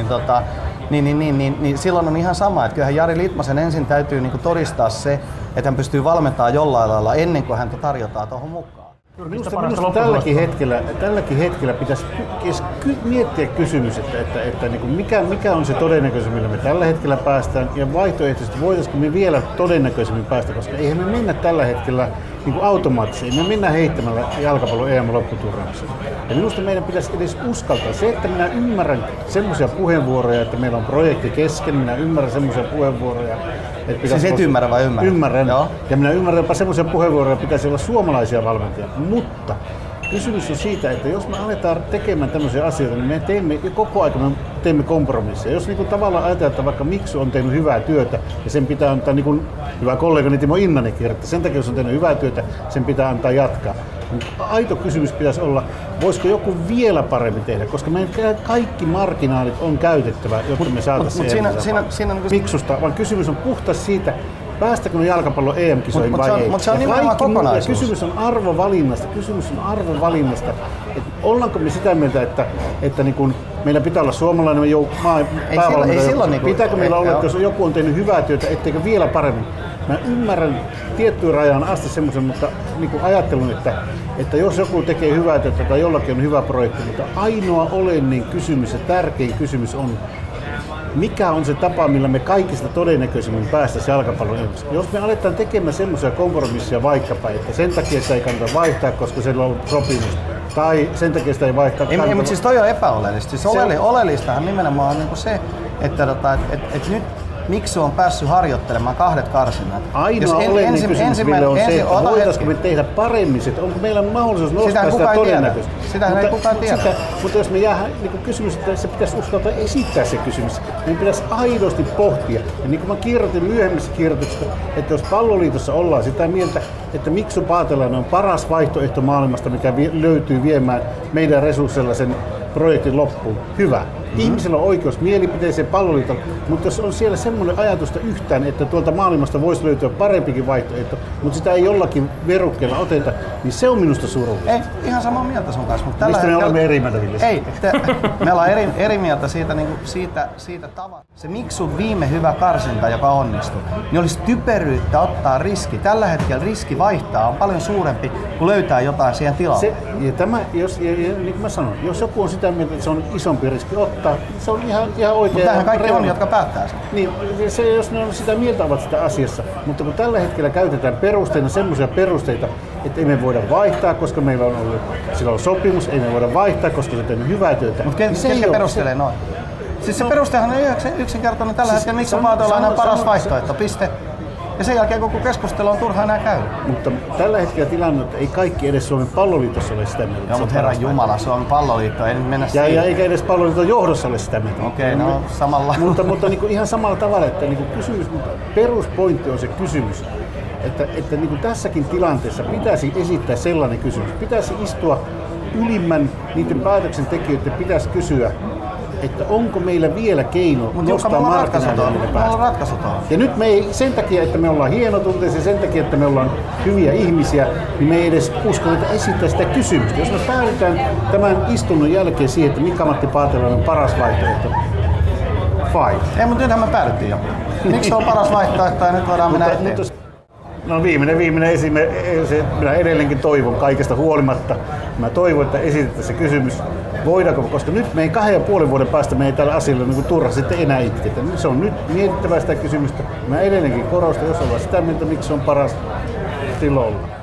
niin silloin on ihan sama, että kyllähän Jari Litmasen ensin täytyy niin kuin todistaa se, että hän pystyy valmentamaan jollain lailla ennen kuin häntä tarjotaan tuohon mukaan. Minusta tälläkin hetkellä pitäisi miettiä kysymys, että niin kuin mikä on se todennäköisyys, millä me tällä hetkellä päästään, ja vaihtoehtoisesti voitaisiinko me vielä todennäköisemmin päästä, koska eihän me mennä tällä hetkellä niin kuin automaattisesti, me mennään heittämällä jalkapallon EM-lopputurnaukseen. Ja minusta meidän pitäisi edes uskaltaa se, että minä ymmärrän semmoisia puheenvuoroja, että meillä on projekti kesken, minä ymmärrän semmoisia puheenvuoroja, että siis et ymmärrä vai ymmärrän? Ymmärrän. Joo. Ja minä ymmärrän jopa semmoisia puheenvuoroja, että pitäisi olla suomalaisia valmentajia. Mutta kysymys on siitä, että jos me aletaan tekemään tämmöisiä asioita, niin me teemme koko ajan kompromisseja. Jos niin tavallaan ajatellaan, että vaikka Miksu on tehnyt hyvää työtä ja sen pitää antaa, niin kuin hyvä kollegani Timo Innanen kirjoitti, sen takia jos on tehnyt hyvää työtä, sen pitää antaa jatkaa. Aito kysymys pitäisi olla, voisiko joku vielä paremmin tehdä, koska meidän kaikki marginaalit on käytettävä, jotta me saataisiin Miksusta, vaan kysymys on puhtaasti siitä, päästäkö me jalkapallon EM-kisoihin vai ei. Mutta se on nimenomaan kokonaisuus. Kysymys on arvovalinnasta. Että ollaanko me sitä mieltä, että niin kun meillä pitää olla suomalainen päävalmentaja, pitääkö meillä olla, että jos joku on tehnyt hyvää työtä, etteikö vielä paremmin. Mä ymmärrän tiettyyn rajaan asti semmoisen, mutta niin kuin ajattelun, että jos joku tekee hyvää työtä tai jollakin on hyvä projekti, mutta ainoa olennainen kysymys ja tärkein kysymys on, mikä on se tapa, millä me kaikista todennäköisemmin päästäisiin jalkapallon EM-kisoihin. Jos me aletaan tekemään semmoisia kompromisseja vaikkapa, että sen takia sitä ei kannata vaihtaa, koska siellä on sopimus, tai sen takia sitä ei vaihtaa. Ei, mutta siis toi on epäoleellista. Siis oleellistahan nimenomaan on niin kuin se, että nyt Miksu on päässyt harjoittelemaan 2 karsinnat. Ainoa oleellinen kysymys Ville on se, että voitaisiko me tehdä paremmin sitä, onko meillä mahdollisuus nostaa sitä todennäköisesti. Sitähän ei kukaan tiedä. Mutta jos me jäädään niin kysymys, että se pitäisi uskaltaa esittää se kysymys, niin pitäisi aidosti pohtia. Ja niin kuin mä kirjoitin myöhemmissä kirjoituksissa, että jos Palloliitossa ollaan sitä mieltä, että Miksu Paatelainen on paras vaihtoehto maailmasta, mikä löytyy viemään meidän resursseilla sen projektin loppuun, hyvä. Ihmisellä on oikeus mielipiteeseen Palloliitolla, mutta jos on siellä semmoinen ajatusta yhtään, että tuolta maailmasta voisi löytyä parempikin vaihtoehto, mutta sitä ei jollakin verukkeella oteta, niin se on minusta surullista. Ei, ihan samaa mieltä sun kanssa. Mutta mistä me olemme eri mieltä, Ville? Ei, me ollaan eri mieltä siitä tavasta. Se Miksun viime hyvä karsinta, joka onnistui, niin olisi typeryyttä ottaa riski. Tällä hetkellä riski vaihtaa on paljon suurempi, kun löytää jotain siihen tilalle. Niin kuin mä sanoin, jos joku on sitä mieltä, että se on isompi riski ottaa, se on ihan oikein. Mutta tämähän kaikki on, jotka päättää sen. Niin, jos ne on sitä mieltä ovat sitä asiassa, mutta kun tällä hetkellä käytetään perusteina semmoisia perusteita, että ei me voida vaihtaa, koska meillä on ollut silloin sopimus, ei me voida vaihtaa, koska se on tehnyt hyvää työtä. Mutta ketkä perustelee noin? Siis se perusteehan on yksinkertainen tällä hetkellä, miksi on Paatelainen paras vaihtoehto, piste. Ja sen jälkeen koko keskustelu on turha enää käydä. Mutta tällä hetkellä tilanne, että ei kaikki edes Suomen Palloliitossa ole sitä mieltä. Joo, mutta Herran Jumala, Suomen Palloliitto, ei mennä siihen. Ja eikä edes Palloliiton johdossa ole sitä mieltä. Okei, no samalla. Mutta niin kuin ihan samalla tavalla, että niin kuin kysymys, mutta peruspointti on se kysymys, että niin kuin tässäkin tilanteessa pitäisi esittää sellainen kysymys. Pitäisi istua ylimmän niiden päätöksentekijöiden, pitäisi kysyä, että onko meillä vielä keino nostaa markkinoille päästä. Ja nyt me ei, sen takia, että me ollaan hienotunteisia, sen takia, että me ollaan hyviä ihmisiä, niin me ei edes uskalleta esittää sitä kysymystä. Jos me päädytään tämän istunnon jälkeen siihen, että Mika-Matti Paatelainen on paras vaihtoehto, fine. Ei, mutta nythän me päädyttiin jo. Miksi se on paras vaihtoehto ja nyt voidaan mennä eteen? No viimeinen esimerkki, minä edelleenkin toivon kaikesta huolimatta. Mä toivon, että esitettäisiin se kysymys, voidaanko, koska nyt me ei 2,5 vuoden päästä me ei tällä asialla niin turha sitten enää itketä. Se on nyt mietittävä sitä kysymystä. Mä edelleenkin korostan, jos ollaan sitä mieltä, miksi se on paras silloin olla.